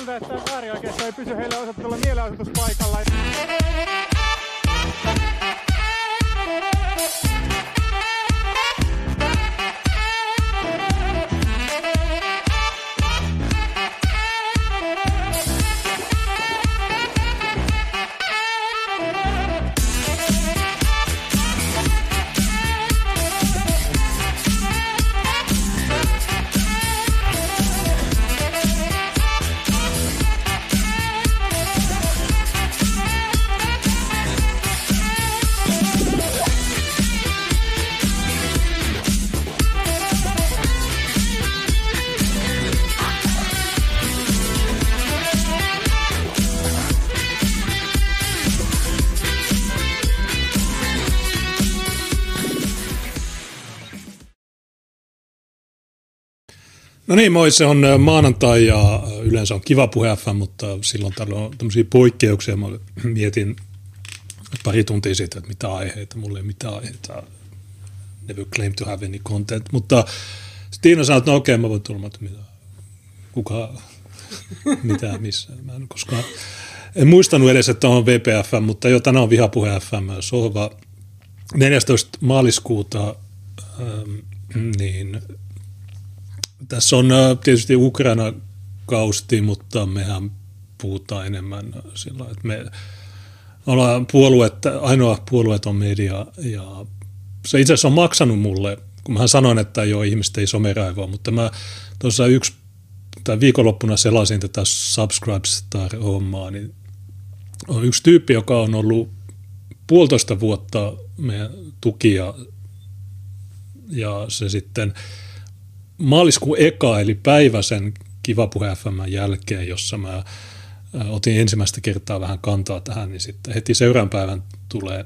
siltä, että äärioikeisto ei pysy heille osoitetulla mielenosoituspaikalla. No niin, moi, se on maanantai ja yleensä on Kiva Puhe FM, mutta silloin täällä on tämmöisiä poikkeuksia. Mä mietin pari tuntia siitä, että mitä aiheita, mulla ei ole mitään aiheita, never claim to have any content, mutta Tiina sanoi, että no okei, mä voin tulla, että mitä, kuka, mitä, missä, mä en koskaan, en muistanut edes, että on VPF, mutta jo tänään on Vihapuhe FM, sohva 14. maaliskuuta, niin tässä on tietysti Ukraina-kausti, mutta mehän puhutaan enemmän sillä, että me ollaan ainoa puolueeton media, ja se itse asiassa on maksanut mulle, kun mä sanoin, että joo, ihmiset ei someraivoa, mutta mä tuossa viikonloppuna selasin tätä Subscribestar-hommaa, niin on yksi tyyppi, joka on ollut 1,5 vuotta meidän tukia, ja se sitten maaliskuun eka, eli päivä sen Kiva Puhe FM:n jälkeen, jossa mä otin ensimmäistä kertaa vähän kantaa tähän, niin sitten heti seuraavan päivän tulee,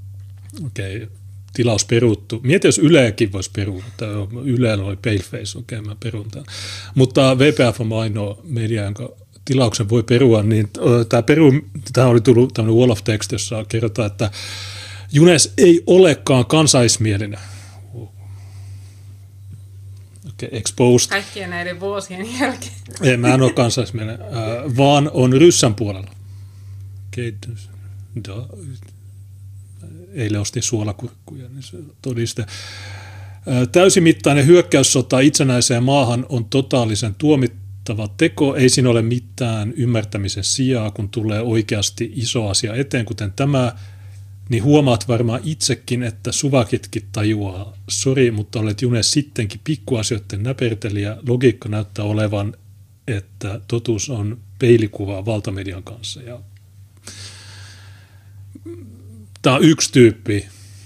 tilaus peruttu. Mietin, jos Yleäkin voisi perua, mutta Yleellä oli Paleface, mä perun tämän. Mutta VPF on ainoa media, jonka tilauksen voi perua, niin tämä oli tullut tämmöinen wall of text, jossa kerrotaan, että Junes ei olekaan kansallismielinen. Exposed. Kaikkien näiden vuosien jälkeen. Ei, mä en ole kansallismielinen, vaan on ryssän puolella. Eilen ostin suolakurkkuja, niin se todiste. Täysimittainen hyökkäyssota itsenäiseen maahan on totaalisen tuomittava teko. Ei siinä ole mitään ymmärtämisen sijaa, kun tulee oikeasti iso asia eteen, kuten tämä. Niin huomaat varmaan itsekin, että suvakitkin tajuaa. Sori, mutta olet Junes sittenkin pikkuasioiden näpertelijä. Logiikka näyttää olevan, että totuus on peilikuvaa valtamedian kanssa. Ja tämä on yksi tyyppi,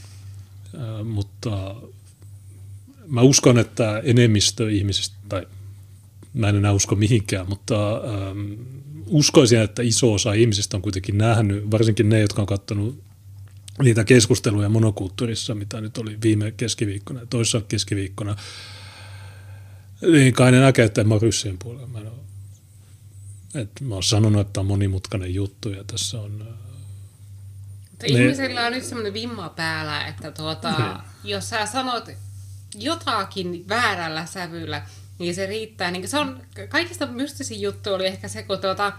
mutta mä uskon, että enemmistö ihmisistä, tai mä en enää usko mihinkään, mutta uskoisin, että iso osa ihmisistä on kuitenkin nähnyt, varsinkin ne, jotka on katsonut niitä keskusteluja monokulttuurissa, mitä nyt oli viime keskiviikkona ja toisessa keskiviikkona, niin kai ne näkee, että en mä ole ryssien puolella. Mä oon sanonut, että tämä on monimutkainen juttu ja tässä on. Ihmisillä on nyt semmoinen vimma päällä, että jos sä sanot jotakin väärällä sävyllä, niin se riittää. Niin se on, kaikista mystisin juttu oli ehkä se,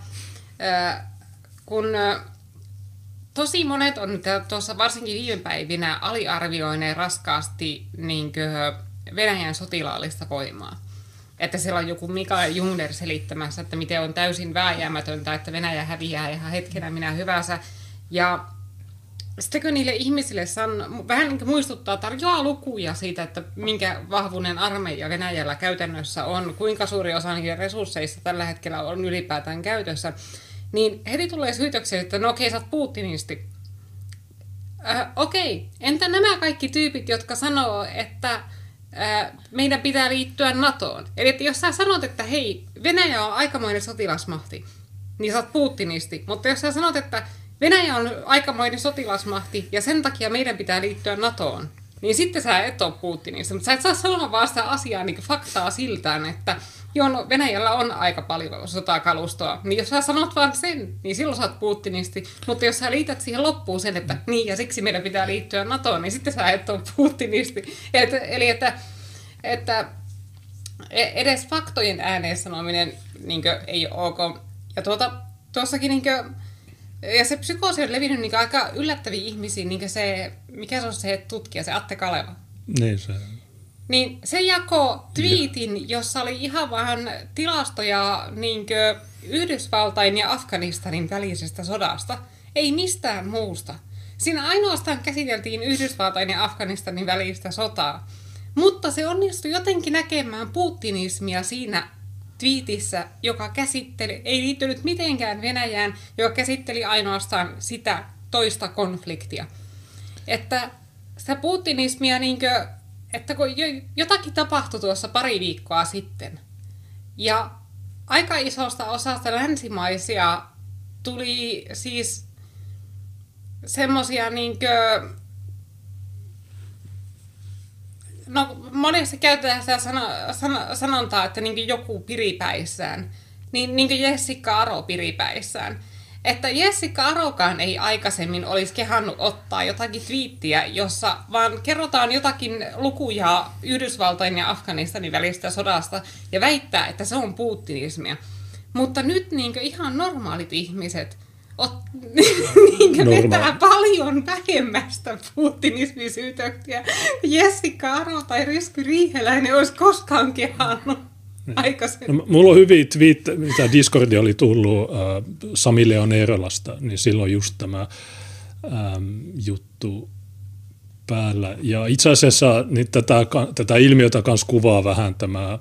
kun tosi monet on tuossa varsinkin viime päivinä aliarvioineet raskaasti Venäjän sotilaallista voimaa. Että siellä on joku Mikael Jungner selittämässä, että miten on täysin vääjäämätöntä, että Venäjä häviää ihan hetkenä minä hyvänsä. Ja sitten kun niille ihmisille vähän niin kuin muistuttaa, tarjoaa lukuja siitä, että minkä vahvuinen armeija Venäjällä käytännössä on, kuinka suuri osa niiden resursseista tällä hetkellä on ylipäätään käytössä, niin heti tulee syytöksiä, että no okei, sä oot Putinisti. Okei, entä nämä kaikki tyypit, jotka sanoo, että meidän pitää liittyä NATOon? Eli että jos sä sanot, että hei, Venäjä on aikamoinen sotilasmahti, niin sä oot Putinisti. Mutta jos sä sanot, että Venäjä on aikamoinen sotilasmahti ja sen takia meidän pitää liittyä NATOon, niin sitten sä et ole Putinista. Mutta sä et saa sanoa vaan sitä asiaa niin faktaa siltään, että joo, no Venäjällä on aika paljon sotakalustoa. Niin jos sä sanot vaan sen, niin silloin sä oot Putinisti. Mutta jos sä liität siihen loppuun sen, että niin ja siksi meidän pitää liittyä NATOon, niin sitten sä et ole Putinisti. Eli että edes faktojen ääneen sanominen niin ei ole ok. Ja tuossakin niinkö, ja se psykoosi on levinnyt niinkö aika yllättäviin ihmisiin, niinkö se, mikä se on se tutkija, se Atte Kaleva. Niin se. Niin se jakoi twiitin, jossa oli ihan vähän tilastoja niinkö Yhdysvaltain ja Afganistanin välisestä sodasta. Ei mistään muusta. Siinä ainoastaan käsiteltiin Yhdysvaltain ja Afganistanin välistä sotaa. Mutta se onnistui jotenkin näkemään putinismia siinä twiitissä, joka käsitteli, ei liittynyt mitenkään Venäjään, joka käsitteli ainoastaan sitä toista konfliktia. Että sitä putinismia, niinkö, että kun jotakin tapahtui tuossa pari viikkoa sitten, ja aika isosta osasta länsimaisia tuli siis semmosia niinkö, no monesti käytetään sitä sanontaa, että niinkö joku piripäissään, niinkö Jessica Aro piripäissään. Että Jessica Arokaan ei aikaisemmin olisi kehannut ottaa jotakin twiittiä, jossa vaan kerrotaan jotakin lukuja Yhdysvaltain ja Afganistanin välistä sodasta ja väittää, että se on putinismia. Mutta nyt niinkö ihan normaalit ihmiset vetää paljon vähemmästä putinismisyytöksiä. Jessica Aro tai Resky Riiheläinen olisi koskaan kehannut aikaisemmin. No, mulla on hyviä twiittejä, mitä Discordia oli tullut Sami Leon Eerolasta, niin silloin just tämä juttu päällä. Ja itse asiassa niin tätä ilmiötä kanssa kuvaa vähän tämä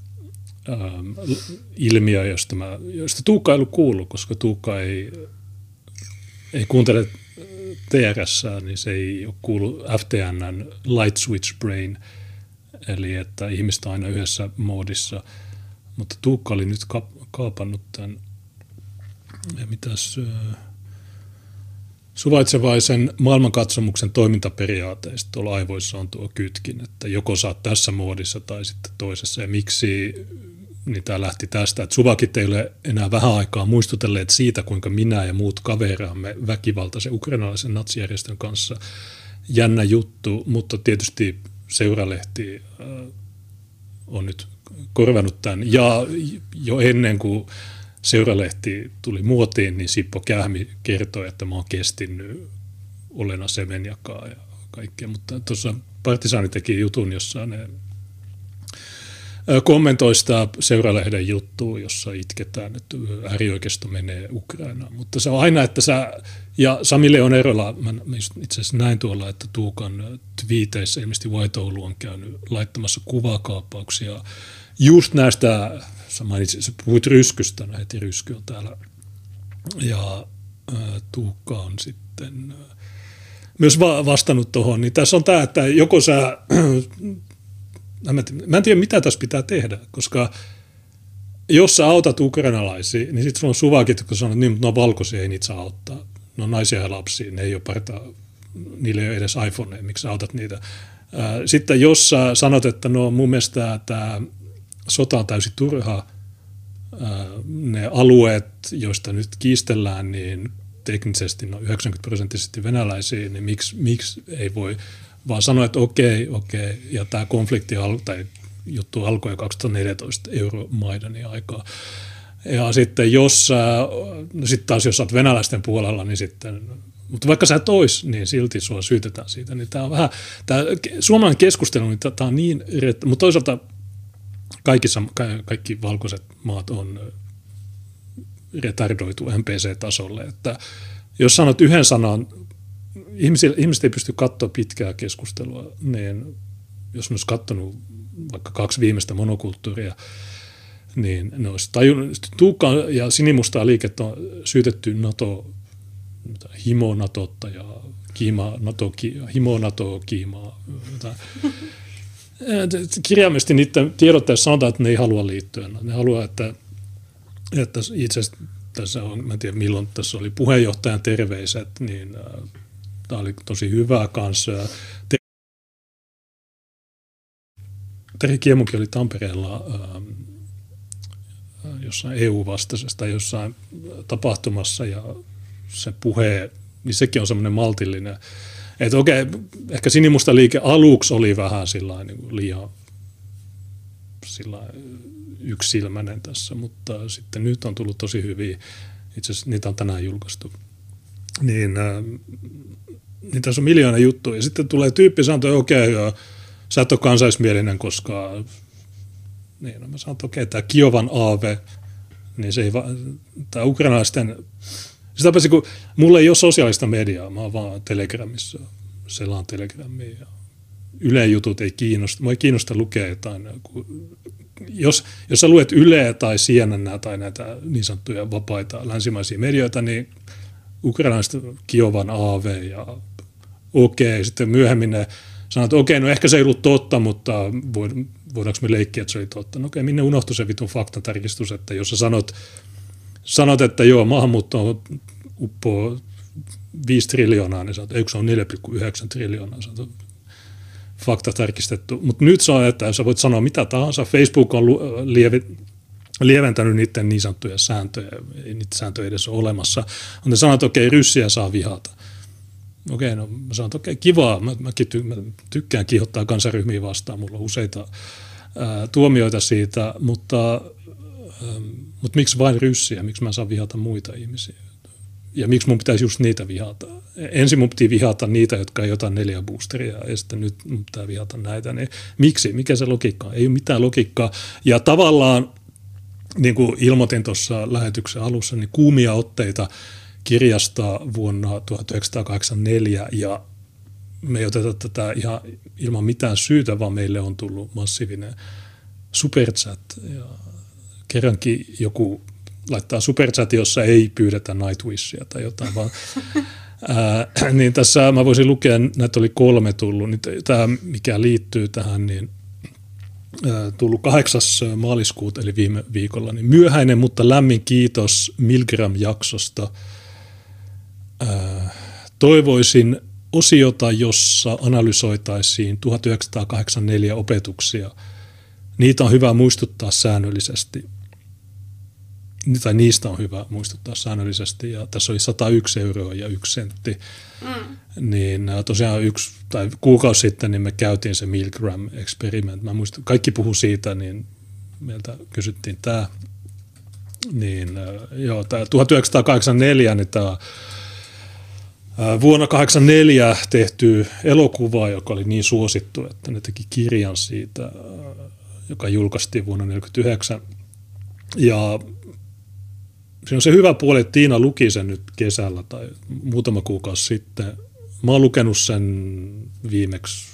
ilmiö, josta Tuukka ei ollut kuullut, koska Tuukka ei kuuntele TRS:ää, niin se ei ole kuullut FTN:n Light Switch Brain, eli että ihmiset on aina yhdessä moodissa. Mutta Tuukka oli nyt kaapannut tämän, suvaitsevaisen maailmankatsomuksen toimintaperiaateista. Tuolla aivoissa on tuo kytkin, että joko sä oot tässä moodissa tai sitten toisessa. Ja miksi, niin tämä lähti tästä, että suvakit ei ole enää vähän aikaa muistutelleet siitä, kuinka minä ja muut kaveraamme väkivaltaisen ukrainalaisen natsijärjestön kanssa. Jännä juttu, mutta tietysti Seuralehti on nyt korvannut tämän. Ja jo ennen kuin Seuralehti tuli muotiin, niin Sippo Kähmi kertoi, että mä oon kestinnyt Olena Semenjakaa ja kaikkea. Mutta tuossa Partisaani teki jutun, jossa ne kommentoi sitä Seuralehden juttua, jossa itketään, että äärioikeisto menee Ukrainaan. Mutta se on aina, että ja Sami Leon Eerola, mä itse asiassa näin tuolla, että Tuukan twiiteissä ilmeisesti White Oulu on käynyt laittamassa kuvakaappauksia just näistä, sä puhuit Ryskystä, no heti Rysky on täällä, ja Tuukka on sitten myös vastannut tuohon, niin tässä on tämä, että joko sä, mä en tiedä mitä tässä pitää tehdä, koska jos sä autat ukrainalaisia, niin sitten sulla on suvakit, jotka sanoo, että niin, mutta ne on valkoisia, ei niitä saa auttaa. Ne on naisia ja lapsia, ne ei ole niillä ei ole edes iPhonea, miksi sä autat niitä. Sitten jos sä sanot, että no mun mielestä tämä sota on täysin turha, ne alueet, joista nyt kiistellään, niin teknisesti no 90% venäläisiä, niin miksi ei voi vaan sanoa, että okei, ja tämä konflikti tai juttu alkoi jo 2014 Euromaidanin aikaa. Ja sitten sitten taas jos olet venäläisten puolella, niin sitten, mutta vaikka sä et ois, niin silti sua syytetään siitä. Niin tämä on vähän, tämä suomalainen keskustelu, niin tämä on niin, mutta toisaalta kaikki valkoiset maat on retardoitu NPC-tasolle, että jos sanot yhden sanan, ihmiset ei pysty katsoa pitkää keskustelua, niin jos ne olisi katsonut vaikka 2 viimeistä monokulttuuria, niin ne olisi tajunnut. Tuukka ja sinimustaa liikettä on syytetty himo-natotta ja himo-nato-kiimaa. Kirjaimellisesti niiden tiedotteessa sanotaan, että ne ei halua liittyä. Ne haluaa, että itse asiassa tässä on, mä en tiedä milloin tässä oli puheenjohtajan terveiset, niin tämä oli tosi hyvä kanssa. Terhi Kiemukin oli Tampereella jossain EU-vastaisesta tai jossain tapahtumassa ja se puhe, niin sekin on semmoinen maltillinen. Että okei, ehkä sinimusta liike aluksi oli vähän sillain, niin kuin liian sillain, yksisilmäinen tässä, mutta sitten nyt on tullut tosi hyviä, itse asiassa niitä on tänään julkaistu. Niin tässä on miljoona juttuja. Ja sitten tulee tyyppi sanoo, että okei, sä et ole kansallismielinen, koska niin, no mä sanon, että okei, tämä Kiovan aave, niin se ei tämä ukrainalaisten, sitä paitsi kun mulla ei ole sosiaalista mediaa, mä oon vaan Telegramissa, selaan Telegramia ja Ylen jutut ei kiinnosta, mua ei kiinnosta lukea jotain, jos sä luet Yleä tai CNN tai näitä niin sanottuja vapaita länsimaisia medioita, niin ukrainalaiset Kiovan aave ja okei, sitten myöhemmin ne sanoo, että okei, no ehkä se ei ollut totta, mutta voidaanko me leikkiä, että se oli totta. No okei, minne unohtui se vitun faktatarkistus, että jos sä sanot että joo, maahanmuutto uppoo 5 triljoonaa, niin sanot, eikö se on 4,9 triljoonaa, sanot, fakta tarkistettu. Mutta nyt se on, että sä voit sanoa mitä tahansa. Facebook on lieventänyt niiden niin sanottuja sääntöjä, ei niitä sääntöjä edes ole olemassa. On ne sanoo, että okei, ryssiä saa vihata. Okei, no mä sanon, että okei, kivaa. Mä tykkään kiihottaa kansanryhmiä vastaan. Mulla on useita tuomioita siitä, mutta miksi vain ryssiä? Miksi mä saan vihata muita ihmisiä? Ja miksi mun pitäisi just niitä vihata? Ensin mun piti vihata niitä, jotka ei ota 4 boosteria, ja sitten nyt mun pitää vihata näitä. Niin miksi? Mikä se logiikka on? Ei ole mitään logiikkaa. Ja tavallaan, niin kuin ilmoitin tuossa lähetyksen alussa, niin kuumia otteita kirjasta vuonna 1984, ja me ei oteta tätä ihan ilman mitään syytä, vaan meille on tullut massiivinen superchat. Ja kerrankin joku laittaa superchatin, jossa ei pyydetä Nightwishia tai jotain, vaan niin tässä mä voisin lukea, näitä oli 3 tullut, niin tämä mikä liittyy tähän, niin tullut 8. maaliskuuta eli viime viikolla, niin myöhäinen, mutta lämmin kiitos Milgram-jaksosta. Toivoisin osiota, jossa analysoitaisiin 1984 opetuksia. Niitä on hyvä muistuttaa säännöllisesti. Tai niistä on hyvä muistuttaa säännöllisesti, ja tässä oli 101 euroa ja 1 sentti. Niin tosiaan kuukausi sitten niin me käytiin se Milgram Experiment. Mä muistan, kaikki puhu siitä, niin meiltä kysyttiin tämä. Niin joo, tämä 1984, niin tämä vuonna 1984 tehty elokuva, joka oli niin suosittu, että ne teki kirjan siitä, joka julkaistiin vuonna 1949. Ja siinä on se hyvä puoli, että Tiina luki sen nyt kesällä tai muutama kuukausi sitten. Mä oon lukenut sen viimeksi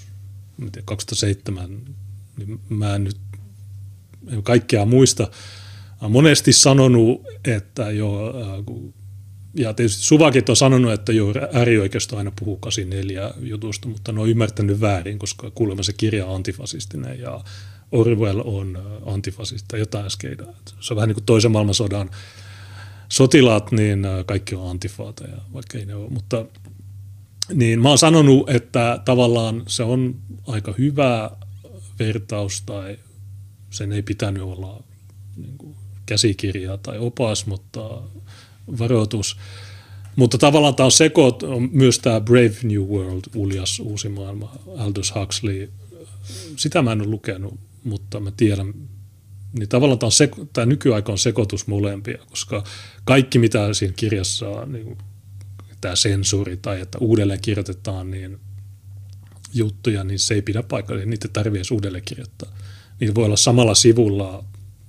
2007, niin mä en nyt kaikkea muista. Olen monesti sanonut, että joo, ja tietysti Suvakit on sanonut, että joo, äärioikeisto aina puhuu 84 jutusta, mutta ne on ymmärtänyt väärin, koska kuulemma se kirja on antifasistinen ja Orwell on antifasisti tai jotain äskeitä. Se on vähän niin kuin toisen maailmansodan sotilaat, niin kaikki on antifaata, ja vaikka ei ne ole, mutta niin mä oon sanonut, että tavallaan se on aika hyvä vertaus, tai sen ei pitänyt olla niin kuin käsikirja tai opas, mutta varoitus. Mutta tavallaan tämä on myös tämä Brave New World, uljas uusi maailma, Aldous Huxley. Sitä mä en ole lukenut, mutta mä tiedän, niin tavallaan tämä nykyaika on sekoitus molempia, koska kaikki mitä siinä kirjassa on, niin tämä sensuuri tai että uudelleen kirjoitetaan niin juttuja, niin se ei pidä paikkaa, niitä ei tarvitse edes uudelleen kirjoittaa. Niitä voi olla samalla sivulla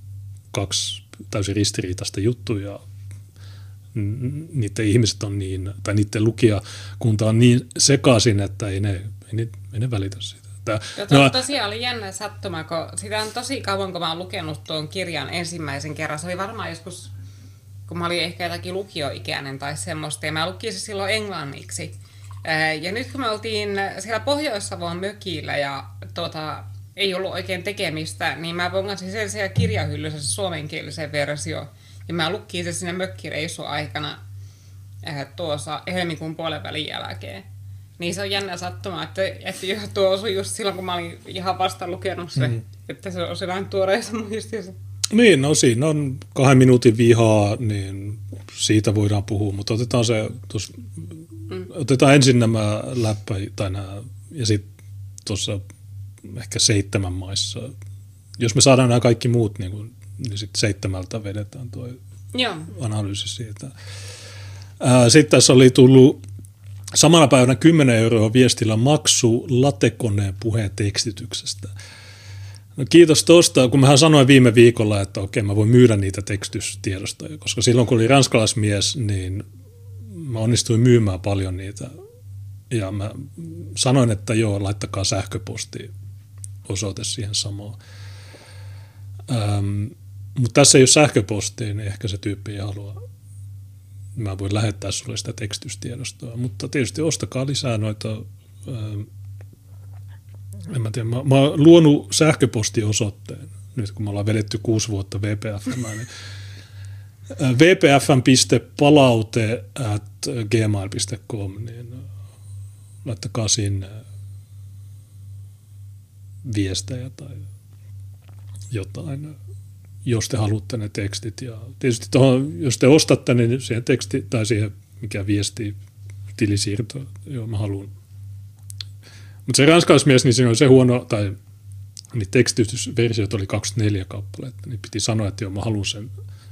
2 täysin ristiriitaista juttuja, niiden ihmiset on niin, tai niiden lukijakunta on niin sekaisin, että ei ne välitä siitä. Tosiaan oli jännä sattuma, kun sitä on tosi kauan, kun mä oon lukenut tuon kirjan ensimmäisen kerran. Se oli varmaan joskus, kun mä olin ehkä jotakin lukioikäinen tai semmoista, ja mä lukin se silloin englanniksi. Ja nyt kun me oltiin siellä Pohjois-Savon mökillä ja ei ollut oikein tekemistä, niin mä bongasin sen siellä kirjahyllyssä se suomenkielisen versio. Ja mä lukin se sinne mökkireissun aikana tuossa helmikuun puolenvälin jälkeen. Niin se on jännä sattuma, että tuo osui just silloin, kun mä olin ihan vasta lukenut se, että se on sellainen tuoreessa muistissa. Niin, no siinä on 2 minuutin vihaa, niin siitä voidaan puhua, mutta otetaan ensin nämä ja sitten tuossa ehkä 7 maissa. Jos me saadaan nämä kaikki muut niin kuin niin sitten 7 vedetään tuo Joo. analyysi siitä. Sitten tässä oli tullut samana päivänä 10 € viestillä maksu latekoneen puheen tekstityksestä. No kiitos tuosta, kun mähän sanoin viime viikolla, että okei, mä voin myydä niitä tekstystiedostoja, koska silloin kun oli ranskalaismies, niin mä onnistuin myymään paljon niitä. Ja mä sanoin, että joo, laittakaa sähköposti osoite siihen samaan. Mutta tässä ei ole sähköpostia, niin ehkä se tyyppi ei halua. Mä voin lähettää sulle sitä tekstystiedostoa, mutta tietysti ostakaa lisää noita. En mä tiedä, mä oon luonut sähköpostiosoitteen, nyt kun me ollaan vedetty 6 vuotta VPF:ää, niin vpfn.palaute@gmail.com, niin laittakaa sinne viestejä tai jotain, jos te haluatte ne tekstit. Ja tietysti jos te ostatte, niin siihen teksti tai siihen mikä viesti tilisiirto, joo mä haluan. Mutta se ranskalaismies, niin siinä oli se huono, tai niin tekstitysversiot oli 24 kappaletta, niin piti sanoa, että joo mä haluan sen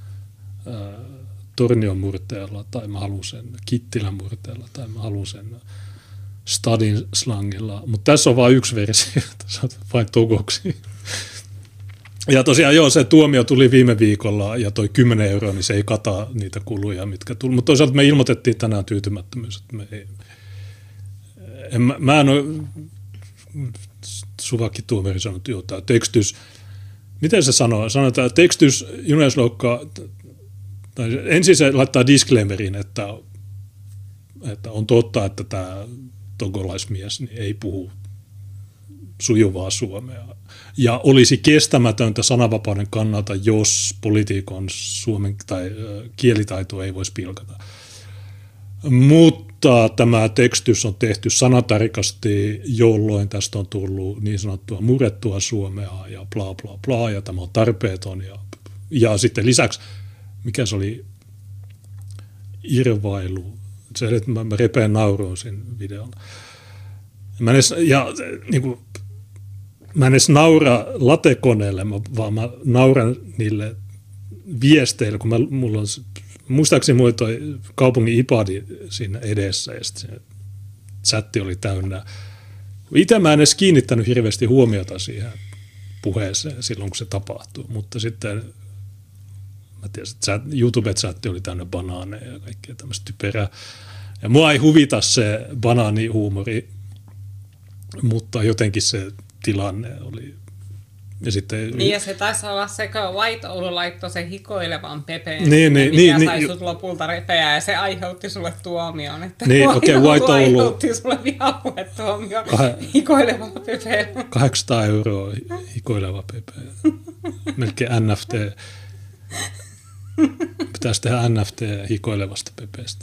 Tornion murteella, tai mä haluan sen Kittilän murteella, tai mä haluan sen Stadin slangilla, mutta tässä on vain yksi versio, tässä on vain togoksi. Ja tosiaan joo, se tuomio tuli viime viikolla ja toi 10 €, niin se ei kata niitä kuluja, mitkä tuli. Mutta toisaalta me ilmoitettiin tänään tyytymättömyys, että me ei, mä en ole, Suvakki tuomari sanoi, että joo, tämä tekstys, miten se sanoo? Sanotaan, että tekstys Junesloukka, tai ensin se laittaa disclaimerin, että on totta, että tämä togolaismies niin ei puhu sujuvaa suomea. Ja olisi kestämätöntä sananvapauden kannalta, jos poliitikon suomen tai kielitaito ei voisi pilkata. Mutta tämä tekstys on tehty sanatarkasti, jolloin tästä on tullut niin sanottua murrettua suomea ja bla bla bla, ja tämä on tarpeeton. Ja sitten lisäksi, mikä se oli, irvailu, se, että mä repeen nauroon siinä videolla. Mä en edes naura latekoneelle, vaan mä nauran niille viesteille, kun mulla on, muistaakseni mulla toi kaupungin iPadi siinä edessä, ja sitten se chatti oli täynnä. Itse mä en edes kiinnittänyt hirveästi huomiota siihen puheeseen silloin, kun se tapahtui, mutta sitten mä tiedän, että YouTube-chatti oli täynnä banaaneja ja kaikkea tämmöistä typerää. Ja mua ei huvita se banaanihuumori, mutta jotenkin se tilanne oli. Ja sitten, niin ja se taisi olla se, kun White Oulu laittoi sen hikoilevan Pepeen, mikä sai sut lopulta repeää, ja se aiheutti sulle tuomion. Että niin, okei, White Oulu aiheutti sulle vihapuhetuomion hikoileva Pepe. 800 € hikoileva Pepe. Melkein NFT. Pitäisi tehdä NFT hikoilevasta Pepestä.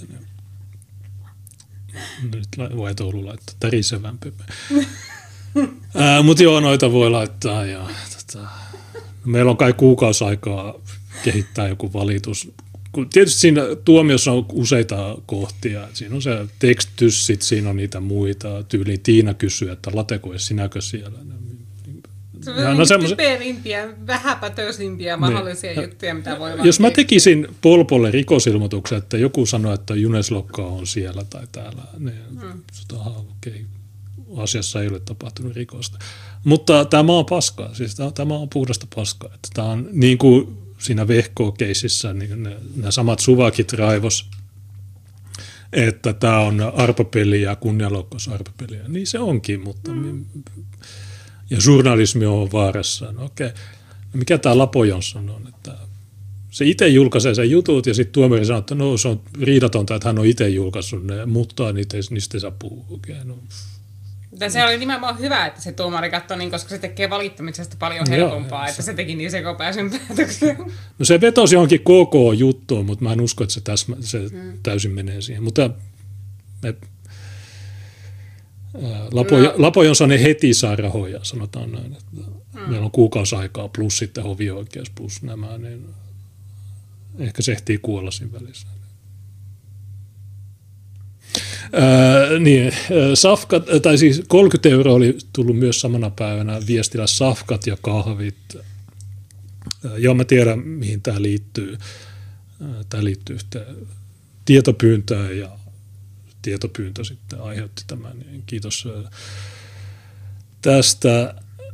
Nyt White Oulu laittaa tärisevän Pepe. Mutta joo, noita voi laittaa. Ja, meillä on kai kuukausaikaa kehittää joku valitus. Tietysti siinä tuomiossa on useita kohtia. Siinä on se tekstys, sitten siinä on niitä muita. Tyyliin Tiina kysyy, että lateko, sinäkö siellä? Se on typerimpiä, vähäpätöisimpiä mahdollisia juttuja, mitä voi jos mä tekisin Polpolle rikosilmoituksen, että joku sanoo, että Juneslokka on siellä tai täällä, niin okei. Asiassa ei ole tapahtunut rikosta. Mutta tämä on paskaa, siis tämä on puhdasta paskaa. Että tämä on niin kuin siinä Vehko-keississä, niin nämä samat suvakit raivos, että tämä on arpapeli ja kunnianloukkaus arpapeliä. Niin se onkin, mutta ja journalismi on vaarassa. No okei. Mikä tämä Lapo Jonsson on? Että se itse julkaisee sen jutut ja sitten tuomari sanoo, että no se on riidatonta, että hän on itse julkaissut ne, mutta niistä ei saa puhua. Okei, no. Se oli nimenomaan hyvä, että se tuomari katsoi, niin, koska se tekee valittamisesta paljon helpompaa, joo, että se teki niin sekopäisyn päätöksen. No se vetosi johonkin KK-juttuun, mutta mä en usko, että se täysin menee siihen. Mutta Lapo Jonsson ei heti saa rahoja, sanotaan näin. Että meillä on kuukausaikaa plus sitten hovioikeus plus nämä, niin ehkä se ehtii kuolla siinä välissä. Safkat, tai siis 30 € oli tullut myös samana päivänä viestillä safkat ja kahvit Joo, mä tiedän, mihin tämä liittyy. Tämä liittyy yhteen tietopyyntöön ja tietopyyntö sitten aiheutti tämän. Kiitos tästä.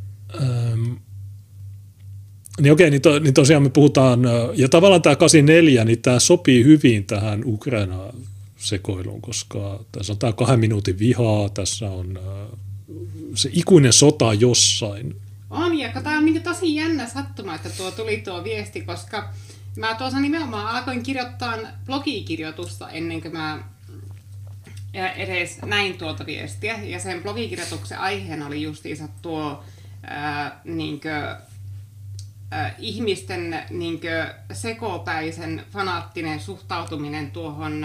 Niin okei, niin tosiaan me puhutaan, ja tavallaan tämä 84, niin tämä sopii hyvin tähän Ukraina-sekoiluun, koska tässä on tämä 2 minuutin vihaa, tässä on se ikuinen sota jossain. On, ja tämä on niin tosi jännä sattuma, että tuli tuo viesti, koska mä tuossa nimenomaan alkoin kirjoittaa blogikirjoitusta ennen kuin mä edes näin tuota viestiä. Ja sen blogikirjoituksen aiheena oli justiinsa tuo ihmisten sekopäisen fanaattinen suhtautuminen tuohon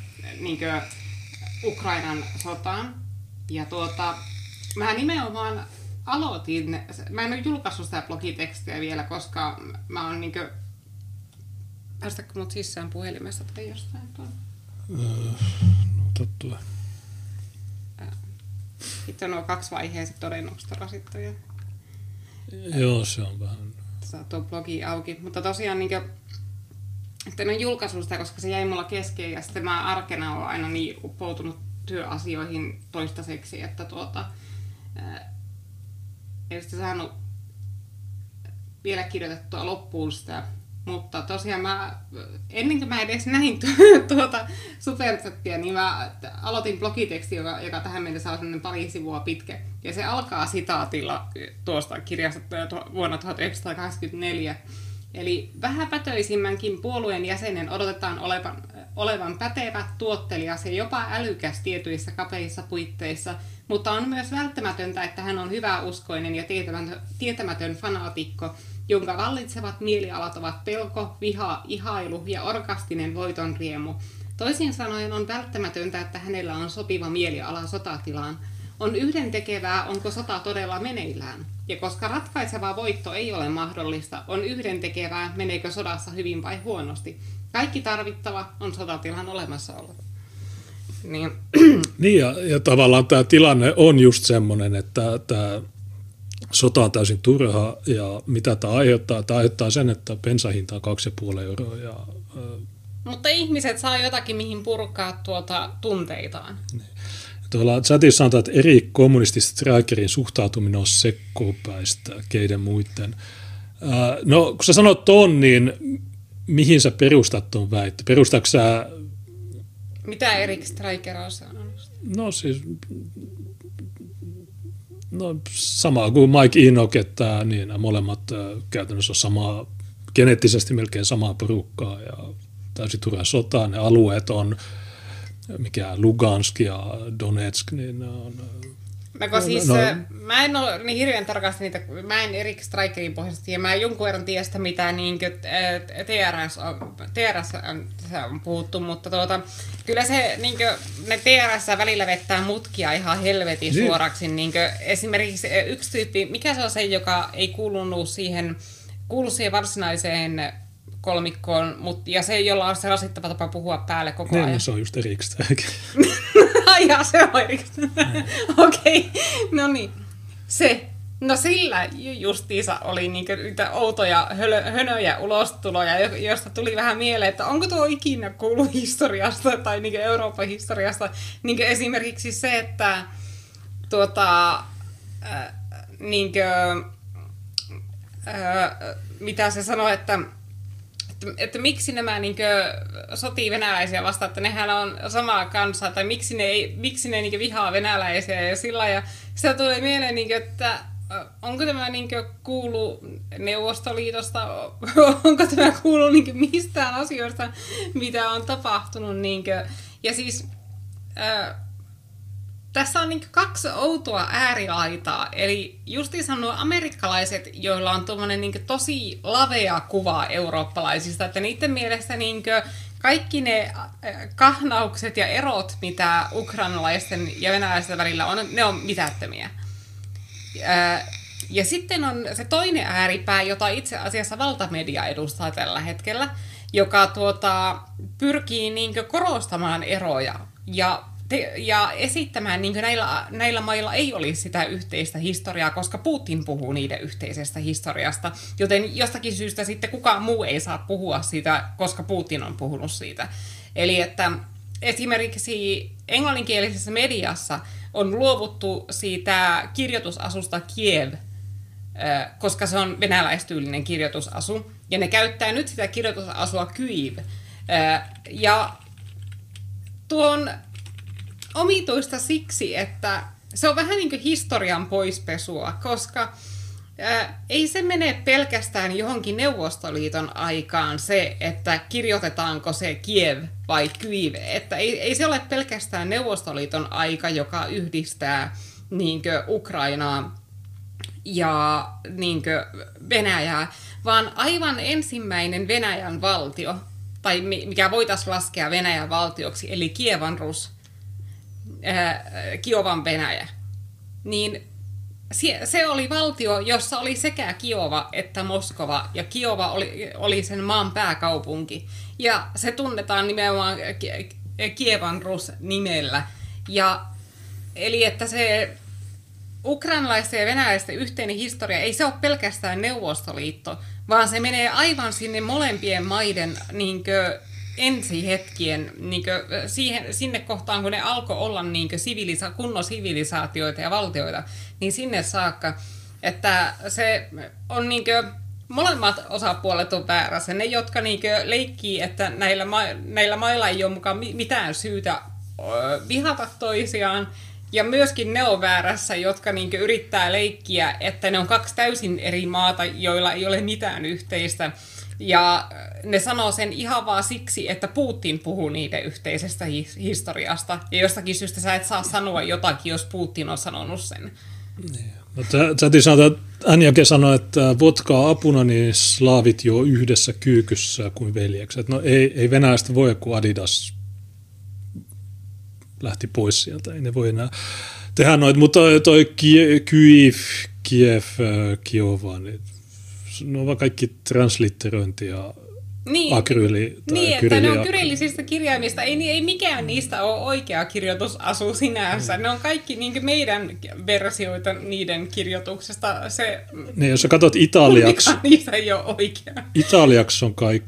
Ukrainan sotaan. Ja mä nimenomaan aloitin, mä en ole julkaissut sitä blogitekstiä vielä, koska mä oon päästäkö mut sisään puhelimesta tai jostain tuon? Totta. Sitten on nuo 2-vaiheiset todennukset rasittuja. Joo, se on vähän. Saa tuo blogi auki, mutta tosiaan että en ole julkaissut sitä, koska se jäi mulla kesken ja sitten mä arkena olen aina niin uppoutunut työasioihin toistaiseksi, että ei sitä saanut vielä kirjoitettua loppuun sitä. Mutta tosiaan ennen kuin mä edes näin Superchattia, niin mä aloitin blogiteksti, joka tähän mennessä on sellainen 2 sivua pitkä. Ja se alkaa sitaatilla tuosta kirjasta vuonna 1984. Eli vähäpätöisimmänkin puolueen jäsenen odotetaan olevan pätevä, tuottelias ja jopa älykäs tietyissä kapeissa puitteissa, mutta on myös välttämätöntä, että hän on hyväuskoinen ja tietämätön fanaatikko, jonka vallitsevat mielialat ovat pelko, viha, ihailu ja orgastinen voitonriemu. Toisin sanoen on välttämätöntä, että hänellä on sopiva mieliala sotatilaan. On yhdentekevää, onko sota todella meneillään. Ja koska ratkaiseva voitto ei ole mahdollista, on yhdentekevää, meneekö sodassa hyvin vai huonosti. Kaikki tarvittava on sotatilan olemassaolo. Niin ja tavallaan tämä tilanne on just semmoinen, että tämä sota on täysin turha ja mitä tämä aiheuttaa? Tämä aiheuttaa sen, että bensahinta on 2,5 euroa. Mutta ihmiset saa jotakin, mihin purkaa tunteitaan. Niin. Tuolla chatissa sanotaan, että eri kommunististen strikerin suhtautuminen on sekkopäistä keiden muiden. No, kun sä sanot ton, niin mihin sä perustat ton väitteen? Perustatko sä... Mitä Erik Striker on sanonut? No siis... No sama kuin Mike Enoch, että niin, molemmat käytännössä on samaa, geneettisesti melkein samaa porukkaa ja täysin turha sota. Ne alueet on... mikä Lugansk ja Donetsk, niin on... Mä en ole niin hirveän tarkasti niitä, mä en Erik Strikerin pohjaisesti, ja mä jonkun verran tiedä sitä, mitä TRS on puhuttu, mutta kyllä se ne TRS välillä vettää mutkia ihan helvetin suoraksi. Esimerkiksi yksi tyyppi, mikä se on se, joka ei kuulu siihen varsinaiseen kolmikkoon, ja se, jolla on se rasittava tapa puhua päälle koko ajan. Niin, se on just Erik Striker. Jaa, se on Erik. Okei, no niin. Se. No sillä justiinsa oli niitä outoja hönöjä ulostuloja, josta tuli vähän mieleen, että onko tuo ikinä kuullut historiasta tai Euroopan historiasta. Esimerkiksi se, että mitä se sanoi, että miksi nämä sotii venäläisiä vastaan, että nehän on samaa kansaa, tai miksi ne vihaa venäläisiä ja sillä. Ja sitä tulee mieleen, että onko tämä kuulu Neuvostoliitosta, onko tämä kuulu mistään asioista, mitä on tapahtunut. Ja siis tässä on 2 outoa äärilaitaa, eli justiinsa nuo amerikkalaiset, joilla on tuommoinen tosi lavea kuva eurooppalaisista, että niiden mielestä kaikki ne kahnaukset ja erot, mitä ukrainalaisten ja venäläisten välillä on, ne on mitättömiä. Ja sitten on se toinen ääripää, jota itse asiassa valtamedia edustaa tällä hetkellä, joka pyrkii korostamaan eroja. Ja ja esittämään, niin näillä mailla ei olisi sitä yhteistä historiaa, koska Putin puhuu niiden yhteisestä historiasta, joten jostakin syystä sitten kukaan muu ei saa puhua siitä, koska Putin on puhunut siitä. Eli että esimerkiksi englanninkielisessä mediassa on luovuttu siitä kirjoitusasusta Kiev, koska se on venäläistyylinen kirjoitusasu, ja ne käyttää nyt sitä kirjoitusasua Kyiv. Ja tuo on omituista siksi, että se on vähän niin kuin historian poispesua, koska ei se mene pelkästään johonkin Neuvostoliiton aikaan se, että kirjoitetaanko se Kiev vai Kyiv. Että ei se ole pelkästään Neuvostoliiton aika, joka yhdistää niinkö Ukrainaa ja niinkö Venäjää, vaan aivan ensimmäinen Venäjän valtio, tai mikä voitaisiin laskea Venäjän valtioksi, eli Kievan Rus, Kiovan Venäjä, niin se oli valtio, jossa oli sekä Kiova että Moskova, ja Kiova oli sen maan pääkaupunki. Ja se tunnetaan nimenomaan Kievan Rus nimellä. Eli että se ukrainalaisten ja venäläisten yhteinen historia, ei se ole pelkästään Neuvostoliitto, vaan se menee aivan sinne molempien maiden niinkö ensihetkien sinne kohtaan, kun ne alkoi olla kunnon sivilisaatioita ja valtioita, niin sinne saakka, että se on molemmat osapuolet on väärässä. Ne, jotka leikkii, että näillä mailla ei ole mukaan mitään syytä vihata toisiaan, ja myöskin ne on väärässä, jotka yrittää leikkiä, että ne on kaksi täysin eri maata, joilla ei ole mitään yhteistä. Ja ne sanoo sen ihan vaan siksi, että Putin puhuu niiden yhteisestä historiasta. Ja jostakin syystä sä et saa sanoa jotakin, jos Putin on sanonut sen. No, täytyy sanoa, että Anjake sanoi, että vodkaa apuna, niin slaavit juo yhdessä kyykyssä kuin veljekset. No ei Venäjästä voi, kun Adidas lähti pois sieltä. Ei ne voi enää tehdä noita, mutta toi Kiev, Kiova, niin ne ovat kaikki translitterointi ja akryyli. Niin, että ne on kyrillisistä kirjaimista. Ei mikään niistä ole oikea kirjoitusasu sinänsä. Ne on kaikki meidän versioita niiden kirjoituksesta. Niin, jos sä katsot italiaksi. Niistä ei ole oikea. Italiaksi on kai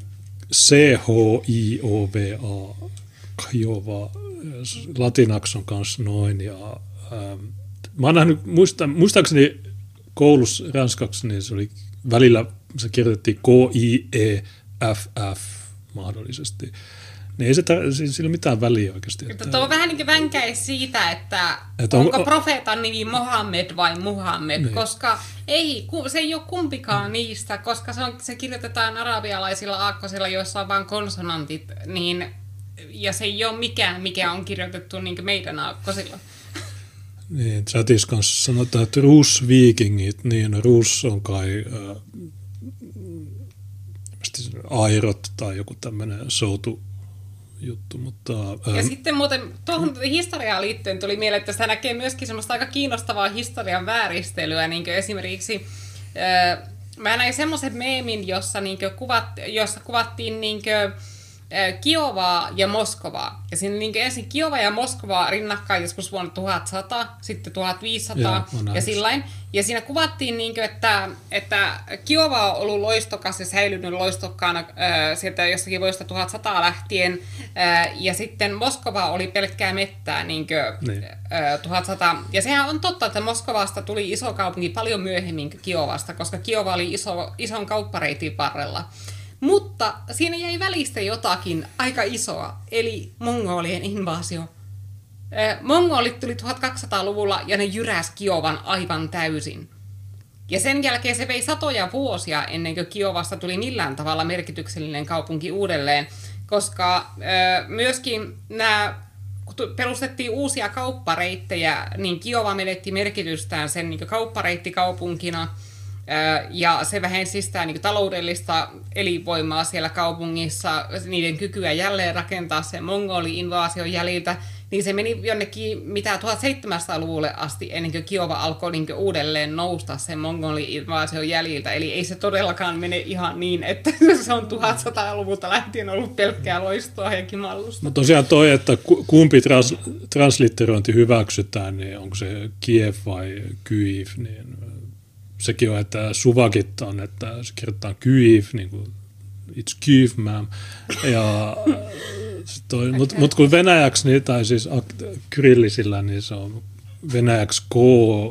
Chiova, Kiova. Latinaksi on kanssa noin. Ja, mä oon nähnyt, muistaakseni koulussa ranskaksi, niin se oli välillä se kirjoitettiin K-I-E-F-F mahdollisesti. Niin ei sillä mitään väliä oikeasti. Tuo on vähän niin kuin vänkäis siitä, että onko profeetan nimi Mohammed vai Muhammed, niin. Koska se ei ole kumpikaan niistä, koska se kirjoitetaan arabialaisilla aakkosilla, joissa on vain konsonantit, niin, ja se ei ole mikään, mikä on kirjoitettu meidän aakkosilla. Niin, chatissa kanssa sanotaan, että Rus-viikingit, niin Rus on kai airot tai joku tämmöinen soutujuttu, mutta... Ja sitten muuten tuohon historiaan liittyen tuli mieleen, että sitä näkee myöskin semmoista aika kiinnostavaa historian vääristelyä, niin kuin esimerkiksi... Mä näin semmoisen meemin, jossa kuvattiin Kiovaa ja Moskovaa. Ja siinä ensin Kiova ja Moskova rinnakkain joskus vuonna 1100, sitten 1500 ja sillain. Ja siinä kuvattiin, että Kiova on ollut loistokas ja säilynyt loistokkaana sieltä jostakin vuodesta 1100 lähtien. Ja sitten Moskova oli pelkkää mettää 1100. Ja sehän on totta, että Moskovasta tuli iso kaupunki paljon myöhemmin kuin Kiovasta, koska Kiova oli ison kauppareitin varrella. Mutta siinä jäi välistä jotakin aika isoa, eli mongolien invaasio. Mongolit tuli 1200-luvulla ja ne jyräsi Kiovan aivan täysin. Ja sen jälkeen se vei satoja vuosia ennen kuin Kiovasta tuli millään tavalla merkityksellinen kaupunki uudelleen, koska myöskin kun perustettiin uusia kauppareittejä, niin Kiova menetti merkitystään sen kauppareittikaupunkina. Ja se vähensi sitä niin kuin taloudellista elinvoimaa siellä kaupungissa, niiden kykyä jälleen rakentaa sen mongoli-invaasion jäljiltä, niin se meni jonnekin mitä 1700-luvulle asti ennen kuin Kiova alkoi niin kuin uudelleen nousta sen mongoli-invaasion jäljiltä. Eli ei se todellakaan mene ihan niin, että se on 1100-luvulta lähtien ollut pelkkää loistoa ja kimallusta. No tosiaan toi, että kumpi translitterointi hyväksytään, niin onko se Kiev vai Kyiv, niin sekin on, että suvakit on, että se kirjoittaa Kyiv, niin kuin it's Kyiv, ma'am. Ja mutta kun venäjäksi, niin, tai siis kyrillisillä, niin se on venäjäksi K,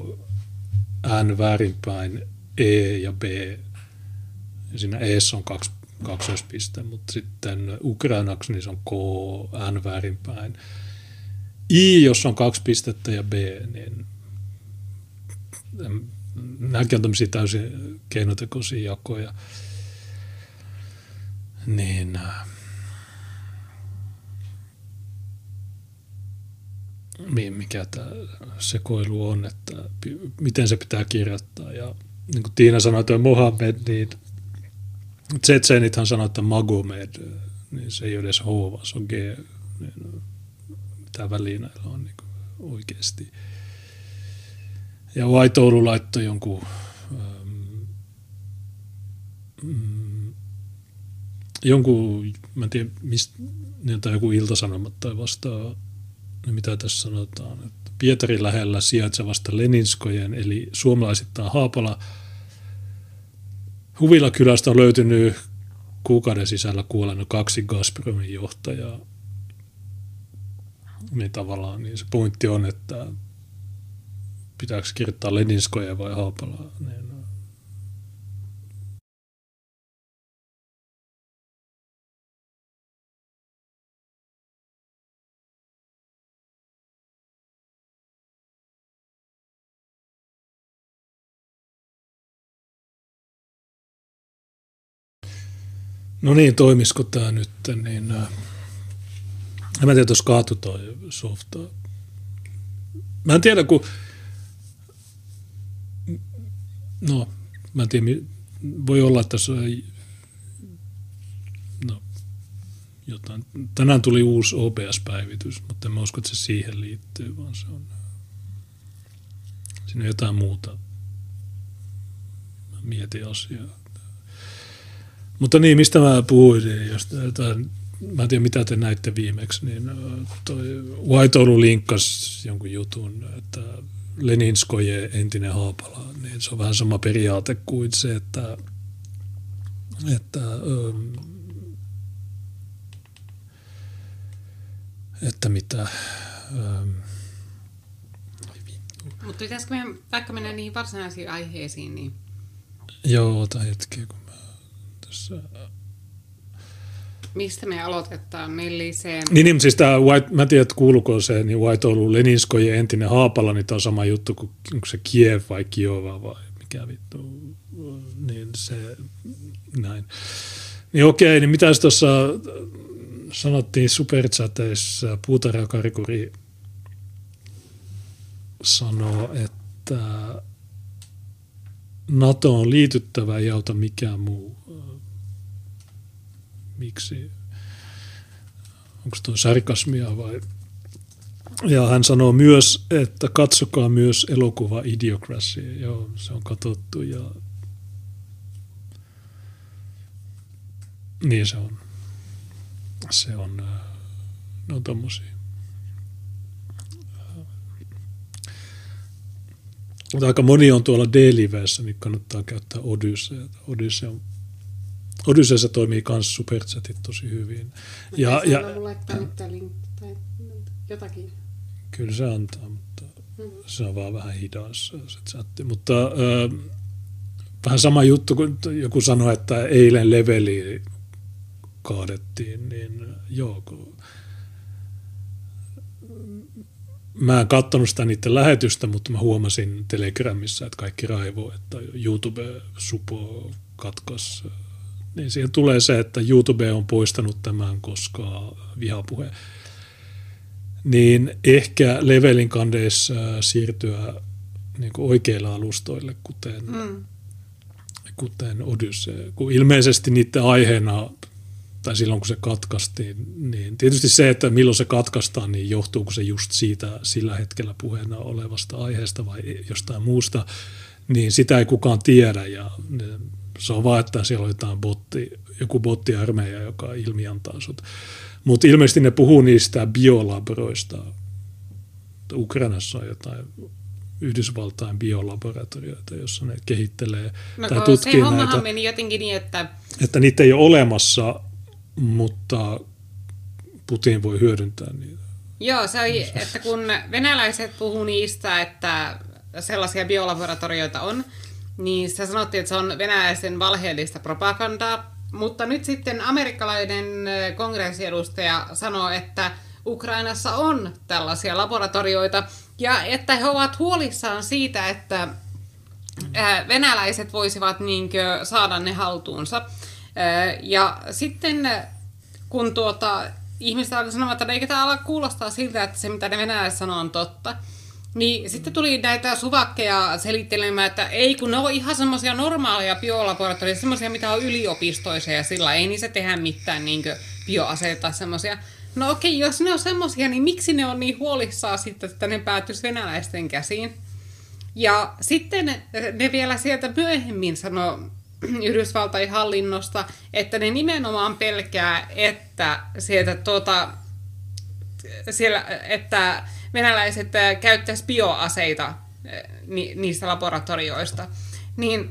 N väärinpäin, E ja B. Ja siinä E:ssä on kaksoispiste, mutta sitten ukrainaksi niin se on K, N väärinpäin. I, jos on 2 pistettä ja B, niin nämäkin on tämmöisiä täysin keinotekoisia jakoja. Niin mikä tämä sekoilu on, että miten se pitää kirjoittaa. Ja niin kuin Tiina sanoi, että Mohammed, niin Tsetsenithan sanoi, että Magomed, niin se ei ole edes H, vaan se on G. Niin mitä väliä näillä on niin kuin oikeasti. Ja Vaitoulu laittoi jonkun mä en tiedä, mistä joku Ilta-Sanomat tai vastaa, mitä tässä sanotaan, että Pietarin lähellä sijaitsevasta Leninskojen, eli suomalaisittain Haapala Huvilakylästä on löytynyt kuukauden sisällä kuolleena 2 Gazpromin johtajaa. Niin tavallaan niin se pointti on, että pitääkö kirjoittaa Leninskoja vai Haapalaa. Niin no niin, toimisiko tämä nyt, niin en mä tiedä, jos kaatu toi softa. Mä en tiedä, kun no, mä en tiedä, voi olla, että se on jotain. Tänään tuli uusi OBS-päivitys, mutta en mä usko, että se siihen liittyy, vaan se on siinä on jotain muuta. Mä mietin asiaa. Mutta niin, mistä mä puhuin, mä en tiedä mitä te näitte viimeksi, niin toi Vaitoulu linkkasi jonkun jutun, että Leninskoje entinen Haapala, niin se on vähän sama periaate kuin se, että mitä. Mutta pitäisikö meidän vaikka mennä niihin varsinaisiin aiheisiin? Niin... Joo, ota hetki, kun mä tässä... Mistä me aloitetaan? Melliseen? Niin, siis tämä, mä en tiedä, että kuuluuko se, niin Vaitoulu Leninskoje entinen Haapala, niin tämä on sama juttu kuin onko se Kiev vai Kiova vai mikä vittu, niin se näin. Niin okei, niin mitäs tuossa sanottiin superchateissa, Puutara Karikuri sanoo, että NATO on liityttävä, ei auta mikään muu. Miksi? Onko tuo sarkasmia vai? Ja hän sanoo myös, että katsokaa myös elokuva Idiocracy. Joo, se on katsottu ja niin se on. Se on, ne on tommosia. Mutta aika moni on tuolla D-livessä, niin kannattaa käyttää Odyssea. Odysseessa toimii myös superchatit tosi hyvin. Ja mulle tai jotakin. Kyllä se antaa, mutta se on vaan vähän hidas se chatti. Mutta vähän sama juttu, kun joku sanoi, että eilen leveli kaadettiin, niin joo, mä en katsonut sitä niiden lähetystä, mutta mä huomasin Telegramissa, että kaikki raivoo, että YouTube-supo katkas. Niin siihen tulee se, että YouTube on poistanut tämän, koska vihapuhe. Niin ehkä levelin kandeissa siirtyä niin kuin oikeille alustoille, kuten kuten Odyssey, kun ilmeisesti niiden aiheena, tai silloin kun se katkaistiin, niin tietysti se, että milloin se katkaistaan, niin johtuuko se just siitä sillä hetkellä puheena olevasta aiheesta vai jostain muusta, niin sitä ei kukaan tiedä, ja se on vaan, että siellä on joku bottiarmeija, joka ilmiantaa sut. Mutta ilmeisesti ne puhuu niistä biolabroista. Ukrainassa on jotain Yhdysvaltain biolaboratorioita, jossa ne kehittelee tai tutkii se näitä. hommahan meni jotenkin niin, että niitä ei ole olemassa, mutta Putin voi hyödyntää niitä. Joo, se oli, että kun venäläiset puhuu niistä, että sellaisia biolaboratorioita on, niin se sanottiin, että se on venäläisten valheellista propagandaa, mutta nyt sitten amerikkalainen kongressiedustaja sanoo, että Ukrainassa on tällaisia laboratorioita ja että he ovat huolissaan siitä, että venäläiset voisivat niinkö saada ne haltuunsa. Ja sitten kun ihmiset alkoi sanoa, että eikö tämä ala kuulostaa siltä, että se mitä ne venäläiset sanoo on totta, niin sitten tuli näitä suvakkeja selittelemään, että ei kun ne on ihan semmoisia normaaleja biolaboratorioita, semmoisia mitä on yliopistoisia ja sillä ei niissä tehdä mitään niinkö bioaseita tai semmoisia. No okei, jos ne on semmoisia, niin miksi ne on niin huolissaan sitten, että ne päätyisi venäläisten käsiin? Ja sitten ne vielä sieltä myöhemmin sanoo Yhdysvaltain hallinnosta, että ne nimenomaan pelkää, että että venäläiset käyttäisi bioaseita niistä laboratorioista. Niin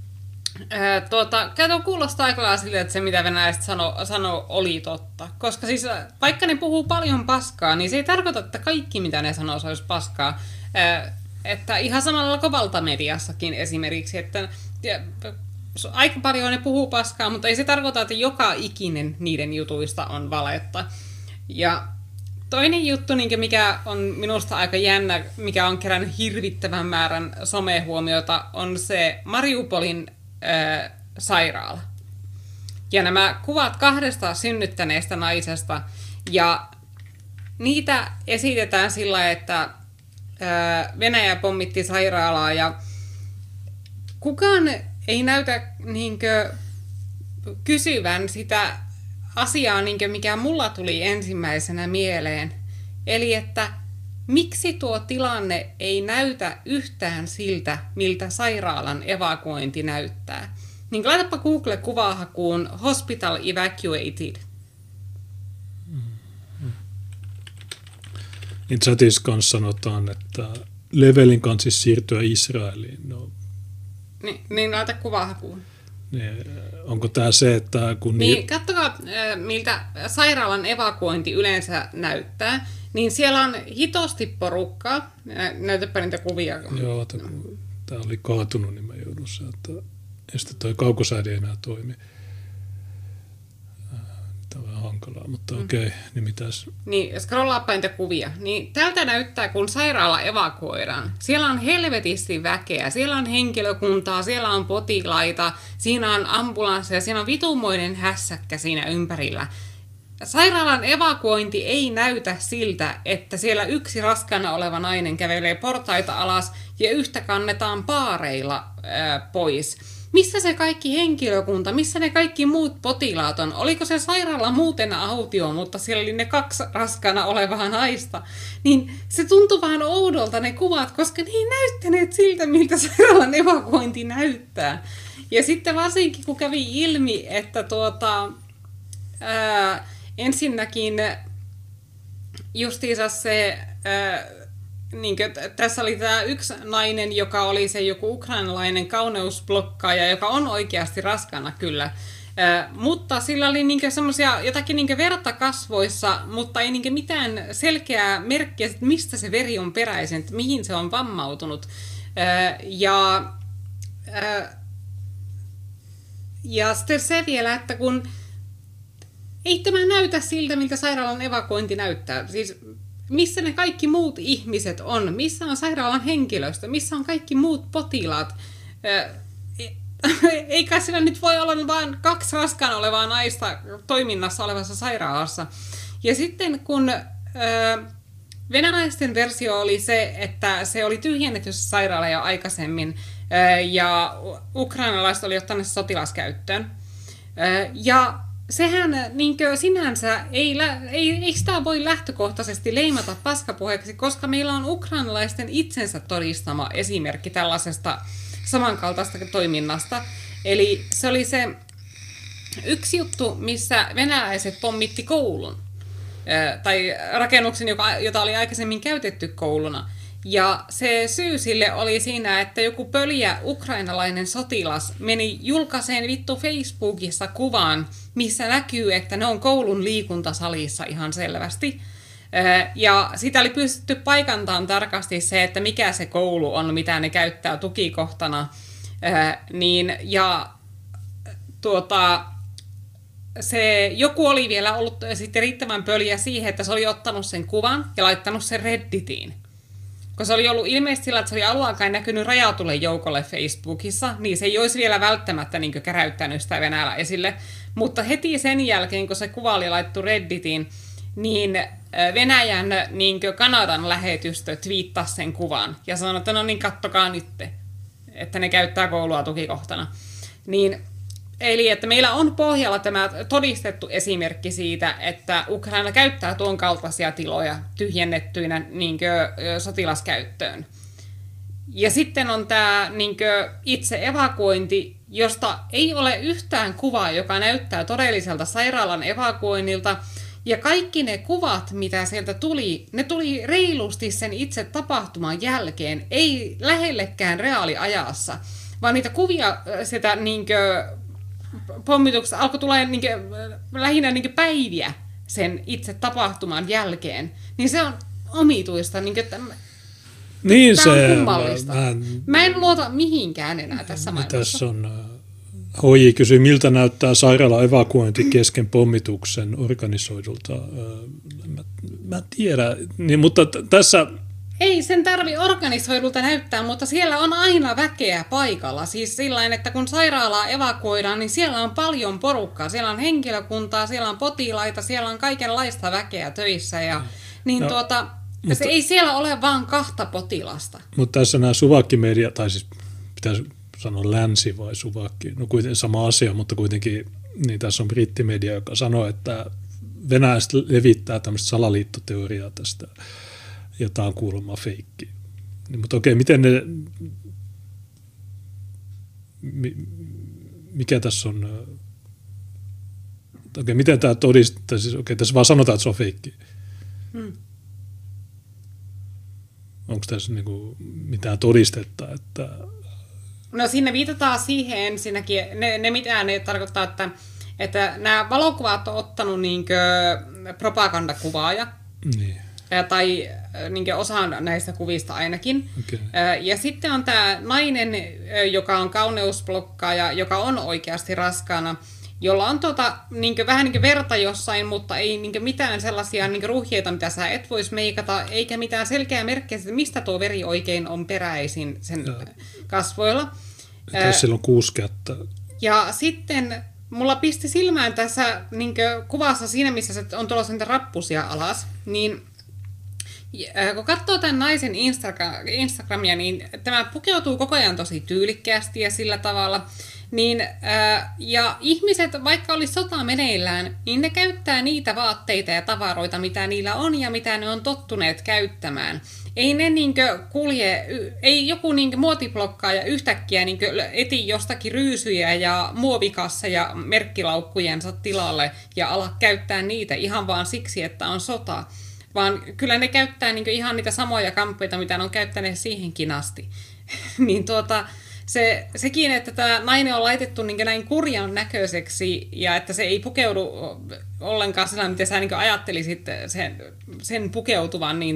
kuulostaa aika lailla silleen, että se mitä venäläiset sanoo oli totta. Koska siis vaikka ne puhuu paljon paskaa, niin se ei tarkoita, että kaikki mitä ne sanoo se olisi paskaa. Että ihan samalla kuin valtamediassakin esimerkiksi, että aika paljon ne puhuu paskaa, mutta ei se tarkoita, että joka ikinen niiden jutuista on valetta. Ja toinen juttu, mikä on minusta aika jännä, mikä on kerännyt hirvittävän määrän somehuomiota, on se Mariupolin sairaala. Ja nämä kuvat 2 synnyttäneestä naisesta, ja niitä esitetään sillä, että Venäjä pommitti sairaalaa, ja kukaan ei näytä kysyvän sitä asiaa, mikä mulla tuli ensimmäisenä mieleen. Eli että miksi tuo tilanne ei näytä yhtään siltä, miltä sairaalan evakuointi näyttää. Niin laitapa Google-kuvahakuun Hospital Evacuated. Niin chatissa kanssa sanotaan, että Levelin kanssa siis siirtyä Israeliin. No. Niin laita kuvahakuun. Onko tämä se, että kun... Niin, katsokaa, miltä sairaalan evakuointi yleensä näyttää. Niin siellä on hitosti porukkaa. Näytäpä niitä kuvia. Joo, kun tämä oli kaatunut, niin mä joudun sieltä. Ja sitten toi kaukosäädi ei enää toimi. Tämä on vähän hankalaa, mutta okei, niin mitäs? Niin, scrollaappa niitä kuvia. Niin tältä näyttää, kun sairaala evakuoidaan. Siellä on helvetisti väkeä, siellä on henkilökuntaa, siellä on potilaita, siinä on ambulansseja, siinä on vitumoinen hässäkkä siinä ympärillä. Sairaalan evakuointi ei näytä siltä, että siellä yksi raskaana oleva nainen kävelee portaita alas ja yhtä kannetaan paareilla pois. Missä se kaikki henkilökunta, missä ne kaikki muut potilaat on? Oliko se sairaala muuten autio, mutta siellä oli ne 2 raskaana olevaa naista? Niin se tuntui vähän oudolta ne kuvat, koska ne ei näyttäneet siltä, miltä sairaalan evakuointi näyttää. Ja sitten varsinkin, kun kävi ilmi, että ensinnäkin justiinsa se... tässä oli tämä yksi nainen, joka oli se joku ukrainalainen kauneusblokkaaja, joka on oikeasti raskaana kyllä. Mutta sillä oli semmoisia jotakin verta kasvoissa, mutta ei mitään selkeää merkkiä, että mistä se veri on peräisin, että mihin se on vammautunut. Ja sitten se vielä, että kun ei tämä näytä siltä, miltä sairaalan evakuointi näyttää. Siis missä ne kaikki muut ihmiset on? Missä on sairaalan henkilöstö? Missä on kaikki muut potilaat? Eikä sillä nyt voi olla vain 2 raskaana olevaa naista toiminnassa olevassa sairaalassa. Ja sitten kun venäläisten versio oli se, että se oli tyhjennetty sairaala jo aikaisemmin, ja ukrainalaiset oli ottaneet sotilaskäyttöön. Ja sehän sinänsä ei sitä voi lähtökohtaisesti leimata paskapuheeksi, koska meillä on ukrainalaisten itsensä todistama esimerkki tällaisesta samankaltaista toiminnasta. Eli se oli se yksi juttu, missä venäläiset pommitti koulun tai rakennuksen, jota oli aikaisemmin käytetty kouluna. Ja se syy sille oli siinä, että joku pöljä ukrainalainen sotilas meni julkaiseen Facebookissa kuvan, missä näkyy, että ne on koulun liikuntasalissa ihan selvästi. Ja sitä oli pystytty paikantamaan tarkasti se, että mikä se koulu on, mitä ne käyttää tukikohtana. Se joku oli vielä ollut sitten riittävän pöljä siihen, että se oli ottanut sen kuvan ja laittanut sen Redditiin. Kun se oli ollut ilmeisesti sillä, että se oli alueellaan näkynyt rajatulle joukolle Facebookissa, niin se ei olisi vielä välttämättä käräyttänyt sitä Venäjällä esille. Mutta heti sen jälkeen, kun se kuva oli laittu Redditiin, niin Venäjän Kanadan lähetystö twiittasi sen kuvan ja sanoi, että no niin, kattokaa nyt, että ne käyttää koulua tukikohtana. Eli että meillä on pohjalla tämä todistettu esimerkki siitä, että Ukraina käyttää tuon kaltaisia tiloja tyhjennettyinä sotilaskäyttöön. Ja sitten on tämä itse evakuointi, josta ei ole yhtään kuvaa, joka näyttää todelliselta sairaalan evakuoinnilta. Ja kaikki ne kuvat, mitä sieltä tuli, ne tuli reilusti sen itse tapahtuman jälkeen, ei lähellekään reaaliajassa, vaan niitä kuvia sitä pommituksesta alkoi tulla lähinnä päiviä sen itse tapahtuman jälkeen. Niin se on omituista. Että niin tämä se on kummallista. Mä en luota mihinkään enää tässä maailmassa. Tässä on... HJ kysyi, miltä näyttää sairaala evakuointi kesken pommituksen organisoidulta. Mä en tiedä, mutta tässä... Ei sen tarvi organisoidulta näyttää, mutta siellä on aina väkeä paikalla. Siis sillain, että kun sairaalaa evakuoidaan, niin siellä on paljon porukkaa. Siellä on henkilökuntaa, siellä on potilaita, siellä on kaikenlaista väkeä töissä. Ja, mutta, ei siellä ole vaan 2 potilasta. Mutta tässä nämä suvakkimedia, tai siis pitäisi sanoa länsi vai suvakki, no kuitenkin sama asia, mutta kuitenkin niin tässä on brittimedia, joka sanoo, että venäläiset levittää tämmöistä salaliittoteoriaa tästä, ja tämä on kuulemma feikki. Niin, mutta okei, miten ne, mikä tässä on, okei, miten tämä todistaa, siis okei, tässä vaan sanotaan, että se on feikki. Onko tässä mitään todistetta, että... No siinä viitataan siihen ensinnäkin, ne mitä ne tarkoittaa, että nämä valokuvat on ottanut propagandakuvaaja, niin. Tai osa näistä kuvista ainakin. Okay. Ja sitten on tämä nainen, joka on kauneusblokkaaja, joka on oikeasti raskaana, jolla on vähän verta jossain, mutta ei mitään sellaisia ruhjeita, mitä sä et vois meikata, eikä mitään selkeää merkkiä, että mistä tuo veri oikein on peräisin sen kasvoilla. Tässä on 6 kättä. Ja sitten mulla pisti silmään tässä kuvassa siinä, missä se on tulossa niitä rappusia alas, niin kun katsoo tämän naisen Instagramia, niin tämä pukeutuu koko ajan tosi tyylikkäästi ja sillä tavalla. Ja ihmiset, vaikka olisi sota meneillään, niin ne käyttää niitä vaatteita ja tavaroita, mitä niillä on ja mitä ne on tottuneet käyttämään. Ei ne kulje, ei joku muotiblokkaaja yhtäkkiä eti jostakin ryysyjä ja muovikassa ja merkkilaukkujensa tilalle ja ala käyttää niitä ihan vaan siksi, että on sota. Vaan kyllä ne käyttää ihan niitä samoja kamppeita, mitä ne on käyttäneet siihenkin asti. Niin sekin, että tämä nainen on laitettu näin kurjan näköiseksi ja että se ei pukeudu ollenkaan sillä, miten sä ajattelisit sen pukeutuvan, niin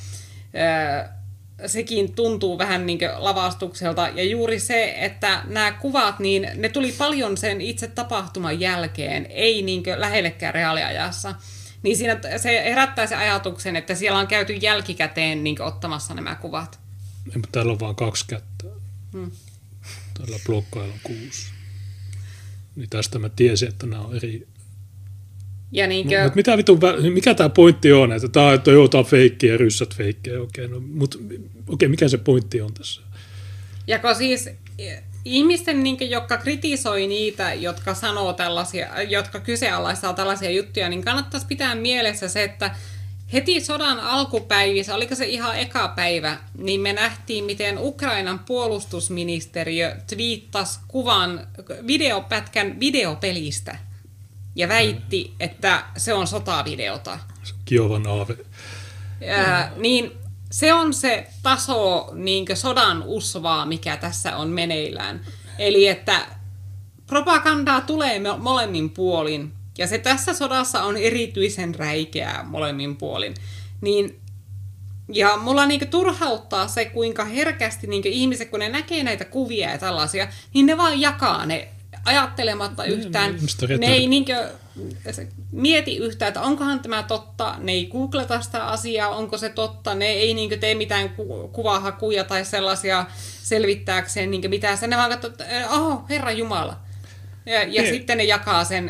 sekin tuntuu vähän lavastukselta. Ja juuri se, että nämä kuvat, niin ne tuli paljon sen itse tapahtuman jälkeen, ei lähellekään reaaliajassa. Niin siinä se herättää se ajatuksen, että siellä on käyty jälkikäteen ottamassa nämä kuvat. Mutta täällä on vain 2 kättä. Tällä blokkailla on 6. Niin tästä mä tiesin, että nämä on eri. Ja mikä tämä pointti on? Että tämä on feikkiä ja ryssät feikkejä. Okei, mikä se pointti on tässä? Ja kun siis ihmisten, niin, jotka kritisoi niitä, jotka sanoo tällaisia, jotka kyseenalaistaa tällaisia juttuja, niin kannattaisi pitää mielessä se, että heti sodan alkupäivissä, oliko se ihan eka päivä, niin me nähtiin, miten Ukrainan puolustusministeriö twiittasi kuvan videopätkän videopelistä ja väitti, että se on sotavideota. Kiovan aave. Niin se on se taso niin sodan usvaa, mikä tässä on meneillään. Eli että propagandaa tulee molemmin puolin. Ja se tässä sodassa on erityisen räikeää molemmin puolin. Niin, ja mulla turhauttaa se, kuinka herkästi ihmiset, kun ne näkee näitä kuvia ja tällaisia, niin ne vaan jakaa ne ajattelematta yhtään. Ne ei mieti yhtään, että onkohan tämä totta. Ne ei googleta sitä asiaa, onko se totta. Ne ei tee mitään kuvahakuja tai sellaisia selvittääkseen mitään. Ne vaan katsoo, että Herra Jumala. Ja sitten ne jakaa sen.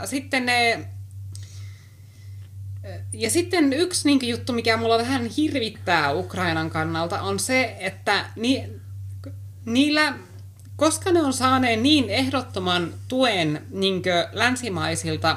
Ja sitten yksi juttu, mikä mulla vähän hirvittää Ukrainan kannalta, on se, että niillä, koska ne on saaneet niin ehdottoman tuen länsimaisilta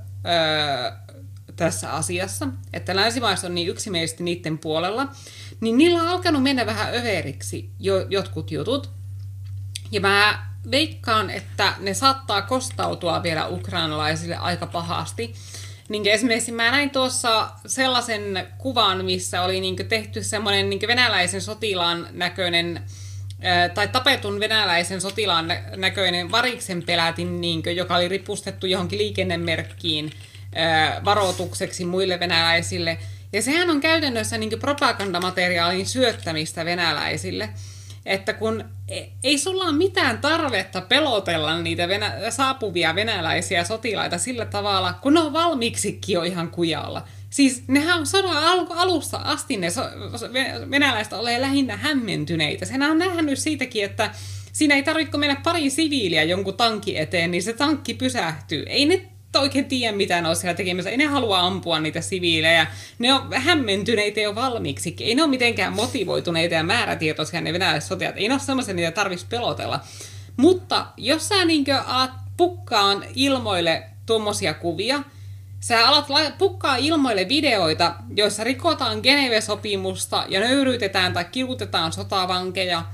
tässä asiassa, että länsimaiset on niin yksimielisesti niiden puolella, niin niillä on alkanut mennä vähän överiksi jotkut jutut. Ja mä veikkaan, että ne saattaa kostautua vielä ukrainalaisille aika pahasti. Niin esimerkiksi mä näin tuossa sellaisen kuvan, missä oli tehty semmoinen venäläisen sotilaan näköinen, tai tapetun venäläisen sotilaan näköinen variksen pelätin, joka oli ripustettu johonkin liikennemerkkiin varoitukseksi muille venäläisille. Ja sehän on käytännössä propagandamateriaalin syöttämistä venäläisille. Että kun ei sulla ole mitään tarvetta pelotella niitä saapuvia venäläisiä sotilaita sillä tavalla, kun ne on valmiiksikin jo ihan kujalla. Siis nehän on sodan alusta asti ne venäläiset ole lähinnä hämmentyneitä. Senhän on nähnyt siitäkin, että siinä ei tarvitse mennä pari siviiliä jonkun tankin eteen, niin se tankki pysähtyy. Ei ne oikein tiedä, mitä ne on siellä tekemässä. Ei ne halua ampua niitä siviilejä. Ne on hämmentyneitä jo valmiiksi. Ei ne ole mitenkään motivoituneita ja määrätietoisia ne venäläiset sotilaat. Ei ne ole semmoisia, niitä tarvitsisi pelotella. Mutta jos sä alat pukkaan ilmoille tuommoisia kuvia, sä alat pukkaa ilmoille videoita, joissa rikotaan Geneve-sopimusta ja nöyryytetään tai kidutetaan sotavankeja,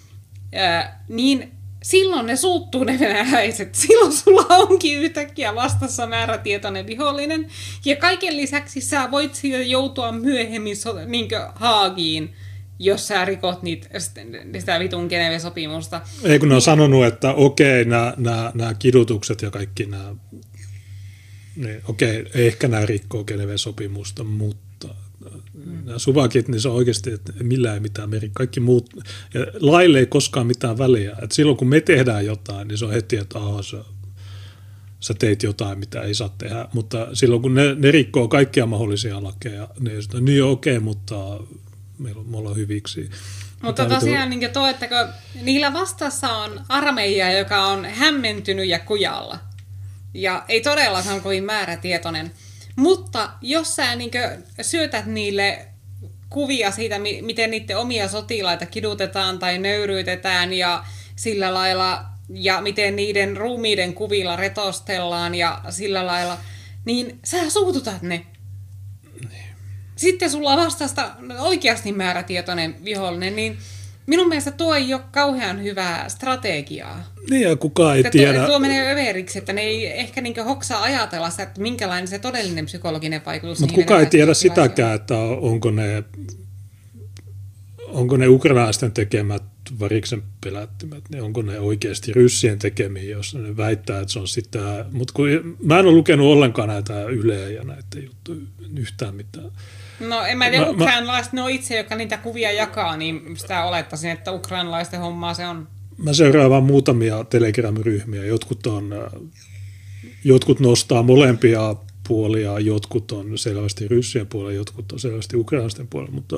niin silloin ne suuttuu ne venäläiset. Silloin sulla onkin yhtäkkiä vastassa määrätietoinen vihollinen. Ja kaiken lisäksi sä voit siitä joutua myöhemmin Haagiin, jos sä rikot sitä vitun Geneve-sopimusta. Ei kun ne on sanonut, että okei, nämä kidutukset ja kaikki nämä, niin, okei, ehkä nämä rikkoo Geneve-sopimusta, mutta nämä suvakit, niin se on oikeasti, että millään ei mitään meri. Kaikki muut, ja laille ei koskaan mitään väliä. Et silloin kun me tehdään jotain, niin se on heti, että sä teit jotain, mitä ei saa tehdä. Mutta silloin kun ne rikkoo kaikkia mahdollisia lakeja, niin okei, mutta me ollaan hyviksi. Mutta tosiaan niin tuo, että niillä vastassa on armeija, joka on hämmentynyt ja kujalla. Ja ei todellakaan kovin määrätietoinen. Mutta jos sä syötät niille kuvia siitä, miten niiden omia sotilaita kidutetaan tai nöyryytetään ja sillä lailla, ja miten niiden ruumiiden kuvilla retostellaan ja sillä lailla, niin sä suututat ne. Sitten sulla on vastasta oikeasti määrätietoinen vihollinen, niin minun mielestä tuo ei ole kauhean hyvää strategiaa. Niin ja kukaan ei tiedä. Tuo menee överiksi, että ne ei ehkä hoksaa ajatella sitä, että minkälainen se todellinen psykologinen vaikutus. Mutta kukaan ei tiedä sitäkään, että onko ne ukrainalaisten tekemät variksen pelättimet, niin onko ne oikeasti ryssien tekemiä, jos ne väittää, että se on sitä. Mutta mä en ole lukenut ollenkaan näitä Yleä ja näitä juttuja yhtään mitään. No en mä tiedä, ukrainalaiset ne on itse, joka niitä kuvia jakaa, niin sitä olettaisin, että ukrainalaisten hommaa se on. Mä seuraan vaan muutamia Telegram-ryhmiä. Jotkut nostaa molempia puolia, jotkut on selvästi ryssien puolella, jotkut on selvästi ukrainalaisten puolella, mutta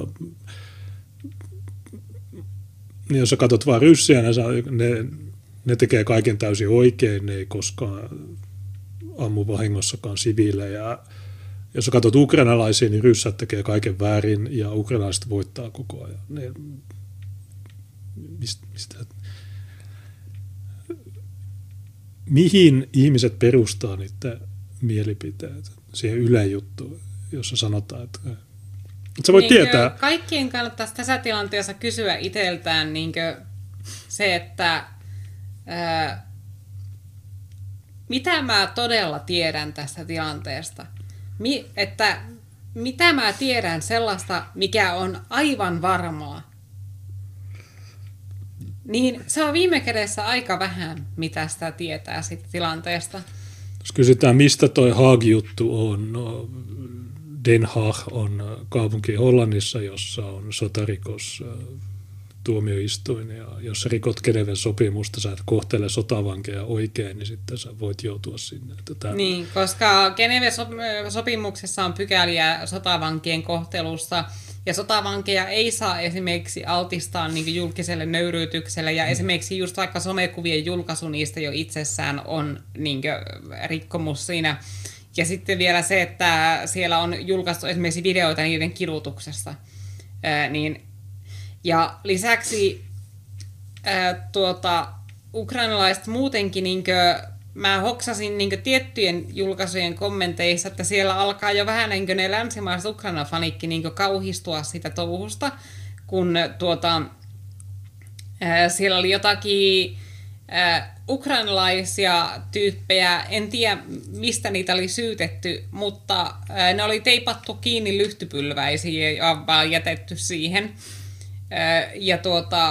niin jos sä katsot vaan ryssiä, ne tekee kaiken täysin oikein, ne ei koskaan ammu vahingossakaan siviilejä. Jos sä katsot ukrainalaisia, niin ryssät tekee kaiken väärin ja ukrainalaiset voittaa koko ajan. mihin ihmiset perustaa niitä mielipiteitä siihen ylejuttuun, jossa sanotaan, että sä voit tietää. Kaikkien kannattaisi tässä tilanteessa kysyä itseltään se, että mitä mä todella tiedän tästä tilanteesta. Että mitä mä tiedän sellaista, mikä on aivan varmaa. Niin se on viime kädessä aika vähän, mitä sitä tietää siitä tilanteesta. Jos kysytään, mistä toi Haag-juttu on, no, Den Haag on kaupunki Hollannissa, jossa on sotarikos tuomioistuin, ja jos sä rikot Geneven sopimusta, sä et kohtele sotavankeja oikein, niin sitten sä voit joutua sinne. Niin, koska Geneven sopimuksessa on pykäliä sotavankien kohtelussa, ja sotavankeja ei saa esimerkiksi altistaa julkiselle nöyryytykselle, ja esimerkiksi just vaikka somekuvien julkaisu niistä jo itsessään on rikkomus siinä. Ja sitten vielä se, että siellä on julkaistu esimerkiksi videoita niiden kidutuksesta. Ja lisäksi ukrainalaiset muutenkin, mä hoksasin tiettyjen julkaisujen kommenteissa, että siellä alkaa jo vähän ne länsimaiset Ukraina-fanikki kauhistua sitä touhusta, kun siellä oli jotakin ukrainalaisia tyyppejä, en tiedä mistä niitä oli syytetty, mutta ne oli teipattu kiinni lyhtypylväisiin ja vaan jätetty siihen. Ja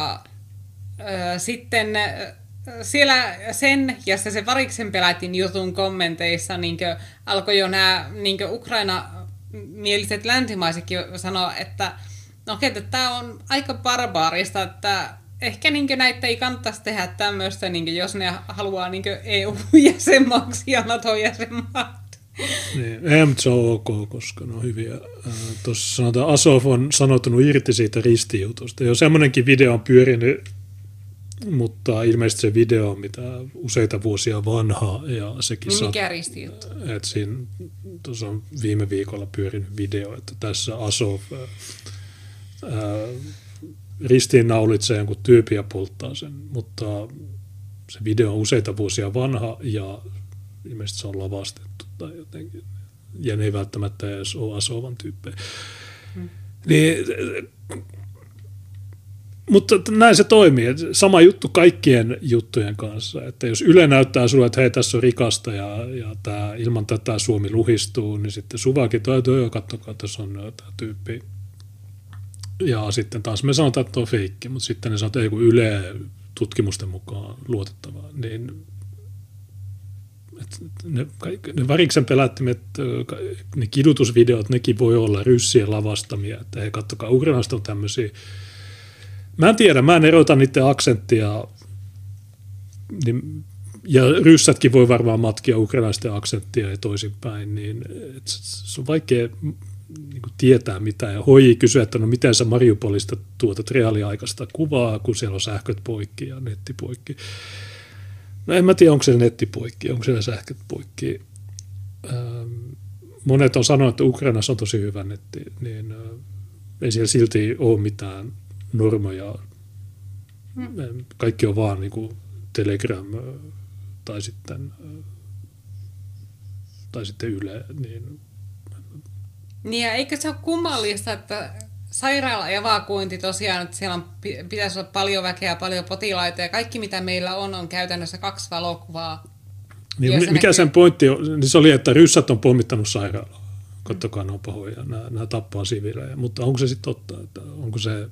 sitten siellä sen ja se Variksen pelätin jutun kommenteissa alkoi jo nämä Ukraina-mieliset länsimaisetkin sanoa, että että tämä on aika barbaarista, että ehkä näitä ei kannattaisi tehdä tämmöistä, jos ne haluaa EU-jäsenmaaksi ja NATO-jäsenmaaksi. Niin, se on ok, koska ne on hyviä. Tuossa sanotaan, Azov on sanotunut irti siitä ristijutusta. Jo semmoinenkin video on pyörinyt, mutta ilmeisesti se video on mitä useita vuosia vanha. Ja sekin niin mikä ristijuttu? Tuossa on viime viikolla pyörinyt video, että tässä Azov ristiinnaulitsee jonkun tyypin ja polttaa sen, mutta se video on useita vuosia vanha ja ilmeisesti se on lavastettu tai jotenkin, ja ne ei välttämättä edes ole Azovan tyyppejä. Niin, mutta näin se toimii. Sama juttu kaikkien juttujen kanssa, että jos Yle näyttää sulle, että hei, tässä on rikasta ja ilman tätä Suomi luhistuu, niin sitten Suvakin toi katsokaa, että tässä on tämä tyyppi. Ja sitten taas me sanotaan, että on feikki, mutta sitten ne sanotaan, että kun Yle tutkimusten mukaan luotettavaa, niin ne Variksen pelättimet, ne kidutusvideot, nekin voi olla ryssien lavastamia, että hei, katsokaa, Ukrainasta on tämmöisiä. Mä en tiedä, mä en erota niiden aksenttia, ja ryssätkin voi varmaan matkia ukrainaisten aksenttia ja toisinpäin, niin se on vaikea tietää mitään. Ja Hoi kysyy, että no miten sä Mariupolista tuotat reaaliaikaista kuvaa, kun siellä on sähköt poikki ja netti poikki. No en mä tiedä, onko se netti poikki, onko siellä sähköt poikki. Monet on sanonut, että Ukrainassa on tosi hyvä netti, niin ei siellä silti ole mitään normoja. Kaikki on vaan niin kuin Telegram tai sitten Yle. Niin ja eikö se ole kummallista, että sairaala-evakuointi tosiaan, että siellä pitäisi olla paljon väkeä, paljon potilaita ja kaikki mitä meillä on käytännössä 2 valokuvaa. Niin, mikä sen pointti on? Niin se oli, että ryssät on pommittanut sairaalaa. Katsokaa, ne on pahoja, nämä tappaa siviilejä. Mutta onko se sitten totta? Että onko se,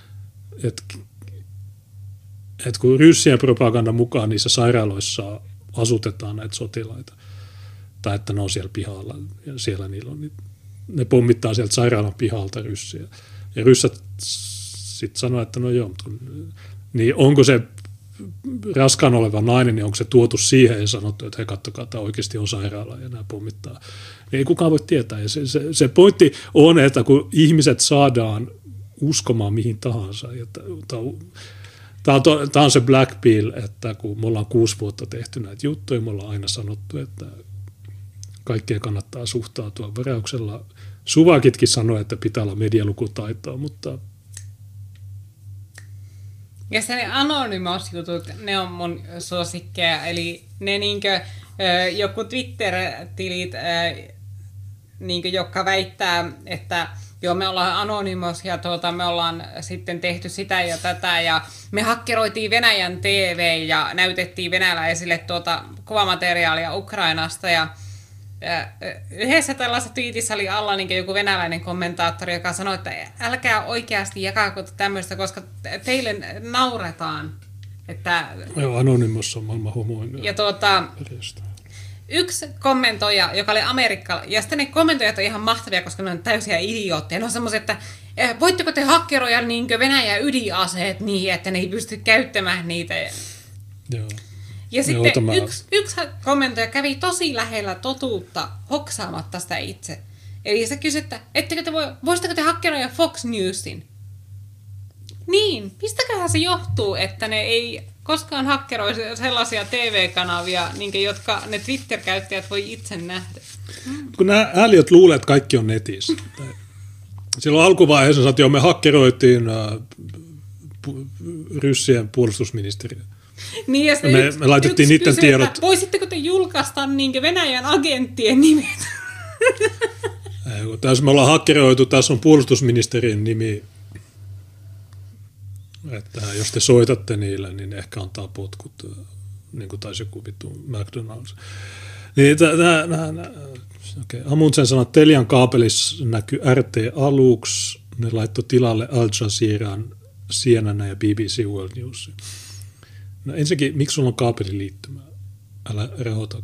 että kun ryssien propagandan mukaan niissä sairaaloissa asutetaan näitä sotilaita, tai että ne on siellä pihalla ja siellä niillä on, niin ne pommittaa sieltä sairaalan pihalta ryssiä. Ja ryssät sitten sanoo, että no joo, niin onko se raskaan oleva nainen, niin onko se tuotu siihen ja sanottu, että hei, katsokaa, tämä oikeasti on sairaala ja nämä pommittaa. Niin ei kukaan voi tietää. Ja se pointti on, että kun ihmiset saadaan uskomaan mihin tahansa, tämä on se black pill, että kun me ollaan 6 vuotta tehty näitä juttuja, me ollaan aina sanottu, että kaikkeen kannattaa suhtautua varauksella. Suvakitkin sanoi, että pitää olla medialukutaitoa, mutta Ja se ne Anonymous-jutut, ne on mun suosikkeja. Eli ne niinkö joku Twitter-tilit, niinkö, jotka väittää, että joo, me ollaan Anonymous ja me ollaan sitten tehty sitä ja tätä ja me hakkeroitiin Venäjän TV ja näytettiin venäläisille kuvamateriaalia Ukrainasta ja yhdessä tällaisessa twiitissä oli alla niin joku venäläinen kommentaattori, joka sanoi, että älkää oikeasti jakako tämmöistä, koska teille nauretaan. Että joo, Anonymous on maailman homoinen. Ja yksi kommentoija, joka oli amerikkalainen, ja sitten ne kommentoijat on ihan mahtavia, koska ne on täysiä idiootteja. Ne on semmoisia, että voitteko te hakkeroida niinkö Venäjän ydinaseet niin, että ne ei pysty käyttämään niitä. Joo. Ja sitten yksi kommentoija kävi tosi lähellä totuutta hoksaamatta sitä itse. Eli se kysyi, että voisitteko te hakkeroida Fox Newsin? Niin, mistäköhän se johtuu, että ne ei koskaan hakkeroi sellaisia TV-kanavia, jotka ne Twitter-käyttäjät voi itse nähdä? Kun nämä ääliöt luulee, että kaikki on netissä. Silloin alkuvaiheessa että me hakkeroitiin ryssien puolustusministeriä. Niin, ja me laitettiin niiden kysyi, tiedot. Voisitteko te julkaista Venäjän agenttien nimet? Tässä me ollaan hakkeroitu, tässä on puolustusministerin nimi. Että jos te soitatte niille, niin ehkä antaa potkut, niin kuin taisi joku vittu McDonald's. Niin, okay. Amundsen sanoi, että Telian kaapelissa näkyy RT aluksi. Ne laittoi tilalle Al Jazeeran, CNN ja BBC World News. No ensinnäkin, miksi sulla on kaapeliliittymä? Älä rehota.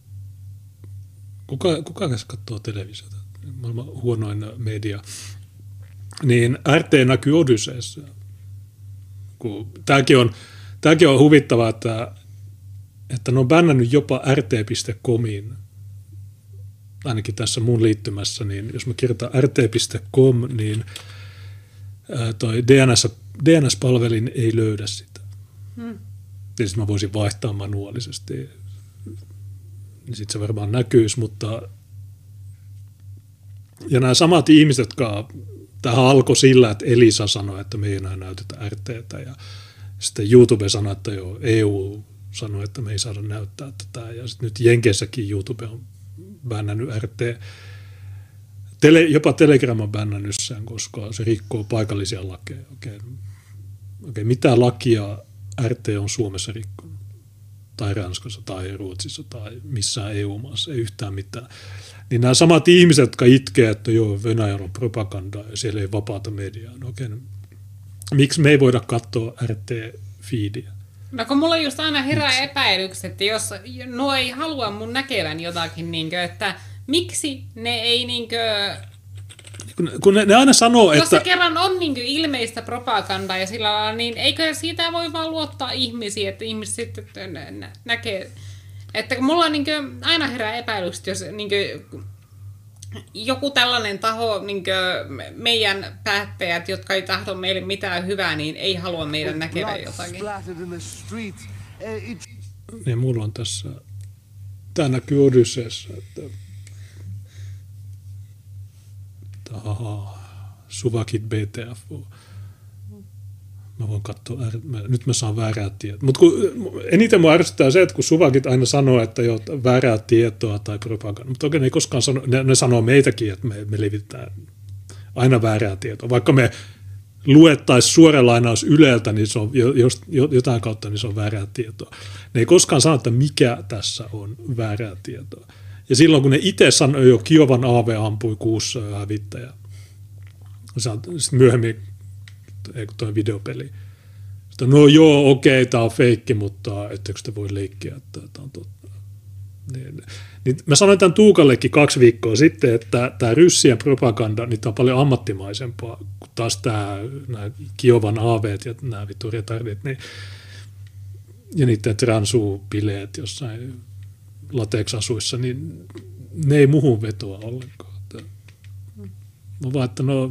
Kuka katsoo televisiota? Maailman huonoin media. Niin RT näkyy Odysseessa. Tämäkin on huvittavaa, että ne on bännännyt jopa rt.comiin, ainakin tässä mun liittymässä, niin jos mä kirjoitan rt.com, niin toi DNS-palvelin ei löydä sitä. Tietysti mä voisin vaihtaa manuaalisesti, niin sitten se varmaan näkyisi, mutta ja nämä samat ihmiset, jotka tähän alkoi sillä, että Elisa sanoi, että me ei enää näytetä RT:tä ja sitten YouTube sanoi, että joo, EU sanoi, että me ei saada näyttää tätä ja sitten nyt Jenkeissäkin YouTube on bännännyt RT. Jopa Telegram on bännännyt sen, koska se rikkoo paikallisia lakeja. Okei, mitä lakia RT on Suomessa rikkonut? Tai Ranskassa tai Ruotsissa tai missään EU-maassa, ei yhtään mitään. Niin nämä samat ihmiset, jotka itkee, että joo, Venäjällä on propagandaa ja siellä ei vapaata mediaa. No okei, miksi me ei voida katsoa RT-feediä? No kun mulla just aina herää epäilykset, että jos nuo ei halua mun näkevän jotakin, että miksi ne ei kun ne aina sanoo, jos että se kerran on ilmeistä propagandaa ja sillä lailla, niin eikö siitä voi vaan luottaa ihmisiä, että ihmiset sitten näkee. Että kun mulla on aina herää epäilykset, jos joku tällainen taho, meidän päättäjät, jotka ei tahdo meille mitään hyvää, niin ei halua meidän näkevän jotakin. Niin mulla on tässä, tämä näkyy Odysseessa, että Suvakit BTF. Mä voin katsoa, nyt mä saan väärää tietoa. Mutta eniten mua ärsyttää se, että kun Suvakit aina sanoo, että joo, väärää tietoa tai propaganda. Mutta oikein ne ei koskaan sano, ne sanoo meitäkin, että me levitetään aina väärää tietoa. Vaikka me luettaisiin suora lainaus Yleltä, niin se on jotain kautta, niin se on väärää tietoa. Ne ei koskaan sano, että mikä tässä on väärää tietoa. Ja silloin, kun ne itse sanoi jo, Kiovan AV ampui 6 hävittäjää. Sitten myöhemmin, eikö toi videopeli. Sitten, no joo, okei, tämä on feikki, mutta ettekö te voi leikkiä, että tämä on totta. Niin mä sanoin tämän Tuukallekin 2 viikkoa sitten, että tämä ryssien propaganda, niin tämä on paljon ammattimaisempaa kuin taas nämä Kiovan AVt ja nämä vittu retardit, niin, ja niiden transuupileet jossain latex-asuissa, niin ne ei muhun vetoa ollenkaan. Mä vaan, että no,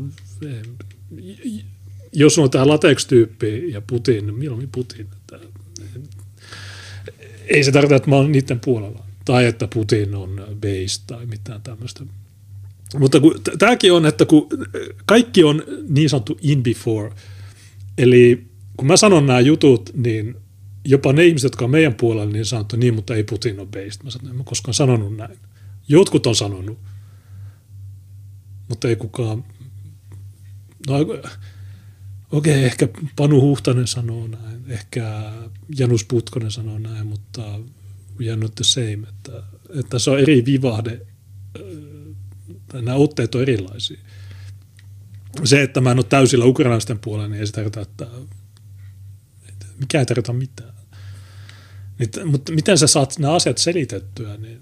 jos on tämä latex-tyyppi ja Putin, niin mieluummin Putin. Että, ei se tarkoita, että mä oon niiden puolella. Tai että Putin on base tai mitään tämmöistä. Mutta tämäkin on, että kun kaikki on niin sanottu in before, eli kun mä sanon nämä jutut, niin jopa ne ihmiset, jotka on meidän puolella, niin sanoo, niin, mutta ei Putin ole based. Mä sanon, en mä koskaan sanonut näin. Jotkut on sanonut, mutta ei kukaan. No okei, ehkä Panu Huhtanen sanoo näin, ehkä Janus Putkonen sanoo näin, mutta we are not the same, että se on eri vivahde, nämä otteet on erilaisia. Se, että mä en ole täysillä ukrainalaisten puolella, niin ei se tarkoita, että mikä ei tarkoita mitään. Mutta miten sä saat nämä asiat selitettyä, niin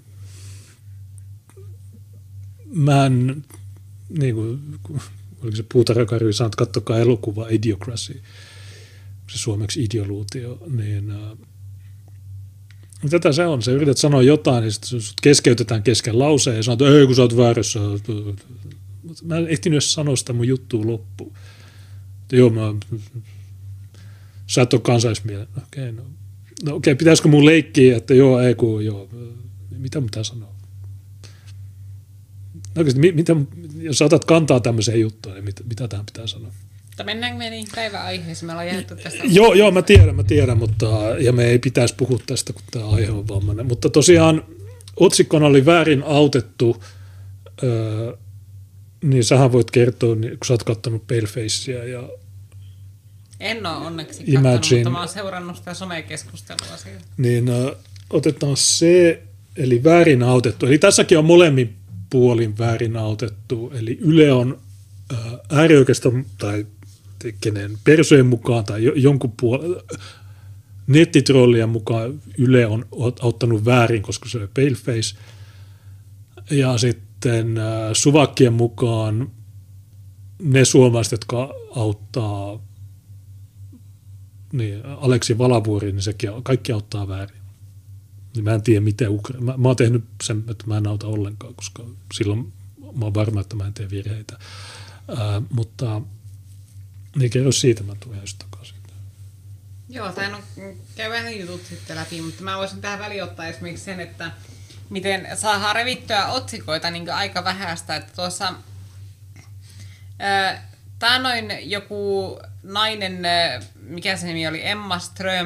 mä en, niin kuin, oliko se Puutarhakarvi sanoo, että katsokaa elokuva Idiocracy, se suomeksi ideoluutio, niin tätä se on. Sä yrität sanoa jotain, niin sitten keskeytetään kesken lauseen ja sanot, että ei kun sä oot väärässä. Mä en ehtinyt edes sanoa sitä mun juttua loppuun. Joo, sä et ole kansallismielinen. Okei, pitäisikö mun leikkiä, että joo, ei kun joo. Mitä mun pitää sanoa? Oikeasti, jos sä otat kantaa tämmöiseen juttuun, niin mitä tähän pitää sanoa? Mutta mennäänkö me niin päiväaiheeseen? Me ollaan jääty tästä. Joo, mä tiedän, mutta ja me ei pitäisi puhua tästä, kun tämä aihe on vammainen. Mutta tosiaan otsikkona oli väärin autettu, niin sähän voit kertoa, kun sä oot kattonut Palefacea ja en ole onneksi katsonut, mutta mä oon seurannut sitä somekeskustelua siitä. Niin otetaan se, eli väärin autettu. Eli tässäkin on molemmin puolin väärin autettu. Eli Yle on äärioikeiston tai kenen persojen mukaan tai jonkun nettitrollien mukaan Yle on auttanut väärin, koska se on Paleface. Ja sitten Suvakkien mukaan ne suomalaiset, jotka auttaa niin, Aleksi Valavuori, niin sekin kaikki auttaa väärin. Niin mä en tiedä, miten mä oon tehnyt sen, että mä en auta ollenkaan, koska silloin mä oon varma, että mä en tee virheitä. Mutta niin kerro siitä, mä tulen just takaisin. Joo, tämä käy vähän jutut sitten läpi, mutta mä voisin tähän väliin ottaa esimerkiksi sen, että miten saadaan revittyä otsikoita niin aika vähäistä, että tuossa taannoin joku nainen, mikä se nimi oli, Emma Ström,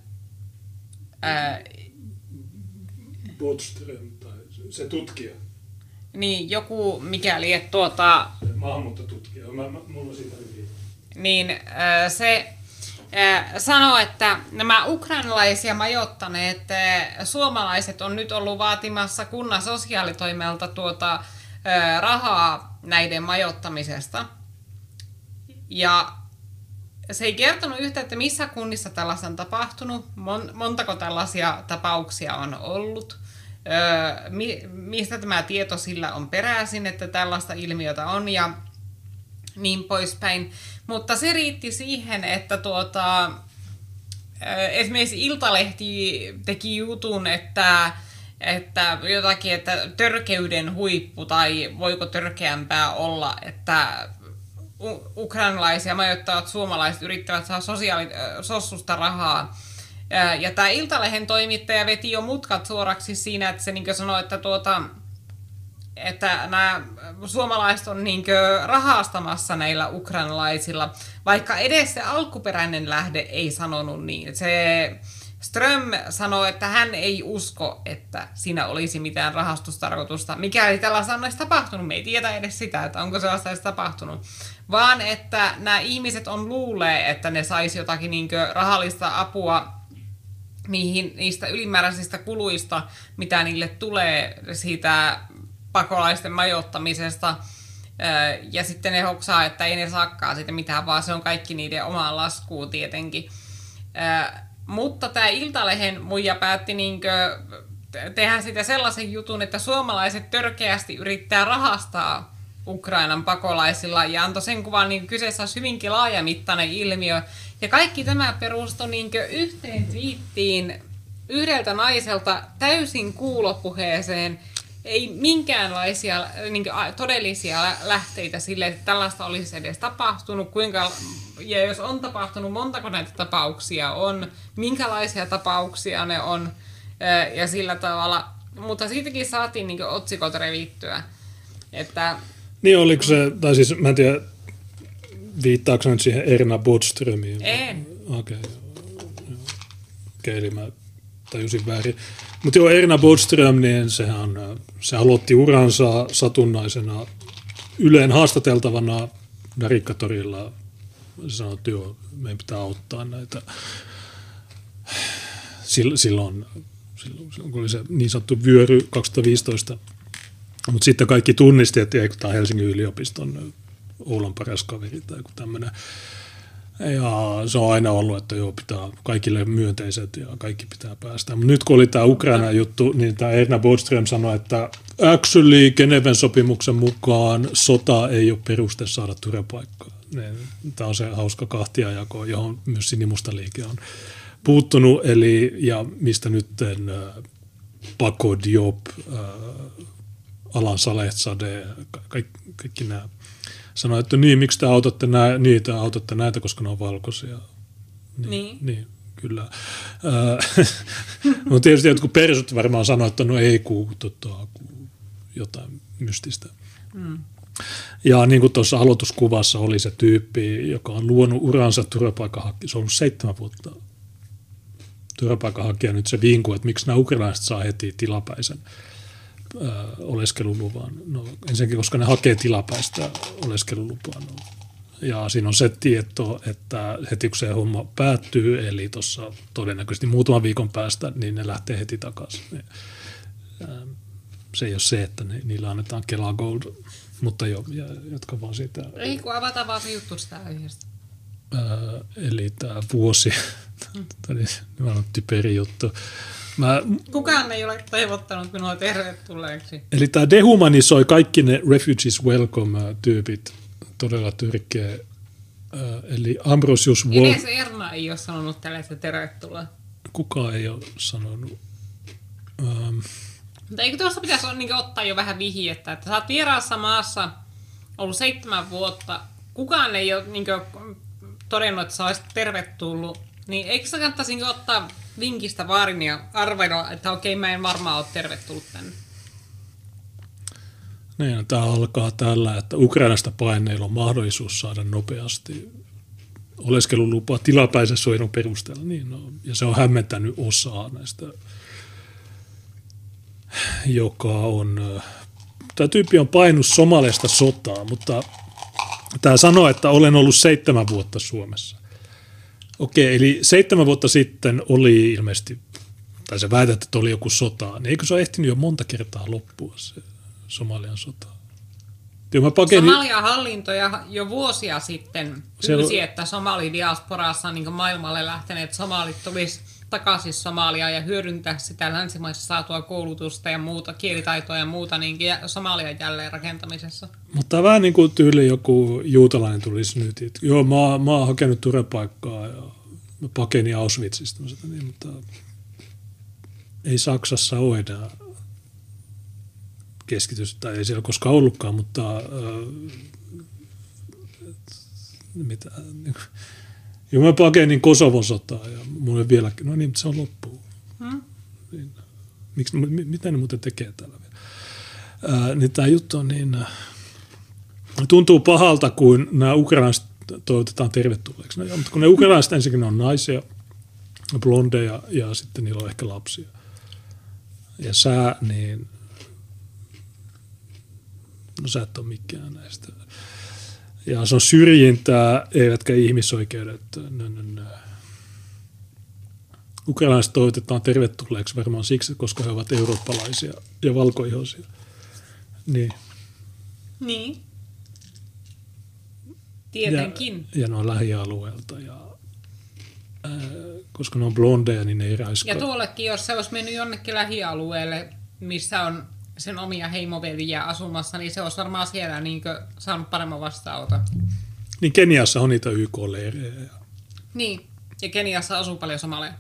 Bodström, tai se tutkija. Niin, joku mikäli, että maahanmuuttotutkija, mulla on siitä hyvin. Niin, se sanoo, että nämä ukrainalaisia majoittaneet suomalaiset on nyt ollut vaatimassa kunnan sosiaalitoimelta rahaa näiden majoittamisesta. Ja se ei kertonut yhtään, että missä kunnissa tällaista on tapahtunut, montako tällaisia tapauksia on ollut, mistä tämä tieto sillä on peräisin, että tällaista ilmiötä on ja niin poispäin. Mutta se riitti siihen, että esimerkiksi Iltalehti teki jutun, että jotakin, että törkeyden huippu tai voiko törkeämpää olla, että ukrainalaisia majoittavat suomalaiset yrittävät saada sossusta rahaa. Ja tämä Iltalehden toimittaja veti jo mutkat suoraksi siinä, että se sanoi, että nämä suomalaiset on rahastamassa näillä ukrainalaisilla, vaikka edes se alkuperäinen lähde ei sanonut niin. Se Ström sanoi, että hän ei usko, että siinä olisi mitään rahastustarkoitusta. Mikäli tällaista on edes tapahtunut, me ei tiedä edes sitä, että onko sellaista edes tapahtunut. Vaan että nämä ihmiset on luulee, että ne saisi jotakin rahallista apua niistä ylimääräisistä kuluista, mitä niille tulee siitä pakolaisten majoittamisesta. Ja sitten ne hoksaa, että ei ne saakaan siitä mitään, vaan se on kaikki niiden omaan laskuun tietenkin. Mutta tämä Iltalehen muija päätti tehdä sitä sellaisen jutun, että suomalaiset törkeästi yrittää rahastaa Ukrainan pakolaisilla ja antoi sen kuvan, kyseessä olisi hyvinkin laajamittainen ilmiö. Ja kaikki tämä perustui yhteen twiittiin yhdeltä naiselta täysin kuulopuheeseen. Ei minkäänlaisia todellisia lähteitä sille, että tällaista olisi edes tapahtunut, ja jos on tapahtunut, montako näitä tapauksia on, minkälaisia tapauksia ne on, ja sillä tavalla. Mutta siitäkin saatiin otsikot revittyä. Että niin oliko se, tai siis mä en tiedä, viittaako nyt siihen Erna Bodströmiin? En. Okei, eli mä tajusin väärin. Mutta joo, Erna Bodström, niin se aloitti uransa satunnaisena Yleen haastateltavana Narikkatorilla. Se sanoi, että joo, meidän pitää auttaa näitä. Silloin kun oli se niin sanottu vyöry 2015. Mutta sitten kaikki tunnisti, että tämä on Helsingin yliopiston Oulan paras kaveri tai joku tämmöinen. Ja se on aina ollut, että joo, pitää kaikille myönteiset ja kaikki pitää päästä. Mutta nyt kun oli tämä Ukraina-juttu, niin tämä Erna Bodström sanoi, että actually Geneven sopimuksen mukaan sota ei ole peruste saada turvapaikkaa. Tämä on se hauska kahtiajako, johon myös Sinimusta liike on puuttunut, eli ja mistä nyt Paco Diop, Alan Saleh-Sadeh, kaikki nämä sanoi, että niin, miksi te autatte näitä, koska ne on valkoisia. Niin kyllä. Mutta tietysti jotkut persut varmaan sanoo, että no ei jotain mystistä. Ja niin kuin tuossa aloituskuvassa oli se tyyppi, joka on luonut uransa turvapaikanhakija. Se on ollut 7 vuotta turvapaikanhakija nyt se vinkuu, että miksi nämä ukrainalaiset saa heti tilapäisen oleskeluluvan. No, ensinnäkin, koska ne hakee tilapäistä oleskelulupaa. No. Ja siinä on se tieto, että heti kun se homma päättyy, eli tuossa todennäköisesti muutaman viikon päästä, niin ne lähtee heti takaisin. Se ei ole se, että niillä annetaan Kela Gold, mutta jo, jatka vaan siitä. Ei kun avata vaan se juttu sitä aiheesta. Eli tämä vuosi, tämä on typeri juttu. Kukaan ei ole toivottanut minua tervetulleeksi. Eli tämä dehumanisoi kaikki ne refugees welcome-tyypit todella tyrkeä. Eli Ambrosius Wolf. Edes Erna ei ole sanonut tällaista tervetuloa. Kukaan ei ole sanonut. Mutta eikö tuosta pitäisi niin ottaa jo vähän vihjettä, että sä oot vieraassa maassa ollut 7 vuotta, kukaan ei ole niin todennut, että sä olisit tervetullut, niin eikö sä kannattaisi ottaa vinkistä vaarin ja arvailla, että okei, mä en varmaan ole tervetullut tänne? Niin, tämä alkaa tällä, että Ukrainasta paineilla on mahdollisuus saada nopeasti oleskelulupaa tilapäisen suojelun perusteella. Niin, no, ja se on hämmentänyt osaa näistä, joka on... Tämä tyyppi on painut Somaliasta sotaa, mutta tämä sanoo, että olen ollut 7 vuotta Suomessa. Okei, eli 7 vuotta sitten oli ilmeisesti, tai se väität, että oli joku sota, niin eikö se ole ehtinyt jo monta kertaa loppua se Somalian sota? Somalian hallinto jo vuosia sitten pyysi, että somalidiasporassa niin maailmalle lähteneet somalit tulisi takaisin Somaliaan ja hyödyntää sitä länsimaissa saatua koulutusta ja muuta, kielitaitoa ja muuta niin Somalian jälleen rakentamisessa. Mutta vähän niin kuin tyyli joku juutalainen tulisi nyt, että joo, mä oon hakenut turvapaikkaa ja mä pakenin Auschwitzista, niin, mutta ei Saksassa ole enää keskitystä, ei siellä koskaan ollutkaan, mutta joo, mä pakenin Kosovon sotaa ja mulle vieläkin, no niin, mutta se on loppuun. Niin, mitä ne muuten tekee täällä vielä? Niin tämä juttu on niin, tuntuu pahalta, kun nämä ukrainalaiset toivotetaan tervetulleeksi. No, mutta kun ne ukrainalaiset ensinnäkin on naisia, blondeja ja sitten niillä on ehkä lapsia. Ja sä, niin no sä et ole mikään näistä. Ja se on syrjintää, eivätkä ihmisoikeudet. Ukrainalaiset toivotetaan tervetulleeksi varmaan siksi, koska he ovat eurooppalaisia ja valkoihoisia. Niin. Tietenkin. Ja ne on lähialueelta. Koska ne on blondeja, niin ne ei räiskaa. Ja tuollekin, jos se olisi mennyt jonnekin lähialueelle, missä on sen omia heimoveliä asumassa, niin se olisi varmaan siellä niin saanut paremman vastaanoton. Niin Keniassa on niitä YK-leirejä. Niin, ja Keniassa asuu paljon somaleja.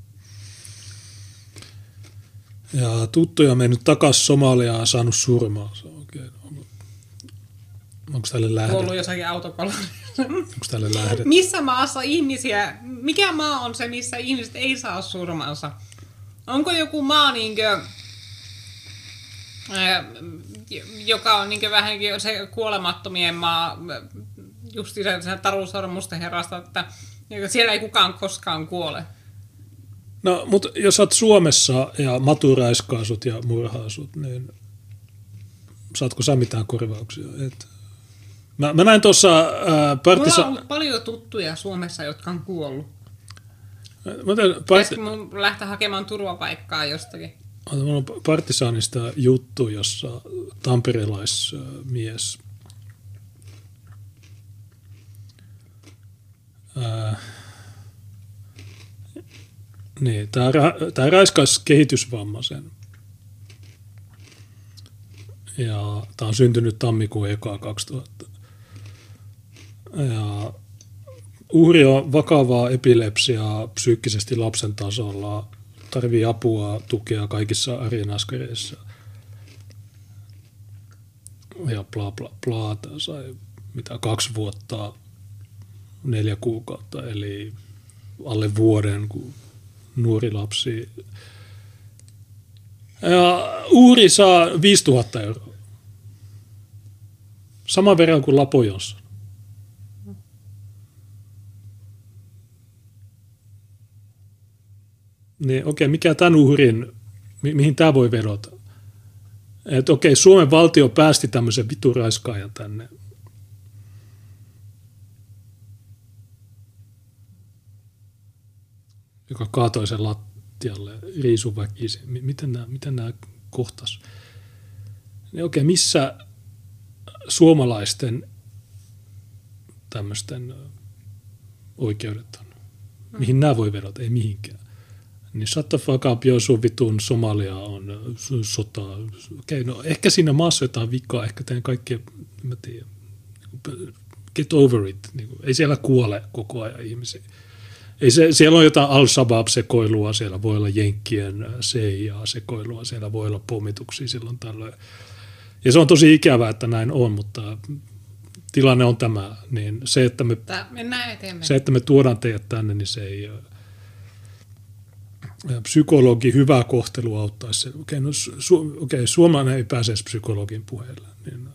Ja tuttuja on mennyt takaisin Somaliaan ja saanut surmaa. Okay. Onko tälle lähdet? Ollut jossakin autokolonissa. Onko tälle lähdet? Missä maassa ihmisiä, mikä maa on se, missä ihmiset ei saa surmansa? Onko joku maa joka on vähän se kuolemattomien maa, just se Taru Sormusten herrasta, että Ja siellä ei kukaan koskaan kuole. No, mutta jos olet Suomessa ja Matu raiskaa sut ja murhaa sut, niin saatko sä mitään korvauksia? Mä näin tuossa Mulla on ollut paljon tuttuja Suomessa, jotka on kuollut. Pitäisikö mun lähteä hakemaan turvapaikkaa jostakin? Mulla on Partisaanista juttu, jossa tamperelaismies niin, tämä raiskasi kehitysvammaisen. Ja tämä on syntynyt tammikuun 2000. Ja uhri on vakavaa epilepsiaa psyykkisesti lapsen tasolla, tarvii apua, tukea kaikissa arjen askareissa. Ja bla bla bla, tämä sai 2 vuotta, 4 kuukautta, eli alle vuoden, kun nuori lapsi. Ja uhri saa 5 000 €. Sama verran kuin Lapo Jonsson. Niin okei, mikä tämän uhrin, mihin tämä voi vedota? Että okei, Suomen valtio päästi tämmöisen vituraiskaajan tänne. Joka kaatoi sen lattialle riisuväkisin. Miten nämä kohtas? Niin okei, missä suomalaisten tämmöisten oikeudet on? Mihin nämä voi vedota? Ei mihinkään. Niin shut the fuck up, joo, sun vitun Somalia on sota. Okei, no ehkä siinä maassa jotain vikaa, ehkä teidän kaikkea, en mä tiedä, get over it. Ei siellä kuole koko ajan ihmisiä. Siellä on jotain Al-Shabaab-sekoilua, siellä voi olla Jenkkien CIA-sekoilua, siellä voi olla pommituksia silloin tällöin. Ja se on tosi ikävää, että näin on, mutta tilanne on tämä. Niin se, että me tuodaan teidät tänne, niin se ei... Psykologi, hyvä kohtelu auttaisi. Okei, suomalainen ei pääse psykologin puheelle. Niin,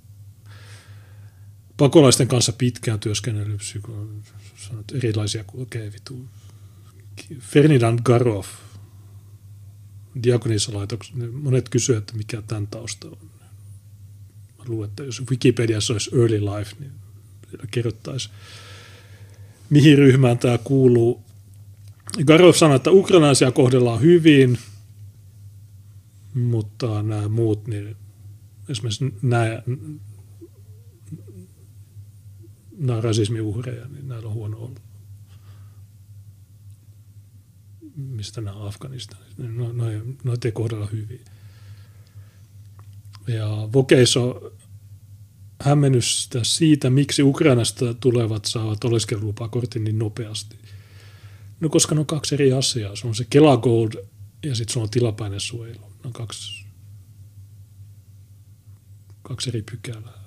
pakolaisten kanssa pitkään työskennellyt erilaisia kuin Ferdinand Garov, Diakonissalaitoksessa. Monet kysyvät, että mikä tämän tausta on. Mä luulen, että jos Wikipediassa olisi early life, niin kerrottaisiin, mihin ryhmään tämä kuuluu. Garov sanoi, että ukrainaisia kohdellaan hyvin, mutta nämä muut, niin esimerkiksi nämä rasismiuhreja, niin näillä on huono ollut. Mistä nämä Afganistanissa, noita ei kohdella hyvin. Ja Vokeissa on hämmennystä siitä, miksi Ukrainasta tulevat saavat oleskelulupakortin niin nopeasti. No koska ne on 2 eri asiaa. Se on se Kela Gold ja sitten se on tilapäinen suojelu. Ne on 2 eri pykälää.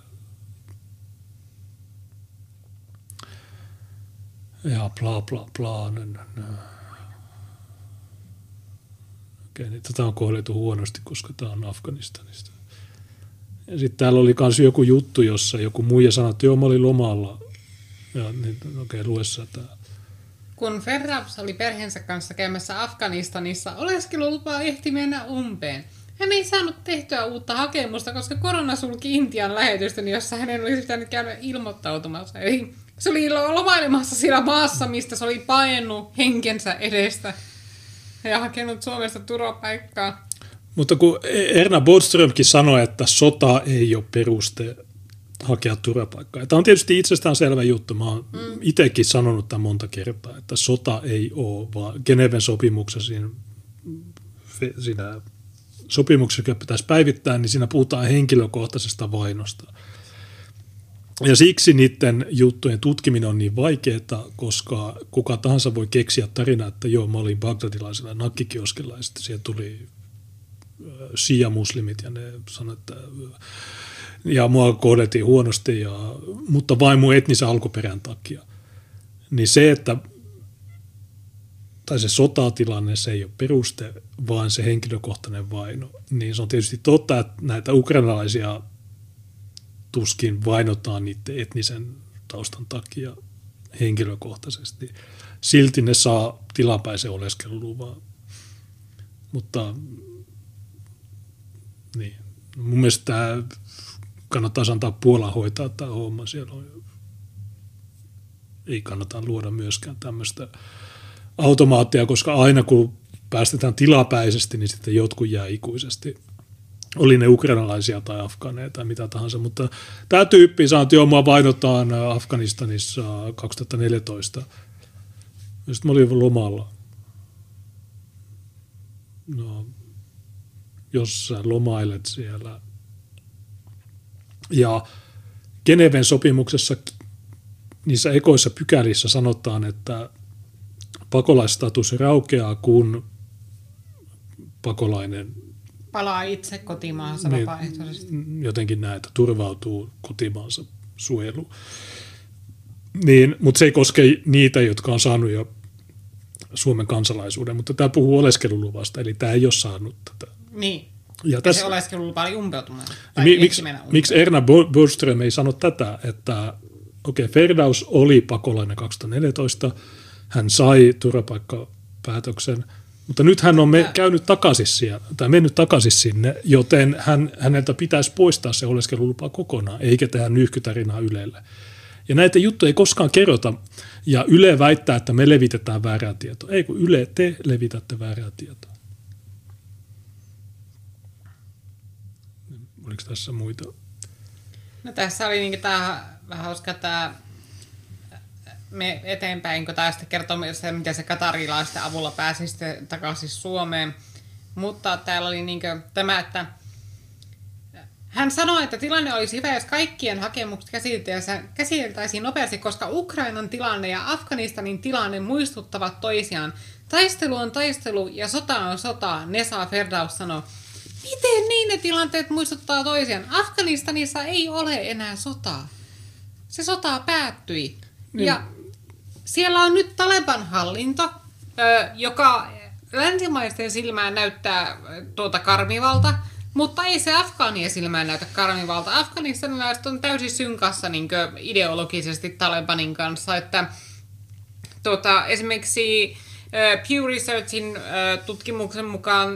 Ja bla bla bla. Okei, niin tätä on kohdeltu huonosti, koska tämä on Afganistanista. Ja sitten täällä oli myös joku juttu, jossa joku muija sanoi, että joo, mä olin lomalla. Ja niin, okei, luessa tämä. Kun Ferrabs oli perheensä kanssa käymässä Afganistanissa, oleskelulupa ehti mennä umpeen. Hän ei saanut tehtyä uutta hakemusta, koska korona sulki Intian lähetystön, jossa hänen olisi pitänyt käydä ilmoittautumassa. Eli se oli lomailemassa siellä maassa, mistä se oli paennut henkensä edestä ja hakenut Suomesta turvapaikkaa. Mutta kun Erna Bodströmkin sanoi, että sota ei ole peruste hakea turvapaikkaa. Tämä on tietysti itsestäänselvä juttu. Mä oon itsekin sanonut tämän monta kertaa, että sota ei ole, vaan Geneven sopimuksessa siinä sopimuksessa, joka pitäisi päivittää, niin siinä puhutaan henkilökohtaisesta vainosta. Ja siksi niiden juttujen tutkiminen on niin vaikeaa, koska kuka tahansa voi keksiä tarinaa, että joo, mä olin bagdadilaisella nakkikioskilla ja sitten siellä tuli shia-muslimit ja ne sanoivat, että ja mua kohdeltiin huonosti, mutta vain mun etnisen alkuperän takia. Niin se, että tai se sotatilanne, se ei ole peruste, vaan se henkilökohtainen vaino. Niin se on tietysti totta, että näitä ukrainalaisia tuskin vainotaan niiden etnisen taustan takia. henkilökohtaisesti. Silti ne saa tilapäisen oleskeluluvan. Mutta niin. Mun mielestä tämä kannattaisi antaa Puolan hoitaa tämä homma. Siellä ei kannata luoda myöskään tämmöistä automaattia, koska aina kun päästetään tilapäisesti, niin sitten jotkut jää ikuisesti. Oli ne ukrainalaisia tai afgaaneja tai mitä tahansa, mutta tämä tyyppi saanti jo mua vainotaan Afganistanissa 2014. Ja sitten mä olin lomalla. No, jos sä lomailet siellä. Ja Geneven sopimuksessa niissä ekoissa pykälissä sanotaan, että pakolaisstatus raukeaa, kun pakolainen palaa itse kotimaansa vapaaehtoisesti. Jotenkin näitä turvautuu kotimaansa suojeluun. Niin, mutta se ei koske niitä, jotka on saanut jo Suomen kansalaisuuden, mutta tämä puhuu oleskeluluvasta, eli tämä ei ole saanut tätä. Niin, ja tässä, se oleskelulupa oli umpeutumaan. Miksi Erna Borgström ei sano tätä, että Ferdaus oli pakolainen 2014, hän sai turvapaikkapäätöksen, mutta nyt hän on käynyt takaisin siellä, tai mennyt takaisin sinne, joten häneltä pitäisi poistaa se oleskelulupa kokonaan, eikä tehdä nyyhkytarinaa Ylelle. Ja näitä juttuja ei koskaan kerrota, ja Yle väittää, että me levitetään väärää tietoa. Ei, kun Yle, te levitätte väärää tietoa. Oliko tässä muita? No tässä oli niin tämä vähän hauska tämä me eteenpäin, kun tämä sitten kertoo, miten se katarilaisten avulla pääsi sitten takaisin Suomeen. Mutta täällä oli niin tämä, että hän sanoi, että tilanne olisi hyvä, jos kaikkien hakemukset käsiteltäisiin nopeasti, koska Ukrainan tilanne ja Afganistanin tilanne muistuttavat toisiaan. Taistelu on taistelu ja sota on sota, Nesa Ferdaus sanoi. Miten niin ne tilanteet muistuttaa toisiaan? Afganistanissa ei ole enää sotaa. Se sota päättyi. Niin. Ja siellä on nyt Taleban-hallinto, joka länsimaisten silmään näyttää karmivalta, mutta ei se afgaanien silmään näytä karmivalta. Afganistanilaiset on täysin synkassa niin ideologisesti Talebanin kanssa, että esimerkiksi Pew Researchin tutkimuksen mukaan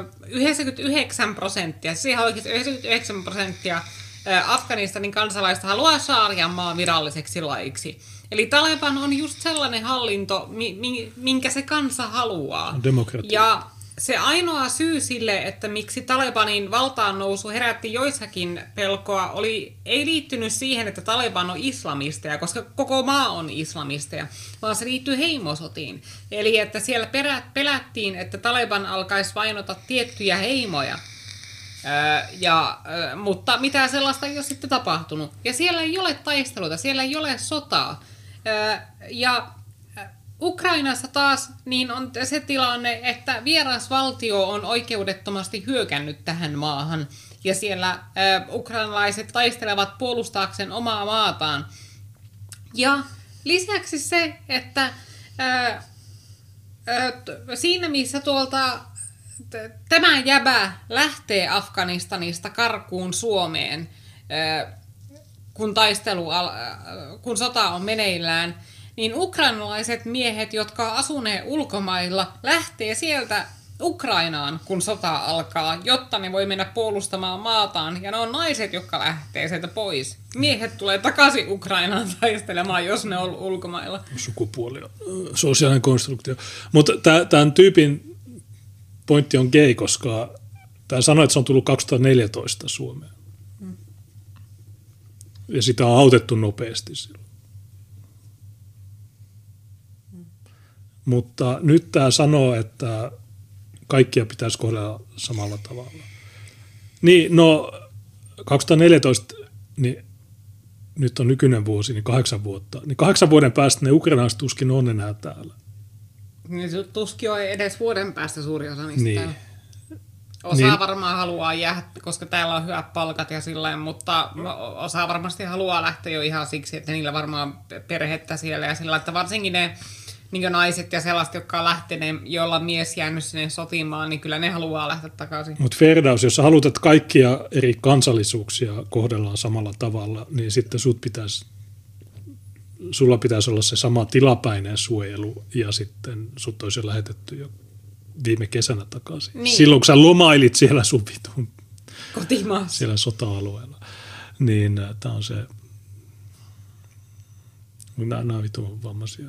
99%, siis ihan oikeasti 99% Afganistanin kansalaista haluaa šarian maan viralliseksi laiksi. Eli Taleban on just sellainen hallinto, minkä se kansa haluaa. Demokratia. Ja se ainoa syy sille, että miksi Talebanin valtaan nousu herätti joissakin pelkoa, ei liittynyt siihen, että Taleban on islamisteja, koska koko maa on islamisteja, vaan se liittyy heimosotiin. Eli että siellä pelättiin, että Taleban alkaisi vainota tiettyjä heimoja. Mutta mitään sellaista ei ole sitten tapahtunut. Ja siellä ei ole taisteluita, siellä ei ole sotaa. Ukrainassa taas niin on se tilanne, että vierasvaltio on oikeudettomasti hyökännyt tähän maahan. Ja siellä ukrainalaiset taistelevat puolustaakseen omaa maataan. Ja lisäksi se, että siinä missä tämä jäbä lähtee Afganistanista karkuun Suomeen, kun sota on meneillään, niin ukrainalaiset miehet, jotka on asuneet ulkomailla, lähtee sieltä Ukrainaan, kun sota alkaa, jotta ne voi mennä puolustamaan maataan. Ja ne on naiset, jotka lähtee sieltä pois. Miehet tulee takaisin Ukrainaan taistelemaan, jos ne on ulkomailla. Sukupuoli, sosiaalinen konstruktio. Mutta tämän tyypin pointti on gay, koska tämä sanoi, että se on tullut 2014 Suomeen. Ja sitä on autettu nopeasti silloin. Mutta nyt tämä sanoo, että kaikkia pitäisi kohdella samalla tavalla. Niin, 2014, niin nyt on nykyinen vuosi, niin 8 vuotta. Niin 8 vuoden päästä ne ukrainalaiset tuskin on enää täällä. Niin tuskin on edes vuoden päästä suuri osa niistä niin. täällä. Osa varmaan haluaa jäädä, koska täällä on hyvät palkat ja sillain, mutta osa varmasti haluaa lähteä jo ihan siksi, että niillä varmaan perhettä siellä ja sillä, että varsinkin ne niin naiset ja sellaiset, jotka on lähteneet, joilla on mies jäänyt sinne sotimaan, niin kyllä ne haluaa lähteä takaisin. Mutta Ferdaus, jos sä haluat, että kaikkia eri kansallisuuksia kohdellaan samalla tavalla, niin sitten sut pitäisi sulla pitäisi olla se sama tilapäinen suojelu ja sitten sut olisi jo lähetetty jo viime kesänä takaisin. Niin. Silloin kun sä lomailit siellä sun vitun Kotimaassa. siellä sota-alueella, niin tämä on se, nämä on vitun vammaisia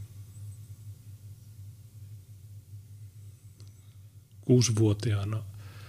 6-vuotiaana.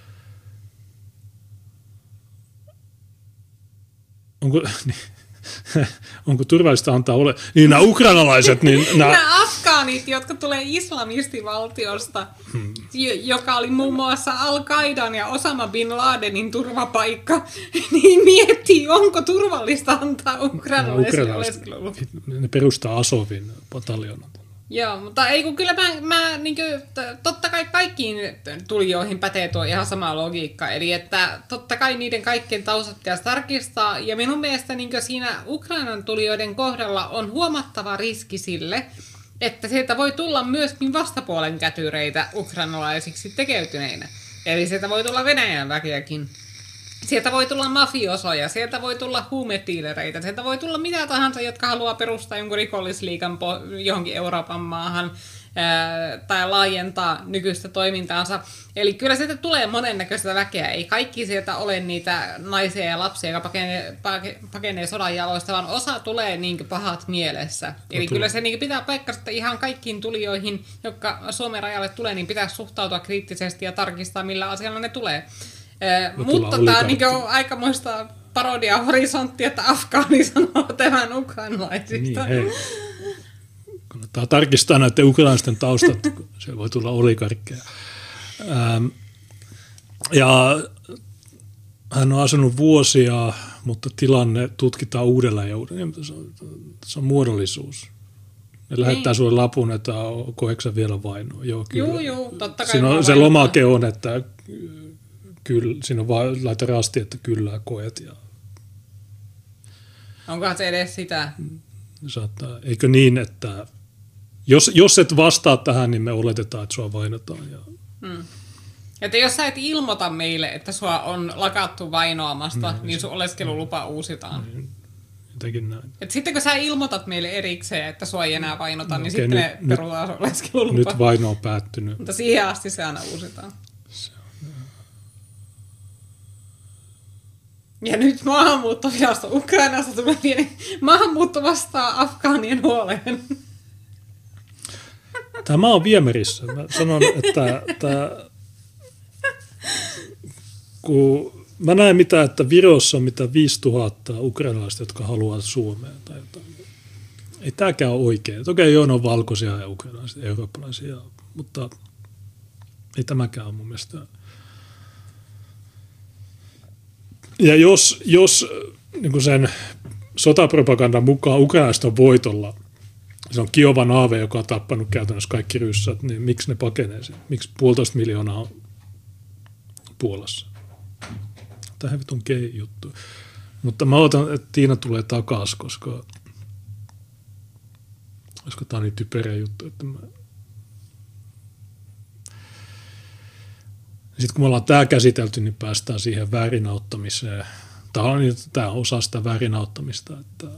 Onko turvallista antaa ole? Niin nämä ukrainalaiset, niin nämä afgaanit, jotka tulee islamistivaltiosta, joka oli muun muassa Al-Qaidan ja Osama Bin Ladenin turvapaikka, niin miettii, onko turvallista antaa ukrainalaisille oleskelulupa. Ne perustaa Azovin pataljoonat. Joo, mutta ei kun kyllä mä niin kuin, totta kai kaikkiin tulijoihin pätee tuo ihan sama logiikka. Eli että totta kai niiden kaikkien taustat pitäisi tarkistaa. Ja minun mielestä niin kuin siinä Ukrainan tulijoiden kohdalla on huomattava riski sille, että sieltä voi tulla myöskin vastapuolen kätyreitä ukrainalaisiksi tekeytyneinä. Eli sieltä voi tulla Venäjän väkeäkin. Sieltä voi tulla mafiosoja, sieltä voi tulla huumetiilereitä, sieltä voi tulla mitä tahansa, jotka haluaa perustaa jonkun rikollisliigan johonkin Euroopan maahan tai laajentaa nykyistä toimintaansa. Eli kyllä sieltä tulee monennäköistä väkeä. Ei kaikki sieltä ole niitä naisia ja lapsia, jotka pakenee sodan jaloista, vaan osa tulee niin pahat mielessä. Eli kyllä se niin pitää paikkansa, että ihan kaikkiin tulijoihin, jotka Suomen rajalle tulee, niin pitää suhtautua kriittisesti ja tarkistaa, millä asialla ne tulee. Mutta tämä on niin aikamoista parodia horisontti, että afgaani sanoo tämän ukrainalaisista. Niin, hei. Kannattaa tarkistaa näiden ukrainalaisten taustat, kun se voi tulla oligarkkeja. Ja hän on asunut vuosia, mutta tilanne tutkitaan uudelleen ja uudelleen. Se on muodollisuus. Ne lähettää sulle lapun, että koetko sä vielä vainoa. Joo, kyllä. Joo, totta kai. Siinä on, se lomake on, että kyllä, siinä on vaan laita rasti, että kyllä koet. Ja onkohan se edes sitä? Saattaa. Eikö niin, että jos et vastaa tähän, niin me oletetaan, että sua vainotaan. Ja Että jos sä et ilmoita meille, että sua on lakattu vainoamasta, niin sun oleskelulupa uusitaan. Jotenkin näin. Et sitten kun sä ilmoitat meille erikseen, että sua ei enää vainota, niin sitten me perutaan sun oleskelulupa. Nyt vaino on päättynyt. Mutta siihen asti se aina uusitaan. Ja nyt maahanmuuttovirasto Ukrainasta tulee pieni maahanmuutto vastaa afgaanien huoleen. Tämä on viemärissä. Mä sanon, että kun mä näen että Virossa on 5000 ukrainalaista, jotka haluaa Suomeen tai jotain. Ei tämäkään ole oikein. Okei, joo, ne on valkoisia ja ukrainalaisia, eurooppalaisia, mutta ei tämäkään ole mun mielestä. Ja jos niin kuin sen sotapropagandan mukaan ukrainalaiset on voitolla, se on Kiovan aave, joka on tappanut käytännössä kaikki ryssät, niin miksi ne pakenee sen? Miksi 1,5 miljoonaa on Puolassa? Tämä on vitun gay juttu. Mutta mä odotan, että Tiina tulee takaisin, koska tämä on niin typerä juttu, että sitten kun me ollaan tämä käsitelty, niin päästään siihen väärinauttamiseen. Tämä on osa sitä väärinauttamista,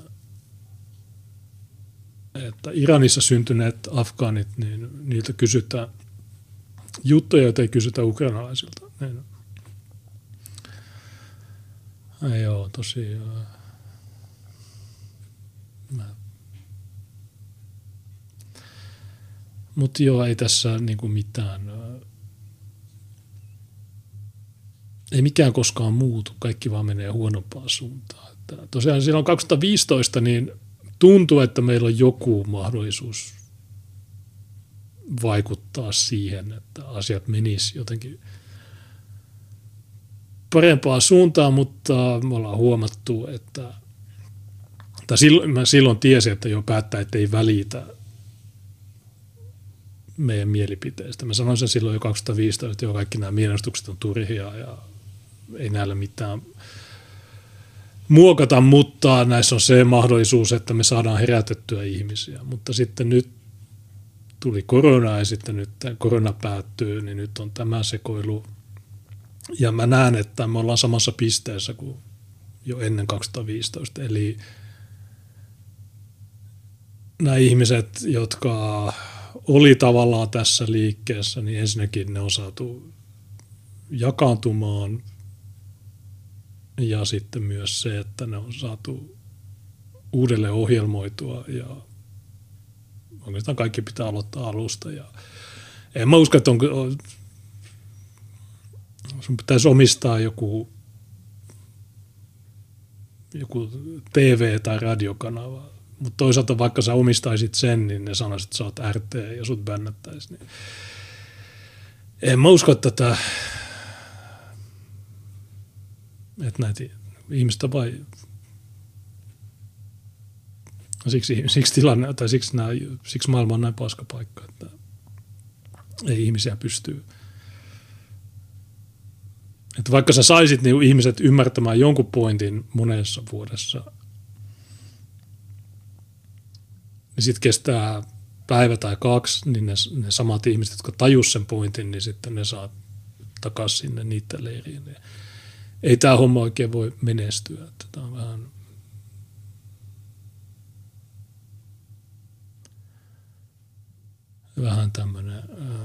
että Iranissa syntyneet afgaanit, niin niiltä kysytään juttuja, joita ei kysytä ukrainalaisilta. Joo, tosiaan. Mutta joo, ei tässä niinku mitään. Ei mikään koskaan muutu, kaikki vaan menee huonompaan suuntaan. Että tosiaan silloin 2015 niin tuntuu, että meillä on joku mahdollisuus vaikuttaa siihen, että asiat menis jotenkin parempaan suuntaan, mutta me ollaan huomattu, että mä silloin tiesin, että jo päättäjät ei välitä meidän mielipiteistä. Mä sanoin sen silloin jo 2015, että jo kaikki nämä mielenosoitukset on turhia ja ei näillä mitään muokata, mutta näissä on se mahdollisuus, että me saadaan herätettyä ihmisiä. Mutta sitten nyt tuli korona ja sitten nyt korona päättyy, niin nyt on tämä sekoilu. Ja mä näen, että me ollaan samassa pisteessä kuin jo ennen 2015. Eli nämä ihmiset, jotka oli tavallaan tässä liikkeessä, niin ensinnäkin ne on saatu jakaantumaan ja sitten myös se, että ne on saatu uudelleen ohjelmoitua ja oikeastaan kaikki pitää aloittaa alusta. Ja en mä usko, että sun pitäisi omistaa joku TV- tai radiokanava. Mutta toisaalta vaikka sä omistaisit sen, niin ne sanoisit, että sä oot RT ja sut bännättäisi. Niin en mä usko, että näitä ihmistä vai siksi tilanne, tai siksi maailma on näin paska paikka, että ei ihmisiä pystyy. Että vaikka sä saisit niin ihmiset ymmärtämään jonkun pointin monessa vuodessa, niin sitten kestää päivä tai 2, niin ne samat ihmiset, jotka tajus sen pointin, niin sitten ne saa takaisin sinne niiden leiriin. Ei tämä homma oikein voi menestyä. Tämä on vähän tämmöinen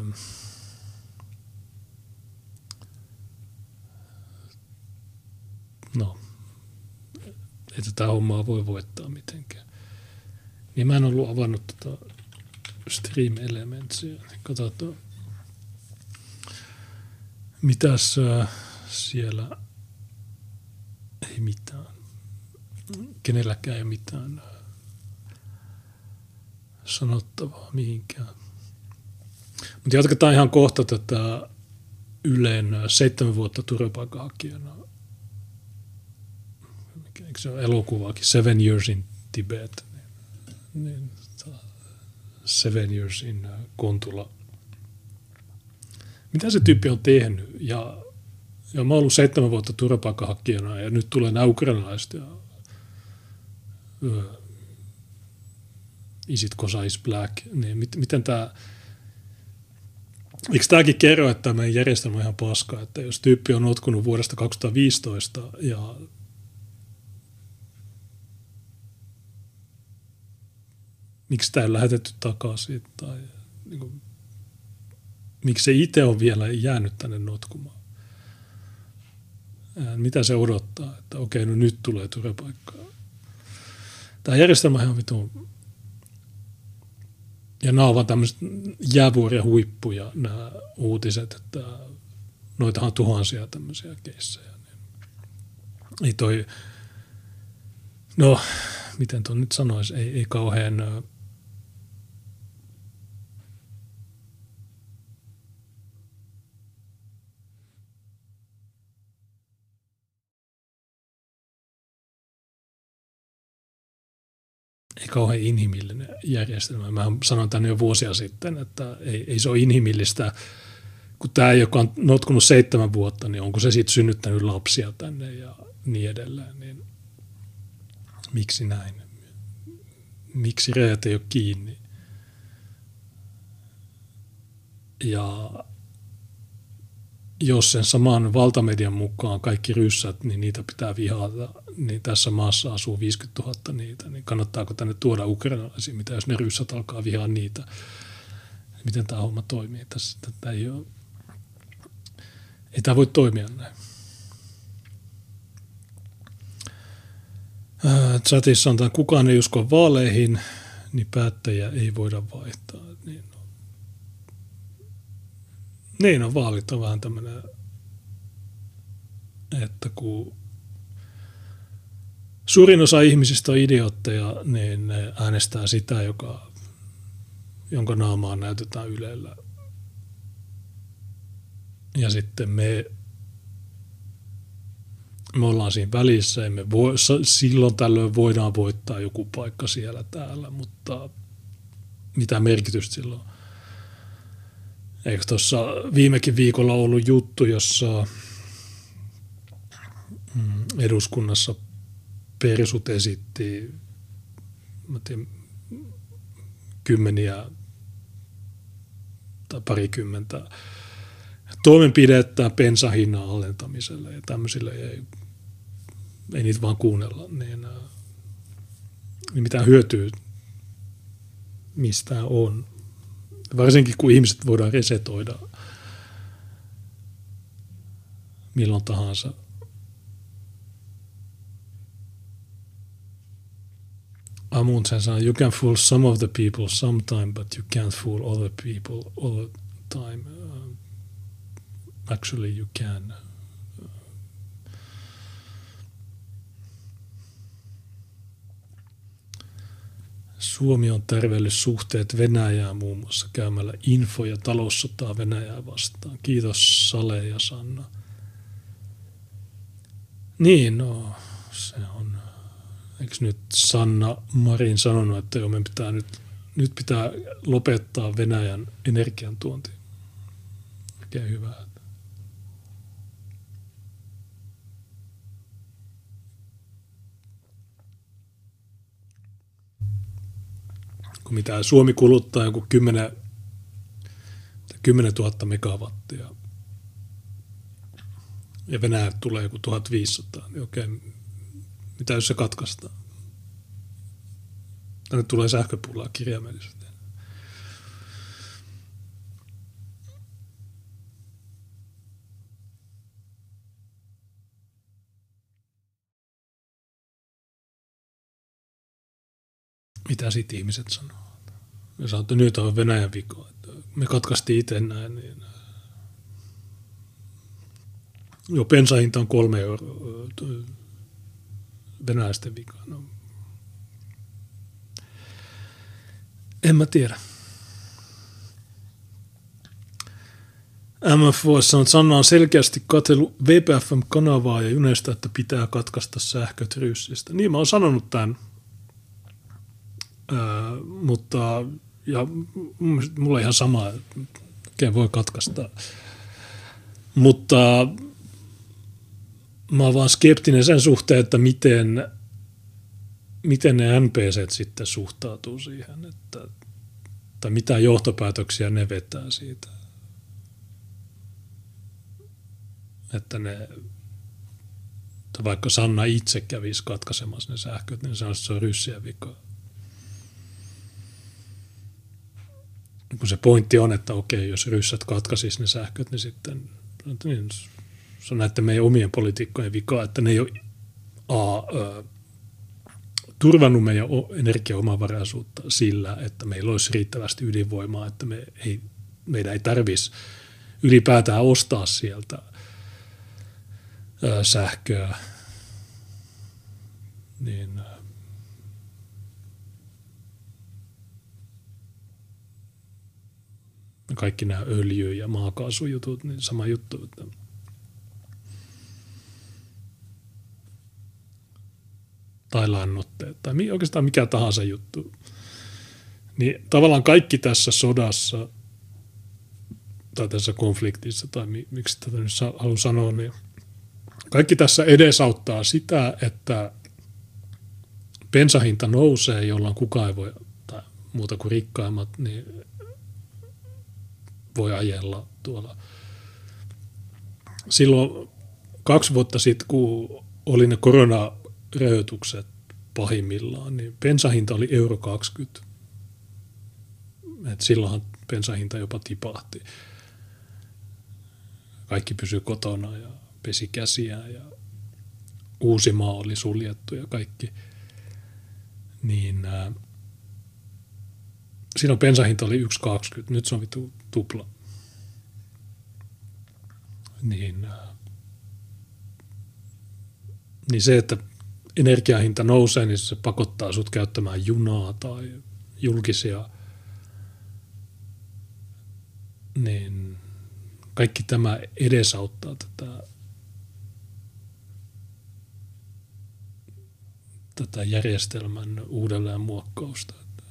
ei tätä hommaa voi voittaa mitenkään. Niin mä en ollut avannut Stream Elementsia. Katsotaan, mitäs siellä ei mitään. Kenelläkään ei mitään sanottavaa mihinkään. Mutta jatketaan ihan kohta tätä Ylen 7 vuotta turvapaikanhakijana. Eikö se ole elokuvaakin? 7 Years in Tibet. 7 Years in Kontula. Mitä se tyyppi on tehnyt? Ja mä oon ollut 7 vuotta turvapaikanhakijana ja nyt tulee nämä ukrainalaiset ja Is it 'cause is black? Niin miten tämä... Eikö tämäkin kerro, että meidän järjestelmä on ihan paska, että jos tyyppi on notkunut vuodesta 2015 ja miksi tämä ei lähetetty takaisin tai niin kuin, miksi se itse on vielä jäänyt tänne notkumaan. Mitä se odottaa, että okei, no nyt tulee turvapaikkaa. Tämä järjestelmä on ihan vitun. Ja nämä ovat tämmöiset jäävuoria huippuja, nämä uutiset, että noitahan tuhansia tämmöisiä keissejä. Ei toi, no miten tuon nyt sanoisi, ei kauhean inhimillinen järjestelmä. Mä sanoin tämän jo vuosia sitten, että ei se ole inhimillistä, kun tämä, joka on notkunut 7 vuotta, niin onko se sitten synnyttänyt lapsia tänne ja niin edelleen. Niin miksi näin? Miksi rajat ei ole kiinni? Ja jos sen saman valtamedian mukaan kaikki ryssät, niin niitä pitää vihata, niin tässä maassa asuu 50 000 niitä, niin kannattaako tänne tuoda ukrainalaisia, mitä jos ne ryssät alkaa vihaa niitä? Miten tämä homma toimii tässä? Ei tämä voi toimia näin. Chatissa on kukaan ei usko vaaleihin, niin päättäjiä ei voida vaihtaa. Niin on, vaalit on vähän tämmöinen, että kun suurin osa ihmisistä on idiootteja, niin ne äänestää sitä, jonka naamaa näytetään Ylellä. Ja sitten me ollaan siinä välissä, ja silloin tällöin voidaan voittaa joku paikka siellä täällä, mutta mitä merkitystä silloin? Eikö tuossa viimekin viikolla ollut juttu, jossa eduskunnassa persut esitti kymmeniä tai parikymmentä toimenpidettä bensahinnan alentamiselle ja tämmöisille ei niitä vaan kuunnella, niin mitä hyötyä mistä on. Varsinkin kun ihmiset voidaan resetoida milloin tahansa. Amundsen sanoi, you can fool some of the people sometime, but you can't fool other people all the time. Actually you can. Suomi on tärvellyt suhteet Venäjään muun muassa käymällä info- ja taloussotaa Venäjää vastaan. Kiitos Sale ja Sanna. Niin, no se on. Eikö nyt Sanna Marin sanonut, että jo, nyt pitää lopettaa Venäjän energiantuonti. Oikein hyvä. Kun mitä Suomi kuluttaa joku 10 000 megawattia ja Venäjä tulee joku 1500, niin okei, mitä jos se katkaistaan? Tänne tulee sähköpulaa kirjaimellisesti. Mitä sitten ihmiset sanoo? Me sanoo, että nyt on Venäjän vika. Me katkaistiin itse näin. Niin jo bensahinta on 3 euroa venäläisten vika. No. En mä tiedä. MF voisi sanoa, että Sanna on selkeästi katsellut VPFM-kanavaa ja Junesta, että pitää katkaista sähköt Ryssistä. Niin mä oon sanonut tämän. Mutta ja mulla on ihan sama, että voi katkaista. Mutta mä oon vaan skeptinen sen suhteen, että miten ne NPCt sitten suhtautuu siihen, tai mitä johtopäätöksiä ne vetää siitä. Että vaikka Sanna itse kävisi katkaisemassa ne sähköt, niin se on ryssien vika. Kun se pointti on, että okei, jos ryssät katkaisisi ne sähköt, niin sitten niin se on näiden meidän omien poliitikkojen vikaa, että ne ei ole turvannut meidän energiaomavaraisuutta sillä, että meillä olisi riittävästi ydinvoimaa, että meidän ei tarvitsisi ylipäätään ostaa sieltä sähköä. Niin kaikki nämä öljy- ja maakaasujutut, niin sama juttu. Että tai lannoitteet, tai oikeastaan mikä tahansa juttu. Niin tavallaan kaikki tässä sodassa, tai tässä konfliktissa, tai miksi tätä nyt haluan sanoa, niin kaikki tässä edesauttaa sitä, että bensahinta nousee, jolloin kukaan ei voi, tai muuta kuin rikkaimmat, niin voi ajella tuolla. Silloin 2 vuotta sitten, kun oli ne koronarajoitukset pahimmillaan, niin bensahinta oli 1,20 €. Et silloinhan bensahinta jopa tipahti. Kaikki pysyi kotona ja pesi käsiään ja Uusimaa oli suljettu ja kaikki. Niin silloin bensahinta oli 1,20, nyt se on vittu tupla. Niin se, että energiahinta nousee, niin se pakottaa sut käyttämään junaa tai julkisia. Niin kaikki tämä edesauttaa tätä järjestelmän uudelleenmuokkausta.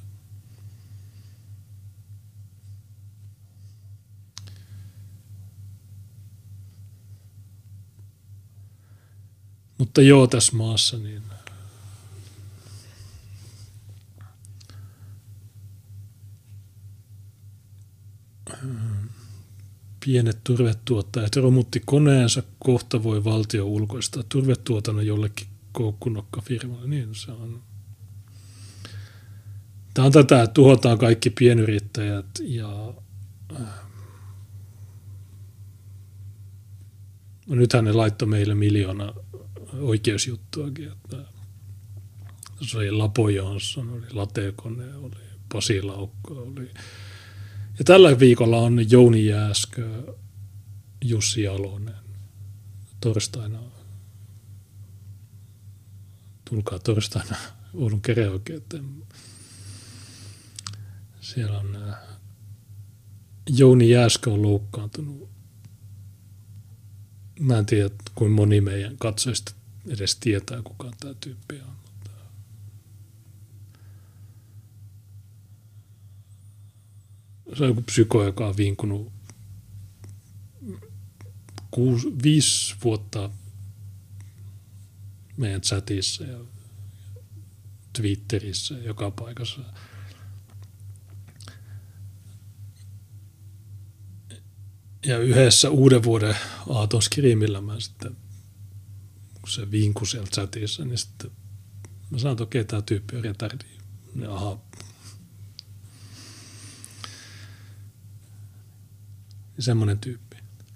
Mutta joo, tässä maassa niin pienet turvetuottajat romutti koneensa, kohta voi valtio ulkoistaa turvetuotannon jollekin koukkunokkafirmalle. Niin se on Tämä on tätä, että tuhotaan kaikki pienyrittäjät ja nythän ne laittoi meille 1 miljoona oikeusjuttuakin. Että se oli Lapo Jansson, oli Latekone, oli Pasi Laukko. Oli. Ja tällä viikolla on Jouni Jääskö, Jussi Jalonen. Torstaina, tulkaa torstaina Oulun käräjäoikeuteen. Siellä on Jouni Jääskö on loukkaantunut. Mä en tiedä, kuinka moni meidän katsojista edes tietää, kuka tämä tyyppi on. Mutta se on joku psyko, joka on vinkunut 5 vuotta meidän chatissa ja Twitterissä ja joka paikassa. Ja yhdessä uuden vuoden aaton skriimillä mä sitten, kun se vinkui siellä chatissa, niin sitten mä sanoin, että okei, tämä tyyppi on retardi. Ja aha. Ja semmoinen tyyppi.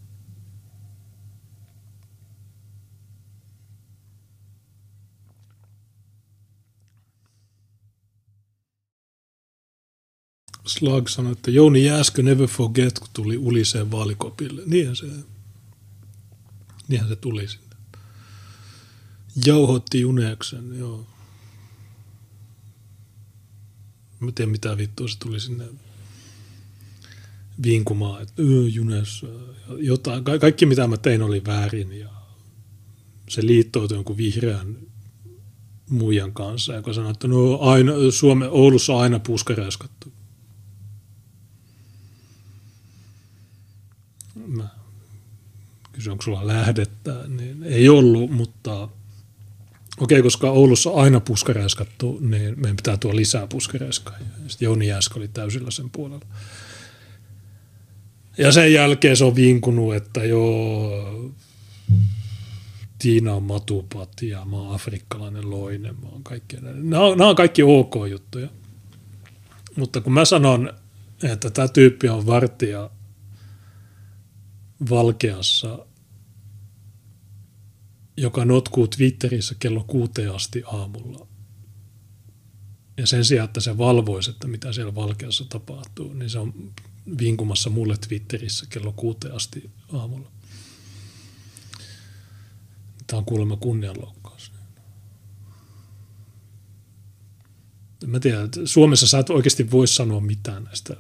Slag sanoi, että Jouni Jääskö never forget, kun tuli Uliseen vaalikopille. Niinhän se tuli sinne. Jauhotti Juneksen, joo. Mä tiedän mitä vittua se tuli sinne vinkumaan, että Junes, jotain. Kaikki mitä mä tein oli väärin ja se liittoutui jonkun vihreän muijan kanssa, joka sanoi, että no aina, Oulussa on aina puskaräskattu. Mä kysyin, onko sulla lähdettä, niin ei ollut, mutta okei, koska Oulussa on aina puskaräskattu, niin meidän pitää tuoda lisää puskaräskää. Sitten Jouni Jääskö oli täysillä sen puolella. Ja sen jälkeen se on vinkunut, että joo, Tiina on matupat ja mä oon afrikkalainen loinen. Mä oon nämä on kaikki ok-juttuja. Mutta kun mä sanon, että tämä tyyppi on vartija Valkeassa, joka notkuu Twitterissä kello 6 asti aamulla. Ja sen sijaan, että se valvoisi, että mitä siellä Valkeassa tapahtuu, niin se on vinkumassa mulle Twitterissä kello 6 asti aamulla. Tämä on kuulemma kunnianloukkaus. Mä tiedän, että Suomessa sä et oikeasti voi sanoa mitään näistä.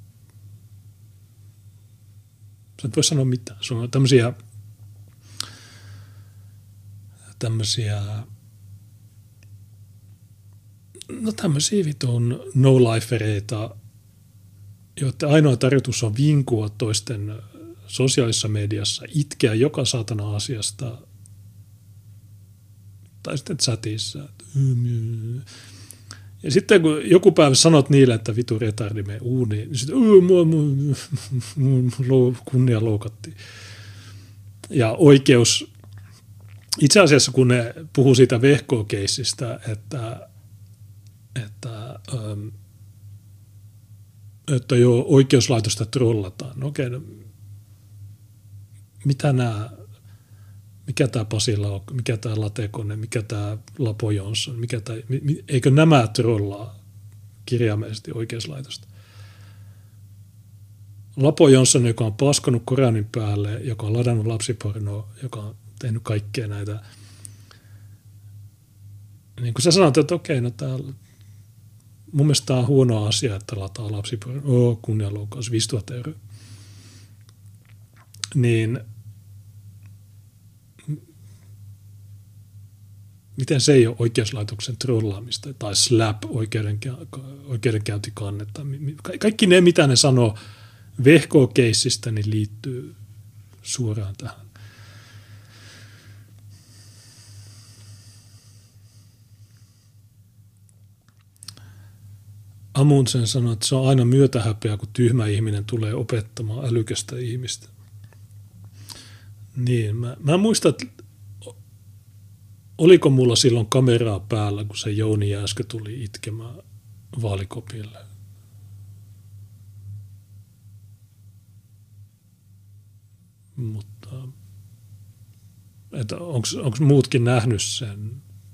Sä et voi sanoa mitään. Se on tämmöisiä vitun no-lifereita, joiden ainoa tarkoitus on vinkua toisten sosiaalisessa mediassa, itkeä joka saatana asiasta, tai sitten chatissa. Ja sitten kun joku päivä sanot niille, että vitu retardi mene uuniin, niin sitten kunnia loukattiin. Ja oikeus, itse asiassa kun ne puhuu siitä vehko-keissistä, että joo, oikeuslaitosta trollataan. No okei, mitä nämä, mikä tämä Pasi Laukko, mikä tämä Latekone, mikä tämä Lapo Jansson, eikö nämä trollaa kirjaimellisesti oikeuslaitosta? Lapo Jansson, joka on paskonut Koranin päälle, joka on ladannut lapsipornoa, joka on tehnyt kaikkea näitä. Niin kuin sä sanoit, että okei, no täällä mun mielestä tämä on huono asia, että lataa lapsipornoa, kunnianloukkaus, 5 000 €. Niin miten se ei ole oikeuslaitoksen trollaamista tai slap oikeudenkäyntikannetta. Kaikki ne, mitä ne sanoo vehko-keissistä, niin liittyy suoraan tähän. Amundsen sanoi, että se on aina myötähäpeä, kun tyhmä ihminen tulee opettamaan älykästä ihmistä. Niin, mä muistan, että oliko mulla silloin kameraa päällä, kun se Jouni Jääskö tuli itkemään vaalikopille. Mutta onko muutkin nähnyt sen?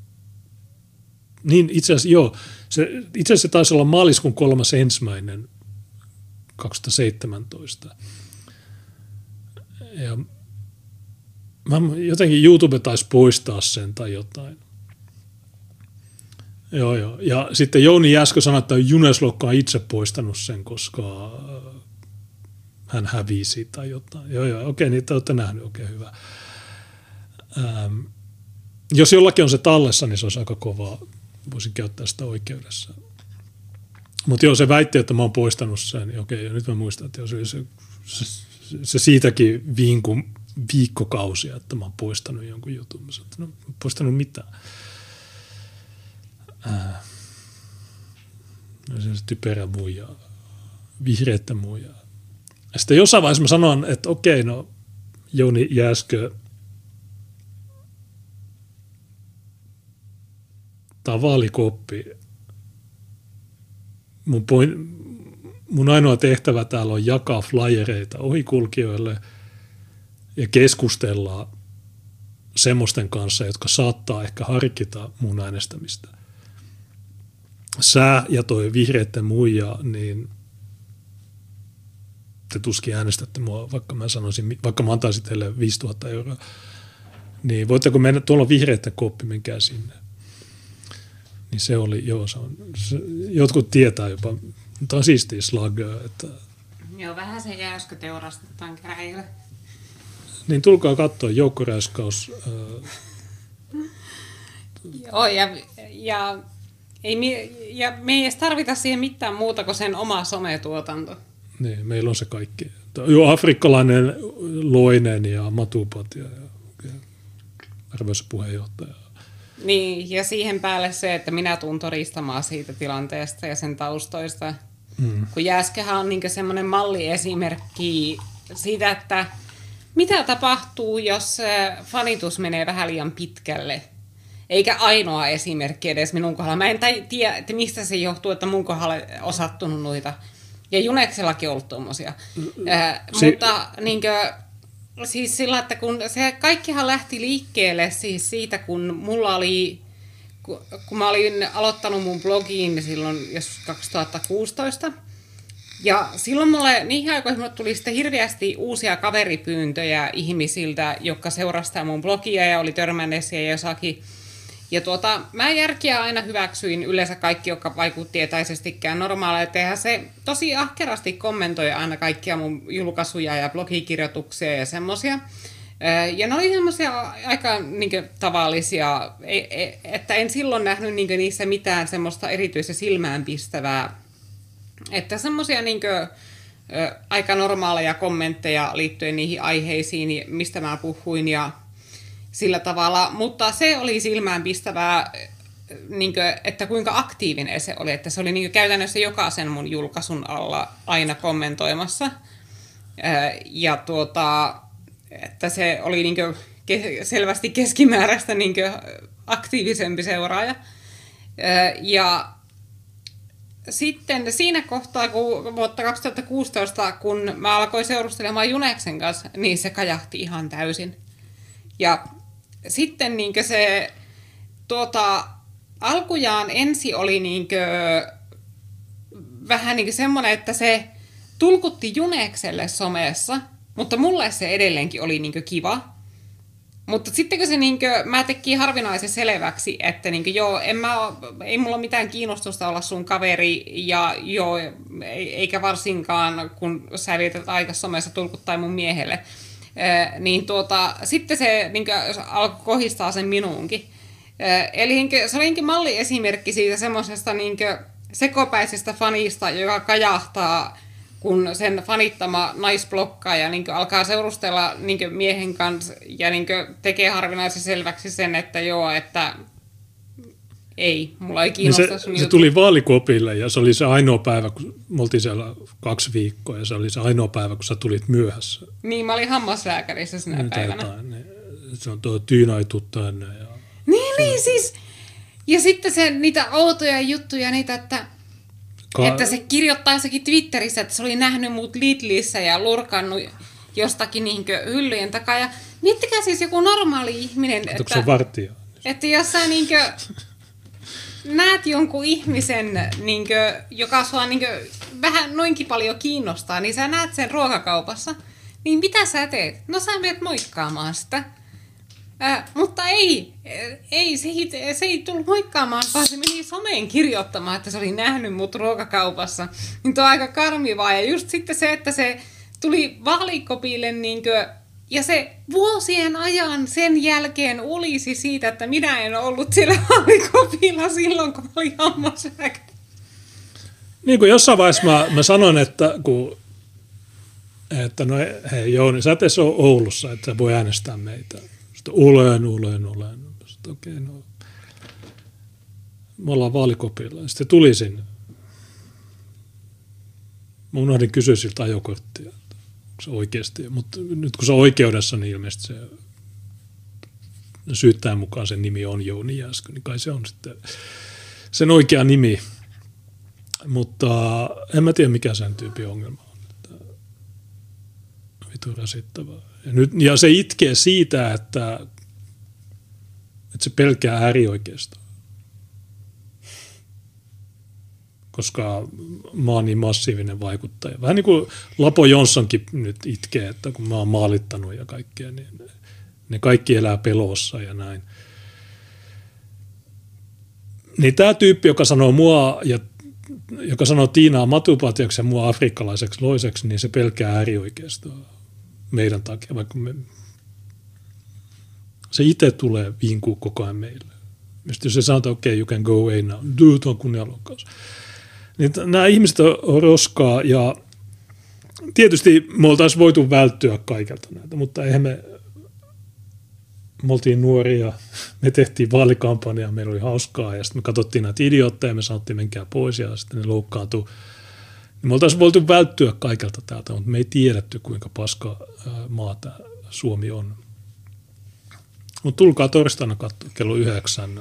Niin itse asiassa joo. Itse asiassa se taisi olla maaliskuun 3.1.2017. Ja jotenkin YouTube taisi poistaa sen tai jotain. Joo. Ja sitten Jouni Jäskö sanoi, että Juneslokka on itse poistanut sen, koska hän hävisi tai jotain. Joo, okei, niitä olette nähnyt, okei, hyvä. Jos jollakin on se tallessa, niin se olisi aika kovaa. Voisin käyttää sitä oikeudessa. Mutta joo, se väitti, että mä oon poistanut sen. Okei, ja nyt mä muistan, että se siitäkin viikkokausia, että mä oon poistanut jonkun jutun. Mä sanoin, että no, poistanut mitään. Se typerä muija, vihreättä muijaa. Ja sitten jossain vaiheessa mä sanoin, että okei, no Jouni Jääskö, tämä vaalikoppi. Mun ainoa tehtävä täällä on jakaa flyereita ohikulkijoille ja keskustella semmoisten kanssa, jotka saattaa ehkä harkita mun äänestämistä. Sä ja toi vihreitten muija, niin te tuskin äänestätte mua, vaikka mä antaisin teille 5 000 euroa. Niin voitteko mennä, tuolla on vihreitten koppi, menkää sinne. Niin se oli, joo, jotkut tietää jopa, mutta on siistiä slaggaa. Että joo, vähän se Jääskö teurastetaan käräjille. Niin tulkaa katsoa joukkoräyskaus. Joo, ja me ei edes tarvita siihen mitään muuta kuin sen oma sometuotanto. Niin, meillä on se kaikki. Joo, afrikkalainen Loinen ja Matupat ja arvoisa puheenjohtaja. Niin, ja siihen päälle se, että minä tuun todistamaan siitä tilanteesta ja sen taustoista. Kun Jääskehän on niin semmoinen malliesimerkki siitä, että mitä tapahtuu, jos fanitus menee vähän liian pitkälle. Eikä ainoa esimerkki edes minun kohdalla. Mä en tiedä, että mistä se johtuu, että mun kohdalla on sattunut noita. Ja Juneksellakin on ollut tommosia. Mutta niinkö, siis sillä, että kun se kaikkihan lähti liikkeelle siis siitä, kun mä olin aloittanut mun blogiin silloin joskus 2016. Ja silloin niihin aikoihin mulle tuli sitten hirveästi uusia kaveripyyntöjä ihmisiltä, jotka seurasivat mun blogia ja oli törmänneessä ja jossakin. Ja mä järkiä aina hyväksyin yleensä kaikki, jotka vaikutti etäisestikään normaaleilta. Ja se tosi ahkerasti kommentoi aina kaikkia mun julkaisuja ja blogikirjoituksia ja semmosia. Ja ne oli semmosia aika tavallisia, että en silloin nähnyt niissä mitään semmoista erityisen silmäänpistävää. Että semmosia aika normaaleja kommentteja liittyen niihin aiheisiin, mistä mä puhuin ja sillä tavalla, mutta se oli silmäänpistävää, että kuinka aktiivinen se oli, että se oli käytännössä jokaisen mun julkaisun alla aina kommentoimassa. Ja että se oli selvästi keskimääräistä aktiivisempi seuraaja. Ja sitten siinä kohtaa, kun vuotta 2016, kun mä alkoin seurustelemaan Juneksen kanssa, niin se kajahti ihan täysin. Ja sitten se alkujaan ensi oli vähän semmoinen, että se tulkutti Junekselle somessa, mutta mulle se edelleenkin oli kiva. Mutta sitten kun se mä tekin harvinaisen selväksi, että joo, ei mulla ole mitään kiinnostusta olla sun kaveri ja joo, eikä varsinkaan kun sä vietät aika somessa tulkuttaa mun miehelle. Niin sitten se alkoi kohistaa sen minuunkin. Eli se oli malliesimerkki siitä semmoisesta sekopäisestä fanista, joka kajahtaa, kun sen fanittama naisblokkaaja alkaa seurustella miehen kanssa ja tekee harvinaisen selväksi sen, että joo, että ei, mulla ei kiinnosta sun se tuli vaalikopille ja se oli se ainoa päivä, kun me oltiin siellä 2 viikkoa ja se oli se ainoa päivä, kun sä tulit myöhässä. Niin, mä olin hammaslääkärissä sinä päivänä. Se on tuo Tyynä ei tuu tänne. Ja niin siis. Ja sitten niitä outoja juttuja, niitä, että Että se kirjoittaa jossakin Twitterissä, että se oli nähnyt mut Lidlissä ja lurkannut jostakin niinkö hyllyjen takaa. Ja miettikää siis joku normaali ihminen, Katsoiko se vartija? Että jos sä niinkö näet jonkun ihmisen, niinkö, joka sua niinkö vähän noinkin paljon kiinnostaa, niin sä näet sen ruokakaupassa, niin mitä sä teet? No sä menet moikkaamaan sitä. Mutta se ei tullut moikkaamaan, vaan se meni someen kirjoittamaan, että se oli nähnyt mut ruokakaupassa. Niin tuo on aika karmivaa. Ja just sitten se, että se tuli vaalikopille niinkö, ja se vuosien ajan sen jälkeen ulisi siitä, että minä en ollut siellä vaalikopilla silloin, kun oli hammaslääkäri. Niin kuin jossain vaiheessa mä sanoin, että no hei Jouni, sä et edes ole Oulussa, että voi äänestää meitä. Sitten olen. Sitten okei, no. Me ollaan vaalikopilla. Sitten tuli sinne. Mä unohdin kysyä siltä ajokorttia, onko se oikeasti. Mutta nyt kun se on oikeudessa, niin ilmeisesti se syyttäjän mukaan sen nimi on Jouni Jääskö, niin kai se on sitten sen oikea nimi. Mutta en mä tiedä, mikä sen tyypin ongelma on. Vitu rasittavaa. Ja se itkee siitä, että se pelkää äärioikeistoa. Koska mä oon niin massiivinen vaikuttaja. Vähän niin kuin Lapo Jonssonkin nyt itkee, että kun mä oon maalittanut ja kaikkea, niin ne kaikki elää pelossa ja näin. Niin tää tyyppi, joka sanoo mua ja joka sanoo Tiinaa matupatjaksi ja mua afrikkalaiseksi loiseksi, niin se pelkää äärioikeistoa meidän takia, vaikka se itse tulee vinkuu koko ajan meille. Mistä jos se sanotaan, okei, you can go away now, tuo on kunnianloukkaus. Niin nämä ihmiset on roskaa ja tietysti me oltaisiin voitu välttyä kaikelta näitä, mutta eihän me oltiin nuoria, me tehtiin vaalikampanjaa, meillä oli hauskaa ja sitten me katsottiin näitä idiootteja ja me sanottiin menkää pois ja sitten ne loukkaantui. Me oltaisiin voitu välttyä kaikelta täältä, mutta me ei tiedetty, kuinka paska maa tämä Suomi on. Mutta tulkaa torstaina katsoa kello 9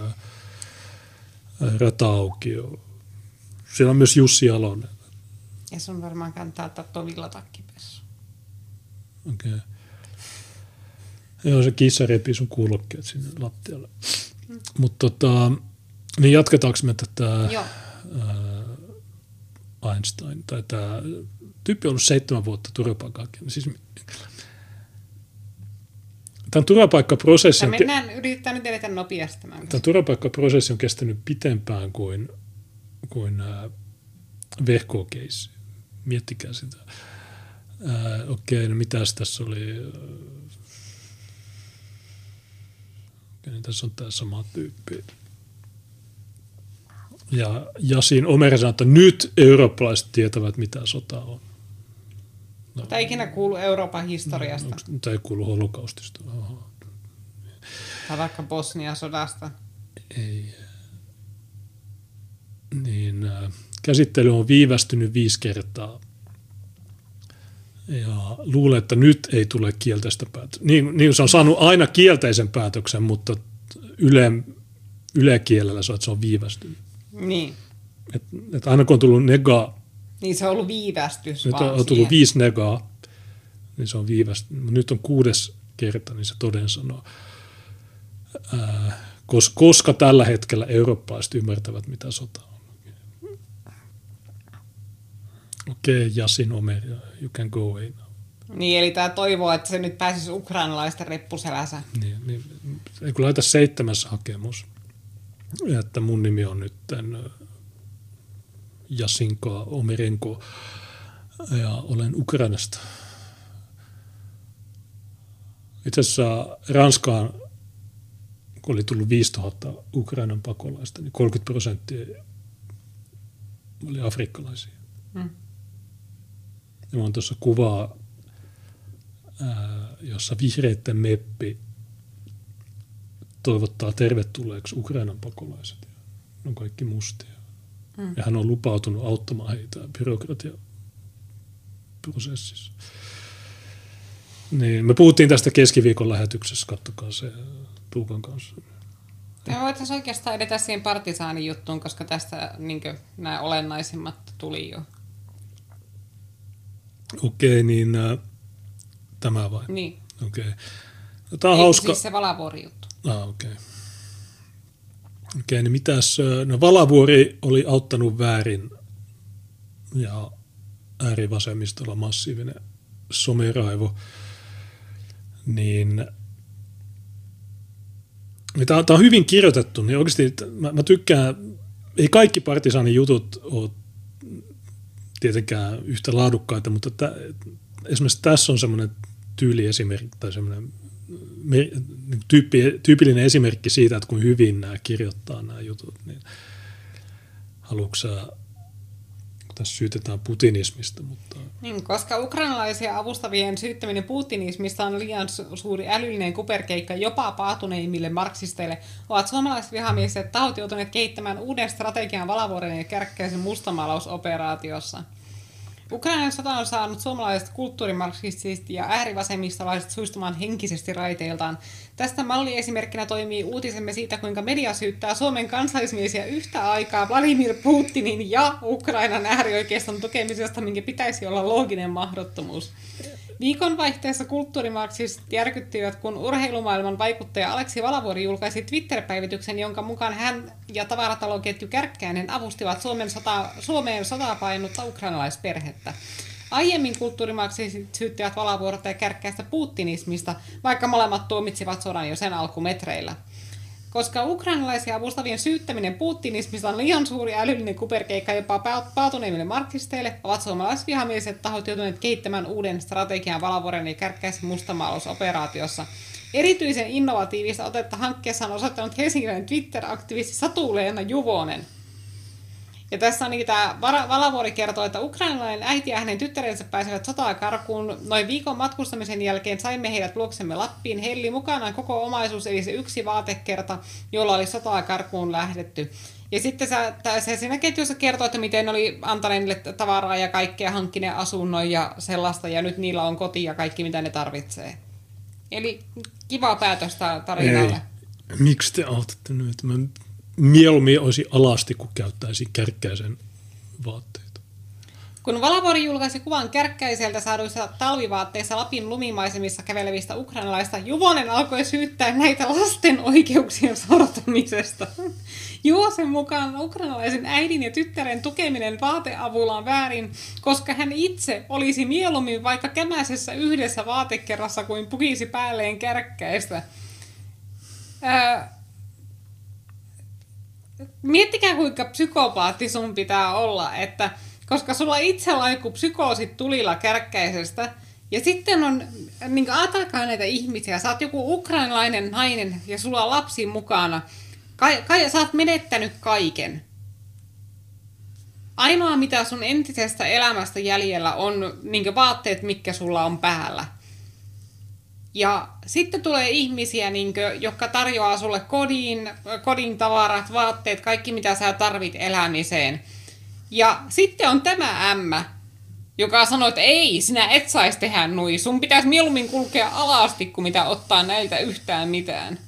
Rata-aukio. Siellä on myös Jussi Jalonen. Ja sun varmaan kantaa ottaa tuo villatakkipessu. Okei. Okay. Joo, se kissa repii sun kuulokkeet sinne lattialle. Mutta niin jatketaanko me tätä Einstein, tai tämä tyyppi on ollut 7 vuotta turvapaikanhakijana. Siis, tämän turvapaikkaprosessi yritetään nyt edetä nopeasti. Tämän turvapaikkaprosessi on kestänyt pitempään kuin vehko-keissi. Miettikää sitä. Okei, no mitäs tässä oli? Okei, tässä on tämä sama tyyppi. Ja Yasin Omer sanoi, että nyt eurooppalaiset tietävät, mitä sota on. No, tämä ei ikinä kuulu Euroopan historiasta. Tämä ei kuulu holokaustista. Tai vaikka Bosnia-sodasta. Ei. Niin, käsittely on viivästynyt 5 kertaa. Ja luulen, että nyt ei tule kielteistä päätöstä. Niin se on saanut aina kielteisen päätöksen, mutta ylekielellä se on viivästynyt. Niin. Et aina kun on tullut negaa. Niin se on ollut viivästys. Nyt on tullut 5 negaa, niin se on viivästynyt. Nyt on 6. kerta, niin se toden sanoo. Koska tällä hetkellä eurooppalaiset ymmärtävät, mitä sota on. Okei, Yasin Omer, you can go away now. Niin, eli tämä toivoo, että se nyt pääsisi ukrainalaisten reppuselässä. Niin, kun laita 7. hakemus, että mun nimi on nyt Jasinka Omerenko ja olen Ukrainasta. Itse asiassa Ranskaan, kun oli tullut 5000 Ukrainan pakolaista, niin 30% oli afrikkalaisia. Ja on tuossa kuvaa, jossa vihreitten meppi toivottaa tervetulleeksi Ukrainan pakolaiset. Ne on kaikki mustia. Ja hän on lupautunut auttamaan heitä byrokratiaprosessissa. Niin, me puhuttiin tästä keskiviikon lähetyksessä, katsokaa se Tuukan kanssa. Me voitaisiin oikeastaan edetä siihen partisaanijuttuun, koska tästä niin nämä olennaisimmat tuli jo. Okei, niin tämä vai? Niin. Okei. No, tämä on hauska. Siis se Valavuori-juttu. Okei. Okei, niin mitäs? No Valavuori oli auttanut väärin ja äärivasemmistolla massiivinen someraivo. Niin tämä on hyvin kirjoitettu, niin oikeasti mä tykkään, ei kaikki partisaanin jutut ole tietenkään yhtä laadukkaita, mutta esimerkiksi tässä on semmoinen tyyliesimerkki tai semmoinen tyypillinen esimerkki siitä, että kun hyvin nämä kirjoittaa nämä jutut, niin haluatko sä, tässä syytetään putinismista, mutta... Niin, koska ukrainalaisia avustavien syyttäminen putinismista on liian suuri älyllinen kuperkeikka jopa paatuneimmille marksisteille, ovat suomalaiset vihamieliset tahot joutuneet kehittämään uuden strategian Valavuoren ja Kärkkäisen mustamaalausoperaatiossa. Ukrainan sota on saanut suomalaiset kulttuurimarksistit ja äärivasemmistolaiset suistumaan henkisesti raiteiltaan. Tästä malliesimerkkinä toimii uutisemme siitä, kuinka media syyttää Suomen kansallismielisiä yhtä aikaa Vladimir Putinin ja Ukrainan äärioikeiston tukemisesta, minkä pitäisi olla looginen mahdottomuus. Viikonvaihteessa kulttuurimarksistit järkyttivät, kun urheilumaailman vaikuttaja Aleksi Valavuori julkaisi Twitter-päivityksen, jonka mukaan hän ja tavarataloketju Kärkkäinen avustivat Suomeen sotaa painutta ukrainalaisperhettä. Aiemmin kulttuurimarksistit syyttivät Valavuorta ja Kärkkäistä putinismista, vaikka molemmat tuomitsivat sodan jo sen alkumetreillä. Koska ukrainalaisia avustavien syyttäminen putinismista on liian suuri älyllinen kuperkeikka jopa paatuneimmille marksisteille, ovat suomalaisvihamieliset tahot joutuneet kehittämään uuden strategian Valavuoren ja Kärkkäisen mustamaalausoperaatiossa. Erityisen innovatiivista otetta hankkeessa on osoittanut helsinkiläinen Twitter-aktivisti Satu-Leena Juvonen. Ja tässä on niitä, Valavuori kertoo, että ukrainalainen äiti ja hänen tyttärensä pääsevät sotaa karkuun. Noin viikon matkustamisen jälkeen saimme heidät luoksemme Lappiin. Heillä oli mukanaan koko omaisuus, eli se yksi vaatekerta, jolla oli sotaa karkuun lähdetty. Ja sitten se siinä ketjussa kertoo, että miten oli antaneet niille tavaraa ja kaikkea, hankkineen asunnon ja sellaista, ja nyt niillä on koti ja kaikki, mitä ne tarvitsee. Eli kiva päätös tarinalle. Ei. Miksi te autatte nyt? Mä mieluummin olisi alasti, kun käyttäisi Kärkkäisen vaatteita. Kun Valavuori julkaisi kuvan Kärkkäiseltä saaduissa talvivaatteissa Lapin lumimaisemissa kävelevistä ukrainalaista, Juvonen alkoi syyttää näitä lasten oikeuksien sortamisesta. Juvosen mukaan ukrainalaisen äidin ja tyttären tukeminen vaateavulla on väärin, koska hän itse olisi mieluummin vaikka kämäisessä yhdessä vaatekerrassa kuin pukisi päälleen Kärkkäistä. Miettikää, kuinka psykopaatti sun pitää olla, että koska sulla itsellä on joku psykoosit tulilla Kärkkäisestä, ja sitten on, niin ajatelkaa näitä ihmisiä, sä oot joku ukrainalainen nainen ja sulla on lapsi mukana, sä oot menettänyt kaiken. Ainoa, mitä sun entisestä elämästä jäljellä on niin vaatteet, mitkä sulla on päällä. Ja sitten tulee ihmisiä, jotka tarjoaa sulle kodin tavarat, vaatteet, kaikki mitä sä tarvit elämiseen. Ja sitten on tämä ämmä, joka sanoo, että ei, sinä et saisi tehdä noin. Sun pitäisi mieluummin kulkea alasti, kuin mitä ottaa näiltä yhtään mitään.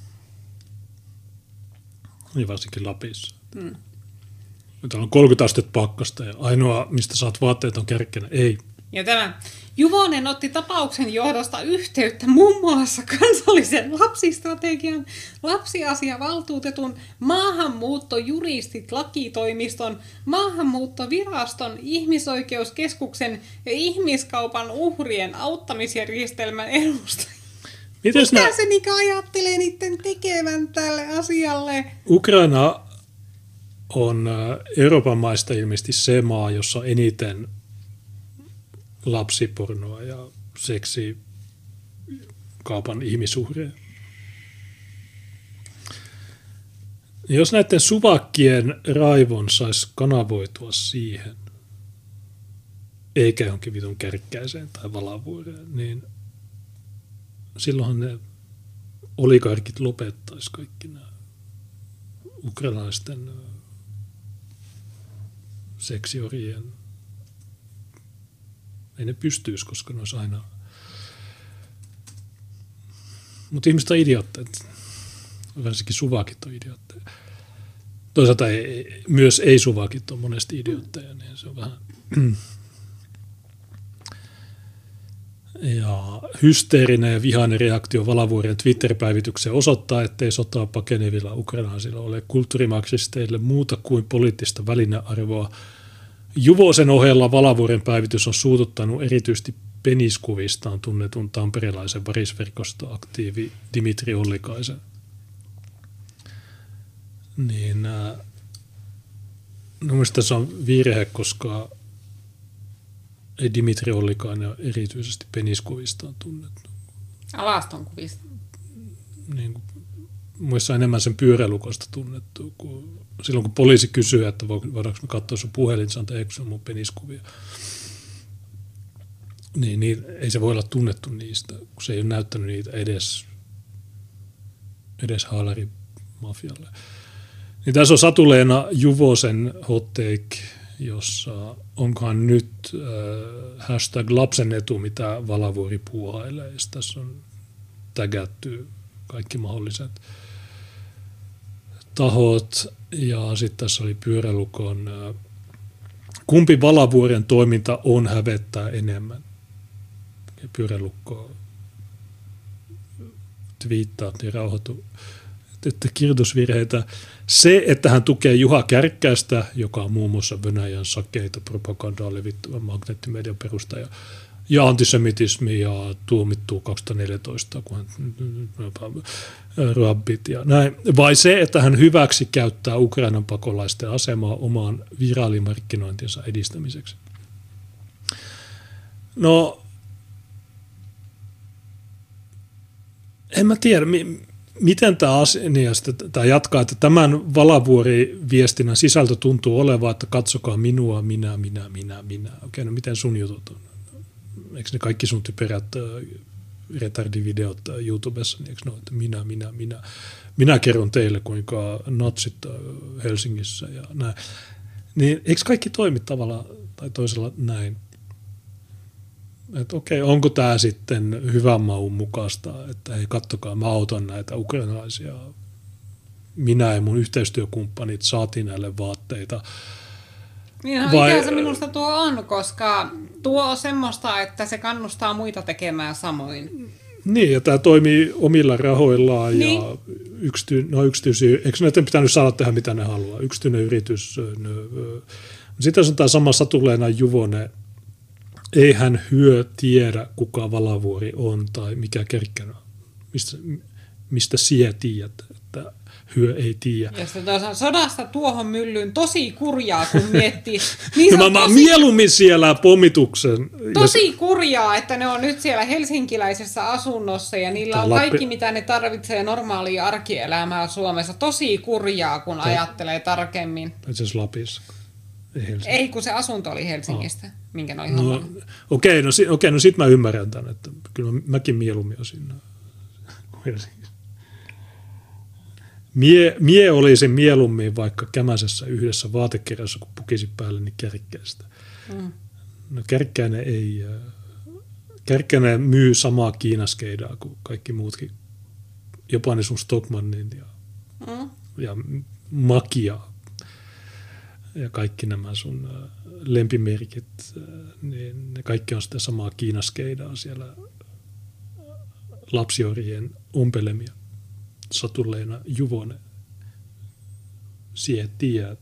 Ja varsinkin Lapissa. Täällä on 30 astetta pakkasta ja ainoa, mistä saat vaatteet, on Kärkkäinen. Ei. Ja tämä Juvonen otti tapauksen johdosta yhteyttä muun muassa kansallisen lapsistrategian, lapsiasiavaltuutetun, maahanmuuttojuristit lakitoimiston, maahanmuuttoviraston, ihmisoikeuskeskuksen ja ihmiskaupan uhrien auttamisjärjestelmän edustajia. Mitä se ajattelee niiden tekevän tälle asialle? Ukraina on Euroopan maista ilmeisesti se maa, jossa on eniten lapsipornoa ja seksikaupan ihmisuhreja. Jos näiden suvakkien raivon saisi kanavoitua siihen, eikä johonkin vitun Kärkkäiseen tai Valavuoreen, niin silloinhan ne oligarkit lopettaisi kaikki nämä ukrainalaisten seksiorien. Ei ne pystyisi, koska ne olisi aina. Mutta ihmiset on idiootteja. varsinkin suvakit on idiootteja. Toisaalta myös ei-suvakit on monesti idiootteja, niin se on vähän... Ja hysteerinen ja vihainen reaktio Valavuoren Twitter-päivitykseen osoittaa, ettei sotaa pakenevilla ukrainalaisilla ole kulttuurimarksisteille muuta kuin poliittista välinearvoa. Juvosen ohella Valavuoren päivitys on suututtanut erityisesti peniskuvistaan tunnetun tamperelaisen varisverkostoaktiivi Dimitri Ollikaisen. Niin, mielestäni se on virhe, koska ei Dimitri Ollikainen ole erityisesti peniskuvistaan tunnettu. Alaston kuvista. Niin, muissa enemmän sen pyöräilukosta tunnettu. Silloin kun poliisi kysyy, että voidaanko me katsoa sun puhelin, sanotaan, että eikö se ole mun peniskuvia. Niin, ei se voi olla tunnettu niistä, kun se ei ole näyttänyt niitä edes haalarimafialle. Niin tässä on Satu-Leena Juvosen hot take, jossa onkohan nyt #lapsen etu, mitä Valavuori puuhailee. Tässä on tägätty kaikki mahdolliset tahot. Ja sitten tässä oli pyörälukon, kumpi Valavuoren toiminta on hävettää enemmän. Ja pyörälukko twiittaa, niin rauhoitu, että kirjoitusvirheitä. Se, että hän tukee Juha Kärkkäistä, joka on muun muassa Venäjän sakeita propagandaa levittävä magneettimedian perustaja, ja antisemitismi ja tuomittuu 2014, kun hän rabbit ja näin. Vai se, että hän hyväksi käyttää Ukrainan pakolaisten asemaa omaan viraalimarkkinointinsa edistämiseksi. No, en mä tiedä, miten tämä jatkaa, että tämän Valavuori-viestinnän sisältö tuntuu olevan, että katsokaa minua, minä. Okei, no miten sun jutut on? Eikö ne kaikki sun typerät retardivideot YouTubessa, niin eikö ne ole, että minä. Minä kerron teille, kuinka natsit Helsingissä ja näin. Niin eikö kaikki toimi tavalla tai toisella näin? Että okei, onko tämä sitten hyvän maun mukaista, että hei, kattokaa, mä autan näitä ukrainalaisia. Minä ja mun yhteistyökumppanit saatiin näille vaatteita. Mikä se minusta tuo on, koska tuo on semmoista, että se kannustaa muita tekemään samoin. Niin, ja tämä toimii omilla rahoillaan niin. Ja yksityisiä, eikö näiden pitänyt saada tehdä mitä ne haluaa, yksityinen yritys. Sitten on tämä sama Satu-Leena Juvonen, ei hän tiedä, kuka Valavuori on tai mikä Kärkkäinen on. Mistä sinä tiedät, että hyö ei tiedä. Ja sitten sodasta tuohon myllyyn tosi kurjaa, kun miettii. Niin no mä mieluummin siellä pommituksen. Tosi kurjaa, että ne on nyt siellä helsinkiläisessä asunnossa ja niillä on kaikki, mitä ne tarvitsee normaalia arkielämää Suomessa. Tosi kurjaa, kun ajattelee tarkemmin. Itse asiassa Lapissa. Ei, kun se asunto oli Helsingistä, minkä ne oli hommannut. Okei, no sit mä ymmärrän tämän, että kyllä mäkin mieluummin olisin Helsingissä. Mie olisin mieluummin vaikka Kämäsessä yhdessä vaatekerrassa, kun pukisin päälle, niin Kärkkäistä. No Kärkkäinen myy samaa kiinaskeidaa kuin kaikki muutkin, jopa ne sun Stockmannin ja Makia ja kaikki nämä sun lempimerkit, niin ne kaikki on sitä samaa kiinaskeidaa siellä lapsiorien ompelemia. Satu-Leena Juvonen. Sie tiedät.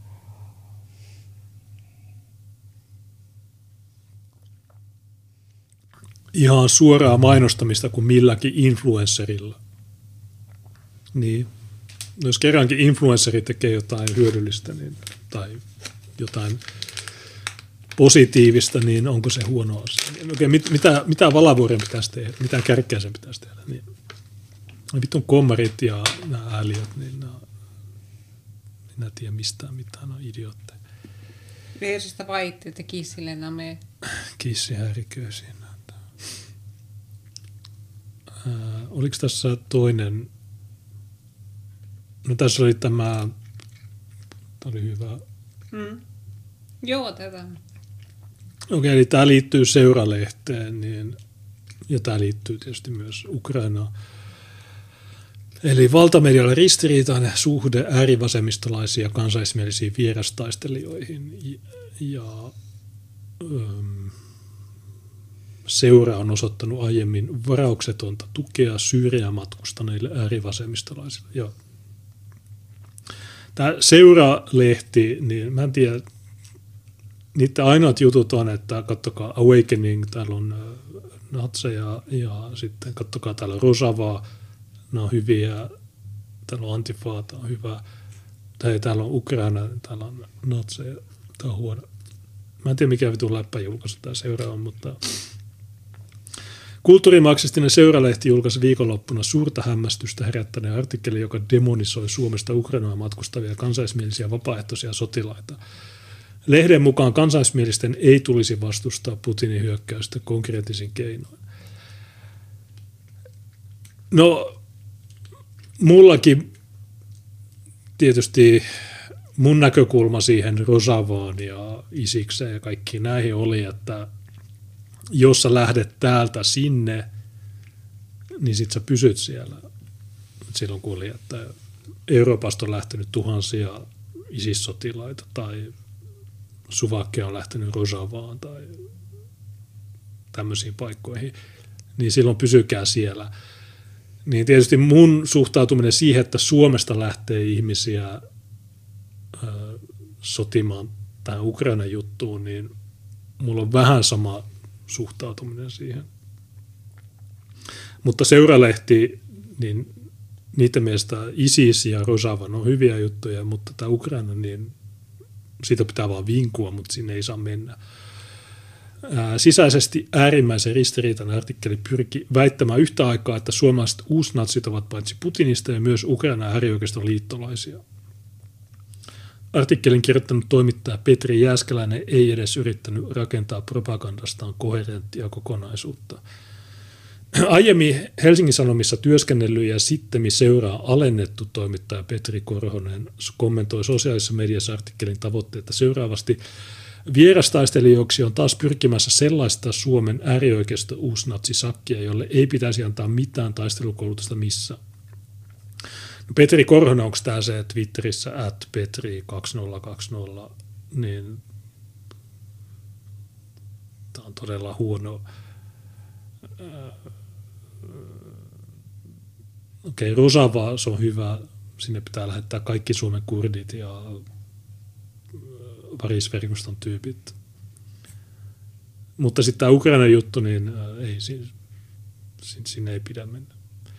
Ihan suoraa mainostamista kuin milläkin influencerilla. Niin. No jos kerrankin influenceri tekee jotain hyödyllistä niin, tai jotain positiivista, niin onko se huono asia? Okei, mitä Valavuoren pitäisi tehdä? Mitä Kärkkäisen pitäisi tehdä? Niin. Vitun kommarit ja nämä ääliöt, niin minä tiedä mistään mitään, ne on idiootteja. Yhdessä vaitti, että kissille namee. Kissi häiriköi siinä. Oliko tässä toinen? No tässä oli tämä oli hyvä. Joo, tätä. Okei, eli tämä liittyy Seuralehteen, niin, ja tämä liittyy tietysti myös Ukrainaan. Eli valtamedialla ristiriitainen suhde äärivasemmistolaisiin ja kansallismielisiin vierastaistelijoihin. Ja seura on osoittanut aiemmin varauksetonta tukea Syyriaan matkustaneille äärivasemmistolaisille. Joo. Tämä Seura-lehti, niin mä en tiedä, niiden ainoat jutut on, että katsokaa Awakening, täällä on natseja ja sitten katsokaa täällä on Rosavaa, nämä on hyviä, täällä on Antifaa, tämä on hyvä, täällä on Ukraina, täällä on natseja, tämä on huono. Mä en tiedä mikä vitun läppäjulkaisu tämä Seura on, mutta kulttuurimarksistinen Seuralehti julkaisi viikonloppuna suurta hämmästystä herättäneen artikkeli, joka demonisoi Suomesta Ukrainaan matkustavia kansallismielisiä vapaaehtoisia sotilaita. Lehden mukaan kansallismielisten ei tulisi vastustaa Putinin hyökkäystä konkreettisin keinoin. No, mullakin tietysti mun näkökulma siihen Rosavaan ja Isikseen ja kaikkiin näihin oli, että jos sä lähdet täältä sinne, niin sit sä pysyt siellä. Silloin kun oli, että Euroopasta on lähtenyt tuhansia ISIS-sotilaita tai Slovakia on lähtenyt Rosavaan tai tämmöisiin paikkoihin, niin silloin pysykää siellä. Niin tietysti mun suhtautuminen siihen, että Suomesta lähtee ihmisiä sotimaan tähän Ukrainan juttuun, niin mulla on vähän sama suhtautuminen siihen. Mutta Seuralehti, niin niiden mielestä ISIS ja Rosava on hyviä juttuja, mutta tämä Ukraina, niin siitä pitää vaan vinkua, mutta sinne ei saa mennä. Sisäisesti äärimmäisen ristiriitainen artikkeli pyrki väittämään yhtä aikaa, että suomalaiset uusnatsit ovat paitsi Putinista ja myös Ukrainan äärioikeiston liittolaisia. Artikkelin kirjoittanut toimittaja Petri Jääskeläinen ei edes yrittänyt rakentaa propagandastaan koherenttia kokonaisuutta. Aiemmin Helsingin Sanomissa työskennellyt ja sittemmin Seuraa alennettu toimittaja Petri Korhonen kommentoi sosiaalisessa mediassa artikkelin tavoitteita seuraavasti. Vierastaistelijoiksi on taas pyrkimässä sellaista Suomen äärioikeisto uusnatsisakkia, jolle ei pitäisi antaa mitään taistelukoulutusta missään. No Petri Korhonen, onko tämä se Twitterissä @petri2020, niin tämä on todella huono. Okei, Rosava, se on hyvä. Sinne pitää lähettää kaikki Suomen kurdit ja varisverkoston tyypit. Mutta sitten tämä Ukrainan juttu, niin ei, sinne ei pidä mennä.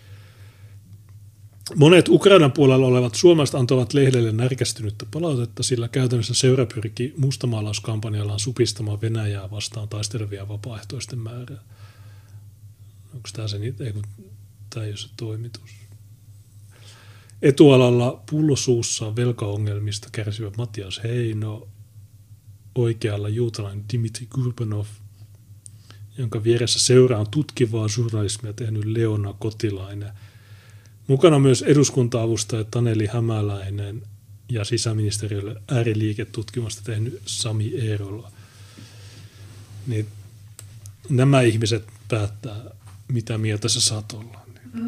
Monet Ukrainan puolella olevat suomalaiset antoivat lehdelle närkästynyttä palautetta, sillä käytännössä Seura pyrki mustamaalauskampanjallaan supistamaan Venäjää vastaan taistelevia vapaaehtoisten määrää. Onko tämä se niitä? Ei, kun tämä ei ole se toimitus. Etualalla pullosuussa velkaongelmista kärsivä Matias Heino, oikealla juutalainen Dmitri Kurbanov, jonka vieressä Seura on tutkivaa journalismia tehnyt Leona Kotilainen. Mukana myös eduskunta-avustaja Taneli Hämäläinen ja sisäministeriölle ääriliiketutkimusta tehnyt Sami Eerola. Niin nämä ihmiset päättää, mitä mieltä sä saat olla.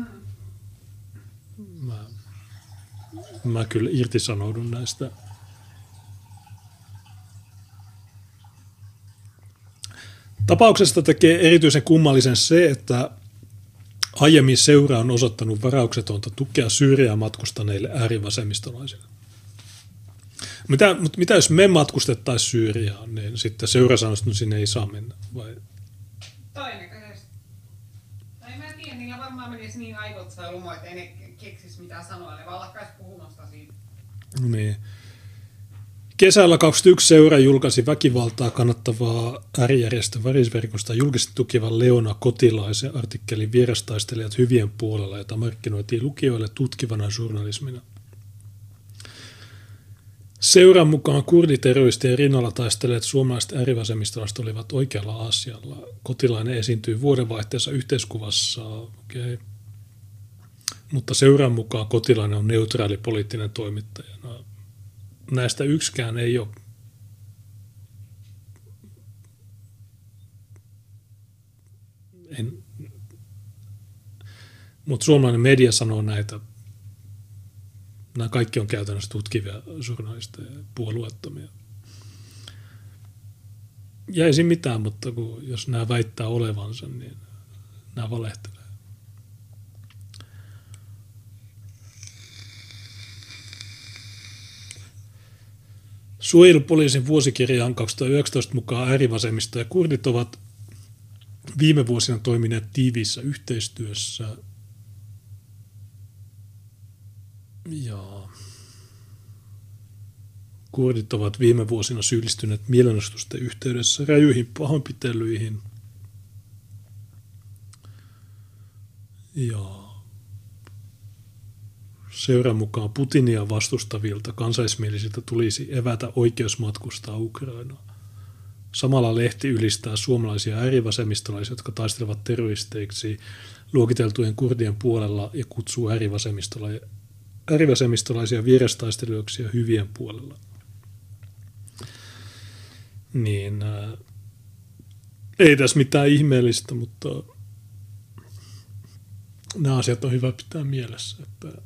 Mä kyllä irtisanoudun näistä. Tapauksesta tekee erityisen kummallisen se, että aiemmin Seura on osoittanut varauksetonta tukea Syyriaan matkustaneille äärivasemmistolaisille. Mutta mitä jos me matkustettaisiin Syyriaan, niin sitten Seura sanoisi, että no sinne ei saa mennä? Vai? Todennäköisesti. Tai mä en tiedä, niillä varmaan menisi niin aivot saa lumo, että ei ne keksisi mitään sanoa, ne vaan lakkaisi puhumasta siitä. No niin. Kesällä 2021 Seura julkaisi väkivaltaa kannattavaa äärijärjestö Varisverkosta julkisesti tukivan Leona Kotilaisen artikkelin vierastaistelijat hyvien puolella, jota markkinoitiin lukijoille tutkivana journalismina. Seuran mukaan kurditerroristien rinnalla taisteleet suomalaiset äärivasemmistolaiset olivat oikealla asialla. Kotilainen esiintyi vuodenvaihteessa yhteiskuvassa, mutta Seuran mukaan Kotilainen on neutraali poliittinen toimittaja. No, näistä yksikään ei ole mutta suomalainen media sanoo näitä Nämä kaikki on käytännössä tutkivia journalisteja, puolueettomia. Ja ei siinä mitään, mutta jos nämä väittää olevansa, niin nämä valehtelee. Suojelupoliisin vuosikirjaan 2019 mukaan äärivasemmisto ja kurdit ovat viime vuosina toimineet tiiviissä yhteistyössä. Ja kurdit ovat viime vuosina syyllistyneet mielenosoitusten yhteydessä räjyihin pahoinpitelyihin. Ja seuran mukaan Putinia vastustavilta kansallismielisiltä tulisi evätä oikeus matkustaa Ukrainaan. Samalla lehti ylistää suomalaisia äärivasemmistolaisia, jotka taistelevat terroristeiksi luokiteltujen kurdien puolella ja kutsuu äärivasemmistolaisia vierastaistelijoiksi ja hyvien puolella. Niin, ei tässä mitään ihmeellistä, mutta nämä asiat on hyvä pitää mielessä,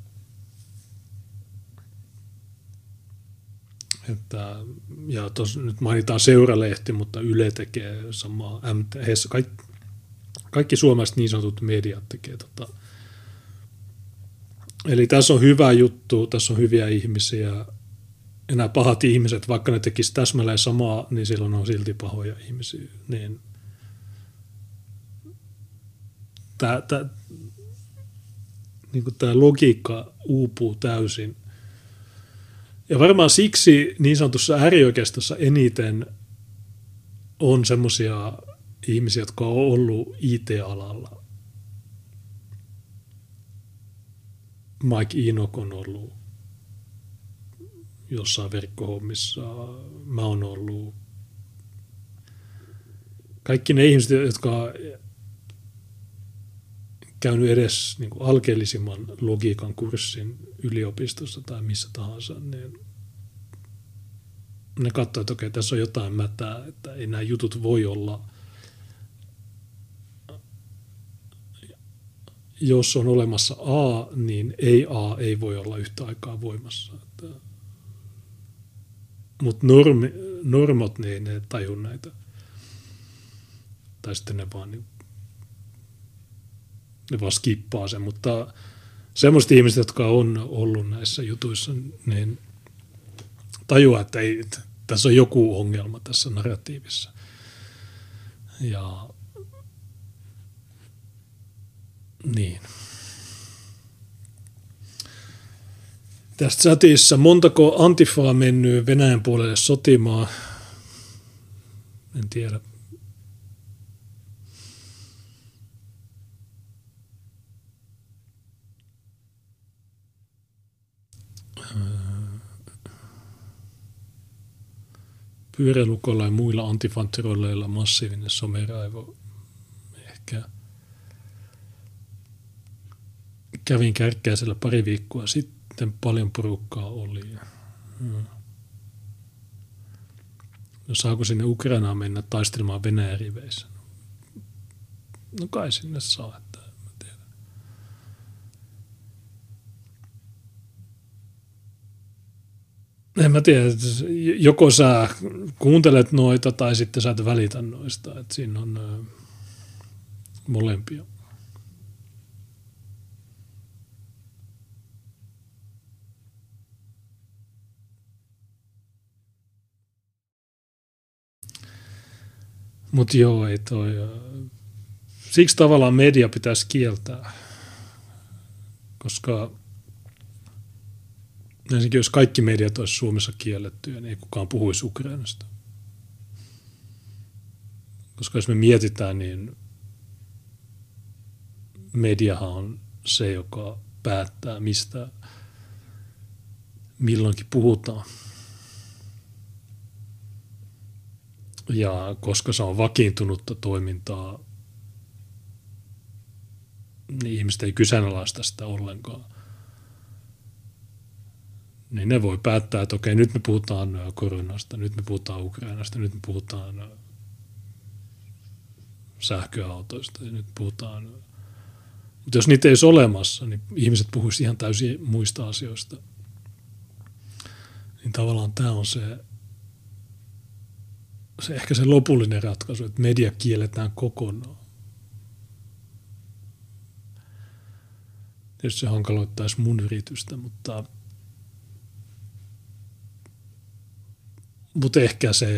ja nyt mainitaan Seuralehti, mutta Yle tekee samaa, kaikki suomalaiset niin sanotut mediat tekee Eli tässä on hyvä juttu, tässä on hyviä ihmisiä, ja nämä pahat ihmiset, vaikka ne tekisivät täsmälleen samaa, niin silloin on silti pahoja ihmisiä. Niin tämä logiikka uupuu täysin. Ja varmaan siksi niin sanotussa äärioikeistossa eniten on semmoisia ihmisiä, jotka on ollut IT-alalla. Mike Enoch on ollut jossain verkkohommissa. Mä oon ollut. Kaikki ne ihmiset, jotka on käynyt edes niin kuin alkeellisimman logiikan kurssin yliopistossa tai missä tahansa, niin ne katsoo, että okei, tässä on jotain mätää, että ei nämä jutut voi olla, jos on olemassa A, niin ei A ei voi olla yhtä aikaa voimassa. Mutta normot, niin ne taju näitä. Tai sitten ne vaan skippaa sen, mutta semmoiset ihmiset, jotka on ollut näissä jutuissa, niin tajuaa, että tässä on joku ongelma tässä narratiivissa. Ja niin. Tästä chatissa, montako Antifaa mennyt Venäjän puolelle sotimaan? En tiedä. Pyörälukolla ja muilla antifanterolleilla massiivinen someraivo. Ehkä kävin Kärkkäisellä pari viikkoa sitten, paljon porukkaa oli. No saako sinne Ukrainaan mennä taistelemaan Venäjän riveissä? No kai sinne saa, että mä tiedän. En mä tiedä, joko sä kuuntelet noita tai sitten sä et välitä noista, että siinä on molempia. Mutta joo, ei toi. Siksi tavallaan media pitäisi kieltää, koska ensinnäkin jos kaikki mediat olisi Suomessa kiellettyä, niin ei kukaan puhuisi Ukrainasta. Koska jos me mietitään, niin mediahan on se, joka päättää, mistä milloinkin puhutaan. Ja koska se on vakiintunutta toimintaa, niin ihmiset ei kyseenalaista sitä ollenkaan. Niin ne voi päättää, että okei, nyt me puhutaan koronasta, nyt me puhutaan Ukrainasta, nyt me puhutaan sähköautoista ja nyt puhutaan. Mutta jos niitä ei olisi olemassa, niin ihmiset puhuisivat ihan täysin muista asioista. niin tavallaan tämä on se ehkä se lopullinen ratkaisu, että media kielletään kokonaan. Tietysti se hankaloittaisi mun yritystä, mutta ehkä se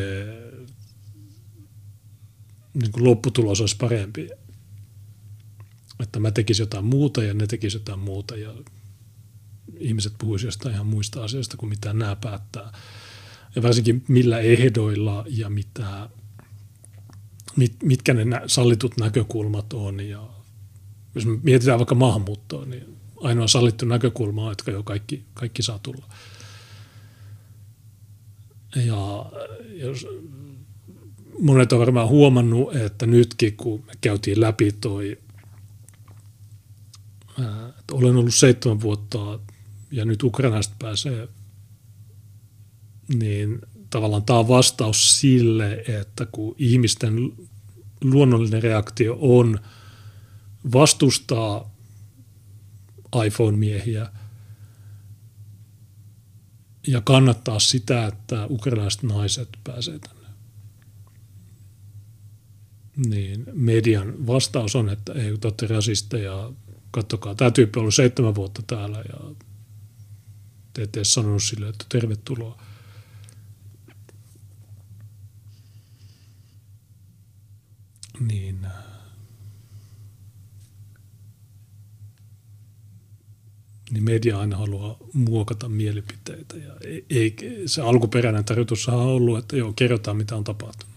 niin kuin lopputulos olisi parempi, että mä tekisin jotain muuta ja ne tekisivät jotain muuta ja ihmiset puhuisivat jostain ihan muista asioista kuin mitä nämä päättää. Ja varsinkin millä ehdoilla ja mitkä ne sallitut näkökulmat on. Ja jos me mietitään vaikka maahanmuuttoa, niin ainoa sallittu näkökulma on, että jo kaikki saa tulla. Ja jos monet on varmaan huomannut, että nytkin kun me käytiin läpi että olen ollut 7 vuotta ja nyt Ukrainasta pääsee, niin tavallaan tämä on vastaus sille, että kun ihmisten luonnollinen reaktio on vastustaa iPhone-miehiä ja kannattaa sitä, että ukrainalaiset naiset pääsee tänne, niin median vastaus on, että ei, te olette rasisteja, katsokaa, tämä tyyppi on ollut 7 vuotta täällä ja te ette edes sanonut sille, että tervetuloa. Niin media aina haluaa muokata mielipiteitä. Ja ei, se alkuperäinen tarkoitushan on ollut, että joo, kerrotaan mitä on tapahtunut.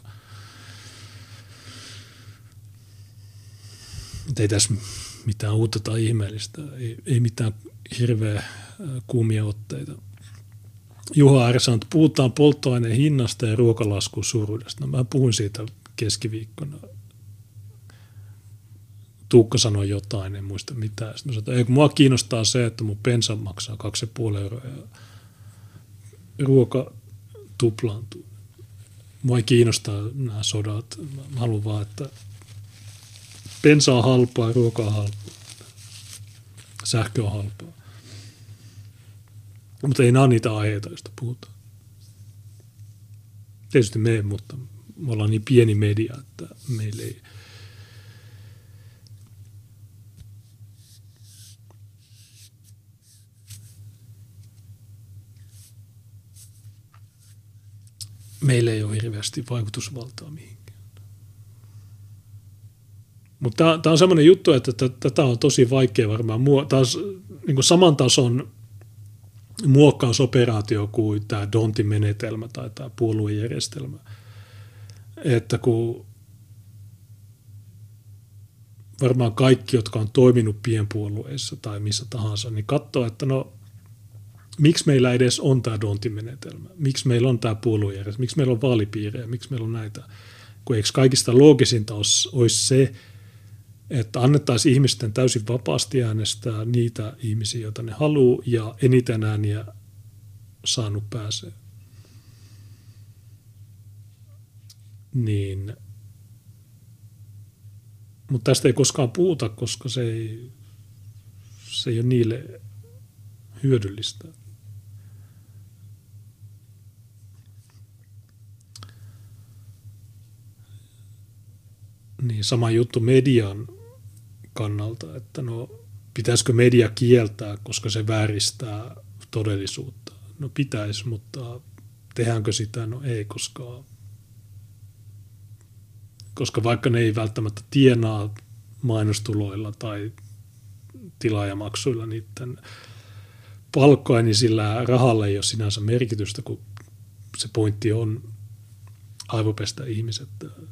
Mutta ei tässä mitään uutta tai ihmeellistä, ei mitään hirveä kuumia otteita. Juha Aari sanoi, että puhutaan polttoaineen hinnasta ja ruokalaskun suruudesta. No, mä puhuin siitä keskiviikkona. Tuukka sanoi jotain, en muista mitään. Sitten mä sanoin, että mua kiinnostaa se, että mun bensa maksaa 2,5 euroa ja ruoka tuplaantuu. Mua ei kiinnostaa nämä sodat. Mä haluan vaan, että bensa on halpaa, ruoka on halpaa, sähkö on halpaa. Mutta ei nämä ole niitä aiheita, joista puhutaan. Tietysti me, mutta me ollaan niin pieni media, että meillä ei. Meillä ei ole hirveästi vaikutusvaltaa mihinkään. Mutta tämä on semmoinen juttu, että tätä on tosi vaikea varmaan. Taas niin kuin saman tason muokkausoperaatio kuin tämä Dontin menetelmä tai tämä puoluejärjestelmä. Että kun varmaan kaikki, jotka on toiminut pienpuolueissa tai missä tahansa, niin katsoo, että no miksi meillä edes on tämä Dontin menetelmä? Miksi meillä on tämä puoluejärjestelmä? Miksi meillä on vaalipiirejä? Miksi meillä on näitä? Kun eikö kaikista loogisinta olisi se, että annettaisiin ihmisten täysin vapaasti äänestää niitä ihmisiä, joita ne haluaa, ja eniten ääniä saanut pääsee. Niin. Mutta tästä ei koskaan puhuta, koska se ei ole niille hyödyllistä. Niin sama juttu median kannalta, että no pitäisikö media kieltää, koska se vääristää todellisuutta. No pitäisi, mutta tehdäänkö sitä? No ei, koska vaikka ne ei välttämättä tienaa mainostuloilla tai tilaajamaksuilla niiden palkkoja, niin sillä rahalla ei ole sinänsä merkitystä, kun se pointti on aivopestä ihmiset.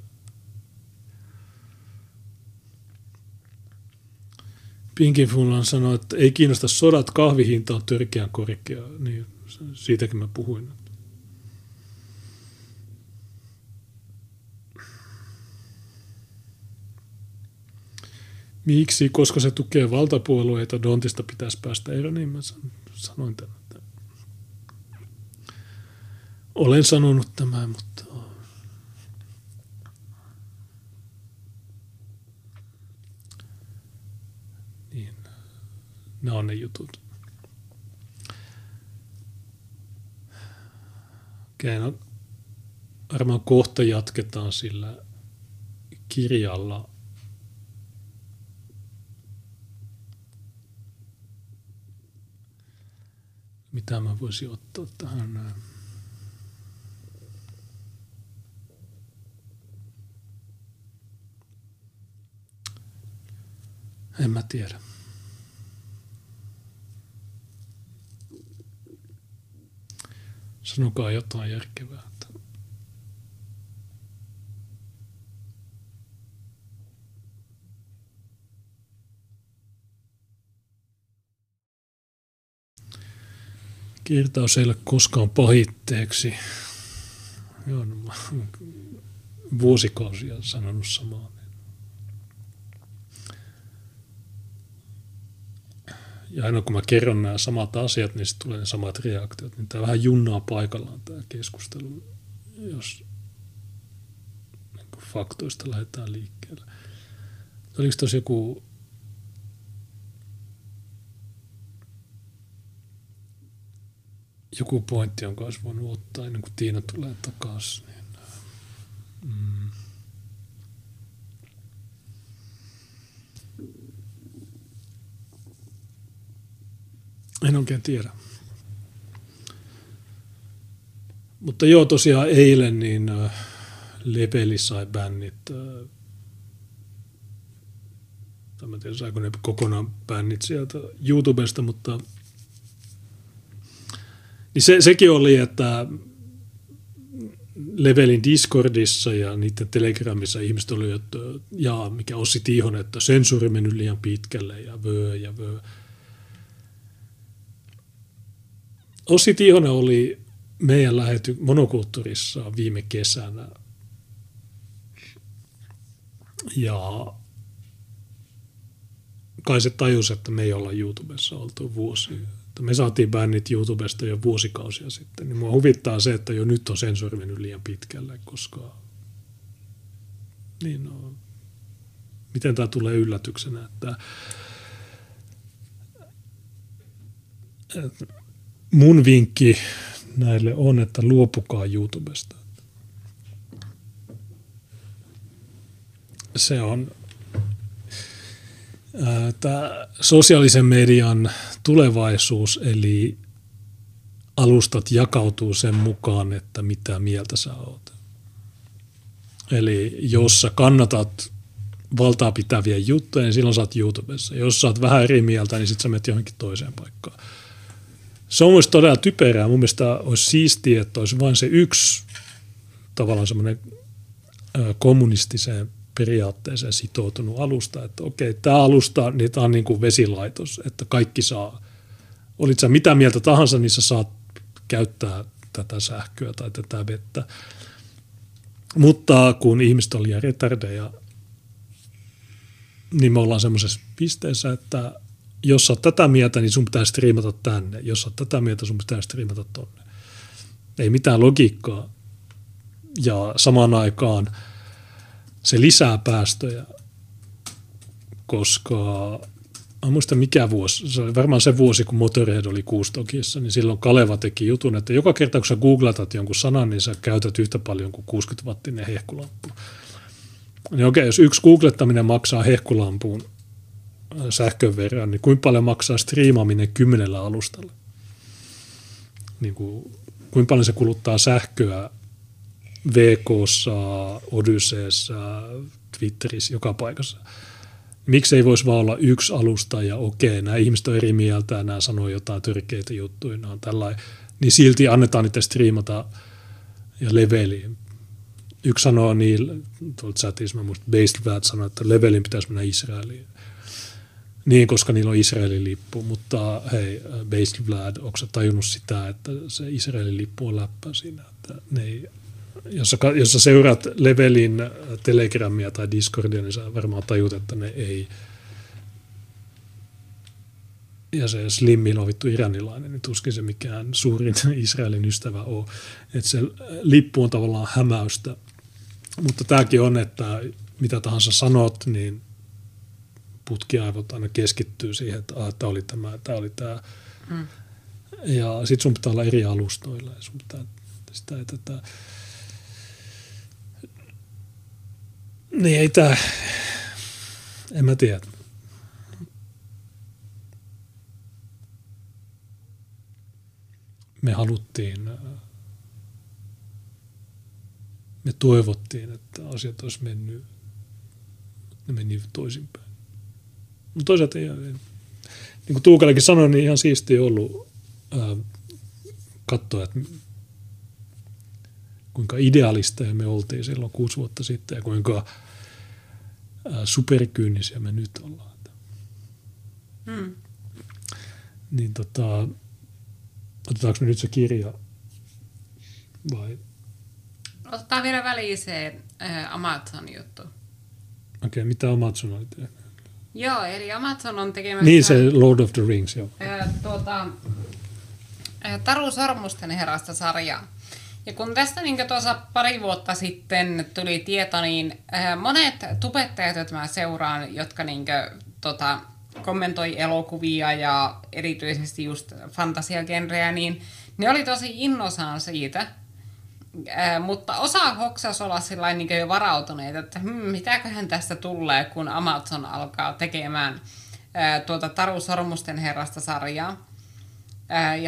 Pinkinfunlan sanoi, että ei kiinnosta sodat, kahvihinta on törkeän korkea. Niin siitäkin mä puhuin. Miksi? Koska se tukee valtapuolueita, Dontista pitäisi päästä eroon, niin mä sanoin tämän. Olen sanonut tämän, mutta niin, nämä on ne jutut. Okei, no varmaan kohta jatketaan sillä kirjalla. Mitä mä voisin ottaa tähän? En mä tiedä. Sanokaa jotain järkevää. Kertaus ei ole koskaan pahitteeksi. Joo, no, mä vuosikausia sanonut samaa. Ja aina kun mä kerron nämä samat asiat, niin sitten tulee ne samat reaktiot. Niin tämä vähän junnaa paikallaan tämä keskustelu, jos niin faktoista lähdetään liikkeelle. Oliko tuossa joku pointti, jonka olisi voinut ottaa ennen kuin Tiina tulee takaisin? En oikein tiedä. Mutta joo, tosiaan eilen niin Leveli sai bännit. En tiedä, saiko ne kokonaan bännit sieltä YouTubesta, mutta niin sekin oli, että Levelin Discordissa ja niiden Telegramissa ihmiset oli, että mikä Ossi Tiihonen, että sensuuri mennyt liian pitkälle ja vö. Ossi Tiihonen oli meidän monokulttuurissa viime kesänä ja kai se tajusi, että me ei olla YouTubessa oltu vuosia. Me saatiin bännit YouTubesta jo vuosikausia sitten. Niin mua huvittaa se, että jo nyt on sensuuri mennyt liian pitkälle, koska niin no, miten tämä tulee yllätyksenä, että mun vinkki näille on, että luopukaa YouTubesta. Se on tämä sosiaalisen median tulevaisuus, eli alustat jakautuu sen mukaan, että mitä mieltä sä oot. Eli jos sä kannatat valtaa pitäviä juttuja, niin silloin sä oot YouTubessa. Jos sä oot vähän eri mieltä, niin sit sä menet johonkin toiseen paikkaan. Se on mun mielestä todella typerää. Mun mielestä olisi siistiä, että olisi vain se yksi tavallaan semmoinen kommunistiseen periaatteeseen sitoutunut alusta, että okei, tämä alusta, niin tämä on niin kuin vesilaitos, että kaikki saa, olit sä mitä mieltä tahansa, niin sä saat käyttää tätä sähköä tai tätä vettä. Mutta kun ihmiset on liian retardeja, niin me ollaan semmoisessa pisteessä, että jos sä oot tätä mieltä, niin sun pitää striimata tänne. Jos sä oot tätä mieltä, sun pitää striimata tonne. Ei mitään logiikkaa. Ja samaan aikaan se lisää päästöjä, koska mä muistan mikä vuosi, se oli varmaan se vuosi, kun Motorhead oli Kuustokissa, niin silloin Kaleva teki jutun, että joka kerta kun sä googlatat jonkun sanan, niin sä käytät yhtä paljon kuin 60-wattinen hehkulamppu. Niin okei, jos yksi googlettaminen maksaa hehkulampuun sähkön verran, niin kuinka paljon maksaa striimaaminen 10 alustalla? Niin kuinka paljon se kuluttaa sähköä VK:ssa, Odysseessa, Twitterissä, joka paikassa. Miksi ei voisi vaan olla yksi alusta ja okei, nämä ihmiset on eri mieltä ja nämä sanoo jotain törkeitä juttuja, nämä on tällainen, niin silti annetaan niitä striimata ja Leveliin. Yksi sanoo niin, tuolta chatissa, mä muistan, Based Vlad sanoi, että Levelin pitäisi mennä Israeliin. Niin, koska niillä on Israelin lippu, mutta hei, Based Vlad, onko sä tajunnut sitä, että se Israelin lippu on läppä siinä, että ne ei. Jos sä seuraat Levelin Telegramia tai Discordia, niin sä varmaan tajut, että ne ei. Ja se Slimmillä on vittu iranilainen, niin tuskin se mikään suurin Israelin ystävä on. Että se lippu on tavallaan hämäystä. Mutta tämäkin on, että mitä tahansa sanot, niin putkiaivot aina keskittyy siihen, että tämä oli tämä. Ja sit sun pitää olla eri alustoilla ja sun pitää Sitä ei niin ei tää, en mä tiedä. Me toivottiin, että asiat olisi mennyt, ne meni toisinpäin. Mutta toisaalta niin kuin Tuukalakin sanoi, niin ihan siistiä ollut katsoa, että kuinka idealisteja me oltiin silloin 6 vuotta sitten ja kuinka superkyynisiä me nyt ollaan. Niin otetaanko me nyt se kirja vai? Otetaan vielä väliin se Amazon-juttu. Okei, mitä Amazon oli tehnyt? Joo, eli Amazon on tekemässä... Niin se Lord of the Rings, joo. Taru Sormusten herrasta -sarjaa. Ja kun tästä niin tuossa pari vuotta sitten tuli tieto, niin monet tubettajat, joita mä seuraan, jotka niin kommentoi elokuvia ja erityisesti just fantasiagenreä, niin ne oli tosi innosaan siitä. Mutta osa hoksas olla sillain niin jo varautuneita, että mitäköhän tästä tulee, kun Amazon alkaa tekemään Taru Sormusten herrasta -sarjaa. Ja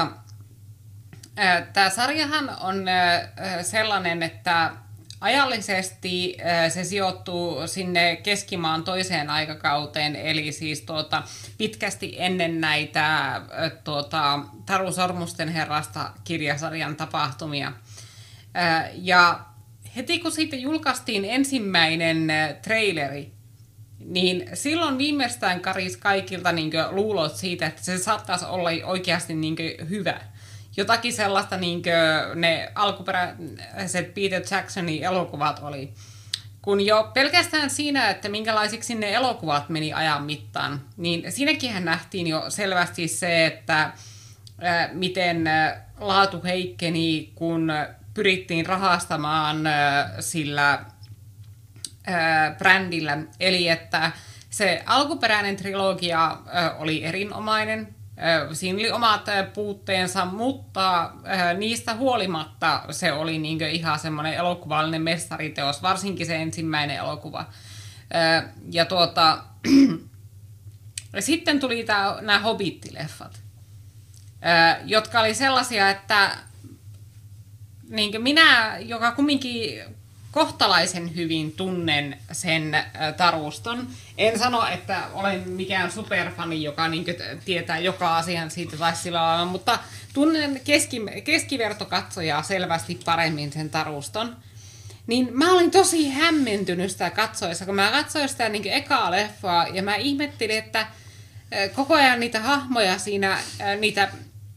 tämä sarjahan on sellainen, että ajallisesti se sijoittuu sinne Keskimaan toiseen aikakauteen, eli siis pitkästi ennen näitä Taru Sormusten herrasta -kirjasarjan tapahtumia. Ja heti kun siitä julkaistiin ensimmäinen traileri, niin silloin viimeistään karis kaikilta luulot siitä, että se saattaisi olla oikeasti hyvä. Jotakin sellaista ne alkuperäiset Peter Jacksonin elokuvat oli. Kun jo pelkästään siinä, että minkälaisiksi ne elokuvat meni ajan mittaan, niin siinäkin nähtiin jo selvästi se, että miten laatu heikkeni, kun pyrittiin rahastamaan sillä brändillä. Eli että se alkuperäinen trilogia oli erinomainen. Siinä oli omat puutteensa, mutta niistä huolimatta se oli ihan semmoinen elokuvallinen mestariteos, varsinkin se ensimmäinen elokuva. Ja sitten tuli nämä Hobbit-leffat, jotka oli sellaisia, että minä, joka kumminkin kohtalaisen hyvin tunnen sen taruston. En sano, että olen mikään superfani, joka tietää joka asian siitä tai sillä lailla, mutta tunnen keskivertokatsojaa selvästi paremmin sen taruston. Niin mä olin tosi hämmentynyt sitä katsoessa, kun mä katsoin sitä ekaa leffaa ja mä ihmettelin, että koko ajan niitä hahmoja siinä, niitä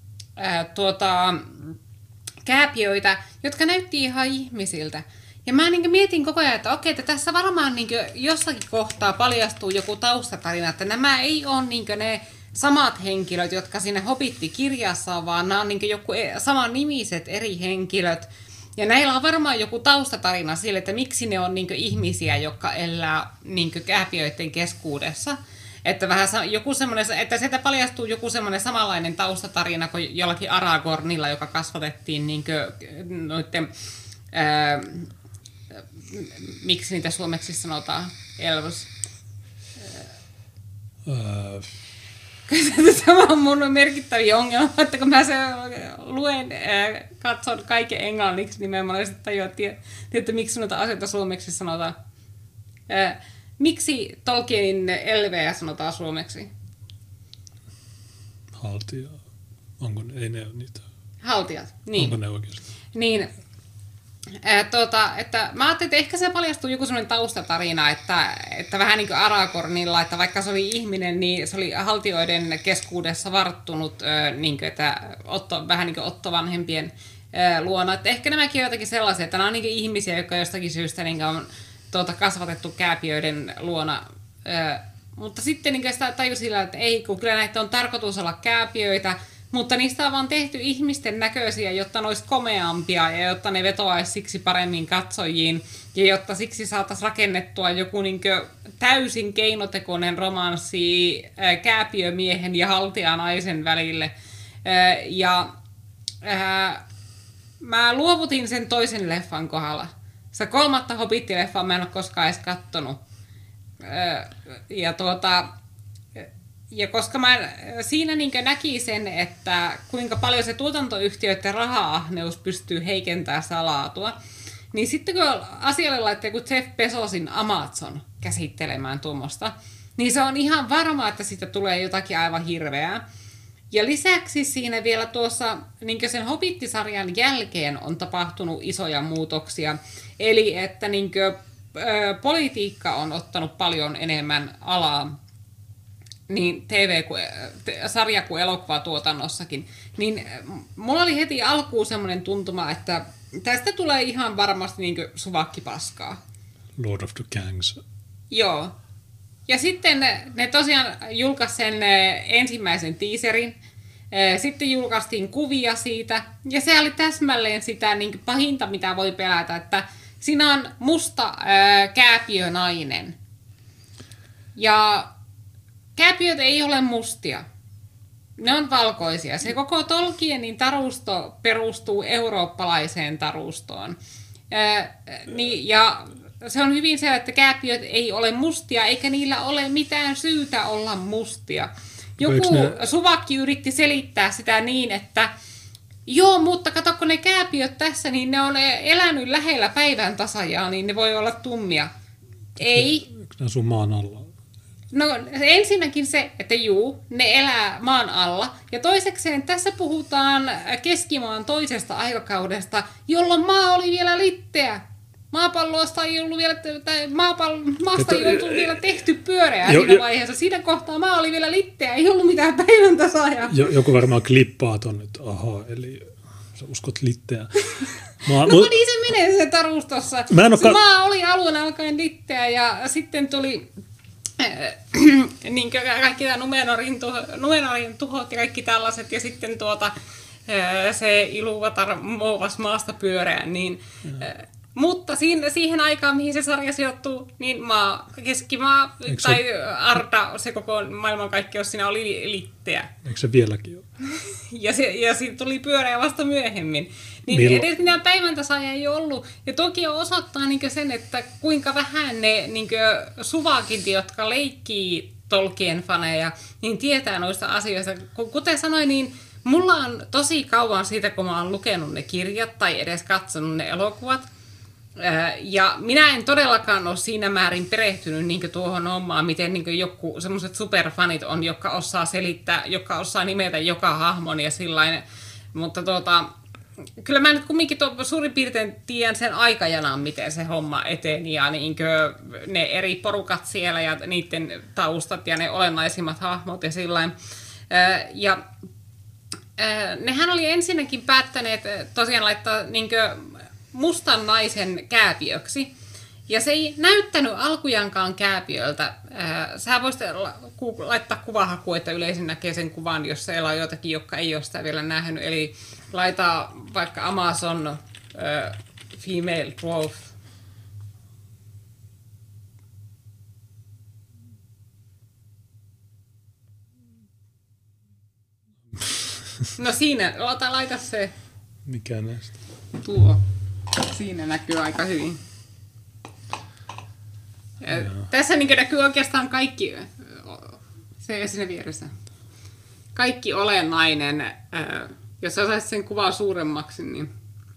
kääpiöitä, jotka näytti ihan ihmisiltä. Ja mä mietin koko ajan, että okei, että tässä varmaan jossakin kohtaa paljastuu joku taustatarina, että nämä ei ole ne samat henkilöt, jotka siinä Hobbit-kirjassa on, vaan nämä on joku saman nimiset eri henkilöt. Ja näillä on varmaan joku taustatarina sille, että miksi ne on ihmisiä, jotka elää kääpiöiden keskuudessa. Että vähän joku semmoinen, että sieltä paljastuu joku semmoinen samanlainen taustatarina kuin jollakin Aragornilla, joka kasvatettiin noitten... miksi niitä suomeksi sanotaan? Elves. Tämä on mun merkittäviä ongelma, että kun mä katson kaiken englanniksi, niin mä en monesti tajua, että miksi noita asioita suomeksi sanotaan. Miksi Tolkienin elvejä sanotaan suomeksi? Haltija. Onko ne? Ei ne ole niitä. Haltijat, niin. Onko ne oikeasti? Niin. Että mä ajattelin, että ehkä se paljastuu joku sellainen taustatarina, että vähän niin kuin Aragornilla, että vaikka se oli ihminen, niin se oli haltioiden keskuudessa varttunut, että vähän niin kuin Otto-vanhempien luona. Että ehkä nämäkin on jotakin sellaisia, että nämä on ihmisiä, jotka jostakin syystä on kasvatettu kääpiöiden luona. Mutta sitten sitä tajusilla, että ei, kun kyllä näitä on tarkoitus olla kääpiöitä, mutta niistä on vaan tehty ihmisten näköisiä, jotta ne olisi komeampia ja jotta ne vetoaisi siksi paremmin katsojiin ja jotta siksi saataisiin rakennettua joku täysin keinotekoinen romanssi kääpiömiehen ja haltijanaisen välille. mä luovutin sen toisen leffan kohdalla. Se 3. Hobbit-leffaa mä en ole koskaan edes kattonut. Ja koska mä siinä näki sen, että kuinka paljon se tuotantoyhtiöiden raha-ahneus pystyy heikentämään sitä laatua, niin sitten kun asialle laittaa kun Jeff Bezosin Amazon käsittelemään tuommoista, niin se on ihan varma, että siitä tulee jotakin aivan hirveää. Ja lisäksi siinä vielä tuossa sen Hobbit-sarjan jälkeen on tapahtunut isoja muutoksia. Eli että politiikka on ottanut paljon enemmän alaa niin sarja- kuin elokuvatuotannossakin. Niin mulla oli heti alkuun semmoinen tuntuma, että tästä tulee ihan varmasti suvakkipaskaa. Lord of the Gangs. Joo. Ja sitten ne tosiaan julkaisi sen ensimmäisen teaserin. Sitten julkaistiin kuvia siitä. Ja se oli täsmälleen sitä pahinta, mitä voi pelätä, että siinä on musta kääpiönainen. Ja kääpiöt ei ole mustia. Ne on valkoisia. Se koko Tolkienin tarusto perustuu eurooppalaiseen tarustoon. Ja se on hyvin se, että kääpiöt ei ole mustia, eikä niillä ole mitään syytä olla mustia. Joku suvakki yritti selittää sitä niin, että joo, mutta kato, kun ne kääpiöt tässä, niin ne on elänyt lähellä päivän tasajaa, niin ne voi olla tummia. Ei. Eikö ne asu maan alla? No ensinnäkin se, että ne elää maan alla. Ja toisekseen tässä puhutaan keskimaan toisesta aikakaudesta, jolloin maa oli vielä litteä. Maapallosta ei ollut vielä, maasta ei ollut vielä tehty pyöreää siinä vaiheessa. Siinä kohtaa maa oli vielä litteä, ei ollut mitään päivän tasaajaa. Joku varmaan klippaa ton nyt, aha, eli sä uskot litteä. No niin se menee se tarustossa. Maa oli alun alkaen litteä ja sitten tuli kaikki tämä Numenorin tuhot ja kaikki tällaiset ja sitten se Ilúvatar muovasi maasta pyöreän, niin mutta siihen aikaan, mihin se sarja sijoittuu, niin keskimaa tai Arda, se koko maailmankaikkeus siinä oli litteä. Eikö se vieläkin ole? Ja siitä tuli pyöreä vasta myöhemmin. Niin edes mitään päivän tasaajaa ei ollut. Ja toki osoittaa sen, että kuinka vähän ne suvakit, jotka leikkii Tolkien-faneja, niin tietää noista asioista. Kuten sanoin, niin mulla on tosi kauan siitä, kun mä oon lukenut ne kirjat tai edes katsonut ne elokuvat. Ja minä en todellakaan ole siinä määrin perehtynyt tuohon hommaan, miten joku semmoiset superfanit on, jotka osaa selittää, jotka osaa nimetä joka hahmon ja sillain. Mutta kyllä mä nyt kumminkin suurin piirtein tiedän sen aikajanan, miten se homma eteni ja ne eri porukat siellä ja niiden taustat ja ne olennaisimmat hahmot ja sillain. Ja nehän oli ensinnäkin päättäneet tosiaan laittaa mustan naisen kääpiöksi. Ja se ei näyttänyt alkujankaan kääpiöltä. Sä voisit laittaa kuvahakuun, että yleisin näkee sen kuvan, jos siellä on jotakin, jotka ei ole sitä vielä nähnyt. Eli laita vaikka Amazon female dwarf. No siinä, laita se. Mikä näistä? Tuo. Siinä näkyy aika hyvin. Tässä näkyy oikeastaan kaikki, se siinä vieressä. Kaikki olennainen, jos sä saisit sen kuvaa suuremmaksi, niin...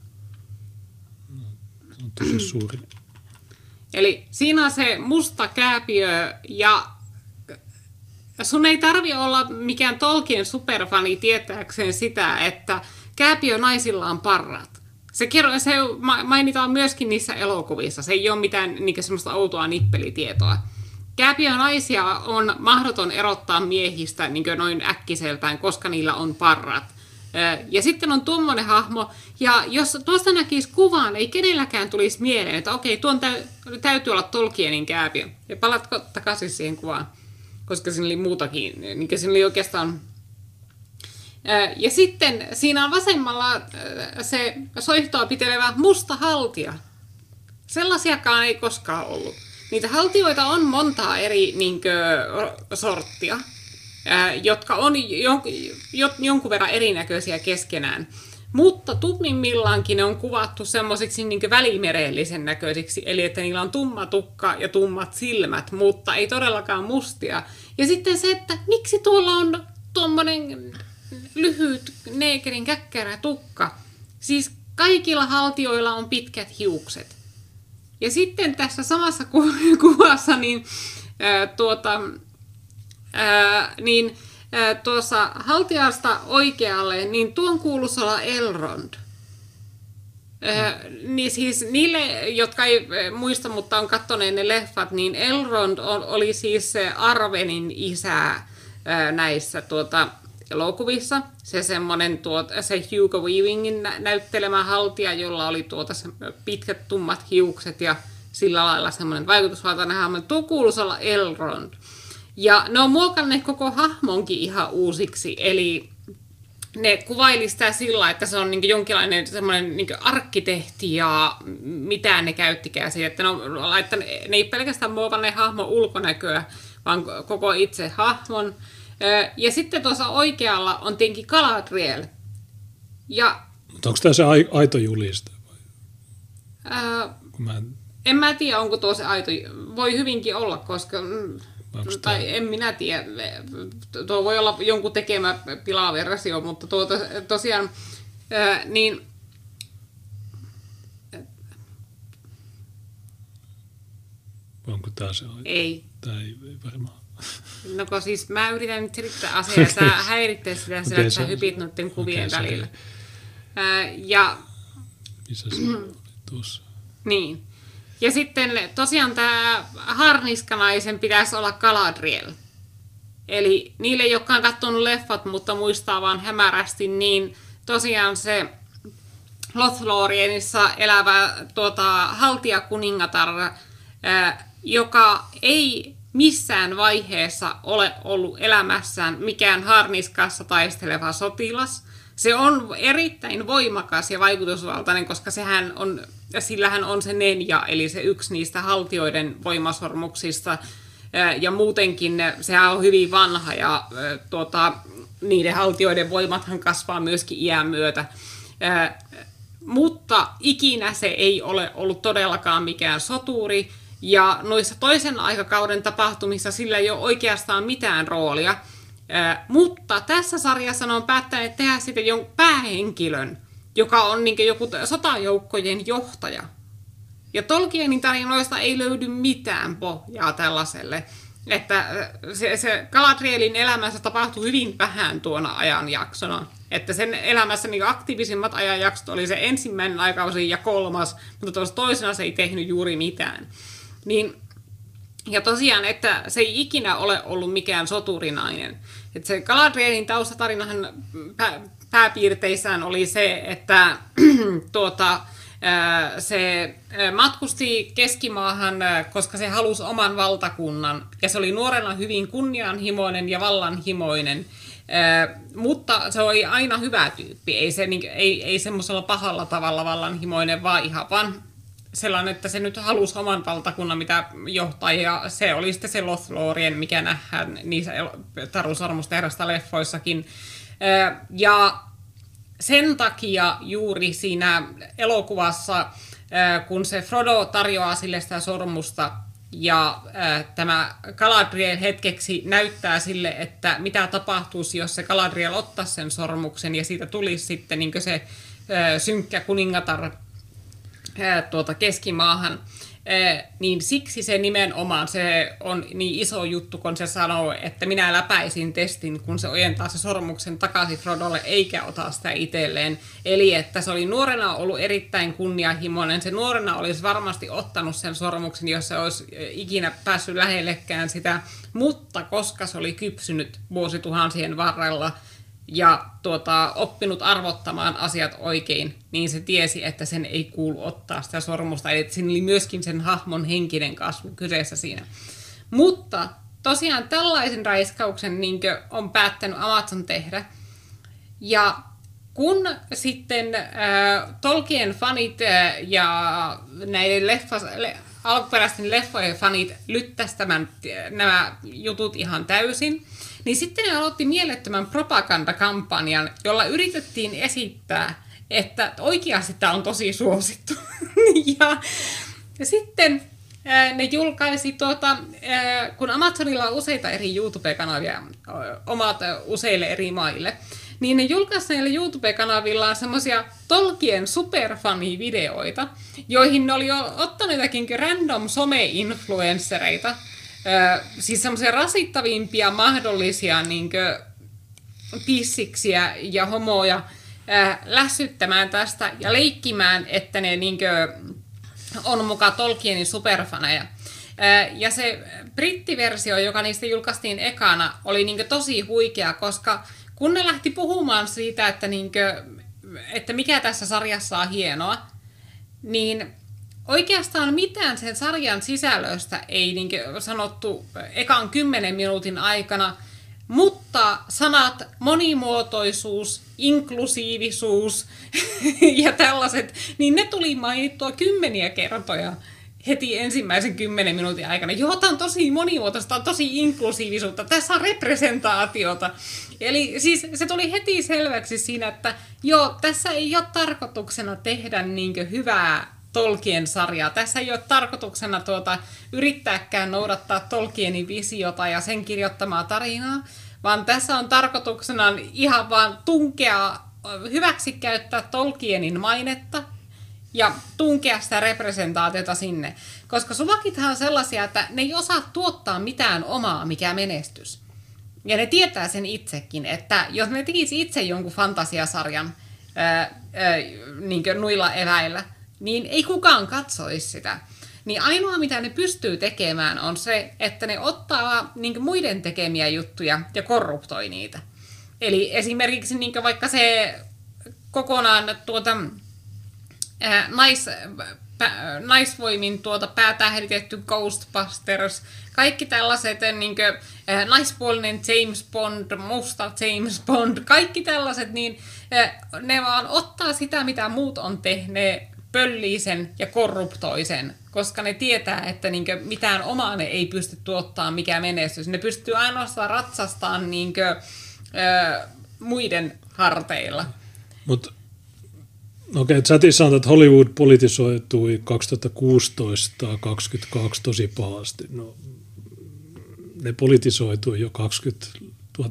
Se on tosi suuri. Eli siinä on se musta kääpiö ja sun ei tarvi olla mikään Tolkien superfani tietääkseen sitä, että kääpiö naisilla on parrat. Se mainitaan myöskin niissä elokuvissa. Se ei ole mitään semmoista outoa nippelitietoa. Kääpiönaisia on mahdoton erottaa miehistä noin äkkiseltään, koska niillä on parrat. Ja sitten on tuommoinen hahmo, ja jos tuosta näkisi kuvan, ei kenelläkään tulisi mieleen, että okei, tuon täytyy olla Tolkienin kääpiö. Ja palatko takaisin siihen kuvaan, koska siinä oli muutakin, siinä oli oikeastaan... Ja sitten siinä on vasemmalla se soihtoa pitelevä musta haltija. Sellaisiakaan ei koskaan ollut. Niitä haltioita on montaa eri sorttia, jotka on jonkun verran erinäköisiä keskenään. Mutta tummimmillaankin ne on kuvattu semmoisiksi niin välimerellisen näköisiksi, eli että niillä on tumma tukka ja tummat silmät, mutta ei todellakaan mustia. Ja sitten se, että miksi tuolla on tuommoinen lyhyt neekerin käkkärä tukka. Siis kaikilla haltioilla on pitkät hiukset. Ja sitten tässä samassa kuvassa tuossa haltiasta oikealle, niin tuon kuuluisi olla Elrond. Niin siis niille, jotka ei muista, mutta on kattoneet ne leffat, niin Elrond oli siis se Arwenin isä näissä elokuvissa. Se semmoinen se Hugo Weavingin näyttelemä haltija, jolla oli se pitkät tummat hiukset ja sillä lailla semmoinen vaikutusvaltainen hahmo. Tuo kuuluisi olla Elrond. Ja ne on muokanneet koko hahmonkin ihan uusiksi, eli ne kuvaili sitä sillä, että se on niin jonkinlainen semmoinen niin arkkitehti ja mitä ne käyttikään siitä, että ne ei pelkästään muokanneet hahmon ulkonäköä, vaan koko itse hahmon. Ja sitten tuossa oikealla on tietenkin Galadriel. Mutta onko tämä se aito juliste? En mä tiedä, onko tuo se aito. Voi hyvinkin olla, koska... Tai en minä tiedä. Tuo voi olla jonkun tekemä pilaversio, mutta tosiaan niin... Onko tämä se aito? Ei. Tämä ei varmaan. No kun siis mä yritän nyt selittää asiaa, sä häiritsee sitä, että sä hypit noiden kuvien välillä. Ja... Missä se oli tuossa? Niin. Ja sitten tosiaan tämä harniskanaisen pitäisi olla Galadriel. Eli niille, jotka on katsonut leffat, mutta muistaa vaan hämärästi, niin tosiaan se Lothlorienissa elävä haltijakuningatar, joka ei missään vaiheessa ole ollut elämässään mikään harniskassa taisteleva sotilas. Se on erittäin voimakas ja vaikutusvaltainen, koska sillähän on se Nenja, eli se yksi niistä haltioiden voimasormuksista. Ja muutenkin sehän on hyvin vanha ja niiden haltioiden voimathan kasvaa myöskin iän myötä. Mutta ikinä se ei ole ollut todellakaan mikään soturi. Ja noissa toisen aikakauden tapahtumissa sillä ei ole oikeastaan mitään roolia. Mutta tässä sarjassa ne on päättäneet tehdä sitten jonkun päähenkilön, joka on niin joku sotajoukkojen johtaja. Ja Tolkienin tarinoista ei löydy mitään pohjaa tällaiselle. Että se Galadrielin elämässä tapahtui hyvin vähän tuona ajanjaksona. Että sen elämässä niin aktiivisimmat ajanjaksot oli se ensimmäinen aikausi ja 3, mutta tuossa toisena se ei tehnyt juuri mitään. Ja tosiaan, että se ei ikinä ole ollut mikään soturinainen. Että se Galadrielin taustatarinahan pääpiirteissään oli se, että se matkusti Keskimaahan, koska se halusi oman valtakunnan. Ja se oli nuorena hyvin kunnianhimoinen ja vallanhimoinen. Mutta se oli aina hyvä tyyppi. Ei semmoisella pahalla tavalla vallanhimoinen, vaan sellainen, että se nyt halusi oman valtakunnan, mitä johtaa, ja se oli sitten se Lothlorien, mikä nähdään niissä Taru Sormusten herrasta leffoissakin. Ja sen takia juuri siinä elokuvassa, kun se Frodo tarjoaa sille sitä sormusta, ja tämä Galadriel hetkeksi näyttää sille, että mitä tapahtuisi, jos se Galadriel ottaisi sen sormuksen, ja siitä tulisi sitten niin se synkkä kuningatar Keskimaahan, niin siksi se nimenomaan se on niin iso juttu, kun se sanoo, että minä läpäisin testin, kun se ojentaa se sormuksen takaisin Frodolle, eikä ota sitä itselleen. Eli että se oli nuorena ollut erittäin kunnianhimoinen. Se nuorena olisi varmasti ottanut sen sormuksen, jos se olisi ikinä päässyt lähellekään sitä, mutta koska se oli kypsynyt vuosituhansien varrella, ja oppinut arvottamaan asiat oikein, niin se tiesi, että sen ei kuulu ottaa sitä sormusta. Eli siinä oli myöskin sen hahmon henkinen kasvu kyseessä siinä. Mutta tosiaan tällaisen raiskauksen niin on päättänyt Amazon tehdä. Ja kun sitten Tolkien fanit ja näiden alkuperäisten leffojen fanit lyttäsivät nämä jutut ihan täysin, niin sitten ne aloitti mielettömän propagandakampanjan, jolla yritettiin esittää, että oikeasti tämä on tosi suosittu. ja sitten ne julkaisi, kun Amazonilla on useita eri YouTube-kanavia, omat useille eri maille, niin ne julkaisi näillä YouTube-kanavillaan semmoisia Tolkien superfani-videoita, joihin ne oli ottanut jotakin random some-influenssereita, siis semmoisia rasittavimpia mahdollisia pissiksiä ja homoja lässyttämään tästä ja leikkimään, että ne on mukaan Tolkienin superfaneja. Ja se brittiversio, joka niistä julkaistiin ekana, oli tosi huikea, koska kun ne lähti puhumaan siitä, että mikä tässä sarjassa on hienoa, niin oikeastaan mitään sen sarjan sisällöstä ei sanottu ekan 10 minuutin aikana, mutta sanat monimuotoisuus, inklusiivisuus ja tällaiset, niin ne tuli mainittua 10 kertoja heti ensimmäisen 10 minuutin aikana. Joo, tämä on tosi monimuotoista, tämä on tosi inklusiivisuutta, tässä on representaatiota. Eli siis se tuli heti selväksi siinä, että joo, tässä ei ole tarkoituksena tehdä hyvää Tolkien-sarjaa. Tässä ei ole tarkoituksena yrittääkään noudattaa Tolkienin visiota ja sen kirjoittamaa tarinaa, vaan tässä on tarkoituksena ihan vaan hyväksikäyttää Tolkienin mainetta ja tunkea sitä representaatiota sinne. Koska suvakithan on sellaisia, että ne ei osaa tuottaa mitään omaa, mikä menestys. Ja ne tietää sen itsekin, että jos ne tekisi itse jonkun fantasiasarjan nuilla eväillä, niin ei kukaan katsoisi sitä. Niin ainoa, mitä ne pystyy tekemään, on se, että ne ottaa muiden tekemiä juttuja ja korruptoi niitä. Eli esimerkiksi vaikka se kokonaan naisvoimin päätähditetty Ghostbusters, kaikki tällaiset naispuolinen James Bond, musta James Bond, kaikki tällaiset, niin ne vaan ottaa sitä, mitä muut on tehneet, pöllii sen ja korruptoi sen, koska ne tietää, että mitään omaa ne ei pysty tuottaa, mikä menestys. Ne pystyy ainoastaan ratsastamaan muiden harteilla. Mutta chatissa sanotaan, että Hollywood politisoitui 2016-2022 tosi pahasti. No, ne politisoitui jo 1920-30,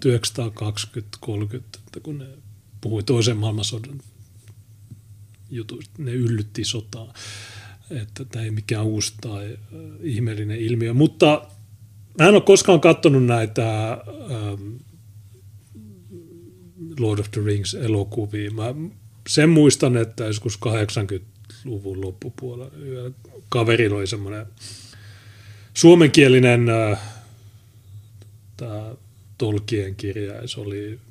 kun ne puhui toisen maailmansodan jutuista. Ne yllytti sotaa, että tämä ei mikään uusi tai ihmeellinen ilmiö. Mutta mä en ole koskaan katsonut näitä Lord of the Rings-elokuvia. Mä sen muistan, että joskus 80-luvun loppupuolella kaverilla oli semmoinen suomenkielinen Tolkien kirja, ja se oli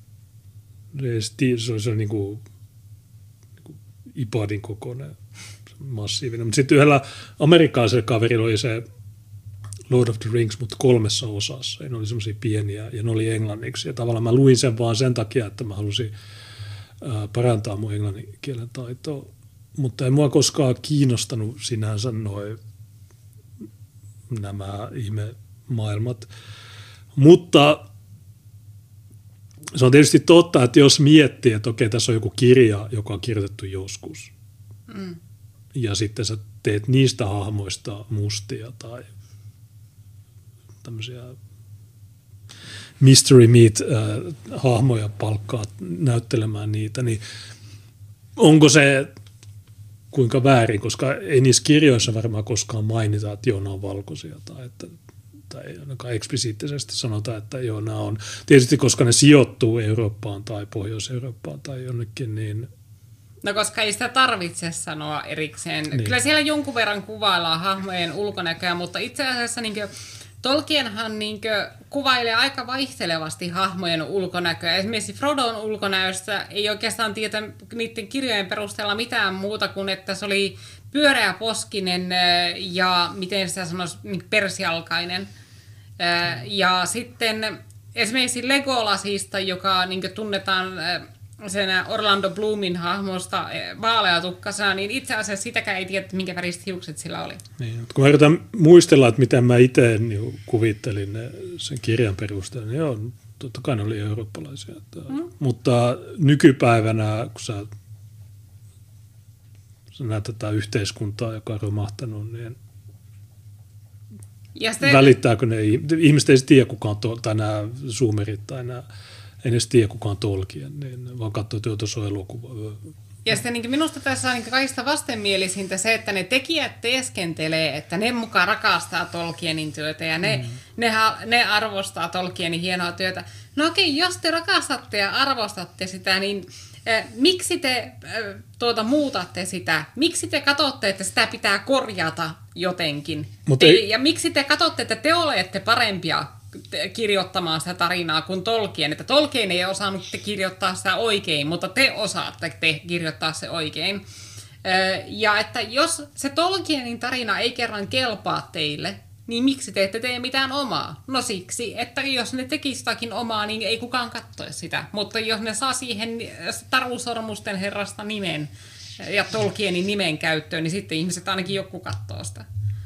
niin kuin iPadin kokoinen, massiivinen. Mutta sitten yhdellä amerikkalaisella kaverilla oli se Lord of the Rings, mutta 3 osassa. Ja ne oli semmoisia pieniä, ja ne oli englanniksi. Ja tavallaan mä luin sen vaan sen takia, että mä halusin parantaa mun englannin kielen taitoa. Mutta ei mua koskaan kiinnostanut sinänsä nämä ihmemaailmat. Mutta se on tietysti totta, että jos miettii, että okei, tässä on joku kirja, joka on kirjoitettu joskus, ja sitten sä teet niistä hahmoista mustia tai tämmöisiä mystery meat-hahmoja palkkaat näyttelemään niitä, niin onko se kuinka väärin, koska ei niissä kirjoissa varmaan koskaan mainita, että joo, nämä on valkoisia tai ainakaan eksplisiittisesti sanotaan, että joo, nämä on. Tietysti koska ne sijoittuu Eurooppaan tai Pohjois-Eurooppaan tai jonnekin, niin no koska ei sitä tarvitse sanoa erikseen. Niin. Kyllä siellä jonkun verran kuvaillaan hahmojen ulkonäköä, mutta itse asiassa Tolkienhan kuvailee aika vaihtelevasti hahmojen ulkonäköä. Esimerkiksi Frodon ulkonäöstä ei oikeastaan tiedä niiden kirjojen perusteella mitään muuta kuin, että se oli pyöreäposkinen ja miten sitä sanoisi, persialkainen. Ja sitten esimerkiksi Legolasista, joka tunnetaan sen Orlando Bloomin hahmosta vaaleatukkasena, niin itse asiassa sitäkään ei tiedä, minkä väriset hiukset sillä oli. Niin, kun mä yritän muistella, että miten mä itse kuvittelin sen kirjan perusteella, niin joo, totta kai ne oli eurooppalaisia. Mutta nykypäivänä, kun sä sä näet tätä yhteiskuntaa, joka on romahtanut, niin Ja välittääkö ne ihmiset ei tiedä kukaan, tai nämä zoomerit tai nämä ei edes tiedä kukaan Tolkien, niin vaan katsoo, että tuossa on elokuva. Ja sitten niin minusta tässä on niin kaikista vastenmielisintä se, että ne tekijät teeskentelee, että ne mukaan rakastaa Tolkienin työtä ja ne arvostaa Tolkienin hienoa työtä. No okei, jos te rakastatte ja arvostatte sitä, niin miksi te muutatte sitä? Miksi te katsotte, että sitä pitää korjata jotenkin? Ja miksi te katsotte, että te olette parempia kirjoittamaan sitä tarinaa kuin Tolkien, että Tolkien ei osannut kirjoittaa sitä oikein, mutta te osaatte kirjoittaa se oikein. Ja että jos se Tolkienin tarina ei kerran kelpaa teille, niin miksi te ette tee mitään omaa? No siksi, että jos ne tekisi jotakin omaa, niin ei kukaan katsoisi sitä. Mutta jos ne saa siihen Taru Sormusten herrasta nimen ja Tolkienin nimen käyttöön, niin sitten ihmiset ainakin joku katsoo sitä.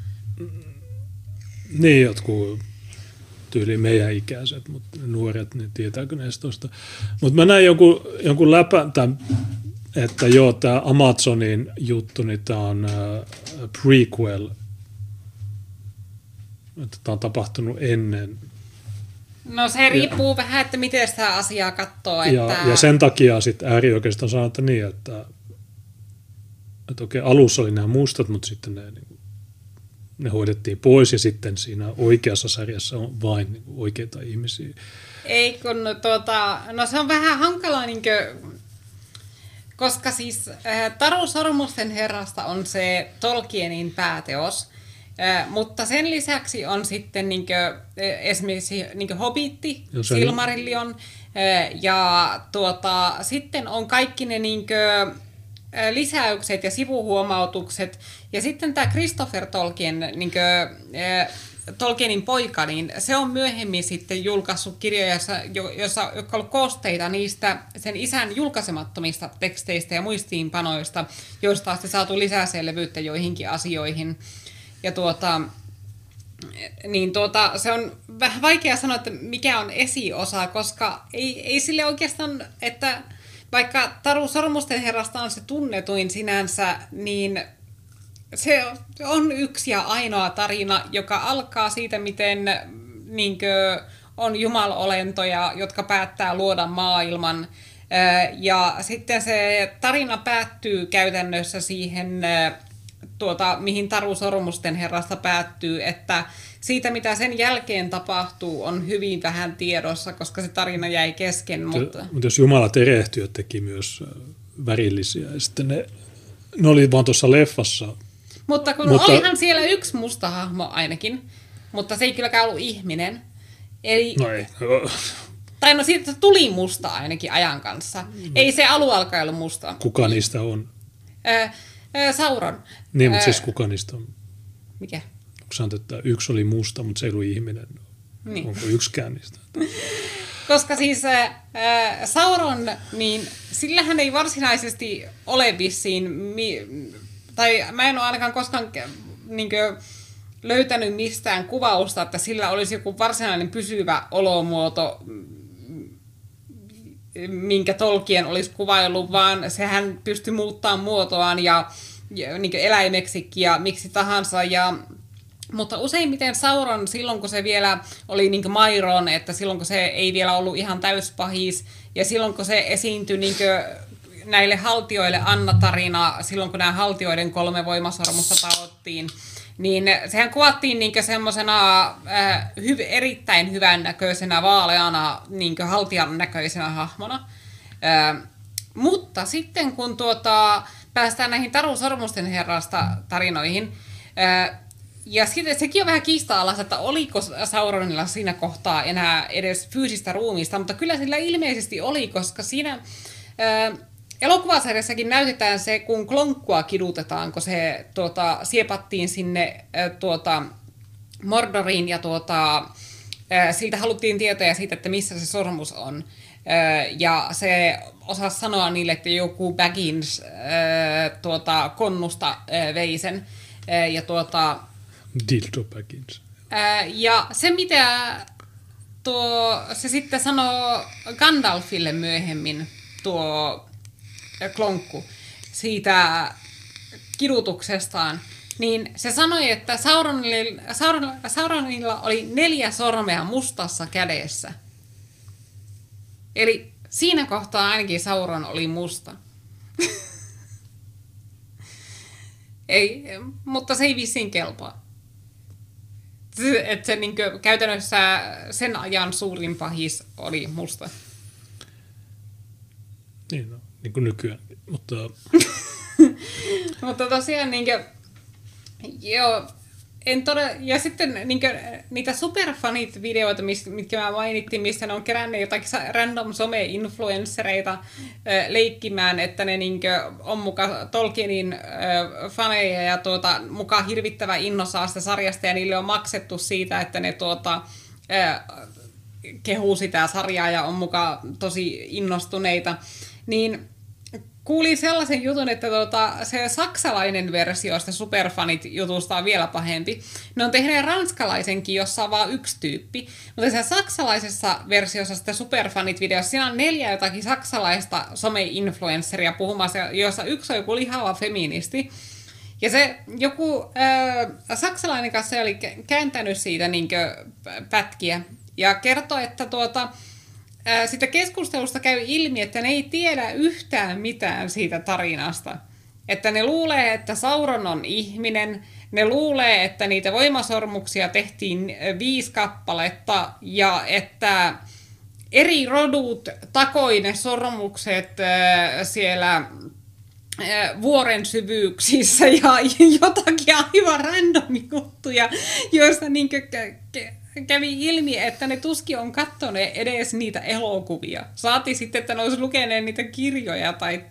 Niin, jotkut tyyli meidän ikäiset, mutta nuoret, niin tietääkö ne tuosta. Mutta mä näin jonkun läpän, että joo, tämä Amazonin juttu, niin tämä on prequel. Että tämä on tapahtunut ennen. No se riippuu vähän, että miten sitä asiaa katsoo. Ja sen takia sitten äärioikeiston sanoo niin, että okei, alussa oli nämä mustat, mutta sitten ne hoidettiin pois ja sitten siinä oikeassa sarjassa on vain oikeita ihmisiä. Ei kun no se on vähän hankalaa, koska siis Taru Sormusten herrasta on se Tolkienin pääteos, mutta sen lisäksi on sitten esimerkiksi Hobbitti, Silmarillion ja sitten on kaikki ne lisäykset ja sivuhuomautukset. Ja sitten tämä Christopher Tolkien, Tolkienin poika, niin se on myöhemmin sitten julkaissut kirjoja, jossa on ollut koosteita niistä sen isän julkaisemattomista teksteistä ja muistiinpanoista, joista on sitten saatu lisää selvyyttä joihinkin asioihin. Ja se on vähän vaikea sanoa, että mikä on esiosa, koska ei sille oikeastaan, että vaikka Taru Sormusten herrasta on se tunnetuin sinänsä, niin se on yksi ja ainoa tarina, joka alkaa siitä, miten on jumalolentoja, jotka päättää luoda maailman. Ja sitten se tarina päättyy käytännössä siihen, mihin Taru Sormusten herrasta päättyy, että siitä, mitä sen jälkeen tapahtuu, on hyvin vähän tiedossa, koska se tarina jäi kesken. Mutta jos jumalat erehtyöt teki myös värillisiä, ja sitten ne oli vaan tuossa leffassa. Mutta olihan siellä yksi musta hahmo ainakin, mutta se ei kylläkään ollut ihminen. Eli, no ei. Tai no siitä tuli musta ainakin ajan kanssa. Ei se alun alkaen ollut musta. Kuka niistä on? Sauron. Niin, mutta siis kuka niistä on? Mikä? Sanoit, että yksi oli musta, mutta se ei ollut ihminen. Niin. Onko yksikään niistä? Koska siis Sauron, niin sillähän ei varsinaisesti ole vissiin, tai mä en ole ainakaan koskaan löytänyt mistään kuvausta, että sillä olisi joku varsinainen pysyvä olomuoto, minkä Tolkien olisi kuvaillut, vaan sehän pystyi muuttamaan muotoaan ja eläimeksikin ja miksi tahansa. Mutta useimmiten Sauron silloin, kun se vielä oli Mairon, että silloin, kun se ei vielä ollut ihan täyspahis, ja silloin, kun se esiintyi näille haltioille Anna-tarina, silloin, kun nämä haltioiden 3 voimasormusta taottiin, niin sehän kuvattiin semmoisena erittäin hyvän näköisenä, vaaleana, haltijan näköisenä hahmona. Mutta sitten kun päästään näihin Taru Sormusten herrasta tarinoihin, ja sitten sekin on vähän kiista-alasta, että oliko Sauronilla siinä kohtaa enää edes fyysistä ruumista, mutta kyllä sillä ilmeisesti oli, koska siinä elokuvasarjassakin näytetään se, kun Klonkkua kidutetaan, kun se siepattiin sinne Mordoriin ja siltä haluttiin tietoja siitä, että missä se sormus on. Ja se osasi sanoa niille, että joku Baggins konnusta vei sen. Ja Dildo Baggins. Ja se, mitä se sitten sanoo Gandalfille myöhemmin, tuo Klonkku, siitä, kidutuksestaan, niin se sanoi, että Sauronilla oli 4 sormea mustassa kädessä. Eli siinä kohtaa ainakin Sauron oli musta. Ei, mutta se ei vissiin kelpaa. Että se niin kuin, käytännössä sen ajan suurin pahis oli musta. Niin, no, niin kuin nykyään. Mutta mutta tosiaan niin kuin, joo, ja sitten niin kuin, niitä superfanit-videoita, mitkä mä mainittiin, missä ne on keränneet jotakin random some-influenssereita leikkimään, että ne niin kuin, on muka Tolkienin faneja ja muka hirvittävä innossaan sitä sarjasta, ja niille on maksettu siitä, että ne kehuu sitä sarjaa ja on muka tosi innostuneita, niin kuulin sellaisen jutun, että se saksalainen versio sitä Superfanit-jutusta on vielä pahempi. Ne on tehneet ranskalaisenkin, jossa on vaan yksi tyyppi. Mutta se saksalaisessa versiossa sitä Superfanit-videossa, siinä on 4 jotakin saksalaista some-influenceria puhumassa, jossa yksi on joku lihava feministi. Ja se joku saksalainen kanssa oli kääntänyt siitä pätkiä ja kertoi, että sitä keskustelusta käy ilmi, että ne ei tiedä yhtään mitään siitä tarinasta. Että ne luulee, että Sauron on ihminen, ne luulee, että niitä voimasormuksia tehtiin 5 kappaletta ja että eri rodut takoi ne sormukset siellä vuoren syvyyksissä ja jotakin aivan randomi juttuja, joista kävi ilmi, että ne tuskin on kattoneet edes niitä elokuvia. Saati sitten, että ne olisi lukeneet niitä kirjoja tai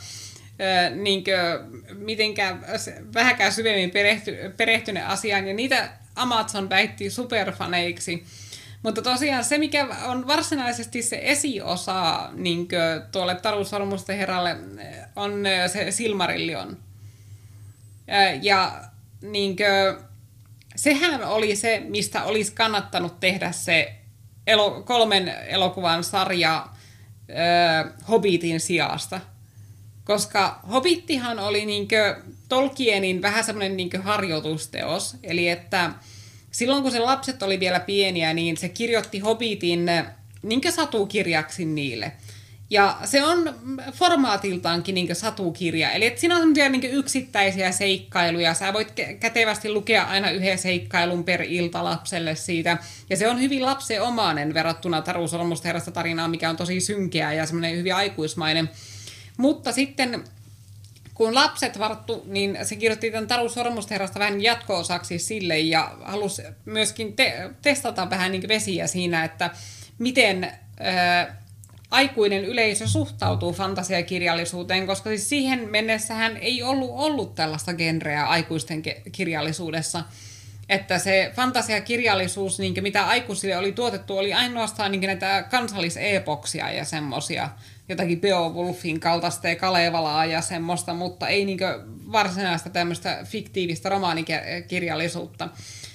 mitenkään vähäkään syvemmin perehtyneet asiaan, ja niitä Amazon väitti superfaneiksi. Mutta tosiaan se, mikä on varsinaisesti se esiosa tuolle Tarusormusten herralle, on se Silmarillion. Ja sehän oli se, mistä olisi kannattanut tehdä se 3 elokuvan sarja Hobbitin sijasta. Koska Hobbittihan oli Tolkienin vähän semmoinen harjoitusteos. Eli että silloin kun se lapset oli vielä pieniä, niin se kirjoitti Hobbitin satukirjaksi niille. Ja se on formaatiltaankin satukirja. Eli että siinä on semmoisia yksittäisiä seikkailuja. Sä voit kätevästi lukea aina yhden seikkailun per ilta lapselle siitä. Ja se on hyvin lapsenomainen verrattuna Taru Sormusten herrasta tarinaan, mikä on tosi synkeä ja semmoinen hyvin aikuismainen. Mutta sitten kun lapset varttu, niin se kirjoitti tämän Taru Sormusten herrasta vähän jatko-osaksi sille ja halusi myöskin testata vähän vesiä siinä, että miten aikuinen yleisö suhtautuu fantasiakirjallisuuteen, koska siis siihen mennessähän ei ollut tällaista genreä aikuisten kirjallisuudessa. Että se fantasiakirjallisuus, mitä aikuisille oli tuotettu, oli ainoastaan näitä kansalliseepoksia ja semmosia, jotakin Beowulfin kaltaista ja Kalevalaa ja semmoista, mutta ei varsinaista tämmöistä fiktiivistä romaanikirjallisuutta.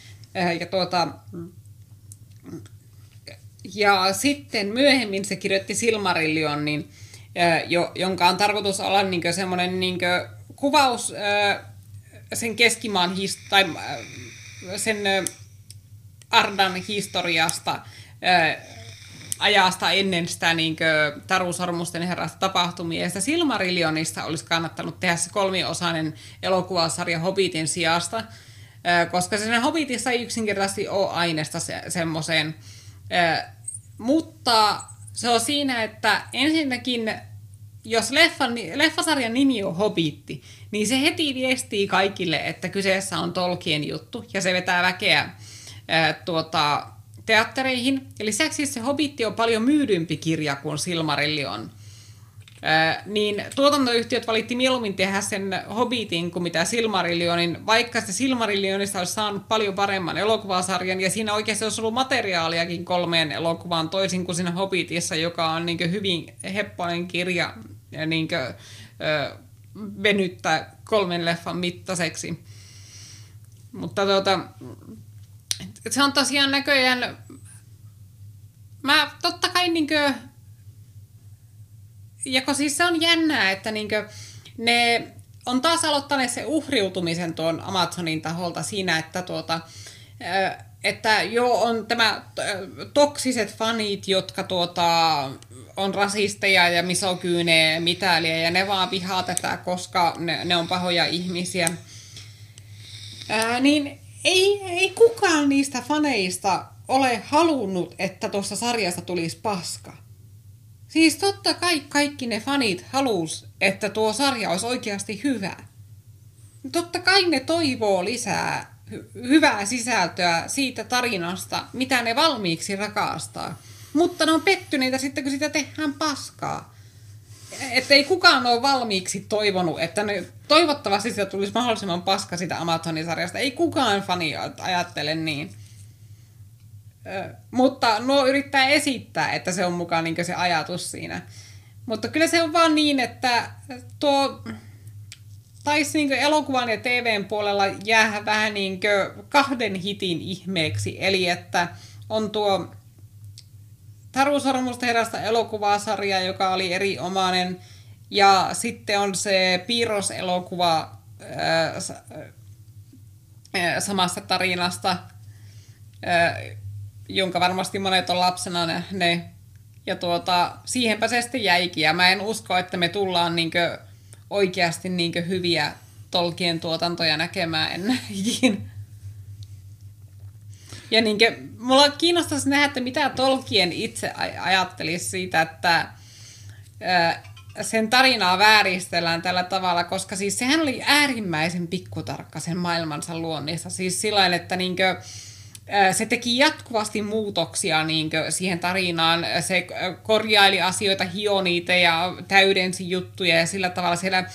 Ja sitten myöhemmin se kirjoitti Silmarillion, jonka on tarkoitus olla semmoinen kuvaus sen keskimaan tai sen Ardan historiasta ajasta ennen sitä Taru Sormusten herrasta tapahtumia. Ja sitä Silmarillionista olisi kannattanut tehdä se 3-osainen elokuvasarja Hobbitin sijasta, koska sen Hobbitissa ei yksinkertaisesti ole aineesta semmoiseen. Mutta se on siinä, että ensinnäkin, jos leffasarjan nimi on Hobbitti, niin se heti viestii kaikille, että kyseessä on Tolkien juttu, ja se vetää väkeä teattereihin. Ja lisäksi se Hobbitti on paljon myydympi kirja kuin Silmarillion. Niin tuotantoyhtiöt valitti mieluummin tehdä sen Hobbitin kuin mitä Silmarillionin, vaikka se Silmarillionista olisi saanut paljon paremman elokuvasarjan, ja siinä oikeasti olisi ollut materiaaliakin 3 elokuvaan, toisin kuin siinä Hobbitissa, joka on hyvin heppoinen kirja ja venyttää 3 leffan mittaiseksi. Mutta se on tosiaan näköjään, mä totta kai ja kun siis se on jännää, että ne on taas aloittaneet se uhriutumisen tuon Amazonin taholta siinä, että on tämä toksiset fanit, jotka on rasisteja ja misogyyneja ja mitäliä, ja ne vaan vihaa tätä, koska ne on pahoja ihmisiä. Niin ei kukaan niistä faneista ole halunnut, että tuossa sarjasta tulisi paska. Siis totta kai kaikki ne fanit halus, että tuo sarja olisi oikeasti hyvä. Totta kai ne toivoo lisää hyvää sisältöä siitä tarinasta, mitä ne valmiiksi rakastaa. Mutta ne on pettyneitä sitten, kun sitä tehdään paskaa. Että ei kukaan ole valmiiksi toivonut, että toivottavasti siitä tulisi mahdollisimman paska sitä Amazonin-sarjasta. Ei kukaan fani ajattele niin. Mutta nuo yrittää esittää, että se on mukaan niin se ajatus siinä. Mutta kyllä se on vaan niin, että tuo taisi niin elokuvan ja TVn puolella jää vähän niin kahden hitin ihmeeksi. Eli että on tuo Taru Sormusten herrasta elokuvasarja, joka oli erinomainen. Ja sitten on se piirroselokuva samasta tarinasta, jonka varmasti monet on lapsena nähneet. Ja siihenpä se sitten jäikin. Ja mä en usko, että me tullaan oikeasti hyviä Tolkien tuotantoja näkemään enää ikinä. Ja mulla kiinnostaisi nähdä, että mitä Tolkien itse ajattelisi siitä, että sen tarinaa vääristellään tällä tavalla, koska siis sehän oli äärimmäisen pikkutarkka sen maailmansa luonnissa. Siis sillain, että se teki jatkuvasti muutoksia siihen tarinaan. Se korjaili asioita, hioi niitä ja täydensi juttuja ja sillä tavalla siellä,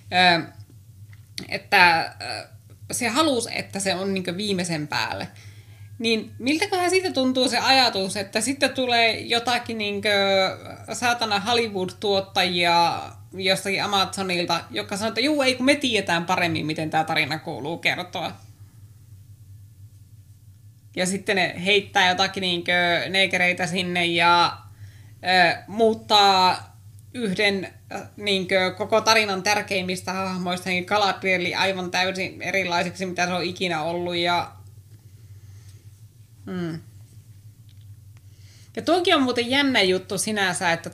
että se halusi, että se on viimeisen päälle. Niin miltäköhän siitä tuntuu se ajatus, että sitten tulee jotakin saatana Hollywood-tuottajia jostakin Amazonilta, joka sanoo, että juu, ei kun me tiedetään paremmin, miten tämä tarina kuuluu kertoa. Ja sitten ne heittää jotakin neekereitä sinne ja muuttaa yhden koko tarinan tärkeimmistä hahmoista, Galadrieli aivan täysin erilaiseksi, mitä se on ikinä ollut. Ja tuokin on muuten jännä juttu sinänsä, että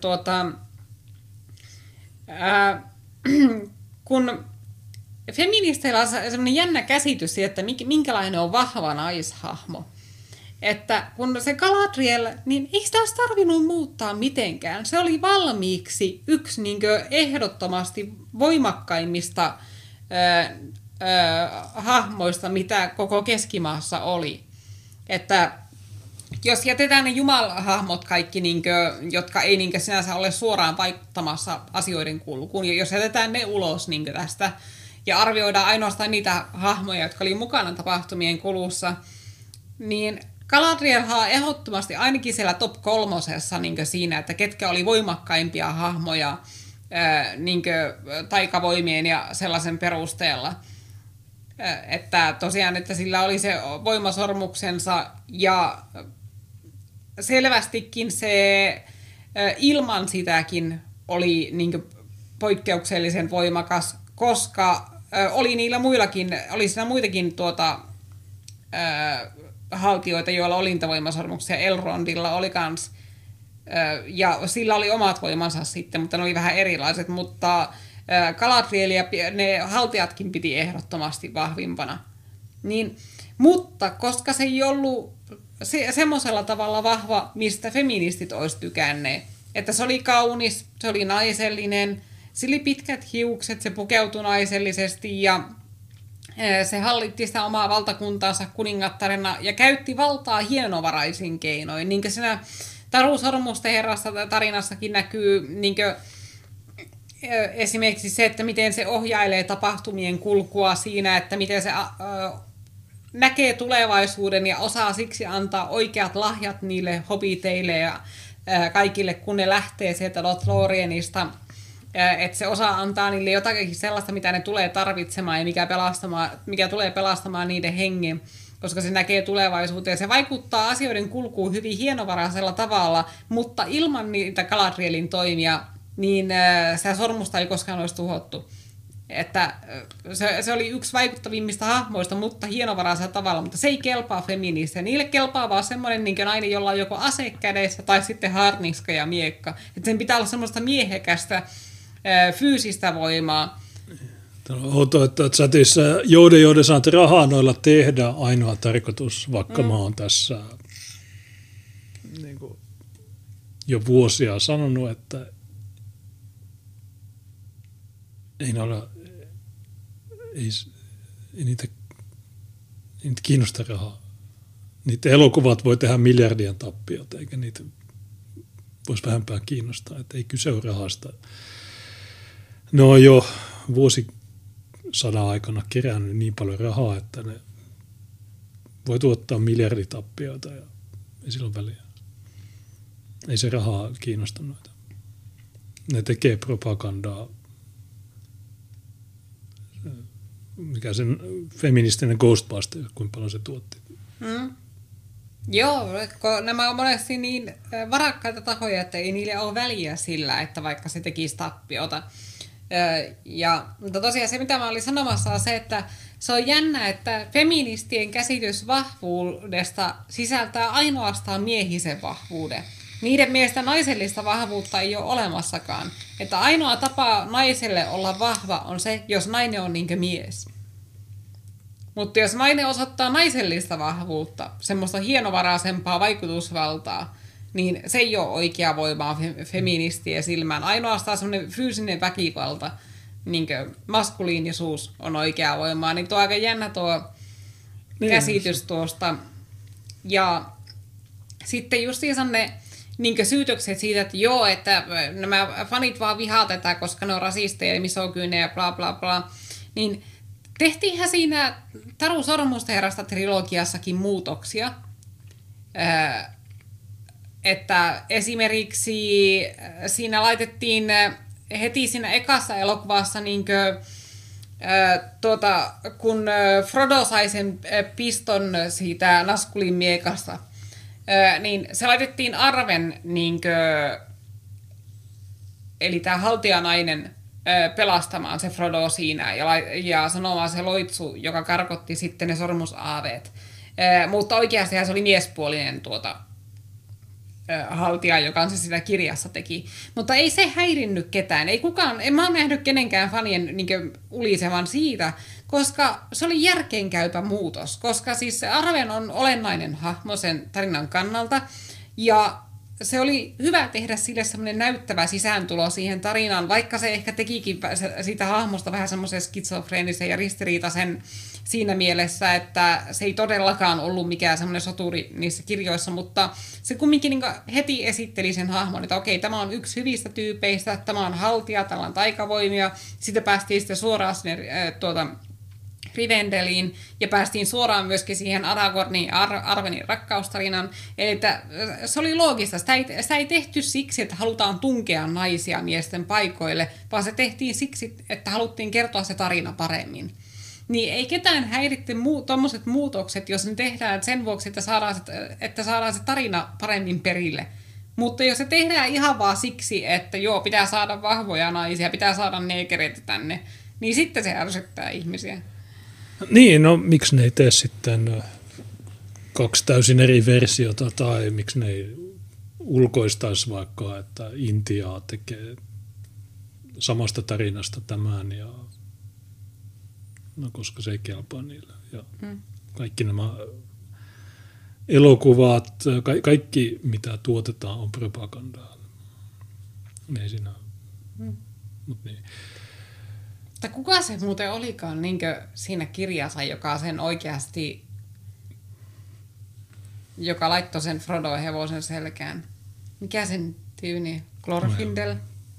kun feministeillä on sellainen jännä käsitys siitä, että minkälainen on vahva naishahmo. Että kun se Galadriel, niin ei sitä olisi tarvinnut muuttaa mitenkään. Se oli valmiiksi yksi ehdottomasti voimakkaimmista hahmoista, mitä koko Keskimaassa oli. Että jos jätetään ne jumalahahmot kaikki, jotka ei sinänsä ole suoraan vaikuttamassa asioiden kulkuun, ja jos jätetään ne ulos tästä, ja arvioidaan ainoastaan niitä hahmoja, jotka oli mukana tapahtumien kulussa, niin Galadriel on ehdottomasti ainakin siellä top 3 siinä, että ketkä oli voimakkaimpia hahmoja taikavoimien ja sellaisen perusteella. Että tosiaan, että sillä oli se voimasormuksensa ja selvästikin se ilman sitäkin oli poikkeuksellisen voimakas, koska oli niillä muillakin, oli siinä muitakin haltioita, joilla oli niitä voimasormuksia. Elrondilla oli kans, ja sillä oli omat voimansa sitten, mutta ne oli vähän erilaiset, mutta Galadriel ja ne haltijatkin piti ehdottomasti vahvimpana. Mutta koska se ei ollut semmoisella tavalla vahva, mistä feministit olisi tykänneet, että se oli kaunis, se oli naisellinen, sillä oli pitkät hiukset, se pukeutui naisellisesti ja se hallitti sitä omaa valtakuntaansa kuningattarena ja käytti valtaa hienovaraisin keinoin. Niin kuin siinä Taru Sormusten herrassa tarinassakin näkyy esimerkiksi se, että miten se ohjailee tapahtumien kulkua siinä, että miten se näkee tulevaisuuden ja osaa siksi antaa oikeat lahjat niille hobbiteille ja kaikille, kun ne lähtee sieltä Lothlorienista. Että se osaa antaa niille jotakin sellaista, mitä ne tulee tarvitsemaan ja mikä tulee pelastamaan niiden hengen, koska se näkee tulevaisuuteen. Se vaikuttaa asioiden kulkuun hyvin hienovaraisella tavalla, mutta ilman niitä Galadrielin toimia, niin sitä sormusta ei koskaan olisi tuhottu. että se oli yksi vaikuttavimmista hahmoista, mutta hienovaraisella tavalla, mutta se ei kelpaa feministille. Niille kelpaa vaan semmoinen niin nainen, jolla on joko ase kädessä tai sitten harniska ja miekka. Että sen pitää olla semmoista miehekästä fyysistä voimaa. Outoa, että chatissa Joude saat rahaa noilla tehdä ainoa tarkoitus, vaikka mä oon tässä niin kuin, jo vuosia sanonut, että ei niitä kiinnosta rahaa. Niitä elokuvat voi tehdä miljardien tappiota, eikä niitä voisi vähempää kiinnostaa, että ei kyse ole rahasta. No jo vuosisadan aikana kerännyt niin paljon rahaa, että ne voi tuottaa miljarditappioita ja ei sillä ole väliä. Ei se rahaa kiinnosta noita. Ne tekee propagandaa. Mikä sen feministinen Ghostbusters, kuinka paljon se tuotti. Joo, kun nämä on monesti niin varakkaita tahoja, että ei niille ole väliä sillä, että vaikka se tekisi tappiota. Mutta tosiaan se, mitä mä olin sanomassa, on se, että se on jännä, että feministien käsitys vahvuudesta sisältää ainoastaan miehisen vahvuuden. Niiden mielestä naisellista vahvuutta ei ole olemassakaan. Että ainoa tapa naiselle olla vahva on se, jos nainen on niinkö mies. Mutta jos nainen osoittaa naisellista vahvuutta, semmoista hienovaraisempaa vaikutusvaltaa, niin se ei ole oikea voimaa feministien silmään. Ainoastaan semmoinen fyysinen väkivalta, niinkö maskuliinisuus on oikea voimaa. Niin tuo on aika jännä tuo käsitys tuosta. Ja sitten justiinsa ne niinkö syytökset siitä, että joo, että nämä fanit vaan vihaa tätä, koska ne on rasisteja ja misogyynejä ja bla bla bla, niin tehtiinhän siinä Taru Sormustenherrasta trilogiassakin muutoksia. Että esimerkiksi siinä laitettiin heti siinä ekassa elokuvassa niinkö, kun Frodo sai sen piston siitä Nazgulin miekasta, niin se laitettiin Arven, niinkö, eli tämä haltijanainen, pelastamaan se Frodo siinä ja sanomaan se loitsu, joka karkotti sitten ne sormusaaveet. Mutta oikeasti se oli miespuolinen haltija, joka se sitä kirjassa teki. Mutta ei se häirinnyt ketään. En mä ole nähnyt kenenkään fanien niin ulisevan siitä, koska se oli järkeenkäypä muutos. Koska siis se Arwen on olennainen hahmo sen tarinan kannalta. Ja se oli hyvä tehdä sille semmoinen näyttävä sisääntulo siihen tarinaan, vaikka se ehkä tekikin siitä hahmosta vähän semmoisen skitsofreenisen ja ristiriitaisen siinä mielessä, että se ei todellakaan ollut mikään semmoinen soturi niissä kirjoissa, mutta se kumminkin niin heti esitteli sen hahmon, että okei, tämä on yksi hyvistä tyypeistä, tämä on haltija, tällä on taikavoimia, sitten päästiin sitten suoraan sinne Rivendeliin ja päästiin suoraan myöskin siihen Aragornin ja Arwenin rakkaustarinan. Eli että se oli loogista. Sitä ei tehty siksi, että halutaan tunkea naisia miesten paikoille, vaan se tehtiin siksi, että haluttiin kertoa se tarina paremmin. Niin ei ketään häiritte tuommoiset muutokset, jos ne tehdään sen vuoksi, että saadaan se tarina paremmin perille. Mutta jos se tehdään ihan vaan siksi, että joo, pitää saada vahvoja naisia, pitää saada neekereitä tänne, niin sitten se ärsyttää ihmisiä. Niin, no miksi ne ei tee sitten 2 täysin eri versiota, tai miksi ne ei ulkoistaisi vaikka, että Intiaa tekee samasta tarinasta tämän, ja no koska se ei kelpaa niille. Ja kaikki nämä elokuvat, kaikki mitä tuotetaan on propagandaa. Ei siinä mut niin. Mutta kuka se muuten olikaan niinkö siinä kirjassa, joka sen oikeasti, joka laittoi sen Frodo hevosen selkään? Mikä sen tyyni? Glorfindel?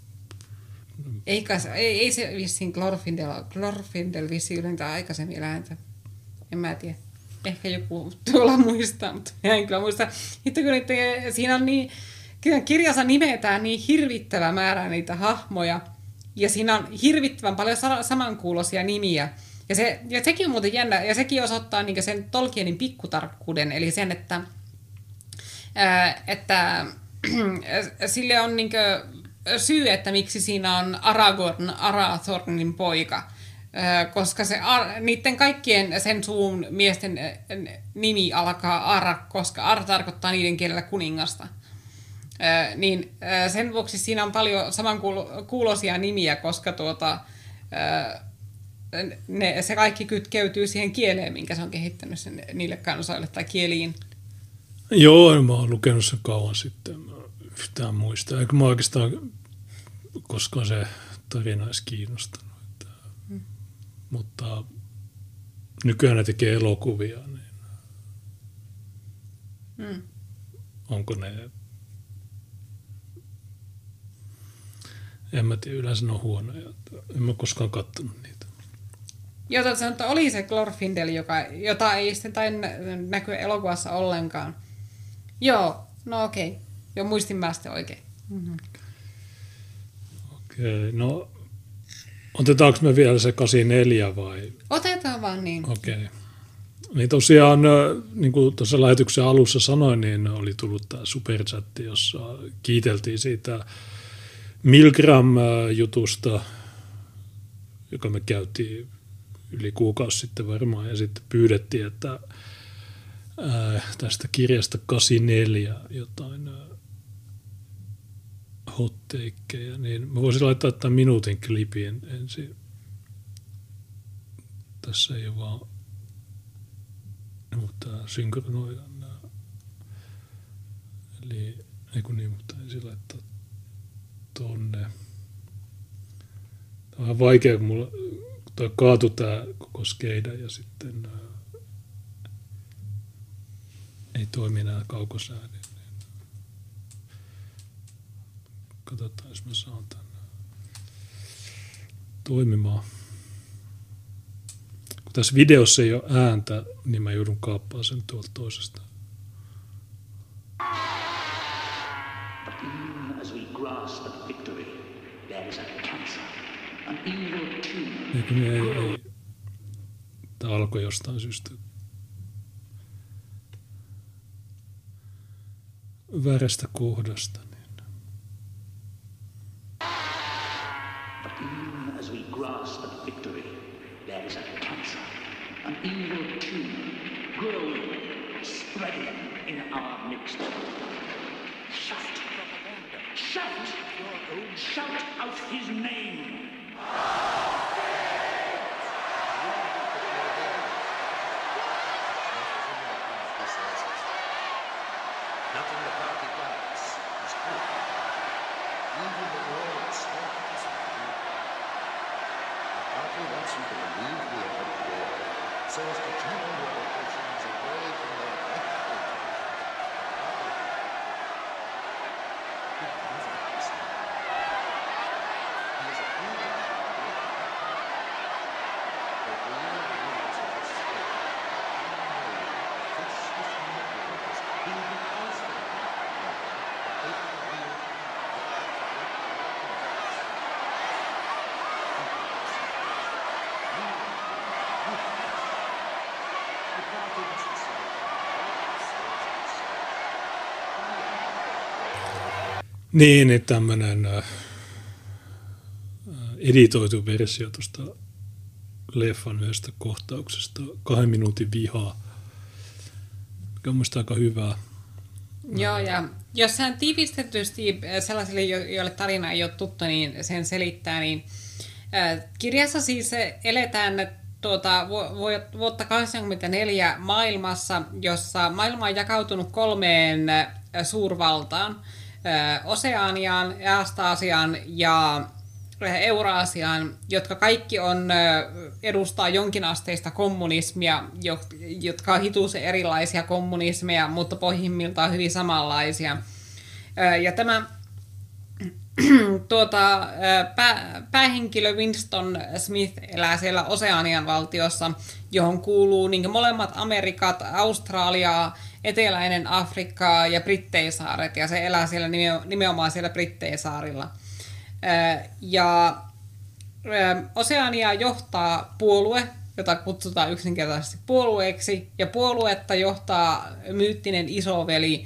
Ei se vissiin Glorfindel vissiin ylentää aikaisemmin eläintä. En mä tiedä. Ehkä joku tuolla muistaa, mutta en kyllä muista. Siinä on niin, kirjassa nimetään niin hirvittävä määrä niitä hahmoja. Ja siinä on hirvittävän paljon samankuuloisia nimiä. Ja sekin on muuten jännä. Ja sekin osoittaa niin sen Tolkienin pikkutarkkuuden. Eli sen, että sille on niin syy, että miksi siinä on Aragorn, Arathornin poika. koska niiden kaikkien sen suun miesten nimi alkaa Ar, koska Ar tarkoittaa niiden kielellä kuningasta. Niin sen vuoksi siinä on paljon samankuuloisia nimiä, koska se kaikki kytkeytyy siihen kieleen, minkä se on kehittänyt niille kansoille tai kieliin. Joo, mä oon lukenut sen kauan sitten. Mä yhtään muista. Eikä mä oikeastaan koskaan se tarina edes kiinnostanut. Mutta nykyään ne tekee elokuvia, niin onko ne... En mä tiedä, yleensä ne on huonoja. En mä koskaan katsonut niitä. Jota sanoa, että oli se Glorfindel, jota ei sitten tai näkyä elokuvassa ollenkaan. Joo, no okei. Joo, muistin mä sitten oikein. Mm-hmm. Okei, no otetaanko me vielä se 84 vai? Otetaan vaan niin. Okei. Niin tosiaan, niin kuin tuossa lähetyksen alussa sanoin, niin oli tullut tämä superchatti, jossa kiiteltiin siitä Milgram-jutusta, joka me käytiin yli kuukausi sitten varmaan, ja sitten pyydettiin, että tästä kirjasta 84 jotain hotteikkeja, niin mä voisin laittaa tämän minuutin klipin ensin. Tässä ei ole vaan, mutta synkronoidaan nämä. Eli, ei kun niin, mutta ensin laittaa tonne. Tämä on vähän vaikea, kun mulla kaatui tämä koko skeida ja sitten ei toimi nämä kaukosäädin. Katsotaan, jos mä saan tämän toimimaan. Kun tässä videossa ei ole ääntä, niin mä joudun kaappaamaan sen tuolta toisesta. Ei. Tämä alkoi jostain syystä väärästä kohdasta. As we grasp at victory, there is a cancer, an evil tumor, growing, spreading in our midst. Shout! Shout! Shout out his name! Nothing the party does is good. Even the world stands. The party wants you to believe the end of the war, so as to turn your attentions away from their hateful He is a fool. The real rules of the state. This is the he who calls for Niin, tämmöinen editoitu versio tuosta leffan yhdestä kohtauksesta, 2 minuutin vihaa, mikä on mielestäni aika hyvää. Joo, ja jos hän tiivistetysti sellaisille, joille tarina ei ole tuttu, niin sen selittää, niin kirjassa siis eletään vuotta 1984 maailmassa, jossa maailma on jakautunut 3 suurvaltaan, Oseaniaan, Eastasiaan ja Euraasiaan, jotka kaikki edustaa jonkinasteista kommunismia, jotka on hituisen erilaisia kommunismeja, mutta pohjimmiltaan hyvin samanlaisia. Ja tämä päähenkilö Winston Smith elää siellä Oseanian valtiossa, johon kuuluu niin molemmat Amerikat, Australiaa, Eteläinen Afrikkaa ja Britteisaaret, ja se elää siellä nimenomaan siellä Britteisaarilla. Ja Oseania johtaa puolue, jota kutsutaan yksinkertaisesti puolueeksi, ja puoluetta johtaa myyttinen isoveli,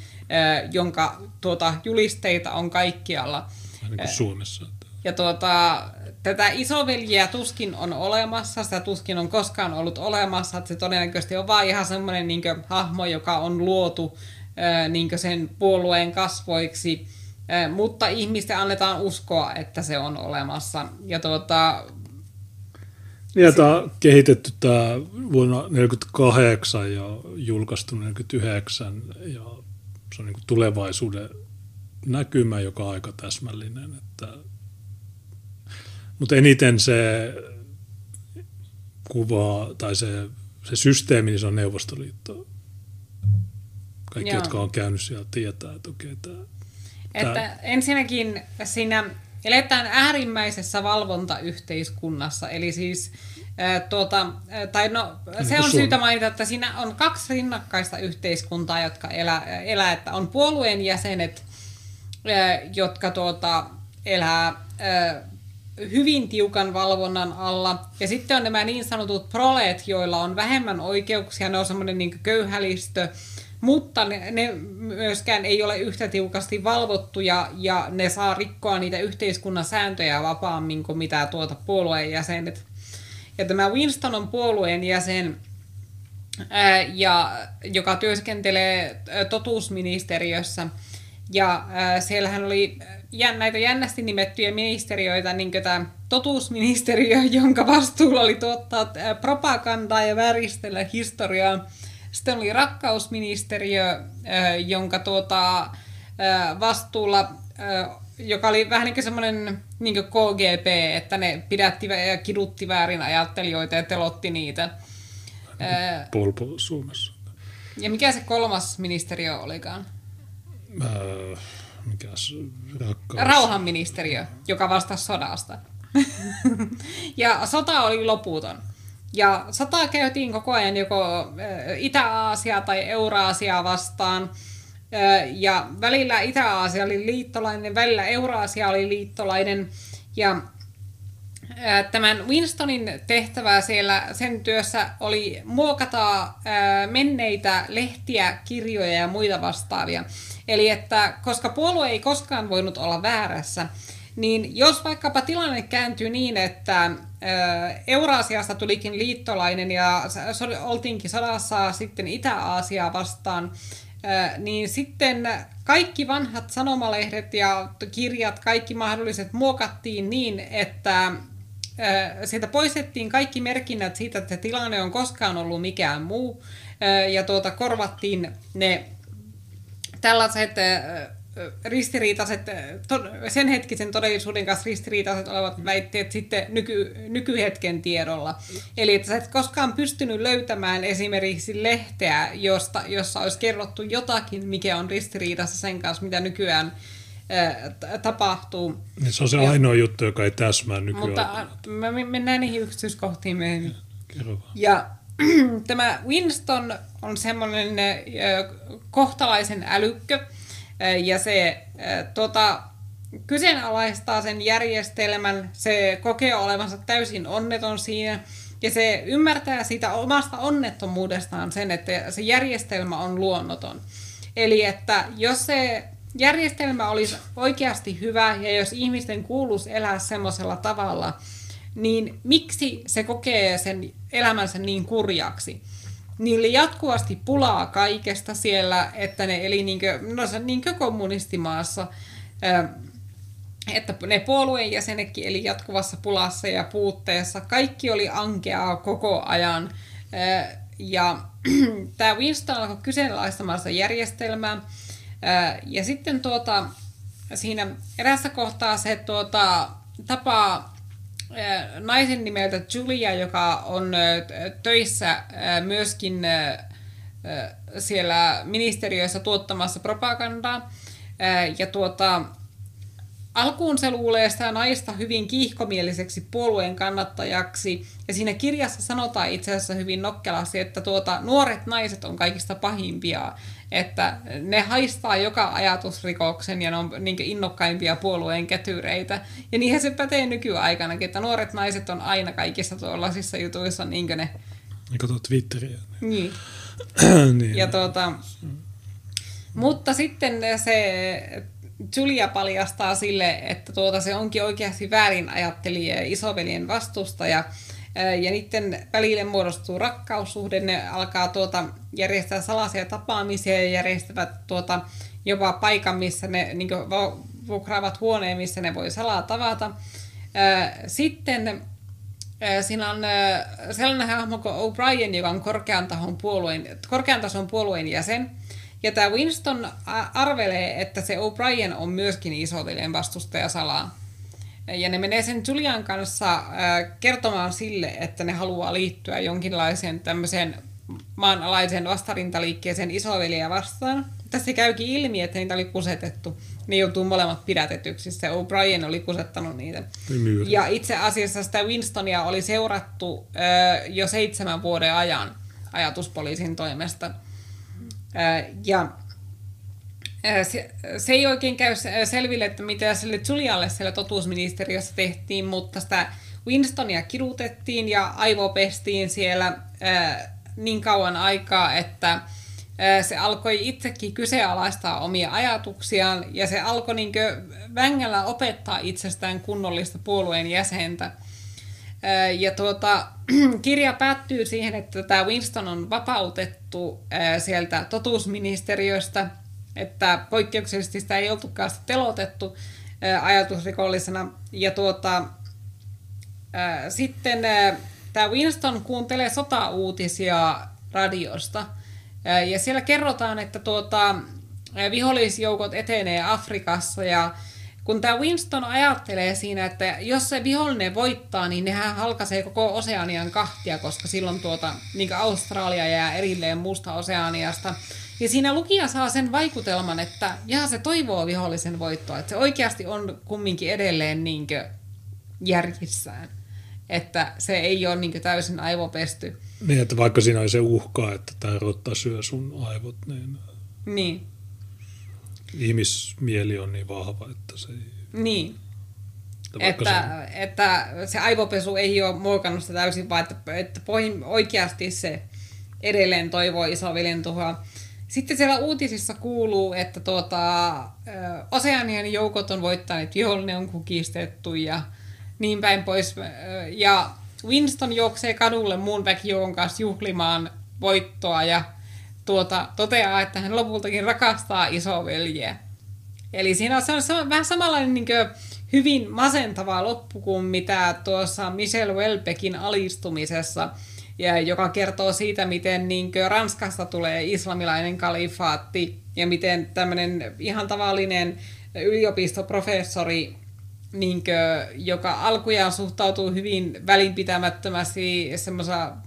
jonka julisteita on kaikkialla. Niin kuin Suomessa. Ja tätä isoveljeä tuskin on olemassa, sitä tuskin on koskaan ollut olemassa, että se todennäköisesti on vaan ihan semmoinen niin kuin hahmo, joka on luotu niin kuin sen puolueen kasvoiksi, mutta ihmisten annetaan uskoa, että se on olemassa. Ja tämä on kehitetty vuonna 1948 ja julkaistu 1949 ja se on niin kuin tulevaisuuden näkymä, joka on aika täsmällinen. Mutta eniten se kuvaa tai se systeemi, niin se on Neuvostoliitto. Kaikki, jotka on käynyt siellä, tietää, että okei, että ensinnäkin siinä eletään äärimmäisessä valvontayhteiskunnassa, eli siis se on syytä mainita, että siinä on 2 rinnakkaista yhteiskuntaa, jotka elää, että on puolueen jäsenet, jotka elää hyvin tiukan valvonnan alla, ja sitten on nämä niin sanotut proleet, joilla on vähemmän oikeuksia, ne on semmoinen niin köyhälistö, mutta ne myöskään ei ole yhtä tiukasti valvottuja ja ne saa rikkoa niitä yhteiskunnan sääntöjä vapaammin kuin mitä puolueen jäsenet. Ja tämä Winston on puolueen jäsen, joka työskentelee totuusministeriössä. Ja siellähän oli näitä jännästi nimettyjä ministeriöitä, niin kuin tämä totuusministeriö, jonka vastuulla oli tuottaa propagandaa ja väristellä historiaa. Sitten oli rakkausministeriö, jonka vastuulla, joka oli vähän niin kuin semmoinen niin kuin KGB, että ne pidätti ja kidutti väärin ajattelijoita ja telotti niitä. Polpo Suomessa. Ja mikä se 3. ministeriö olikaan? Mikäs? Rauhanministeriö, joka vastasi sodasta. Ja sota oli loputon. Ja sotaa käytiin koko ajan joko Itä-Aasiaa tai Euraasiaa vastaan. Ja välillä Itä-Aasia oli liittolainen, välillä Euraasia oli liittolainen. Ja tämän Winstonin tehtävä siellä sen työssä oli muokata menneitä lehtiä, kirjoja ja muita vastaavia. Eli että koska puolue ei koskaan voinut olla väärässä, niin jos vaikkapa tilanne kääntyy niin, että Euraasiasta tulikin liittolainen ja oltiinkin sodassa sitten Itä-Aasiaa vastaan, niin sitten kaikki vanhat sanomalehdet ja kirjat, kaikki mahdolliset muokattiin niin, että sieltä poistettiin kaikki merkinnät siitä, että tilanne on koskaan ollut mikään muu, ja korvattiin ne tällaiset ristiriitaiset, sen hetkisen todellisuuden kanssa ristiriitaiset olevat väitteet sitten nykyhetken tiedolla. Eli että sä et koskaan pystynyt löytämään esimerkiksi lehteä, jossa olisi kerrottu jotakin, mikä on ristiriidassa sen kanssa, mitä nykyään tapahtuu. Se on se ainoa juttu, joka ei täsmää nykyään. Mutta mennään niihin yksityiskohtiin myöhemmin. Kerro vaan. Ja tämä Winston on semmoinen kohtalaisen älykkö, ja se kyseenalaistaa sen järjestelmän, se kokee olevansa täysin onneton siinä, ja se ymmärtää siitä omasta onnettomuudestaan sen, että se järjestelmä on luonnoton. Eli että jos se järjestelmä olisi oikeasti hyvä, ja jos ihmisten kuuluisi elää semmoisella tavalla, niin miksi se kokee sen elämänsä niin kurjaksi? Niillä jatkuvasti pulaa kaikesta siellä, että ne eli niinkö kommunistimaassa, että ne puolueen jäsenetkin eli jatkuvassa pulassa ja puutteessa. Kaikki oli ankeaa koko ajan. Ja tämä Winston alkoi kyseenalaistamaan sitä järjestelmää. Ja sitten siinä erässä kohtaa se tapaa naisen nimeltä Julia, joka on töissä myöskin siellä ministeriössä tuottamassa propagandaa. Ja alkuun se luulee sitä naista hyvin kiihkomieliseksi puolueen kannattajaksi. Ja siinä kirjassa sanotaan itse asiassa hyvin nokkelasti, että nuoret naiset on kaikista pahimpia. Että ne haistaa joka ajatusrikoksen ja ne on niin innokkaimpia puolueen kätyreitä. Ja niinhän se pätee nykyaikanakin, että nuoret naiset on aina kaikissa tuollaisissa jutuissa niin kuin ne... Ja kato Twitteriä. Niin. Niin. Ja mutta sitten se Julia paljastaa sille, että se onkin oikeasti väärin ajattelija ja isoveljen vastustaja. Ja niiden välille muodostuu rakkaussuhde, ne alkaa järjestää salaisia tapaamisia ja järjestävät jopa paikan, missä ne niin vuokraavat huoneen, missä ne voi salaa tavata. Sitten siinä on sellainen hahmo kuin O'Brien, joka on korkean tason puolueen jäsen. Ja tämä Winston arvelee, että se O'Brien on myöskin isoveljen vastustaja salaa. Ja ne menee sen Julian kanssa kertomaan sille, että ne haluaa liittyä jonkinlaiseen tämmöiseen maanalaiseen vastarintaliikkeeseen isoveljeä vastaan. Tässä käykin ilmi, että niitä oli kusetettu. Ne joutuu molemmat pidätetyksi. Se O'Brien oli kusettanut niitä. Ja itse asiassa sitä Winstonia oli seurattu jo 7 vuoden ajan ajatuspoliisin toimesta. Ja se ei oikein käy selville, että mitä sille Julialle siellä totuusministeriössä tehtiin, mutta sitä Winstonia kidutettiin ja aivopestiin siellä niin kauan aikaa, että se alkoi itsekin kyseenalaistaa omia ajatuksiaan ja se alkoi vängällä opettaa itsestään kunnollista puolueen jäsentä. Ja kirja päättyy siihen, että tämä Winston on vapautettu sieltä totuusministeriöstä, että poikkeuksellisesti sitä ei oltukaan telotettu ajatusrikollisena. Ja sitten tämä Winston kuuntelee sotauutisia radiosta. Ja siellä kerrotaan, että vihollisjoukot etenee Afrikassa. Ja kun tämä Winston ajattelee siinä, että jos se vihollinen voittaa, niin nehän halkaisee koko Oseanian kahtia, koska silloin niin Australia jää erilleen muusta Oseaniasta. Ja siinä lukija saa sen vaikutelman, että se toivoo vihollisen voittoa, että se oikeasti on kumminkin edelleen järjissään, että se ei ole täysin aivopesty. Niin, että vaikka siinä on se uhka, että tämä rotta syö sun aivot, niin ihmismieli on niin vahva, että se ei... Niin, että se aivopesu ei ole muokannut sitä täysin, vaan että oikeasti se edelleen toivoo isoveljen tuhoa. Sitten siellä uutisissa kuuluu, että Oseanian joukot on voittaneet, vihollinen on kukistettu ja niin päin pois. Ja Winston juoksee kadulle muun väkijoukon kanssa juhlimaan voittoa ja toteaa, että hän lopultakin rakastaa isoveljeä. Eli siinä on vähän samanlainen hyvin masentava loppu kuin mitä tuossa Michel Houellebecqin alistumisessa, joka kertoo siitä, miten Ranskasta tulee islamilainen kalifaatti ja miten tämmöinen ihan tavallinen yliopistoprofessori, joka alkujaan suhtautuu hyvin välinpitämättömästi semmoisena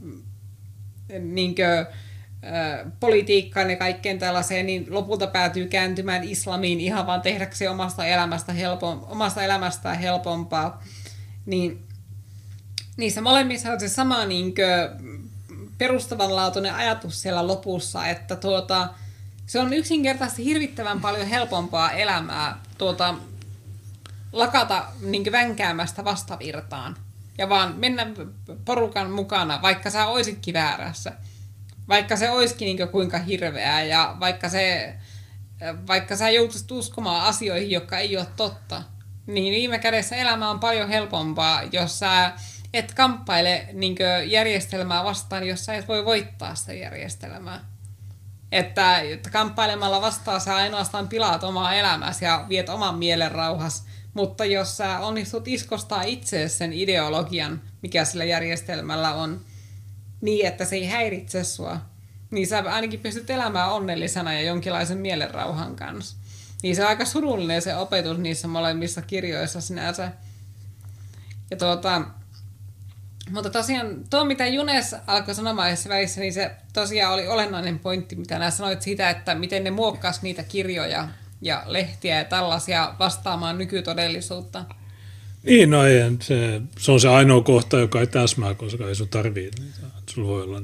politiikkaan ja kaikkeen tällaiseen, niin lopulta päätyy kääntymään islamiin ihan vaan tehdäkseen omasta elämästään helpompaa. Niin niissä molemmissa on se sama perustavanlaatuinen ajatus siellä lopussa, että se on yksinkertaisesti hirvittävän paljon helpompaa elämää lakata vänkäämästä vastavirtaan ja vaan mennä porukan mukana, vaikka sä oisitkin väärässä. Vaikka se olisikin kuinka hirveää ja vaikka sä joutuisit uskomaan asioihin, jotka ei ole totta, niin viime kädessä elämä on paljon helpompaa, jos sä et kamppaile järjestelmää vastaan, jos sä et voi voittaa sitä järjestelmää. Että kamppailemalla vastaan sä ainoastaan pilaat omaa elämäsi ja viet oman mielen rauhas, mutta jos sä onnistut iskostaa itse sen ideologian, mikä sillä järjestelmällä on, niin että se ei häiritse sua, niin sä ainakin pystyt elämään onnellisena ja jonkinlaisen mielenrauhan kanssa. Niin se on aika surullinen se opetus niissä molemmissa kirjoissa sinänsä. Ja mutta tosiaan tuo, mitä Junes alkoi sanomaan välissä, niin se tosiaan oli olennainen pointti, mitä nää sanoit siitä, että miten ne muokkas niitä kirjoja ja lehtiä ja tällaisia vastaamaan nykytodellisuutta. Niin, no ei, se on se ainoa kohta, joka ei täsmää, koska ei sun tarvii niitä. Sulla voi olla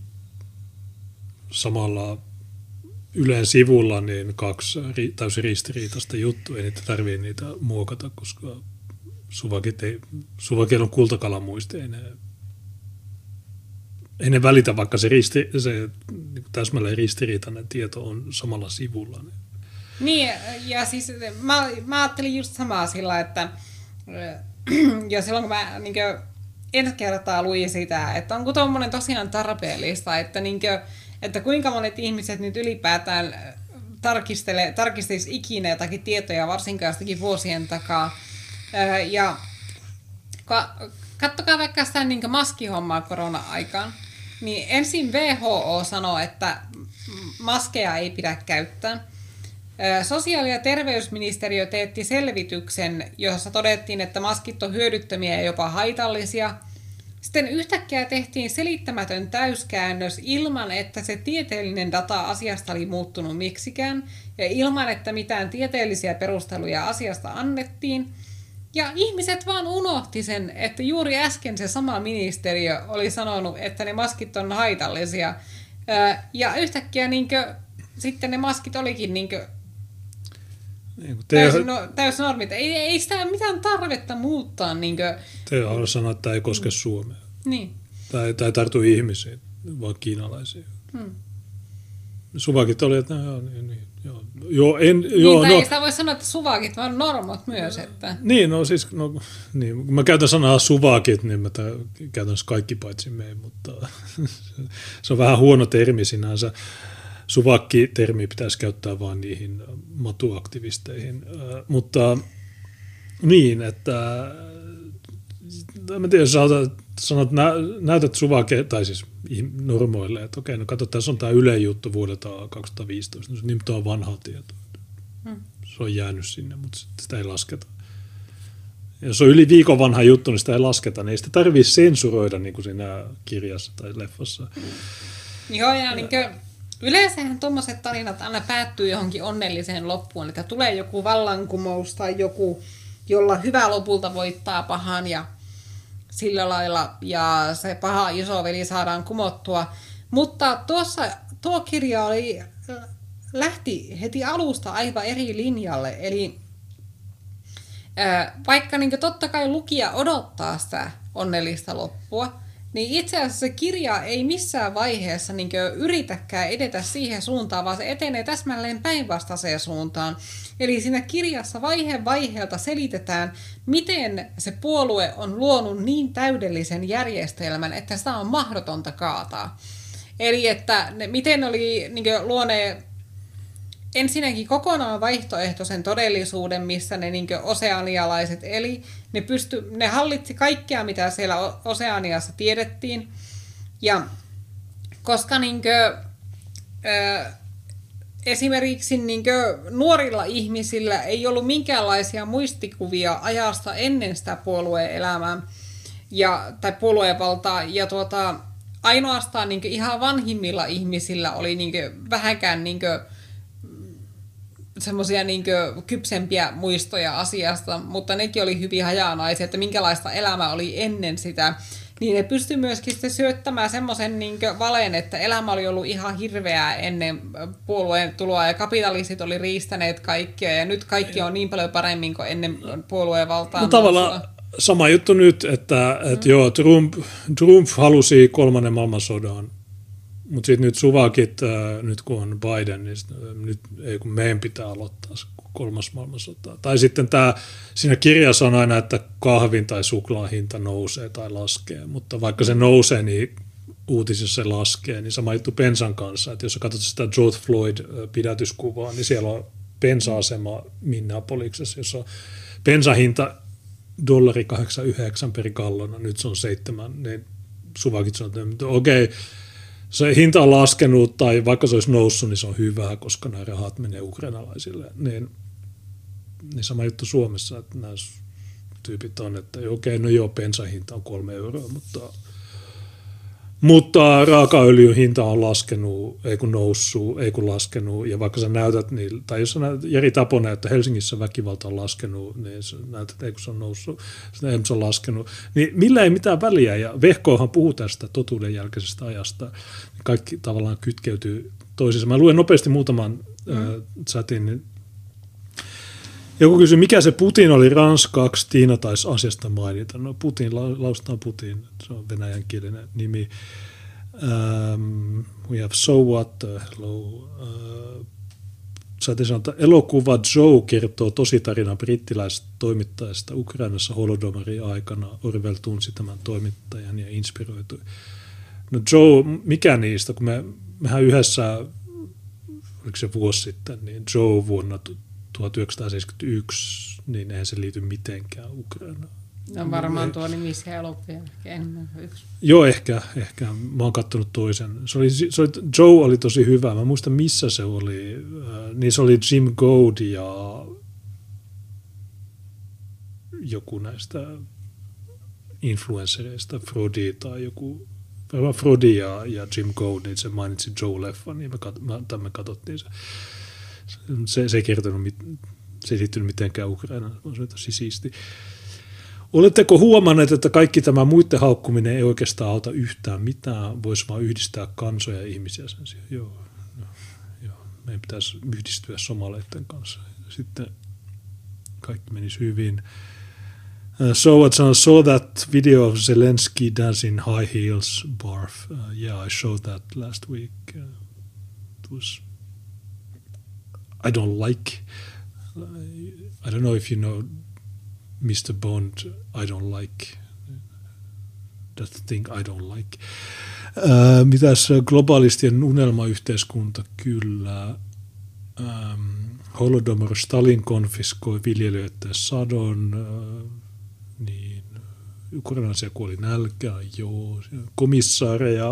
samalla Ylen sivulla niin 2 täysin ristiriitaista juttua, ei niitä tarvii niitä muokata, koska suvakilla on kultakalamuisti, ei ne välitä, vaikka se täsmälleen ristiriitainen tieto on samalla sivulla. Niin Niin, ja siis mä ajattelin just samaa sillä, että ja silloin kun mä ensi kertaa luin sitä, että onko tuommoinen tosiaan tarpeellista, että kuinka monet ihmiset nyt ylipäätään tarkistelisi ikinä jotakin tietoja, varsinkaan jostakin vuosien takaa. Ja kattokaa vaikka sitä maskihommaa korona-aikaan. Niin ensin WHO sanoo, että maskeja ei pidä käyttää. Sosiaali- ja terveysministeriö teetti selvityksen, jossa todettiin, että maskit on hyödyttömiä ja jopa haitallisia. Sitten yhtäkkiä tehtiin selittämätön täyskäännös ilman, että se tieteellinen data asiasta oli muuttunut miksikään ja ilman, että mitään tieteellisiä perusteluja asiasta annettiin. Ja ihmiset vaan unohti sen, että juuri äsken se sama ministeriö oli sanonut, että ne maskit on haitallisia. Ja yhtäkkiä sitten ne maskit olikin täysin normit. Ei sitä mitään tarvetta muuttaa. Te haluaa sanoa, että tämä ei koske Suomea. Niin. Tämä ei tartu ihmisiin, vaan kiinalaisiin. Suvakit oli, että ei sitä voi sanoa, että suvakit, vaan normot myös. Että. Niin, kun mä käytän sanaa suvakit, niin mä käytän kaikki paitsi me, mutta se on vähän huono termi sinänsä. Suvakki-termi pitäisi käyttää vain niihin matuaktivisteihin, mutta niin, että en tiedä, jos sanot, näytät suvake, tai siis normoille, että okei, no katso, tässä on tämä Yle juttu vuodelta 2015, niin tuo on vanhaa tietoa. Se on jäänyt sinne, mutta sitä ei lasketa. Jos on yli viikon vanha juttu, niin sitä ei lasketa, niin ei sitä tarvitse sensuroida niin kuin siinä kirjassa tai leffassa. Joo, ja yleensähän tuommoiset tarinat aina päättyy johonkin onnelliseen loppuun, että tulee joku vallankumous tai joku, jolla hyvä lopulta voittaa pahan ja sillä lailla, ja se paha isoveli saadaan kumottua. Mutta tuo kirja lähti heti alusta aivan eri linjalle, eli vaikka totta kai lukija odottaa sitä onnellista loppua, niin itse asiassa se kirja ei missään vaiheessa yritäkään edetä siihen suuntaan, vaan se etenee täsmälleen päinvastaiseen suuntaan. Eli siinä kirjassa vaiheelta selitetään, miten se puolue on luonut niin täydellisen järjestelmän, että sitä on mahdotonta kaataa. Eli että miten oli luoneet ensinnäkin kokonaan vaihtoehtoisen todellisuuden, missä ne oseanialaiset eli. Ne hallitsi kaikkea, mitä siellä Oseaniassa tiedettiin. Ja koska esimerkiksi nuorilla ihmisillä ei ollut minkäänlaisia muistikuvia ajasta ennen sitä puolueen elämää tai puolueen valtaa, ja ainoastaan ihan vanhimmilla ihmisillä oli vähänkään semmoisia kypsempiä muistoja asiasta, mutta nekin oli hyvin hajanaisia, että minkälaista elämä oli ennen sitä, niin ne pystyi myöskin sitten syöttämään semmoisen valeen, että elämä oli ollut ihan hirveää ennen puolueen tuloa ja kapitalistit oli riistäneet kaikkia ja nyt kaikki on niin paljon paremmin kuin ennen puolueen valtaa. No tavallaan sama juttu nyt, että joo, Trump halusi 3. maailmansodan, mutta sitten nyt suvakit, nyt kun on Biden, niin nyt ei kun meidän pitää aloittaa 3. maailmansota. Tai sitten siinä kirjassa on aina, että kahvin tai suklaan hinta nousee tai laskee, mutta vaikka se nousee, niin uutisissa se laskee. Niin sama juttu bensan kanssa, että jos sä katsot sitä George Floyd-pidätyskuvaa, niin siellä on bensa-asema Minneapolisessa, jossa on bensahinta $1.89 per gallona, nyt se on 7, niin suvakit sanoo, että okei, se hinta on laskenut tai vaikka se olisi noussut, niin se on hyvä, koska nämä rahat menee ukrainalaisille. Niin sama juttu Suomessa, että nämä tyypit on, että okei, no joo, bensahinta on 3 euroa, mutta raakaöljyn hinta on laskenut, ei kun noussut, ei kun laskenut, ja vaikka sä näytät niillä, tai jos sä näytät, Jeri Taponen, että Helsingissä väkivalta on laskenut, niin sä näytät, ei kun se on noussut, se on laskenut, niin millä ei mitään väliä, ja Vehkohan puhuu tästä totuuden jälkeisestä ajasta, kaikki tavallaan kytkeytyy toisiinsa. Mä luen nopeasti muutaman chatin, niin joku kysyi, mikä se Putin oli ranskaksi, Tiina taisi asiasta mainita. No Putin, lausutaan Putin, se on venäjänkielinen nimi. We have so what, hello. saatiin sanoa, että elokuva Joe kertoo tositarinan brittiläisestä toimittajasta Ukrainassa Holodomorin aikana. Orwell tunsi tämän toimittajan ja inspiroitui. No Joe, mikä niistä, kun mehän yhdessä, oliko se vuosi sitten, niin Joe vuonna 1971, niin eihän se liity mitenkään Ukrainaan. No varmaan tuo nimisiä elokuvia enemmän yksi. Joo, ehkä. Mä oon katsonut toisen. Joe oli tosi hyvä. Mä muistan, missä se oli. Niin se oli Jim Goad ja joku näistä influencereista, Frodi tai joku. Frodi ja Jim Goad, niin se mainitsi Joe-leffan, niin me katsottiin se. Se ei kertonut, se ei liittynyt mitenkään Ukrainaan. Se oli tosi siisti. Oletteko huomanneet, että kaikki tämä muiden haukkuminen ei oikeastaan auta yhtään mitään, voisi vaan yhdistää kansoja ja ihmisiä sen sijaan? Joo. Meidän pitäisi yhdistyä somaleiden kanssa. Sitten kaikki menisi hyvin. Saw that video of Zelensky dancing high heels, barf. Yeah, I showed that last week. It was... I don't like... I don't know if you know... Mr. Bond, I don't like. That thing I don't like. Mitäs globalistien unelmayhteiskunta? Kyllä. Holodomor Stalin konfiskoi viljelijöiden sadon. Niin. Ukrainaisia kuoli nälkään, joo. Komissaareja.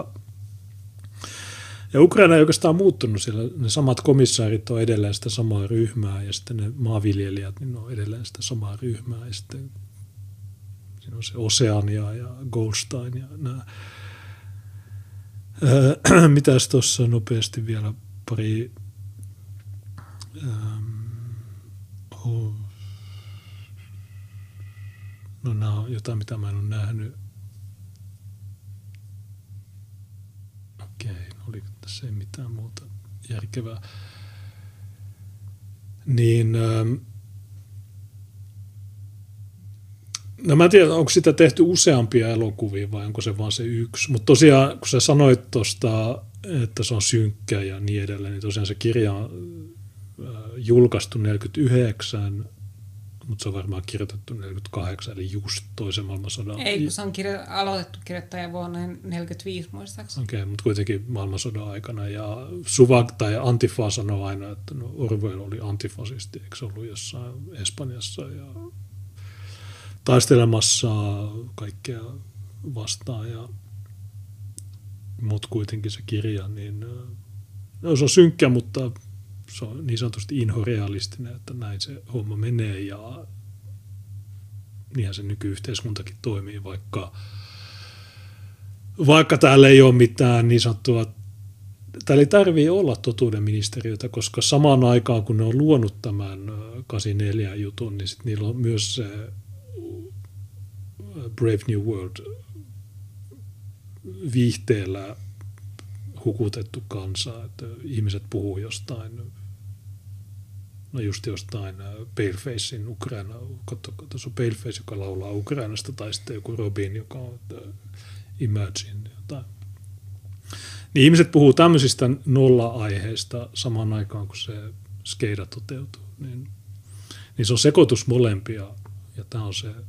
Ja Ukraina ei oikeastaan muuttunut, sillä ne samat komissaarit on edelleen sitä samaa ryhmää ja sitten ne maanviljelijät niin on edelleen sitä samaa ryhmää ja sitten siinä on se Oceania ja Goldstein ja nämä. Mitäs tuossa nopeasti vielä pari no nämä on jotain mitä mä en ole nähnyt. Okei, oliko tässä ei mitään muuta järkevää. Niin, no mä en tiedä, onko sitä tehty useampia elokuvia vai onko se vaan se yksi. Mutta tosiaan, kun sä sanoit tuosta, että se on synkkä ja niin edelleen, niin tosiaan se kirja on julkaistu 49, mutta se on varmaan kirjoitettu 48, eli just toisen maailmansodan. Ei, kun se on aloitettu kirjoittaja vuonna 1945 muistaakseni. Okei, mutta kuitenkin maailmansodan aikana. Ja Suvak tai Antifa sanoo aina, että no Orwell oli antifasisti, eikö se ollut jossain Espanjassa ja taistelemassa kaikkea vastaan. Mutta kuitenkin se kirja, niin no, se on synkkä, mutta se on niin sanotusti inhorealistinen, että näin se homma menee ja niinhän se nykyyhteiskuntakin toimii, vaikka täällä ei ole mitään niin sanottua, täällä ei tarvitse olla totuudenministeriötä, koska samaan aikaan kun ne on luonut tämän 84 jutun, niin sit niillä on myös se Brave New World viihteellä hukutettu kansa, että ihmiset puhuu jostain, no just jostain Palefacein Ukraina, tuossa on Paleface, joka laulaa Ukrainasta, tai sitten joku Robin, joka on Imagine, jotain. Niin ihmiset puhuu tämmöisistä nolla-aiheista samaan aikaan, kun se skeida toteutuu. Niin se on sekoitus molempia, ja tämä on se,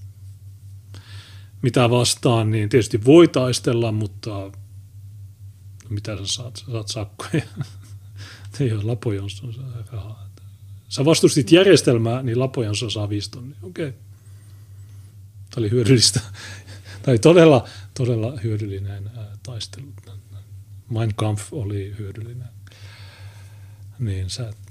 mitä vastaan, niin tietysti voi taistella, mutta mitä sä saat? Sä saat sakkoja. Ei ole Lapo Jonsson saa rahaa. Sä vastustit järjestelmää, niin Lapo Jonsson saa 5 tonnia. Okei. Tämä oli hyödyllistä. Tämä oli todella hyödyllinen taistelu. Mein Kampf oli hyödyllinen. Niin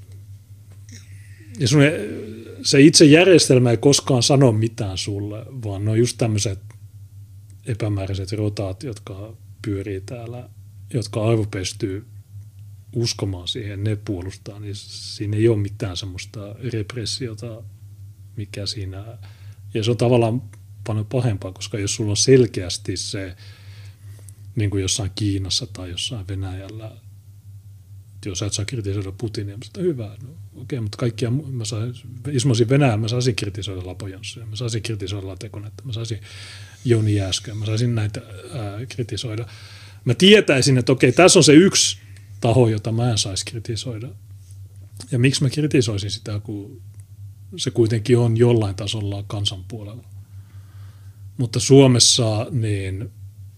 ja se itse järjestelmä ei koskaan sano mitään sulle, vaan ne on just tämmöiset epämääräiset rotaat, jotka pyörii täällä, jotka aivopestyy uskomaan siihen, ne puolustaa, niin siinä ei ole mitään semmoista repressiota, mikä siinä, ja se on tavallaan paljon pahempaa, koska jos sulla on selkeästi se, niin kuin jossain Kiinassa tai jossain Venäjällä, jos sä et saa kritisoida Putinia, mä sanoin, hyvä, no, okei, mutta kaikkia, jos mä olisin Venäjällä, mä saisin kritisoida Lapo Jonssonia, mä saisin kritisoida Latekonetta, mä saisin Jouni Jääsköä, mä saisin näitä kritisoida. Mä tietäisin, että okei, tässä on se yksi taho, jota mä en saisi kritisoida. Ja miksi mä kritisoisin sitä, kun se kuitenkin on jollain tasolla kansan puolella. Mutta Suomessa, niin,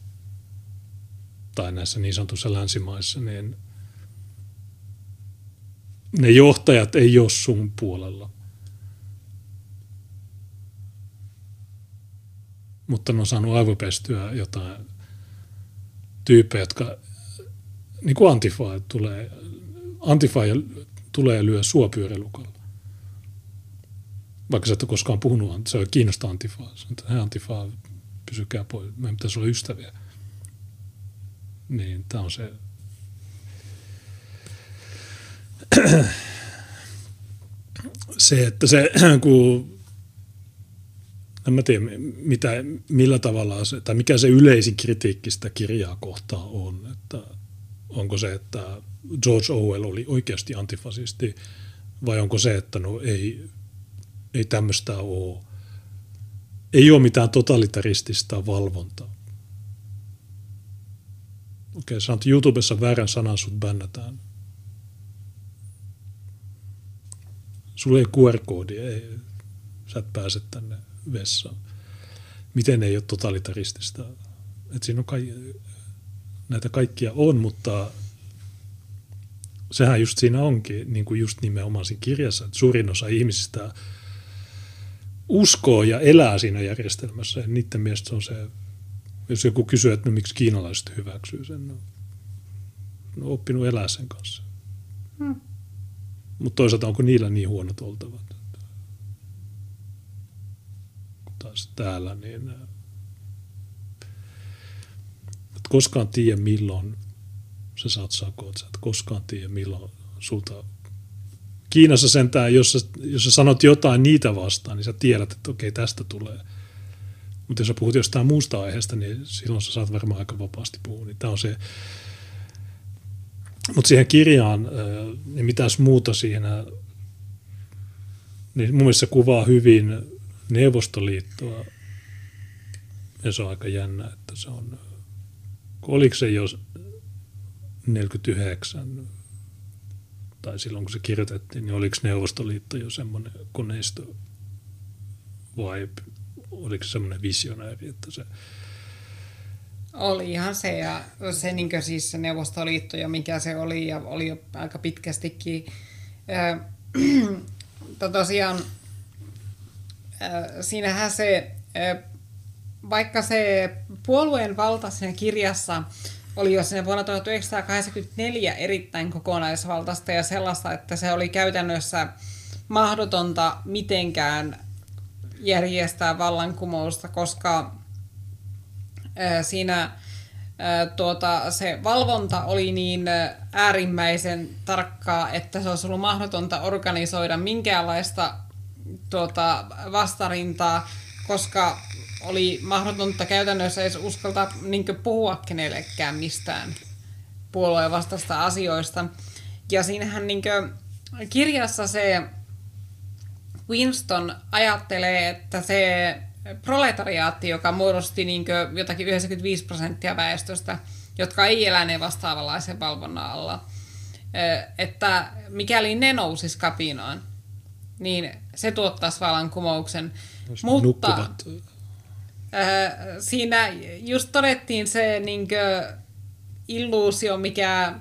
tai näissä niin sanotuissa länsimaissa, niin ne johtajat ei ole sun puolella. Mutta ne on saanut aivopestyä jotain tyyppejä, jotka niin kuin Antifa tulee ja lyö sua pyörälukalla. Vaikka sä et ole koskaan puhunut, se ei kiinnosta Antifaa. Se on, että Antifaa, pysykää pois, meidän pitäisi olla ystäviä. Niin, tämä on se. Se, että se, kun en mä tiedä, millä tavalla se, tai mikä se yleisin kritiikki sitä kirjaa kohtaan on. Että onko se, että George Orwell oli oikeasti antifasisti, vai onko se, että no ei tämmöistä ole. Ei ole mitään totalitaristista valvontaa. Okei, sanot YouTubessa väärän sanan, sut bännätään. Sulla ei QR-koodia, sä et pääse tänne vessaan. Miten ei ole totalitaristista? Et siinä on näitä kaikkia on, mutta sehän just siinä onkin, niin kuin just nimenomaan siinä kirjassa, että suurin osa ihmisistä uskoo ja elää siinä järjestelmässä. Ja niiden mielestä se on se, jos joku kysyy, että no, miksi kiinalaiset hyväksyy sen, no oppinut elää sen kanssa. Mutta toisaalta onko niillä niin huonot oltavat? Kun taas täällä, niin et koskaan tiedä milloin sä saat sakot, sä et koskaan tiedä milloin sulta. Kiinassa sentään, jos sä sanot jotain niitä vastaan, niin sä tiedät, että okei, tästä tulee. Mutta jos sä puhut jostain muusta aiheesta, niin silloin sä saat varmaan aika vapaasti puhua. Niin tää on se. Mutta siihen kirjaan, niin mitäs muuta siinä, niin mun mielestä se kuvaa hyvin Neuvostoliittoa. Ja se on aika jännä, että se on, oliko se jo 49, tai silloin kun se kirjoitettiin, niin oliko Neuvostoliitto jo semmoinen koneisto vai oliko se semmoinen visionääri, että se. Olihan se, ja se niin siis se Neuvostoliitto ja mikä se oli, ja oli jo aika pitkästikin. Tosiaan siinähän se, vaikka se puolueen valta siinä kirjassa oli jo siinä vuonna 1984 erittäin kokonaisvaltaista ja sellaista, että se oli käytännössä mahdotonta mitenkään järjestää vallankumousta, koska siinä se valvonta oli niin äärimmäisen tarkkaa, että se olisi ollut mahdotonta organisoida minkäänlaista vastarintaa, koska oli mahdotonta käytännössä edes uskaltaa puhua kenellekään mistään puolueen vastaista asioista. Ja siinähän kirjassa se Winston ajattelee, että se proletariaatti, joka muodosti jotakin 95% väestöstä, jotka ei eläneet vastaavanlaisen valvonnan alla, että mikäli ne nousisi kapinaan, niin se tuottaisi vallankumouksen. Mutta siinä just todettiin se illuusio, mikä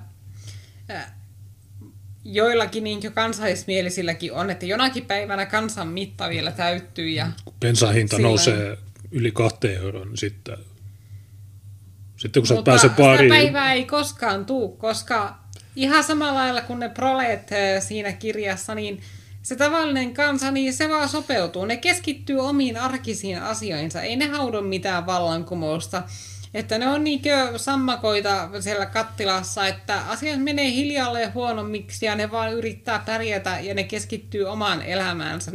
joillakin kansallismielisilläkin on, että jonakin päivänä kansan mitta vielä täyttyy. Ja bensan hinta nousee yli 2 euroon, niin sitten kun sä pääset baariin. Mutta sitä päivää ei koskaan tule, koska ihan samalla lailla kuin ne proleet siinä kirjassa, niin se tavallinen kansa, niin se vaan sopeutuu. Ne keskittyy omiin arkisiin asioihinsa. Ei ne haudo mitään vallankumousta. Että ne on sammakoita siellä kattilassa, että asiat menee hiljalleen huonommiksi ja ne vaan yrittää pärjätä ja ne keskittyy omaan elämäänsä.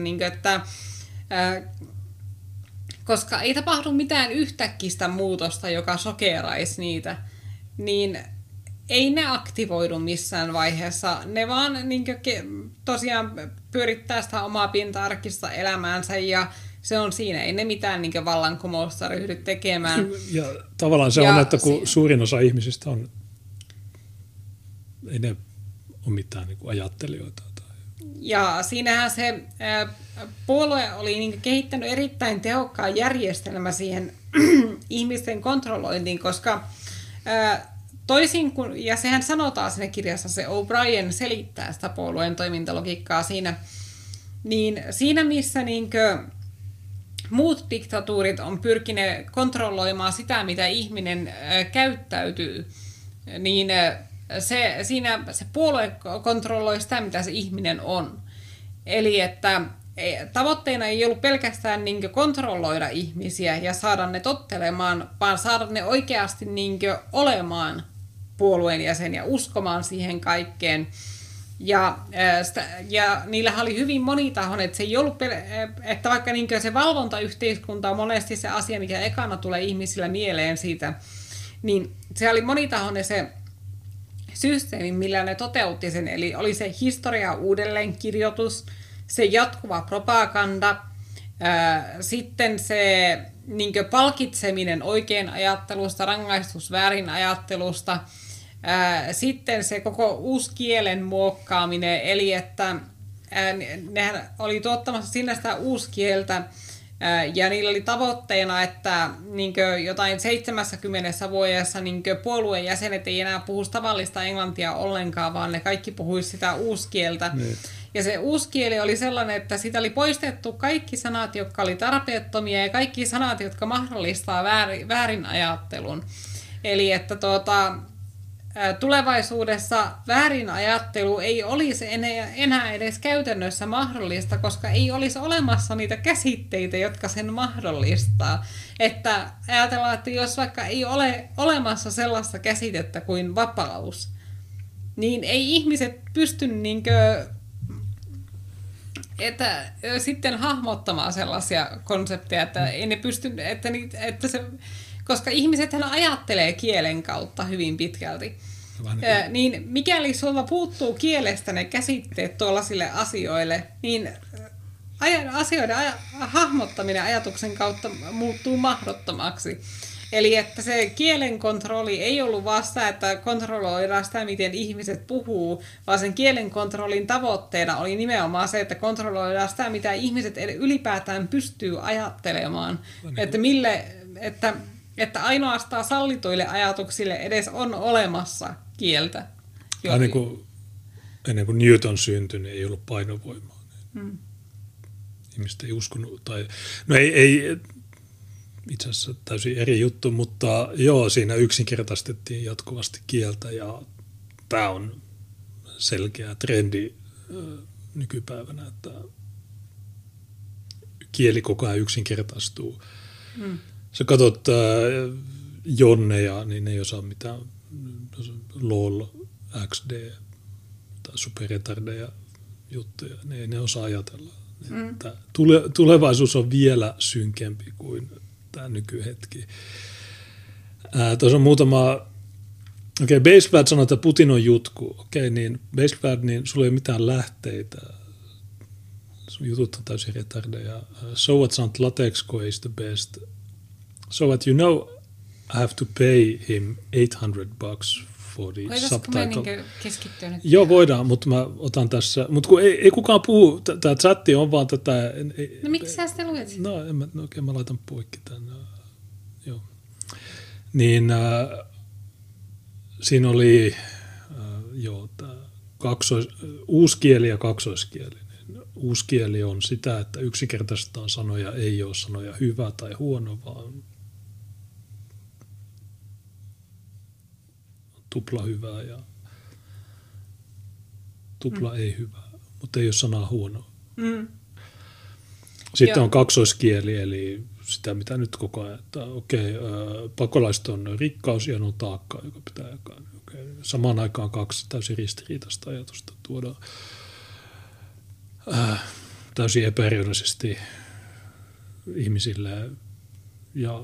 Koska ei tapahdu mitään yhtäkkistä muutosta, joka sokeraisi niitä, niin ei ne aktivoidu missään vaiheessa. Ne vaan tosiaan pyörittää sitä omaa pinta-arkista elämäänsä ja se on siinä. Ei ne mitään vallankumousta ryhdy tekemään. Ja tavallaan se on, että kun suurin osa ihmisistä on, ei ne ole mitään ajattelijoita tai Ja siinähän se puolue oli niin kehittänyt erittäin tehokkaan järjestelmä siihen ihmisten kontrollointiin, koska toisin kuin, ja sehän sanotaan siinä kirjassa, se O'Brien selittää sitä puolueen toimintalogiikkaa siinä, niin siinä missä muut diktatuurit on pyrkineet kontrolloimaan sitä, mitä ihminen käyttäytyy, niin se puolue kontrolloi sitä, mitä se ihminen on. Eli että tavoitteena ei ollut pelkästään kontrolloida ihmisiä ja saada ne tottelemaan, vaan saada ne oikeasti olemaan puolueen jäseniä, uskomaan siihen kaikkeen. Ja niillähän oli hyvin monitahoinen, että se ei ollut, että vaikka se valvontayhteiskunta on monesti se asia, mikä ekana tulee ihmisillä mieleen siitä, niin se oli monitahoinen se systeemi, millä ne toteutti sen. Eli oli se historia uudelleenkirjoitus, se jatkuva propaganda, sitten se palkitseminen oikein ajattelusta, rangaistus väärin ajattelusta, sitten se koko uusi kielen muokkaaminen, eli että nehän oli tuottamassa sinne sitä uuskieltä, ja niillä oli tavoitteena, että jotain 70 vuodessa puolueen jäsenet ei enää puhu tavallista englantia ollenkaan, vaan ne kaikki puhuisivat sitä uuskieltä. Ja se uuskieli oli sellainen, että siitä oli poistettu kaikki sanat, jotka oli tarpeettomia, ja kaikki sanat, jotka mahdollistaa väärin ajattelun. Eli että tulevaisuudessa väärin ajattelu ei olisi enää edes käytännössä mahdollista, koska ei olisi olemassa niitä käsitteitä, jotka sen mahdollistaa. Että ajatellaan, että jos vaikka ei ole olemassa sellaista käsitettä kuin vapaus, niin ei ihmiset pysty sitten hahmottamaan sellaisia konsepteja, että ei ne pysty, koska ihmisethän ajattelee kielen kautta hyvin pitkälti. Niin mikäli sulta puuttuu kielestä ne käsitteet tuollaisille asioille, niin asioiden hahmottaminen ajatuksen kautta muuttuu mahdottomaksi. Eli että se kielen kontrolli ei ollut vaan sitä, että kontrolloidaan sitä, miten ihmiset puhuu, vaan sen kielen kontrollin tavoitteena oli nimenomaan se, että kontrolloidaan sitä, mitä ihmiset ylipäätään pystyy ajattelemaan. Että ainoastaan sallituille ajatuksille edes on olemassa kieltä. Ennen kuin Newton syntyi, niin ei ollut painovoimaa. Ihmiset ei uskonut. Ei itse asiassa täysin eri juttu, mutta joo, siinä yksinkertaistettiin jatkuvasti kieltä ja tämä on selkeä trendi nykypäivänä, että kieli koko ajan yksinkertaistuu. Sä katsot jonneja, niin ne ei osaa mitään LOL, XD tai superretardeja juttuja. Ne ei osaa ajatella. Tulevaisuus on vielä synkempi kuin tämä nykyhetki. Tuossa on muutama. Basebad sanoo, että Putin on jutku. Niin Basebad, niin sulla ei ole mitään lähteitä. Sun jutut on täysin retardeja. So what Sant Latexco is the best. So what you know, I have to pay him $800 for the subtitle. Keskittyä nyt? Joo, voidaan, mutta mä otan tässä. Mutta kun ei kukaan puhu, tämä chatti on vaan tätä. No miksi sä sitä luet? Mä laitan poikki tämän. Joo. Niin siinä oli uuskieli ja kaksoiskieli. Uuskieli on sitä, että yksinkertaistetaan sanoja, ei ole sanoja hyvä tai huono, vaan tupla hyvää ja tupla ei hyvää, mutta ei ole sanaa huono. Sitten on kaksoiskieli, eli sitä mitä nyt koko ajan, että pakolaiset on rikkaus ja on taakka, joka pitää jakaa. Samaan aikaan kaksi täysin ristiriitaista ajatusta tuodaan täysin epäreunisesti ihmisille ja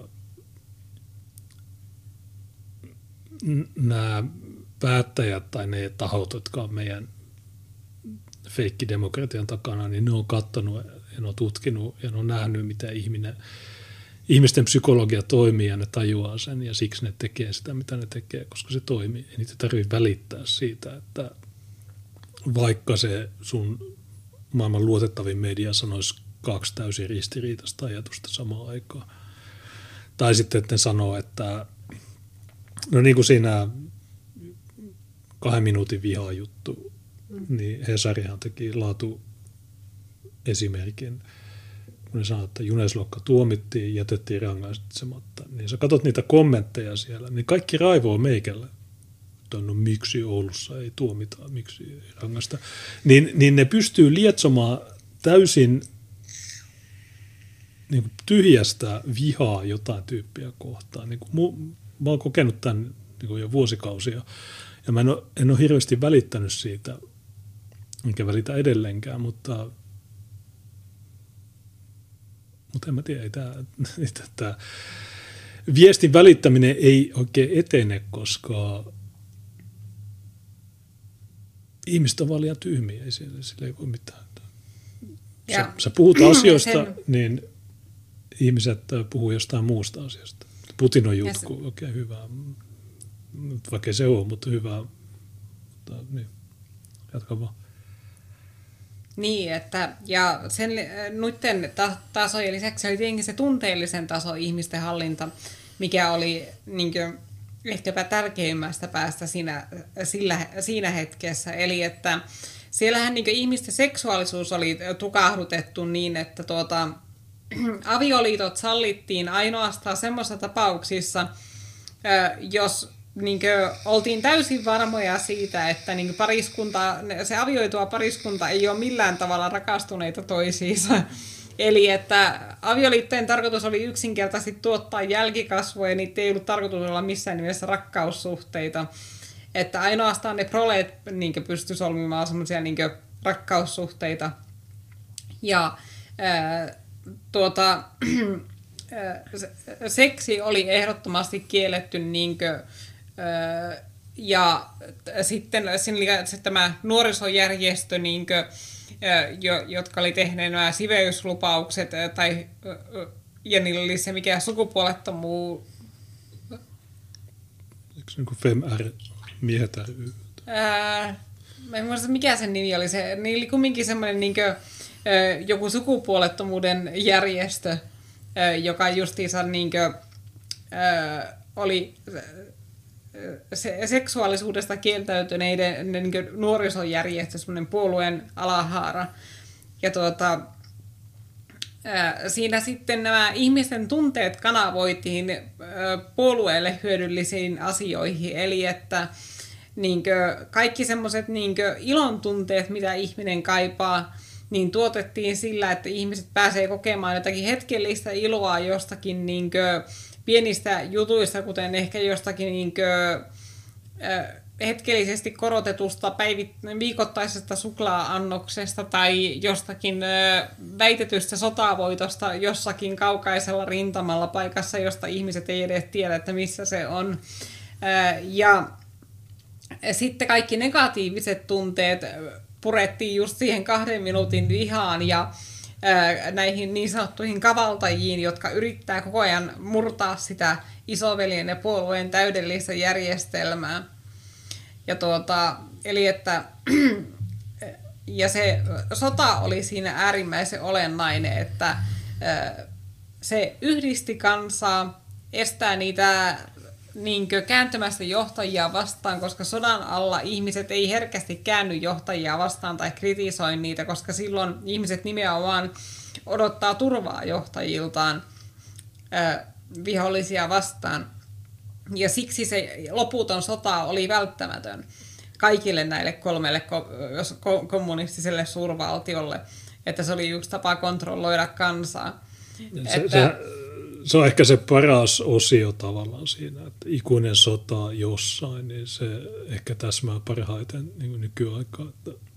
nämä päättäjät tai ne tahot, jotka on meidän feikkidemokratian takana, niin ne on katsonut ja ne on tutkinut ja ne on nähnyt, mitä ihmisten psykologia toimii ja ne tajuaa sen ja siksi ne tekee sitä, mitä ne tekee, koska se toimii. Ei niitä tarvitse välittää siitä, että vaikka se sun maailman luotettavin media sanoisi 2 täysin ristiriitaista ajatusta samaan aikaan. Tai sitten, että ne sanoo, että no niin kuin siinä 2 minuutin viha-juttu, niin Hesarihan teki laatuesimerkin, kun ne sanoo, että Juneslokka tuomittiin, jätettiin rangaitsematta. Niin sä katsot niitä kommentteja siellä, niin kaikki raivoo meikälle. No miksi Oulussa ei tuomita, miksi ei rangaista. Niin ne pystyy lietsomaan täysin niin kuin tyhjästä vihaa jotain tyyppiä kohtaan. Niin kuin mä oon kokenut tämän niin kuin jo vuosikausia, ja mä en ole hirveästi välittänyt siitä, enkä välitä edelleenkään, mutta en mä tiedä, tämä viestin välittäminen ei oikein etene, koska ihmiset on vaan liian tyhmiä, sillä ei voi mitään. Sä puhut asioista, niin ihmiset puhuu jostain muusta asiasta. Putin on jutku, okei, hyvä. Vaikka se on, mutta hyvä. Mutta, niin, jatka vaan. Niin, että ja sen noiden tasojen lisäksi oli tietenkin se tunteellisen taso ihmisten hallinta, mikä oli niin kuin, ehkäpä tärkeimmästä päästä siinä hetkessä. Eli että siellähän niin kuin ihmisten seksuaalisuus oli tukahdutettu niin, että avioliitot sallittiin ainoastaan semmoisissa tapauksissa, jos niin kuin, oltiin täysin varmoja siitä, että niin kuin se avioitua pariskunta ei ole millään tavalla rakastuneita toisiinsa. Eli että avioliittojen tarkoitus oli yksinkertaisesti tuottaa jälkikasvoja, niitä ei ollut tarkoitus olla missään nimessä rakkaussuhteita. Että ainoastaan ne proleet niin kuin pystyi solmimaan semmoisia niin kuin rakkaussuhteita. Ja seksi oli ehdottomasti kielletty niin kuin, ja sitten tämä nuorisojärjestö, niin kuin, jotka oli tehneet nämä siveyslupaukset, ja niillä oli se mikä sukupuolettomuus. Eikö se niin kuin FemR, miehet ry? Mä en muista mikä sen nimi oli. Niillä oli kumminkin semmoinen niin kuin, joku sukupuolettomuuden järjestö, joka justiinsa niin kuin, oli seksuaalisuudesta kieltäytyneiden niin kuin nuorisojärjestö, semmoinen puolueen alahaara. Ja siinä sitten nämä ihmisten tunteet kanavoitiin puolueelle hyödyllisiin asioihin, eli että niin kuin, kaikki semmoiset niin kuin ilon tunteet, mitä ihminen kaipaa, niin tuotettiin sillä, että ihmiset pääsee kokemaan jotakin hetkellistä iloa jostakin niin kuin pienistä jutuista, kuten ehkä jostakin niin kuin, hetkellisesti korotetusta viikoittaisesta suklaa-annoksesta tai jostakin väitetystä sotavoitosta jossakin kaukaisella rintamalla paikassa, josta ihmiset ei edes tiedä, että missä se on. Ja sitten kaikki negatiiviset tunteet purettiin just siihen 2 minuutin vihaan ja näihin niin sanottuihin kavaltajiin, jotka yrittää koko ajan murtaa sitä isoveljen ja puolueen täydellistä järjestelmää. Ja eli että ja se sota oli siinä äärimmäisen olennainen, että se yhdisti kansaa, estää niitä niinkö kääntymästä johtajia vastaan, koska sodan alla ihmiset ei herkästi käänny johtajia vastaan tai kritisoi niitä, koska silloin ihmiset nimenomaan odottaa turvaa johtajiltaan vihollisia vastaan. Ja siksi se loputon sota oli välttämätön kaikille näille 3 kommunistiselle suurvaltiolle, että se oli yksi tapa kontrolloida kansaa. Se on ehkä se paras osio tavallaan siinä, että ikuinen sota jossain, niin se ehkä täsmää parhaiten niin kuin nykyaikaa.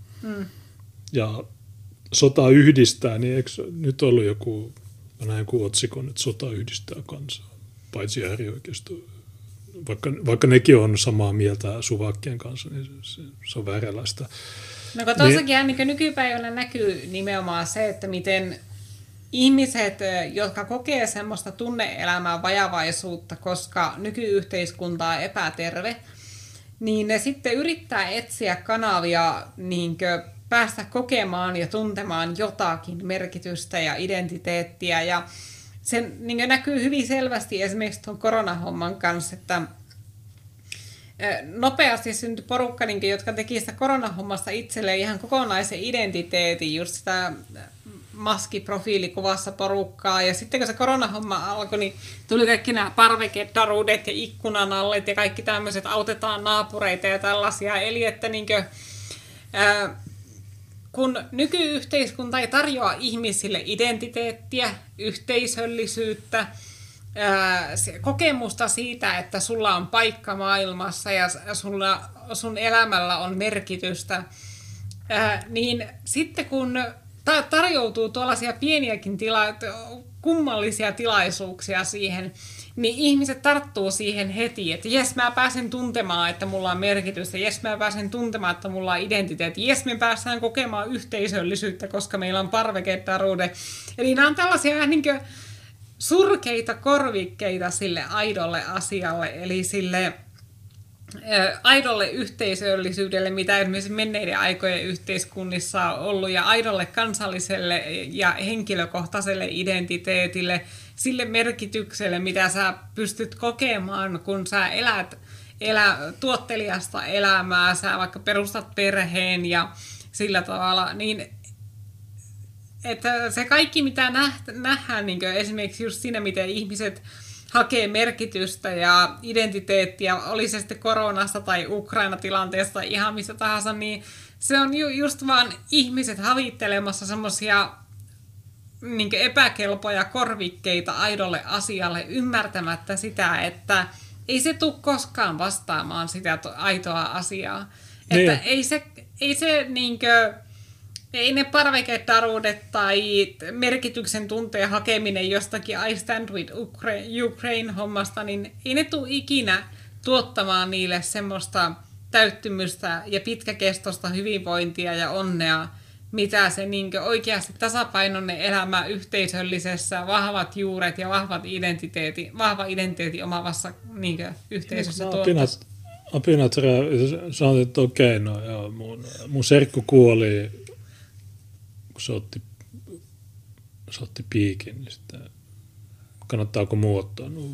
Ja sota yhdistää, niin eikö nyt ollut joku, mä näin joku otsikon, että sota yhdistää kansaa, paitsi äärioikeisto. Vaikka nekin on samaa mieltä suvakkien kanssa, niin se on vääränlaista. No kun tuossakin niin nykypäivänä näkyy nimenomaan se, että miten ihmiset, jotka kokee semmoista tunne-elämää vajavaisuutta, koska nykyyhteiskunta on epäterve, niin ne sitten yrittää etsiä kanavia niinkö päästä kokemaan ja tuntemaan jotakin merkitystä ja identiteettiä. Ja se niinkö näkyy hyvin selvästi esimerkiksi tuon koronahomman kanssa, että nopeasti syntyi porukka, jotka teki sitä koronahommasta itselleen ihan kokonaisen identiteetin, just sitä maskiprofiilikuvassa porukkaa. Ja sitten kun se koronahomma alkoi, niin tuli kaikki nämä parveketaruudet ja ikkunanallet ja kaikki tämmöiset, autetaan naapureita ja tällaisia. Eli että kun nykyyhteiskunta ei tarjoa ihmisille identiteettiä, yhteisöllisyyttä, kokemusta siitä, että sulla on paikka maailmassa ja sun elämällä on merkitystä, niin sitten kun tarjoutuu tuollaisia pieniäkin kummallisia tilaisuuksia siihen, niin ihmiset tarttuu siihen heti, että jes, mä pääsen tuntemaan, että mulla on merkitystä, jes, mä pääsen tuntemaan, että mulla on identiteetti, jes, me päästään kokemaan yhteisöllisyyttä, koska meillä on parveketaruude. Eli nämä on tällaisia niin kuin surkeita korvikkeita sille aidolle asialle, eli sille aidolle yhteisöllisyydelle, mitä esimerkiksi menneiden aikojen yhteiskunnissa on ollut, ja aidolle kansalliselle ja henkilökohtaiselle identiteetille, sille merkitykselle, mitä sä pystyt kokemaan, kun sä elät tuotteliasta elämää, sä vaikka perustat perheen ja sillä tavalla, niin että se kaikki, mitä nähdään niin esimerkiksi just siinä, miten ihmiset hakee merkitystä ja identiteettiä, oli se sitten koronasta tai Ukraina-tilanteesta tai ihan missä tahansa, niin se on just vaan ihmiset havittelemassa semmoisia niin epäkelpoja korvikkeita aidolle asialle, ymmärtämättä sitä, että ei se tule koskaan vastaamaan sitä aitoa asiaa. Niin. Että ei se niinkö, ei ne parveketaruudet tai merkityksen tunteen hakeminen jostakin I Stand with Ukraine-hommasta, niin ei ne tule ikinä tuottamaan niille semmoista täyttymystä ja pitkäkestoista hyvinvointia ja onnea, mitä se niin oikeasti tasapainoinen elämä yhteisöllisessä, vahvat juuret ja vahva identiteetti omavassa niin yhteisössä tuottaisi. Apinatra sanoi, että okei, no joo, mun serkku kuoli, kun se otti piikin, niin sitten kannattaako muu ottaa? No,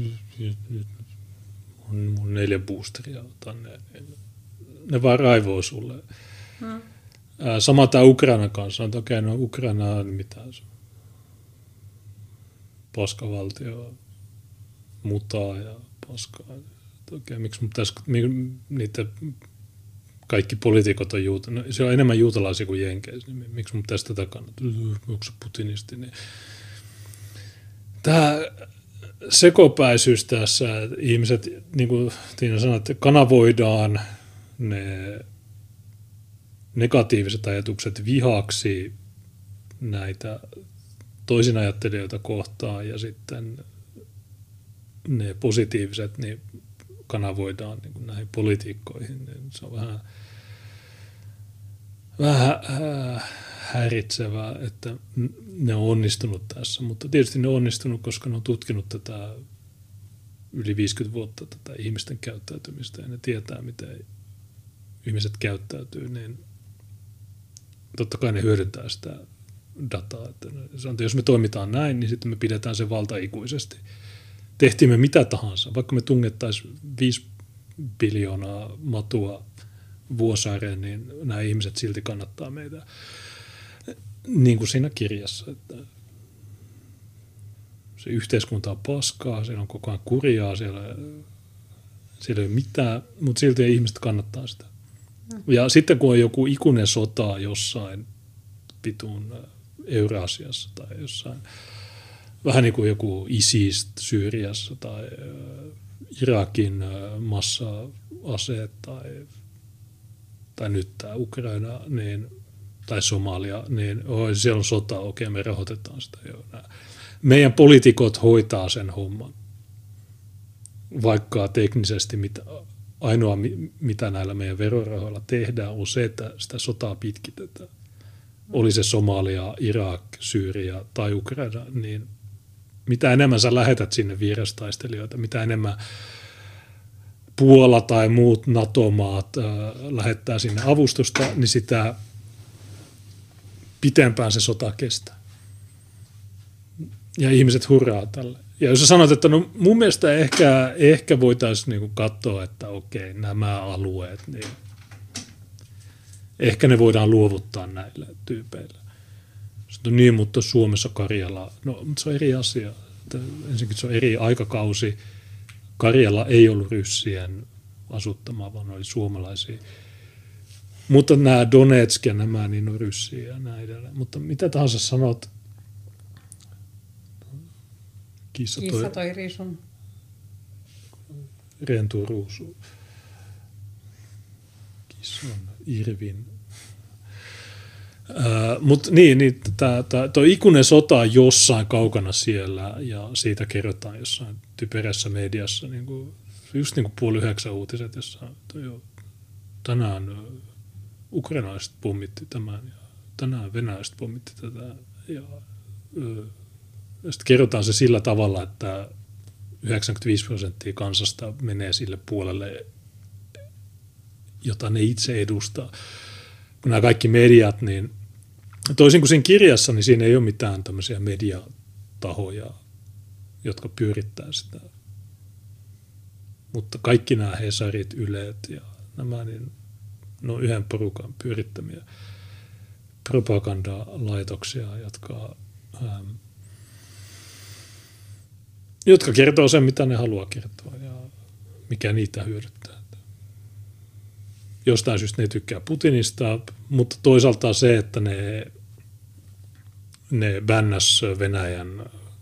mun 4 boosteria otan ne vaan raivoo sulle. Sama tämä Ukrainan kanssa, että okei, no Ukraina on mitään paskavaltio, mutaa ja paskaa. Okei, miksi niitä kaikki poliitikot on se on enemmän juutalaisia kuin jenkeissä, niin miksi mun pitäisi tätä kannattaa? Onko se putinisti? Niin. Tämä sekopäisyys tässä, että ihmiset, niin kuin Tiina sanoi, että kanavoidaan ne negatiiviset ajatukset vihaksi näitä toisinajattelijoita kohtaan ja sitten ne positiiviset niin kanavoidaan niin kuin näihin politiikkoihin. Niin se on vähän häiritsevää, että ne on onnistunut tässä, mutta tietysti ne on onnistunut, koska ne on tutkinut tätä yli 50 vuotta tätä ihmisten käyttäytymistä ja ne tietää, miten ihmiset käyttäytyy, niin totta kai ne hyödyntää sitä dataa. Että jos me toimitaan näin, niin sitten me pidetään se valta ikuisesti. Tehtiin me mitä tahansa, vaikka me tungettaisiin 5 biljoonaa matua Vuosaareen, niin nämä ihmiset silti kannattaa meitä. Niin kuin siinä kirjassa, että se yhteiskunta on paskaa, siellä on koko ajan kurjaa, siellä ei ole mitään, mutta silti ihmiset kannattaa sitä. Ja sitten kun on joku ikuinen sota jossain pitun Eurasiassa tai jossain, vähän niin kuin joku ISIS Syyriassa tai Irakin massa-aseet tai nyt tämä Ukraina niin, tai Somalia, niin siellä on sota, okei, me rahoitetaan sitä. Meidän poliitikot hoitaa sen homman, vaikka teknisesti ainoa, mitä näillä meidän verorahoilla tehdään, on se, että sitä sotaa pitkitetään. Oli se Somalia, Irak, Syyria tai Ukraina, niin mitä enemmän sä lähetät sinne vierastaistelijoita, mitä enemmän Puola tai muut NATO-maat lähettää sinne avustusta, niin sitä pitempään se sota kestää. Ja ihmiset hurraa tälle. Ja jos sä sanot, että no mun mielestä ehkä voitaisiin niinku katsoa, että okei, nämä alueet, niin ehkä ne voidaan luovuttaa näille tyypeille. Sitten niin, mutta Suomessa Karjala, no mutta se on eri asia. Ensinnäkin se on eri aikakausi. Karjala ei ollut ryssien asuttamaa, vaan oli suomalaisia. Mutta nämä Donetsk ja nämä, niin on ryssiä ja näin edelleen. Mutta mitä tahansa sanot, kissa toi risun. Rentu ruusu. Kissa on Irvin. Mutta niin tuo ikuinen sota on jossain kaukana siellä ja siitä kerrotaan jossain typerässä mediassa, just niin kuin 8:30 uutiset, jossa tänään ukrainalaiset pommitti tämän ja tänään venäläiset pommitti tätä ja sitten kerrotaan se sillä tavalla, että 95% kansasta menee sille puolelle, jota ne itse edustaa. Kun nämä kaikki mediat, niin toisin kuin siinä kirjassa, niin siinä ei ole mitään tämmöisiä mediatahoja, jotka pyörittää sitä. Mutta kaikki nämä Hesarit, Ylet ja nämä, niin ne on yhden porukan pyörittämiä propagandalaitoksia, jotka kertoo sen, mitä ne haluaa kertoa ja mikä niitä hyödyttää. Jostain syystä ne tykkää Putinista, mutta toisaalta se, että ne bännäs Venäjän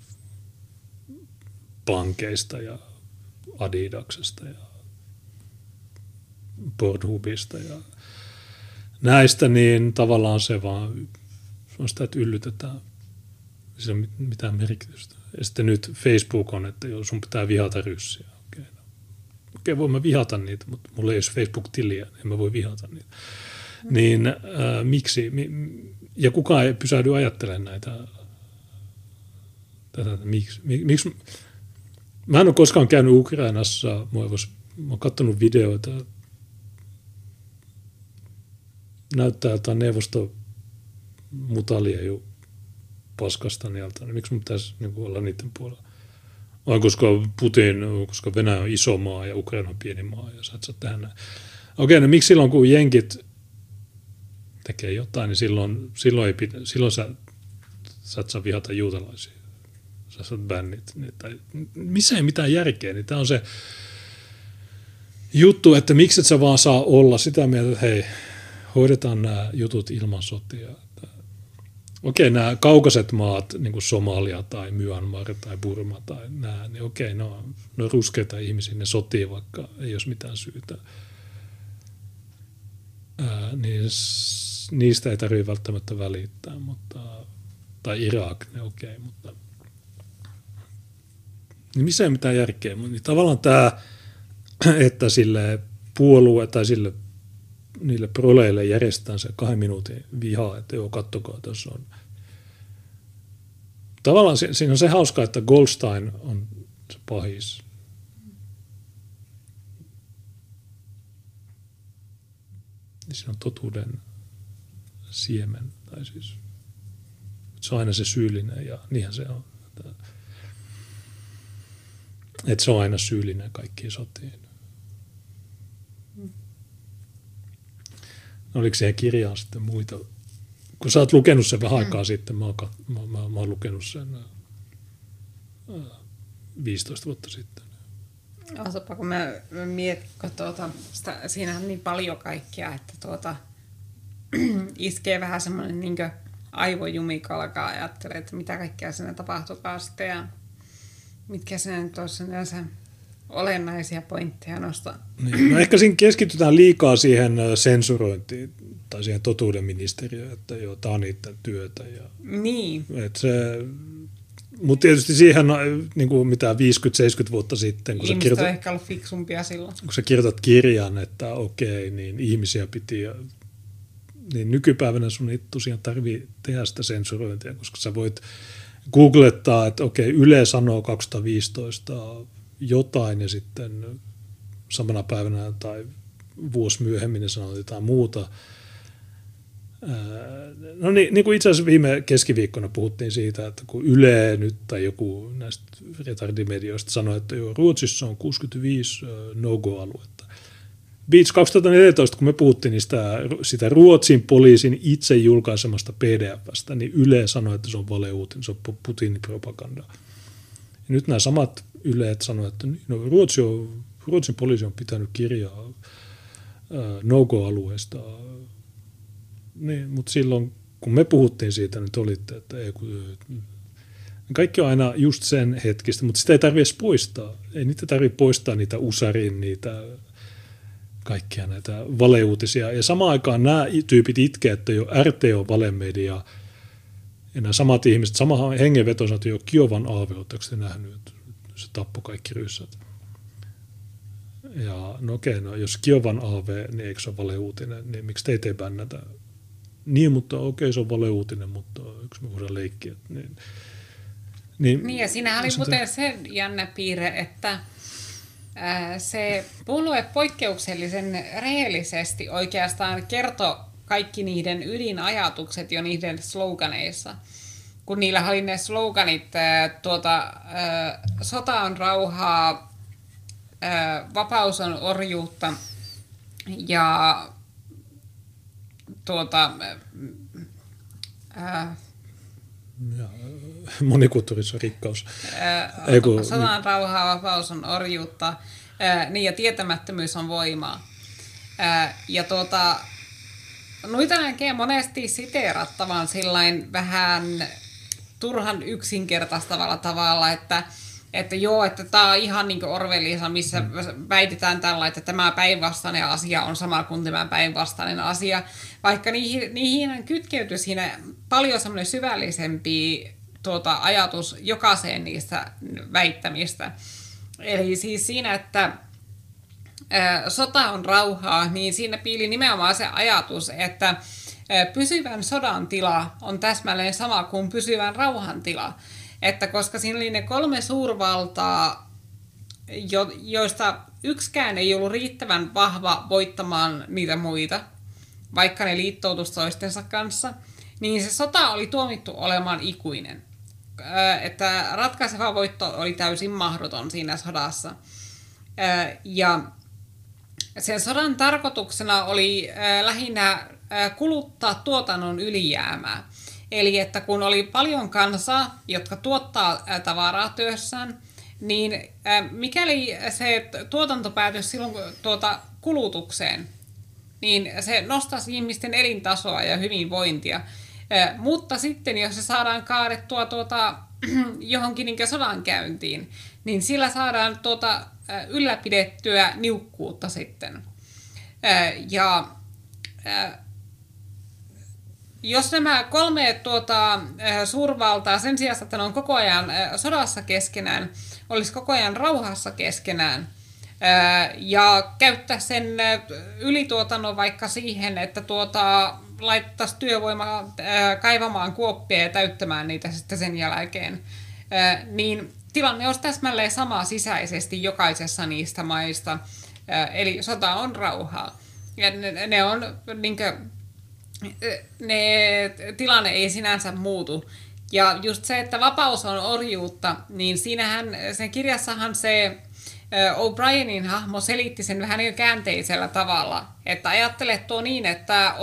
pankeista ja Adidaksesta ja Pornhubista ja näistä, niin tavallaan se vaan on sitä, että yllytetään. Se ei ole mitään merkitystä. Ja sitten nyt Facebook on, että sun pitää vihata ryssiä. Okei, voin mä vihata niitä, mutta mulla ei ole Facebook-tiliä, niin en mä voi vihata niitä. Niin miksi? Ja kukaan ei pysähdy ajattelemaan näitä. Miksi? Mä en ole koskaan käynyt Ukrainassa. Mä oon katsonut videoita. Näyttää jotain neuvostomutalia paskasta nieltä. Niin miksi mun pitäisi olla niiden puolella? Vai koska Venäjä on iso maa ja Ukraina on pieni maa ja sä et saa tehdä näin. Okei, no miksi silloin kun jenkit tekee jotain, niin silloin sä et saa vihata juutalaisia. Sä saat bännit. Tai missä ei mitään järkeä, niin tää on se juttu, että miksi et sä vaan saa olla sitä mieltä, että hei, hoidetaan nämä jutut ilman sotia. Okei, nämä kaukaiset maat, niin kuin Somalia tai Myanmar tai Burma tai nämä, niin okei, ne on ruskeita ihmisiä, ne sotii, vaikka ei olisi mitään syytä. Niin niistä ei tarvitse välttämättä välittää, tai Irak, ne okei, mutta niin missä ei mitään järkeä. Niin tavallaan tämä, että sille puolue tai niille proleille järjestetään se 2 minuutin vihaa, että joo, kattokaa, tässä on. Tavallaan siinä on se hauska, että Goldstein on se pahis. Siinä on totuuden siemen, tai siis se on aina se syyllinen, ja niinhän se on. Että se on aina syyllinen kaikkiin sotiin. Oliko siihen kirjaan sitten muita? Kun sä oot lukenut sen vähän aikaa sitten, mä oon lukenut sen 15 vuotta sitten. Osapa, kun mä mietin, kun siinähän on niin paljon kaikkea, että iskee vähän semmoinen niin aivojumika, ajattelee, että mitä kaikkea siinä tapahtukaa sitten ja mitkä se nyt olisi yleensä olennaisia pointteja nosta. Niin, no ehkä siinä keskitytään liikaa siihen sensurointiin tai siihen totuuden ministeriöön, että joo, tämä on niiden työtä. Ja, niin. Mutta tietysti siihen, niin kuin mitä 50-70 vuotta sitten, kun ihmiset on ehkä ollut fiksumpia silloin. Kun sä kirjoitat kirjan, että okei, niin ihmisiä piti, niin nykypäivänä sun ei tosiaan tarvitse tehdä sitä sensurointia, koska sä voit googlettaa, että okei, Yle sanoo 2015 jotain ja sitten samana päivänä tai vuosi myöhemmin ne sanoi jotain muuta. No niin kuin itse asiassa viime keskiviikkona puhuttiin siitä, että kun Yle nyt tai joku näistä retardimedioista sanoi, että joo, Ruotsissa on 65 no-go-aluetta. Beach 2014, kun me puhuttiin sitä Ruotsin poliisin itse julkaisemasta PDF:stä, niin Yle sanoi, että se on valeuutinen, se on Putinin propaganda. Ja nyt nämä samat Yleet sanoivat, että no, Ruotsin poliisi on pitänyt kirjaa no-go-alueesta. Niin, mutta silloin, kun me puhuttiin siitä, niin te olitte, että kaikki on aina just sen hetkistä, mutta sitä ei tarvitse poistaa. Ei niitä tarvitse poistaa niitä usarin, niitä kaikkia näitä valeuutisia. Ja samaan aikaan nämä tyypit itkee, että jo RT on valemedia. Ja nämä samat ihmiset, sama hengenveto sanoo, että jo Kiovan aave, oletteko te nähnyt, että se tappoi kaikki ryssät. Ja no okei, no jos Kiovan aave, niin eikö se ole valeuutinen, niin miksi teitä ei bännätä? Niin, mutta okei, se on valeuutinen, mutta eikö me voidaan leikkiä? Niin ja siinä oli muuten se jännä piirre, että se puolue poikkeuksellisen rehellisesti oikeastaan kertoi kaikki niiden ydinajatukset jo niiden sloganeissa. Kun niillä oli ne sloganit, sota on rauhaa, vapaus on orjuutta ja monikulttuurisuus on rikkaus. Sota on rauhaa, vapaus on orjuutta, niin ja tietämättömyys on voimaa. Ja noita näkee monesti siteerattavan sillain vähän turhan yksinkertaistavalla tavalla, että joo, että tämä on ihan niin kuin Orwellissa, missä väitetään tällä, että tämä päinvastainen asia on sama kuin tämä päinvastainen asia, vaikka niihin kytkeytyy siinä paljon semmoinen syvällisempi ajatus jokaiseen niistä väittämistä. Eli siis siinä, että sota on rauhaa, niin siinä piili nimenomaan se ajatus, että pysyvän sodan tila on täsmälleen sama kuin pysyvän rauhan tila. Että koska siinä oli ne 3 suurvaltaa, joista yksikään ei ollut riittävän vahva voittamaan niitä muita, vaikka ne liittoutuisi toistensa kanssa, niin se sota oli tuomittu olemaan ikuinen. Että ratkaiseva voitto oli täysin mahdoton siinä sodassa. Ja sen sodan tarkoituksena oli lähinnä kuluttaa tuotannon ylijäämää. Eli että kun oli paljon kansaa, jotka tuottaa tavaraa työssään, niin mikäli se tuotanto päätyisi silloin kulutukseen, niin se nostaisi ihmisten elintasoa ja hyvinvointia. Mutta sitten, jos se saadaan kaadettua johonkin niin sodankäyntiin, niin sillä saadaan ylläpidettyä niukkuutta sitten. Jos nämä 3 suurvaltaa sen sijaan, että ne on koko ajan sodassa keskenään, olisi koko ajan rauhassa keskenään ja käyttää sen ylituotannon vaikka siihen, että laittaisi työvoimaa kaivamaan kuoppia ja täyttämään niitä sitten sen jälkeen, niin tilanne olisi täsmälleen sama sisäisesti jokaisessa niistä maista. Eli sota on rauhaa. Ja ne on niinkö tilanne ei sinänsä muutu. Ja just se, että vapaus on orjuutta, niin siinähän, sen kirjassahan se O'Brienin hahmo selitti sen vähän jo käänteisellä tavalla. Että ajattele tuo niin, että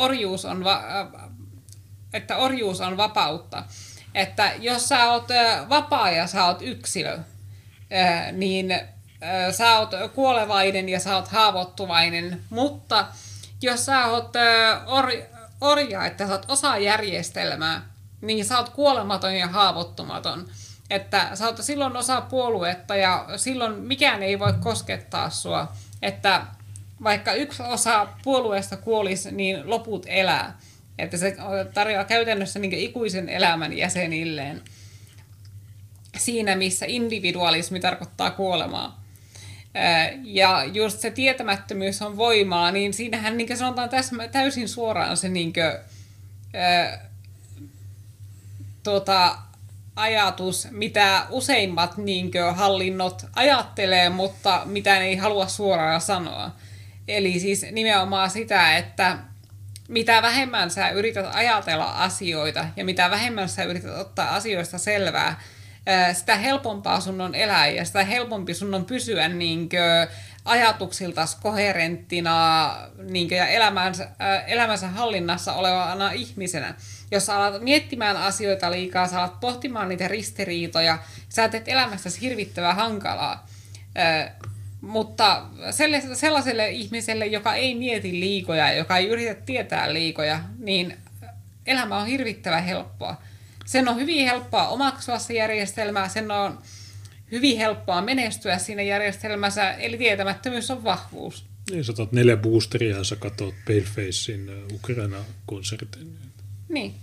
orjuus on vapautta. Että jos sä oot vapaa ja sä oot yksilö, niin sä oot kuolevainen ja sä oot haavoittuvainen. Mutta jos sä oot orja, että sä oot osa järjestelmää, niin sä oot kuolematon ja haavoittumaton. Että sä oot silloin osa puoluetta ja silloin mikään ei voi koskettaa sua. Että vaikka yksi osa puolueesta kuolisi, niin loput elää. Että se tarjoaa käytännössä niin ikuisen elämän jäsenilleen. Siinä, missä individualismi tarkoittaa kuolemaa. Ja just se tietämättömyys on voimaa, niin siinähän niin sanotaan täysin suoraan se ajatus, mitä useimmat hallinnot ajattelee, mutta mitä ne ei halua suoraan sanoa. Eli siis nimenomaan sitä, että mitä vähemmän sä yrität ajatella asioita ja mitä vähemmän sä yrität ottaa asioista selvää, sitä helpompaa sun on elää ja sitä helpompi sun on pysyä ajatuksiltas koherenttina ja elämänsä hallinnassa olevana ihmisenä. Jos sä alat miettimään asioita liikaa, sä alat pohtimaan niitä ristiriitoja, sä teet elämästäsi hirvittävän hankalaa. Mutta sellaiselle ihmiselle, joka ei mieti liikoja, joka ei yritä tietää liikoja, niin elämä on hirvittävän helppoa. Sen on hyvin helppoa omaksua se järjestelmä, sen on hyvin helppoa menestyä siinä järjestelmässä, eli tietämättömyys on vahvuus. Niin, sä otat 4 boosteria ja sä katsot Palefacein Ukraina-konsertin. Niin.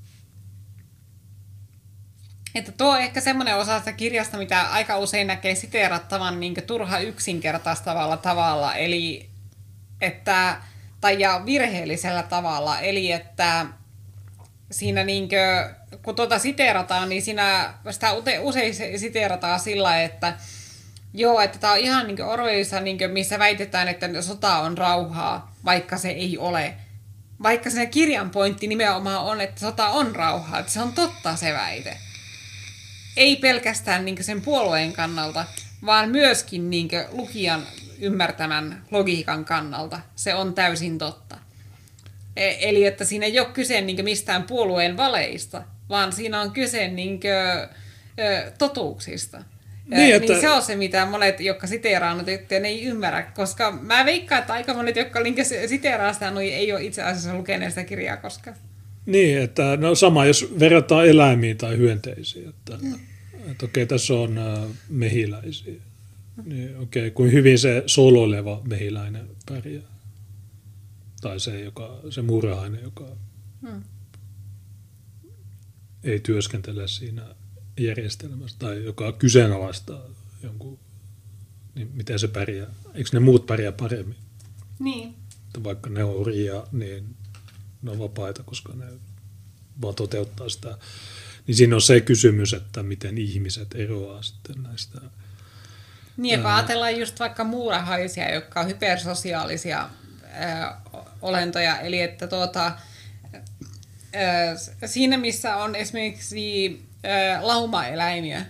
Että tuo on ehkä semmoinen osa sitä kirjasta, mitä aika usein näkee siteerattavan turha yksinkertaistavalla tavalla, eli että, ja virheellisellä tavalla, eli että siinä kun siteerataan, niin siinä sitä usein siteerataan sillä, että joo, että tämä on ihan Orwellissa, missä väitetään, että sota on rauhaa, vaikka se ei ole. Vaikka se kirjan pointti nimenomaan on, että sota on rauhaa, että se on totta se väite. Ei pelkästään sen puolueen kannalta, vaan myöskin lukijan ymmärtämän logiikan kannalta. Se on täysin totta. Eli että siinä ei ole kyse mistään puolueen valeista, vaan siinä on kyse totuuksista. Niin se on se, mitä monet, jotka siteeraa, ne ei ymmärrä, koska mä veikkaan, että aika monet, jotka siteeraa sitä, ei ole itse asiassa lukeneet sitä kirjaa koskaan. Niin, että no sama, jos verrataan eläimiin tai hyönteisiin, että okei, tässä on mehiläisiä, niin okei, kuin hyvin se soloileva mehiläinen pärjää. Tai se muurahainen, joka ei työskentele siinä järjestelmässä, tai joka kyseenalaistaa jonkun, niin miten se pärjää. Eikö ne muut pärjää paremmin? Niin. Että vaikka ne on orjia, niin ne on vapaita, koska ne vaan toteuttaa sitä. Niin siinä on se kysymys, että miten ihmiset eroaa sitten näistä. Niin, kun ajatellaan just vaikka muurahaisia, jotka on hypersosiaalisia olentoja, eli että siinä missä on esimerkiksi laumaeläimiä,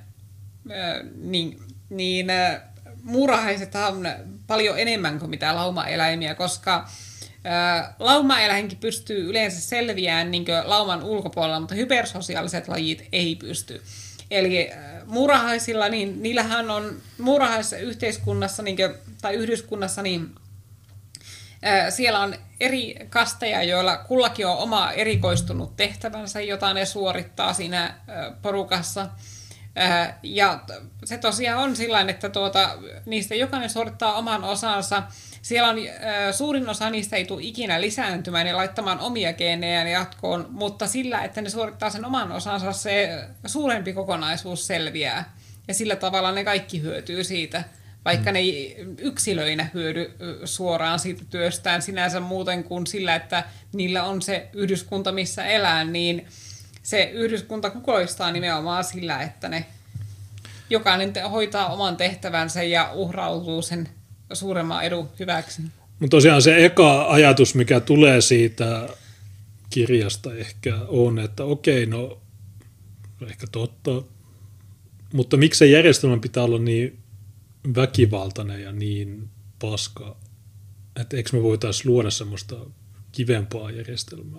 niin muurahaiset on paljon enemmän kuin mitä laumaeläimiä, koska laumaeläinkin pystyy yleensä selviämään lauman ulkopuolella, mutta hypersosiaaliset lajit ei pysty. Eli muurahaisilla, niin niillähän on muurahaisessa yhteiskunnassa tai yhdyskunnassa, niin siellä on eri kasteja, joilla kullakin on oma erikoistunut tehtävänsä, jota ne suorittaa siinä porukassa. Ja se tosiaan on sillain, että niistä jokainen suorittaa oman osansa. Siellä on suurin osa niistä ei tule ikinä lisääntymään ja laittamaan omia geenejään jatkoon, mutta sillä, että ne suorittaa sen oman osansa, se suurempi kokonaisuus selviää. Ja sillä tavalla ne kaikki hyötyy siitä, vaikka ne ei yksilöinä hyödy suoraan siitä työstään sinänsä muuten kuin sillä, että niillä on se yhdyskunta, missä elää, niin se yhdyskunta kukoistaa nimenomaan sillä, että ne jokainen hoitaa oman tehtävänsä ja uhrautuu sen suuremman edun hyväksi. Mutta tosiaan se eka ajatus, mikä tulee siitä kirjasta ehkä on, että okei, no ehkä totta, mutta miksi se järjestelmä pitää olla niin väkivaltainen ja niin paska, että eikö me voitaisiin luoda semmoista kivempaa järjestelmää,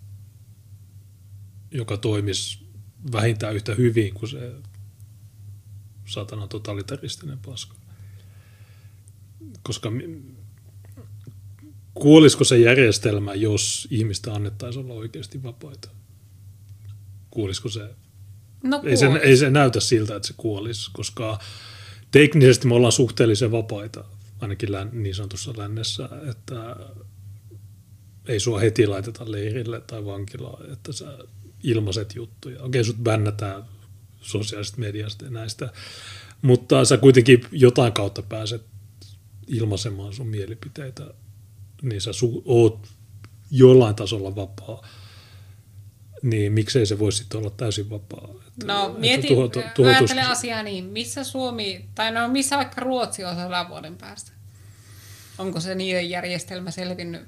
joka toimisi vähintään yhtä hyvin kuin se satanan totalitaristinen paska. Koska kuolisiko se järjestelmä, jos ihmistä annettaisiin olla oikeasti vapaita? Kuolisiko se? No, ei se näytä siltä, että se kuolisi, koska teknisesti me ollaan suhteellisen vapaita, ainakin niin sanotussa lännessä, että ei sua heti laiteta leirille tai vankilaan, että sä ilmaiset juttuja. Okei, sut bännätään sosiaalisesta mediasta ja näistä, mutta sä kuitenkin jotain kautta pääset ilmaisemaan sun mielipiteitä, niin sä oot jollain tasolla vapaa. niin miksei se voisi sitten olla täysin vapaa. No mieti, ajattele asiaa niin, missä Suomi, tai no missä vaikka Ruotsi on 100 vuoden päästä? Onko se niiden järjestelmä selvinnyt?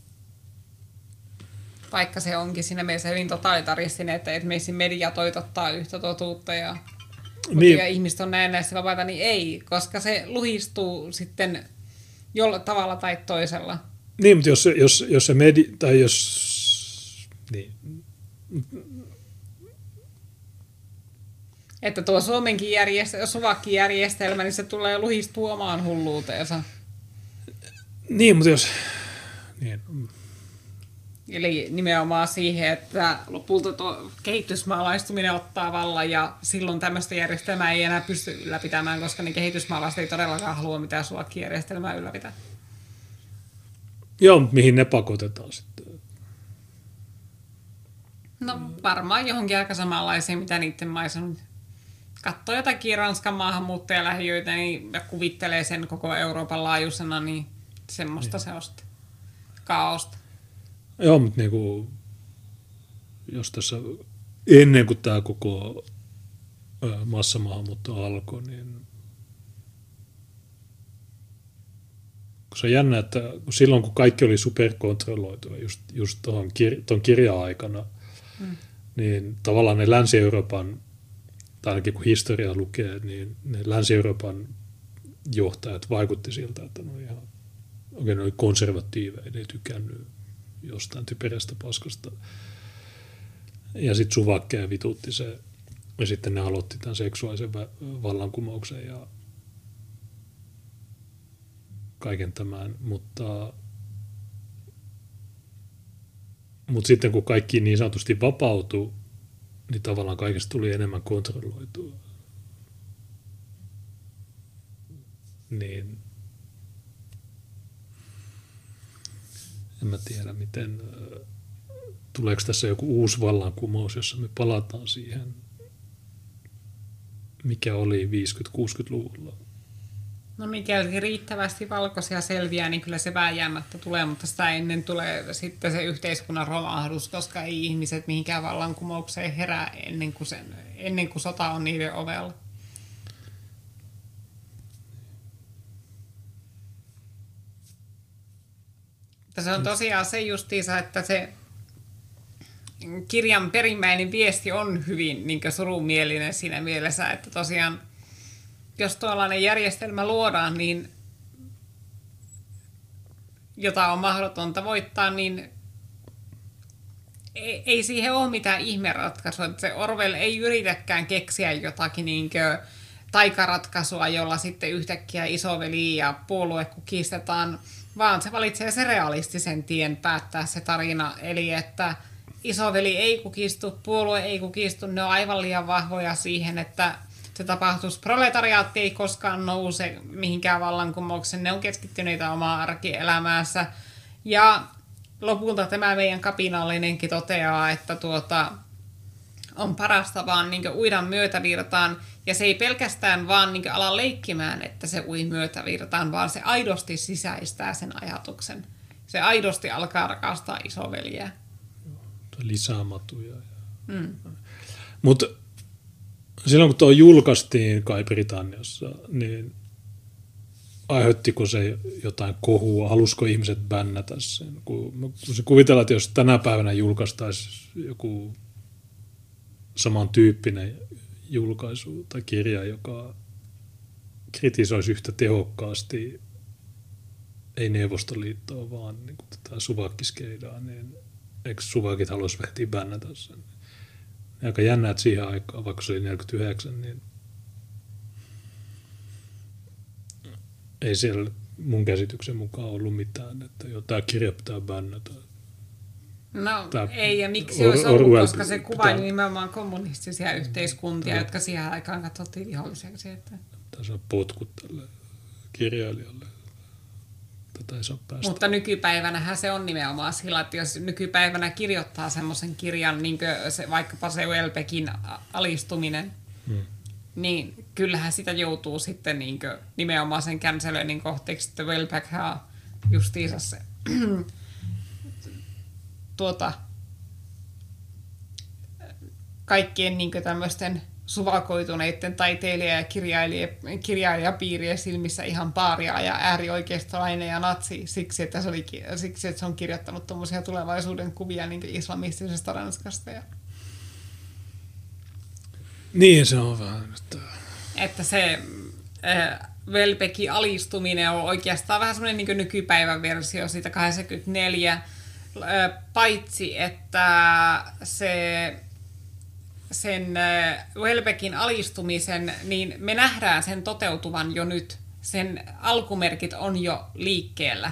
Vaikka se onkin siinä mielessä hyvin totalitaristinen, että esimerkiksi media toitottaa yhtä totuutta ja ihmiset on näennäisesti vapaita, niin ei, koska se luhistuu sitten jollain tavalla tai toisella. Niin, mutta jos se media, tai jos, niin. Että tuo Suomenkin Suvakki-järjestelmä, niin se tulee luhistuu omaan hulluuteensa. Niin, mutta jos... Niin. Eli nimenomaan siihen, että lopulta tuo kehitysmaalaistuminen ottaa vallan ja silloin tämmöistä järjestelmää ei enää pysty ylläpitämään, koska ne kehitysmaalaiset ei todellakaan halua mitään Suvakki-järjestelmää ylläpitää. Joo, mutta mihin ne pakotetaan sitten? No varmaan johonkin aika samanlaiseen, mitä niiden maissa on. Katsoo jotakin Ranskan maahanmuuttajalähiöitä niin, ja kuvittelee sen koko Euroopan laajuisena, niin semmoista se on sitten. Kaaosta. Joo, mutta niinku, jos tässä ennen kuin tämä koko massamaahanmuutto alkoi, niin se on jännä, että silloin kun kaikki oli superkontrolloitua just tuon kirja-aikana, niin tavallaan ne Länsi-Euroopan, tai ainakin kun historiaa lukee, niin ne Länsi-Euroopan johtajat vaikutti siltä, että ne oli konservatiiveja, ne ei tykännyt jostain typerästä paskasta. Ja sitten Suvakkeja vitutti se, ja sitten ne aloitti tämän seksuaalisen vallankumouksen ja kaiken tämän, mutta sitten kun kaikki niin sanotusti vapautui, niin tavallaan kaikesta tuli enemmän kontrolloitua. Niin en mä tiedä, miten tuleeko tässä joku uusi vallankumous, jossa me palataan siihen, mikä oli 50-60-luvulla. No mikäli riittävästi valkoisia selviää, niin kyllä se vääjäämättä tulee, mutta sitä ennen tulee sitten se yhteiskunnan romahdus, koska ei ihmiset mihinkään vallankumoukseen herää ennen kuin sota on niiden ovella. Se on tosiaan se justiinsa, että se kirjan perimmäinen viesti on hyvin niin surumielinen siinä mielessä, että tosiaan jos tuollainen järjestelmä luodaan, niin jota on mahdotonta voittaa, niin ei siihen ole mitään ihmeratkaisua. Se Orwell ei yritäkään keksiä jotakin taikaratkaisua, jolla sitten yhtäkkiä isoveli ja puolue kukistetaan, vaan se valitsee se realistisen tien päättää se tarina. Eli että isoveli ei kukistu, puolue ei kukistu, ne on aivan liian vahvoja siihen, että se tapahtuisi. Proletariaatti ei koskaan nouse mihinkään vallankumoukseen, ne on keskittyneitä omaa arkielämäänsä. Ja lopulta tämä meidän kapinallinenkin toteaa, että on parasta vaan niin uida myötävirtaan. Ja se ei pelkästään vaan niin ala leikkimään, että se ui myötävirtaan, vaan se aidosti sisäistää sen ajatuksen. Se aidosti alkaa rakastaa isoveliä. Lisämatuja. Mutta silloin kun tuo julkaistiin kai Britanniassa, niin aiheuttiko se jotain kohua? Halusiko ihmiset bännätä sen? Kun se kuvitellaan, että jos tänä päivänä julkaistaisiin joku samantyyppinen julkaisu tai kirja, joka kritisoisi yhtä tehokkaasti ei Neuvostoliittoa, vaan niin kuin tätä suvakkiskeidaa, niin eikö suvakit haluaisi heti bännätä sen? Aika jännä, että siihen aikaan, vaikka se oli 49, niin ei siellä mun käsityksen mukaan ollut mitään, että tämä kirja pitää bännätä. No ei, ja miksi olisi ollut, koska se kuvaili nimenomaan kommunistisia yhteiskuntia, jotka siihen aikaan katsottiin viholliseksi. Tässä on potkut tälle kirjailijalle. Tätä ei saa päästä. Mutta nykypäivänähän se on nimenomaan sillä, että jos nykypäivänä kirjoittaa semmoisen kirjan, niin kuin se, vaikkapa se Welbeckin alistuminen, niin kyllähän sitä joutuu sitten niin nimenomaan sen cancelöinnin kohteeksi, että Welbeckhän justiinsa se kaikkien niin tämmöisten suvakoituneiden taiteilija- ja kirjailijapiirien silmissä ihan paaria ja äärioikeistolainen ja natsi siksi, että se on kirjoittanut tuommoisia tulevaisuuden kuvia niin islamistisesta Ranskasta. Niin, se on vähän. Että se Welbeckin alistuminen on oikeastaan vähän semmoinen niin nykypäivän versio siitä 84, paitsi että sen Welbeckin alistumisen, niin me nähdään sen toteutuvan jo nyt. Sen alkumerkit on jo liikkeellä.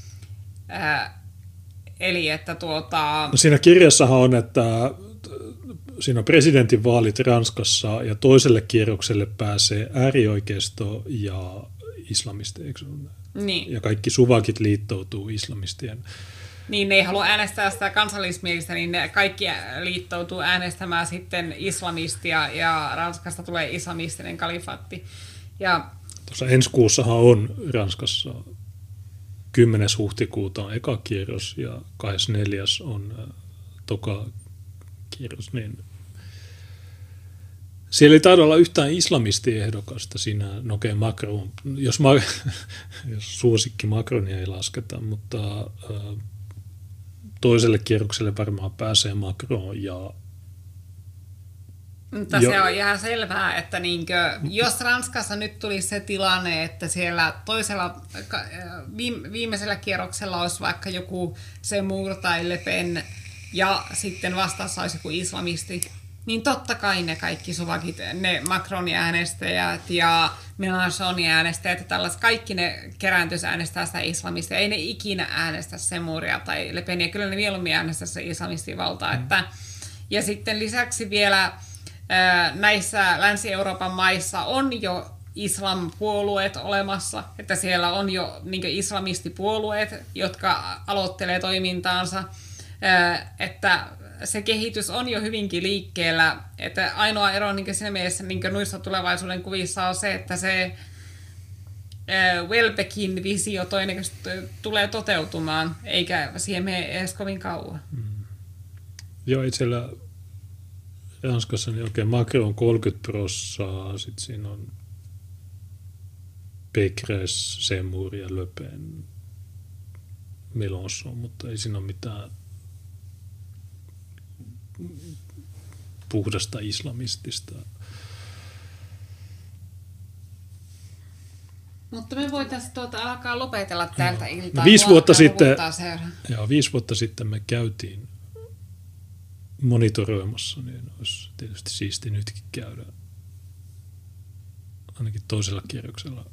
Eli että No siinä kirjassahan on, että siinä on presidentinvaalit Ranskassa ja toiselle kierrokselle pääsee äärioikeisto ja islamisti, eikö se ole? Niin. Ja kaikki suvakit liittoutuu islamistien. Niin, ne ei halua äänestää sitä kansallismielistä, niin ne kaikki liittoutuu äänestämään sitten islamistia ja Ranskasta tulee islamistinen kalifaatti. Ja tuossa ensi kuussahan on Ranskassa 10. huhtikuuta on eka kierros ja 24. on toka kierros. Niin siellä ei taida olla yhtään islamistiehdokasta siinä, no okei, Macron, jos suosikki Macronia ei lasketa, mutta toiselle kierrokselle varmaan pääsee Macron ja mutta se on ihan selvää, että jos Ranskassa nyt tulisi se tilanne, että siellä toisella viimeisellä kierroksella olisi vaikka joku Zemmour tai Le Pen ja sitten vastassa olisi joku islamisti, niin totta kai ne kaikki suvakit, ne Macronin äänestäjät ja Mélenchonin äänestäjät ja tällaiset, kaikki ne kerääntyisi äänestää sitä islamista. Ei ne ikinä äänestä Zemmouria tai Le Penia, kyllä ne mieluummin äänestää se islamistivaltaa. Ja sitten lisäksi vielä näissä Länsi-Euroopan maissa on jo islam-puolueet olemassa, että siellä on jo islamistipuolueet, jotka aloittelee toimintaansa, että se kehitys on jo hyvinkin liikkeellä, että ainoa ero siinä mielessä noissa tulevaisuuden kuvissa on se, että se Welbeckin visio todennäköisesti tulee toteutumaan, eikä siihen mene edes kovin kauan. Joo, itsellä Ranskassa niin oikein Macron 30%, sitten siinä on Pécresse, Zemmour ja Le Pen, Mélenchon, mutta ei siinä ole mitään puhdasta islamistista. Mutta me voitaisiin alkaa lopetella tältä iltaa. 5 vuotta sitten me käytiin monitoroimassa, niin olisi tietysti siisti nytkin käydä ainakin toisella kierroksella.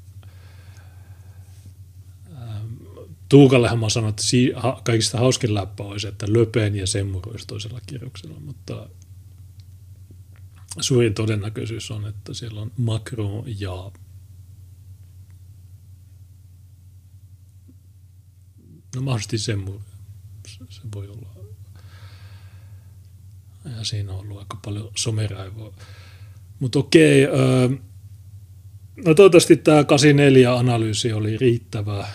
Tuukallehan mä sanoin, että kaikista hauskin läppä olisi, että Le Pen ja Zemmour olisi toisella kierroksella, mutta suurin todennäköisyys on, että siellä on Macron ja mahdollisesti Zemmour. Se voi olla. Ja siinä on ollut aika paljon someraivoa. Mutta okei, no toivottavasti tämä 84-analyysi oli riittävä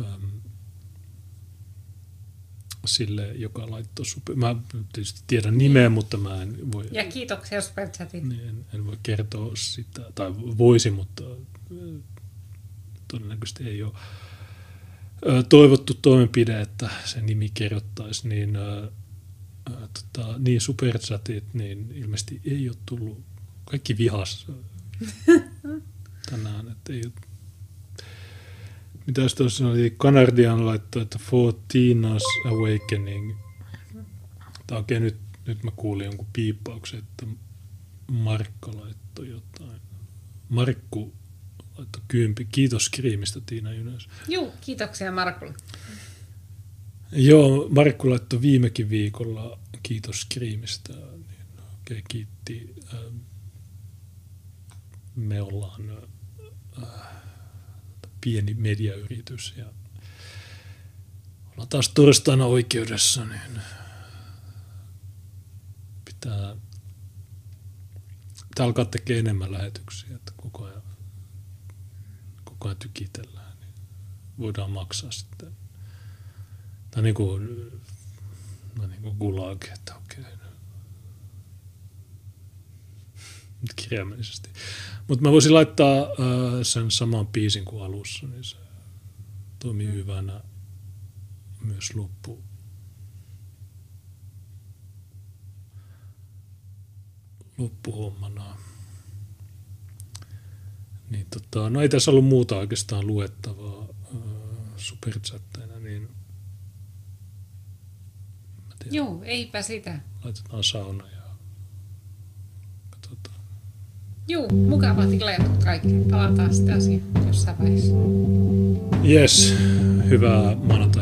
sille, joka laittoi mä tietysti tiedän nimeä, mutta mä en voi. Ja kiitoksia Superchatin. Niin, en voi kertoa sitä, tai voisi, mutta todennäköisesti ei ole toivottu toimenpide, että se nimi kerrottaisi, niin superchatit, niin ilmeisesti ei ole tullut kaikki vihas tänään, että ei ole. Mitäs tuossa oli? Kanardian laittoi, että For Tina's Awakening. Tai okei, nyt mä kuulin jonkun piippauksen, että Markka laittoi jotain. Markku laittoi 10. Kiitos Skriimistä, Tiina Jynäs. Juu, kiitoksia Markulle. Joo, Markku laittoi viimekin viikolla kiitos Skriimistä. Niin, okei, kiitti. Me ollaan pieni mediayritys ja ollaan taas torstaina oikeudessa, niin pitää alkaa tekemään enemmän lähetyksiä, että koko ajan tykitellään, niin voidaan maksaa sitten. Tai niin kuin Gulag, että okei. kirjaimellisesti. Mutta mä voisin laittaa sen saman biisin kuin alussa, niin se toimii hyvänä myös loppuhommana. Niin no ei tässä ollut muuta oikeastaan luettavaa superchatteina, niin Joo, eipä sitä. laitetaan sauna ja katsotaan. Joo, mukavat illat kaikki. Palataan sitten asiaan jossain vaiheessa. Jes, hyvää maanantaita.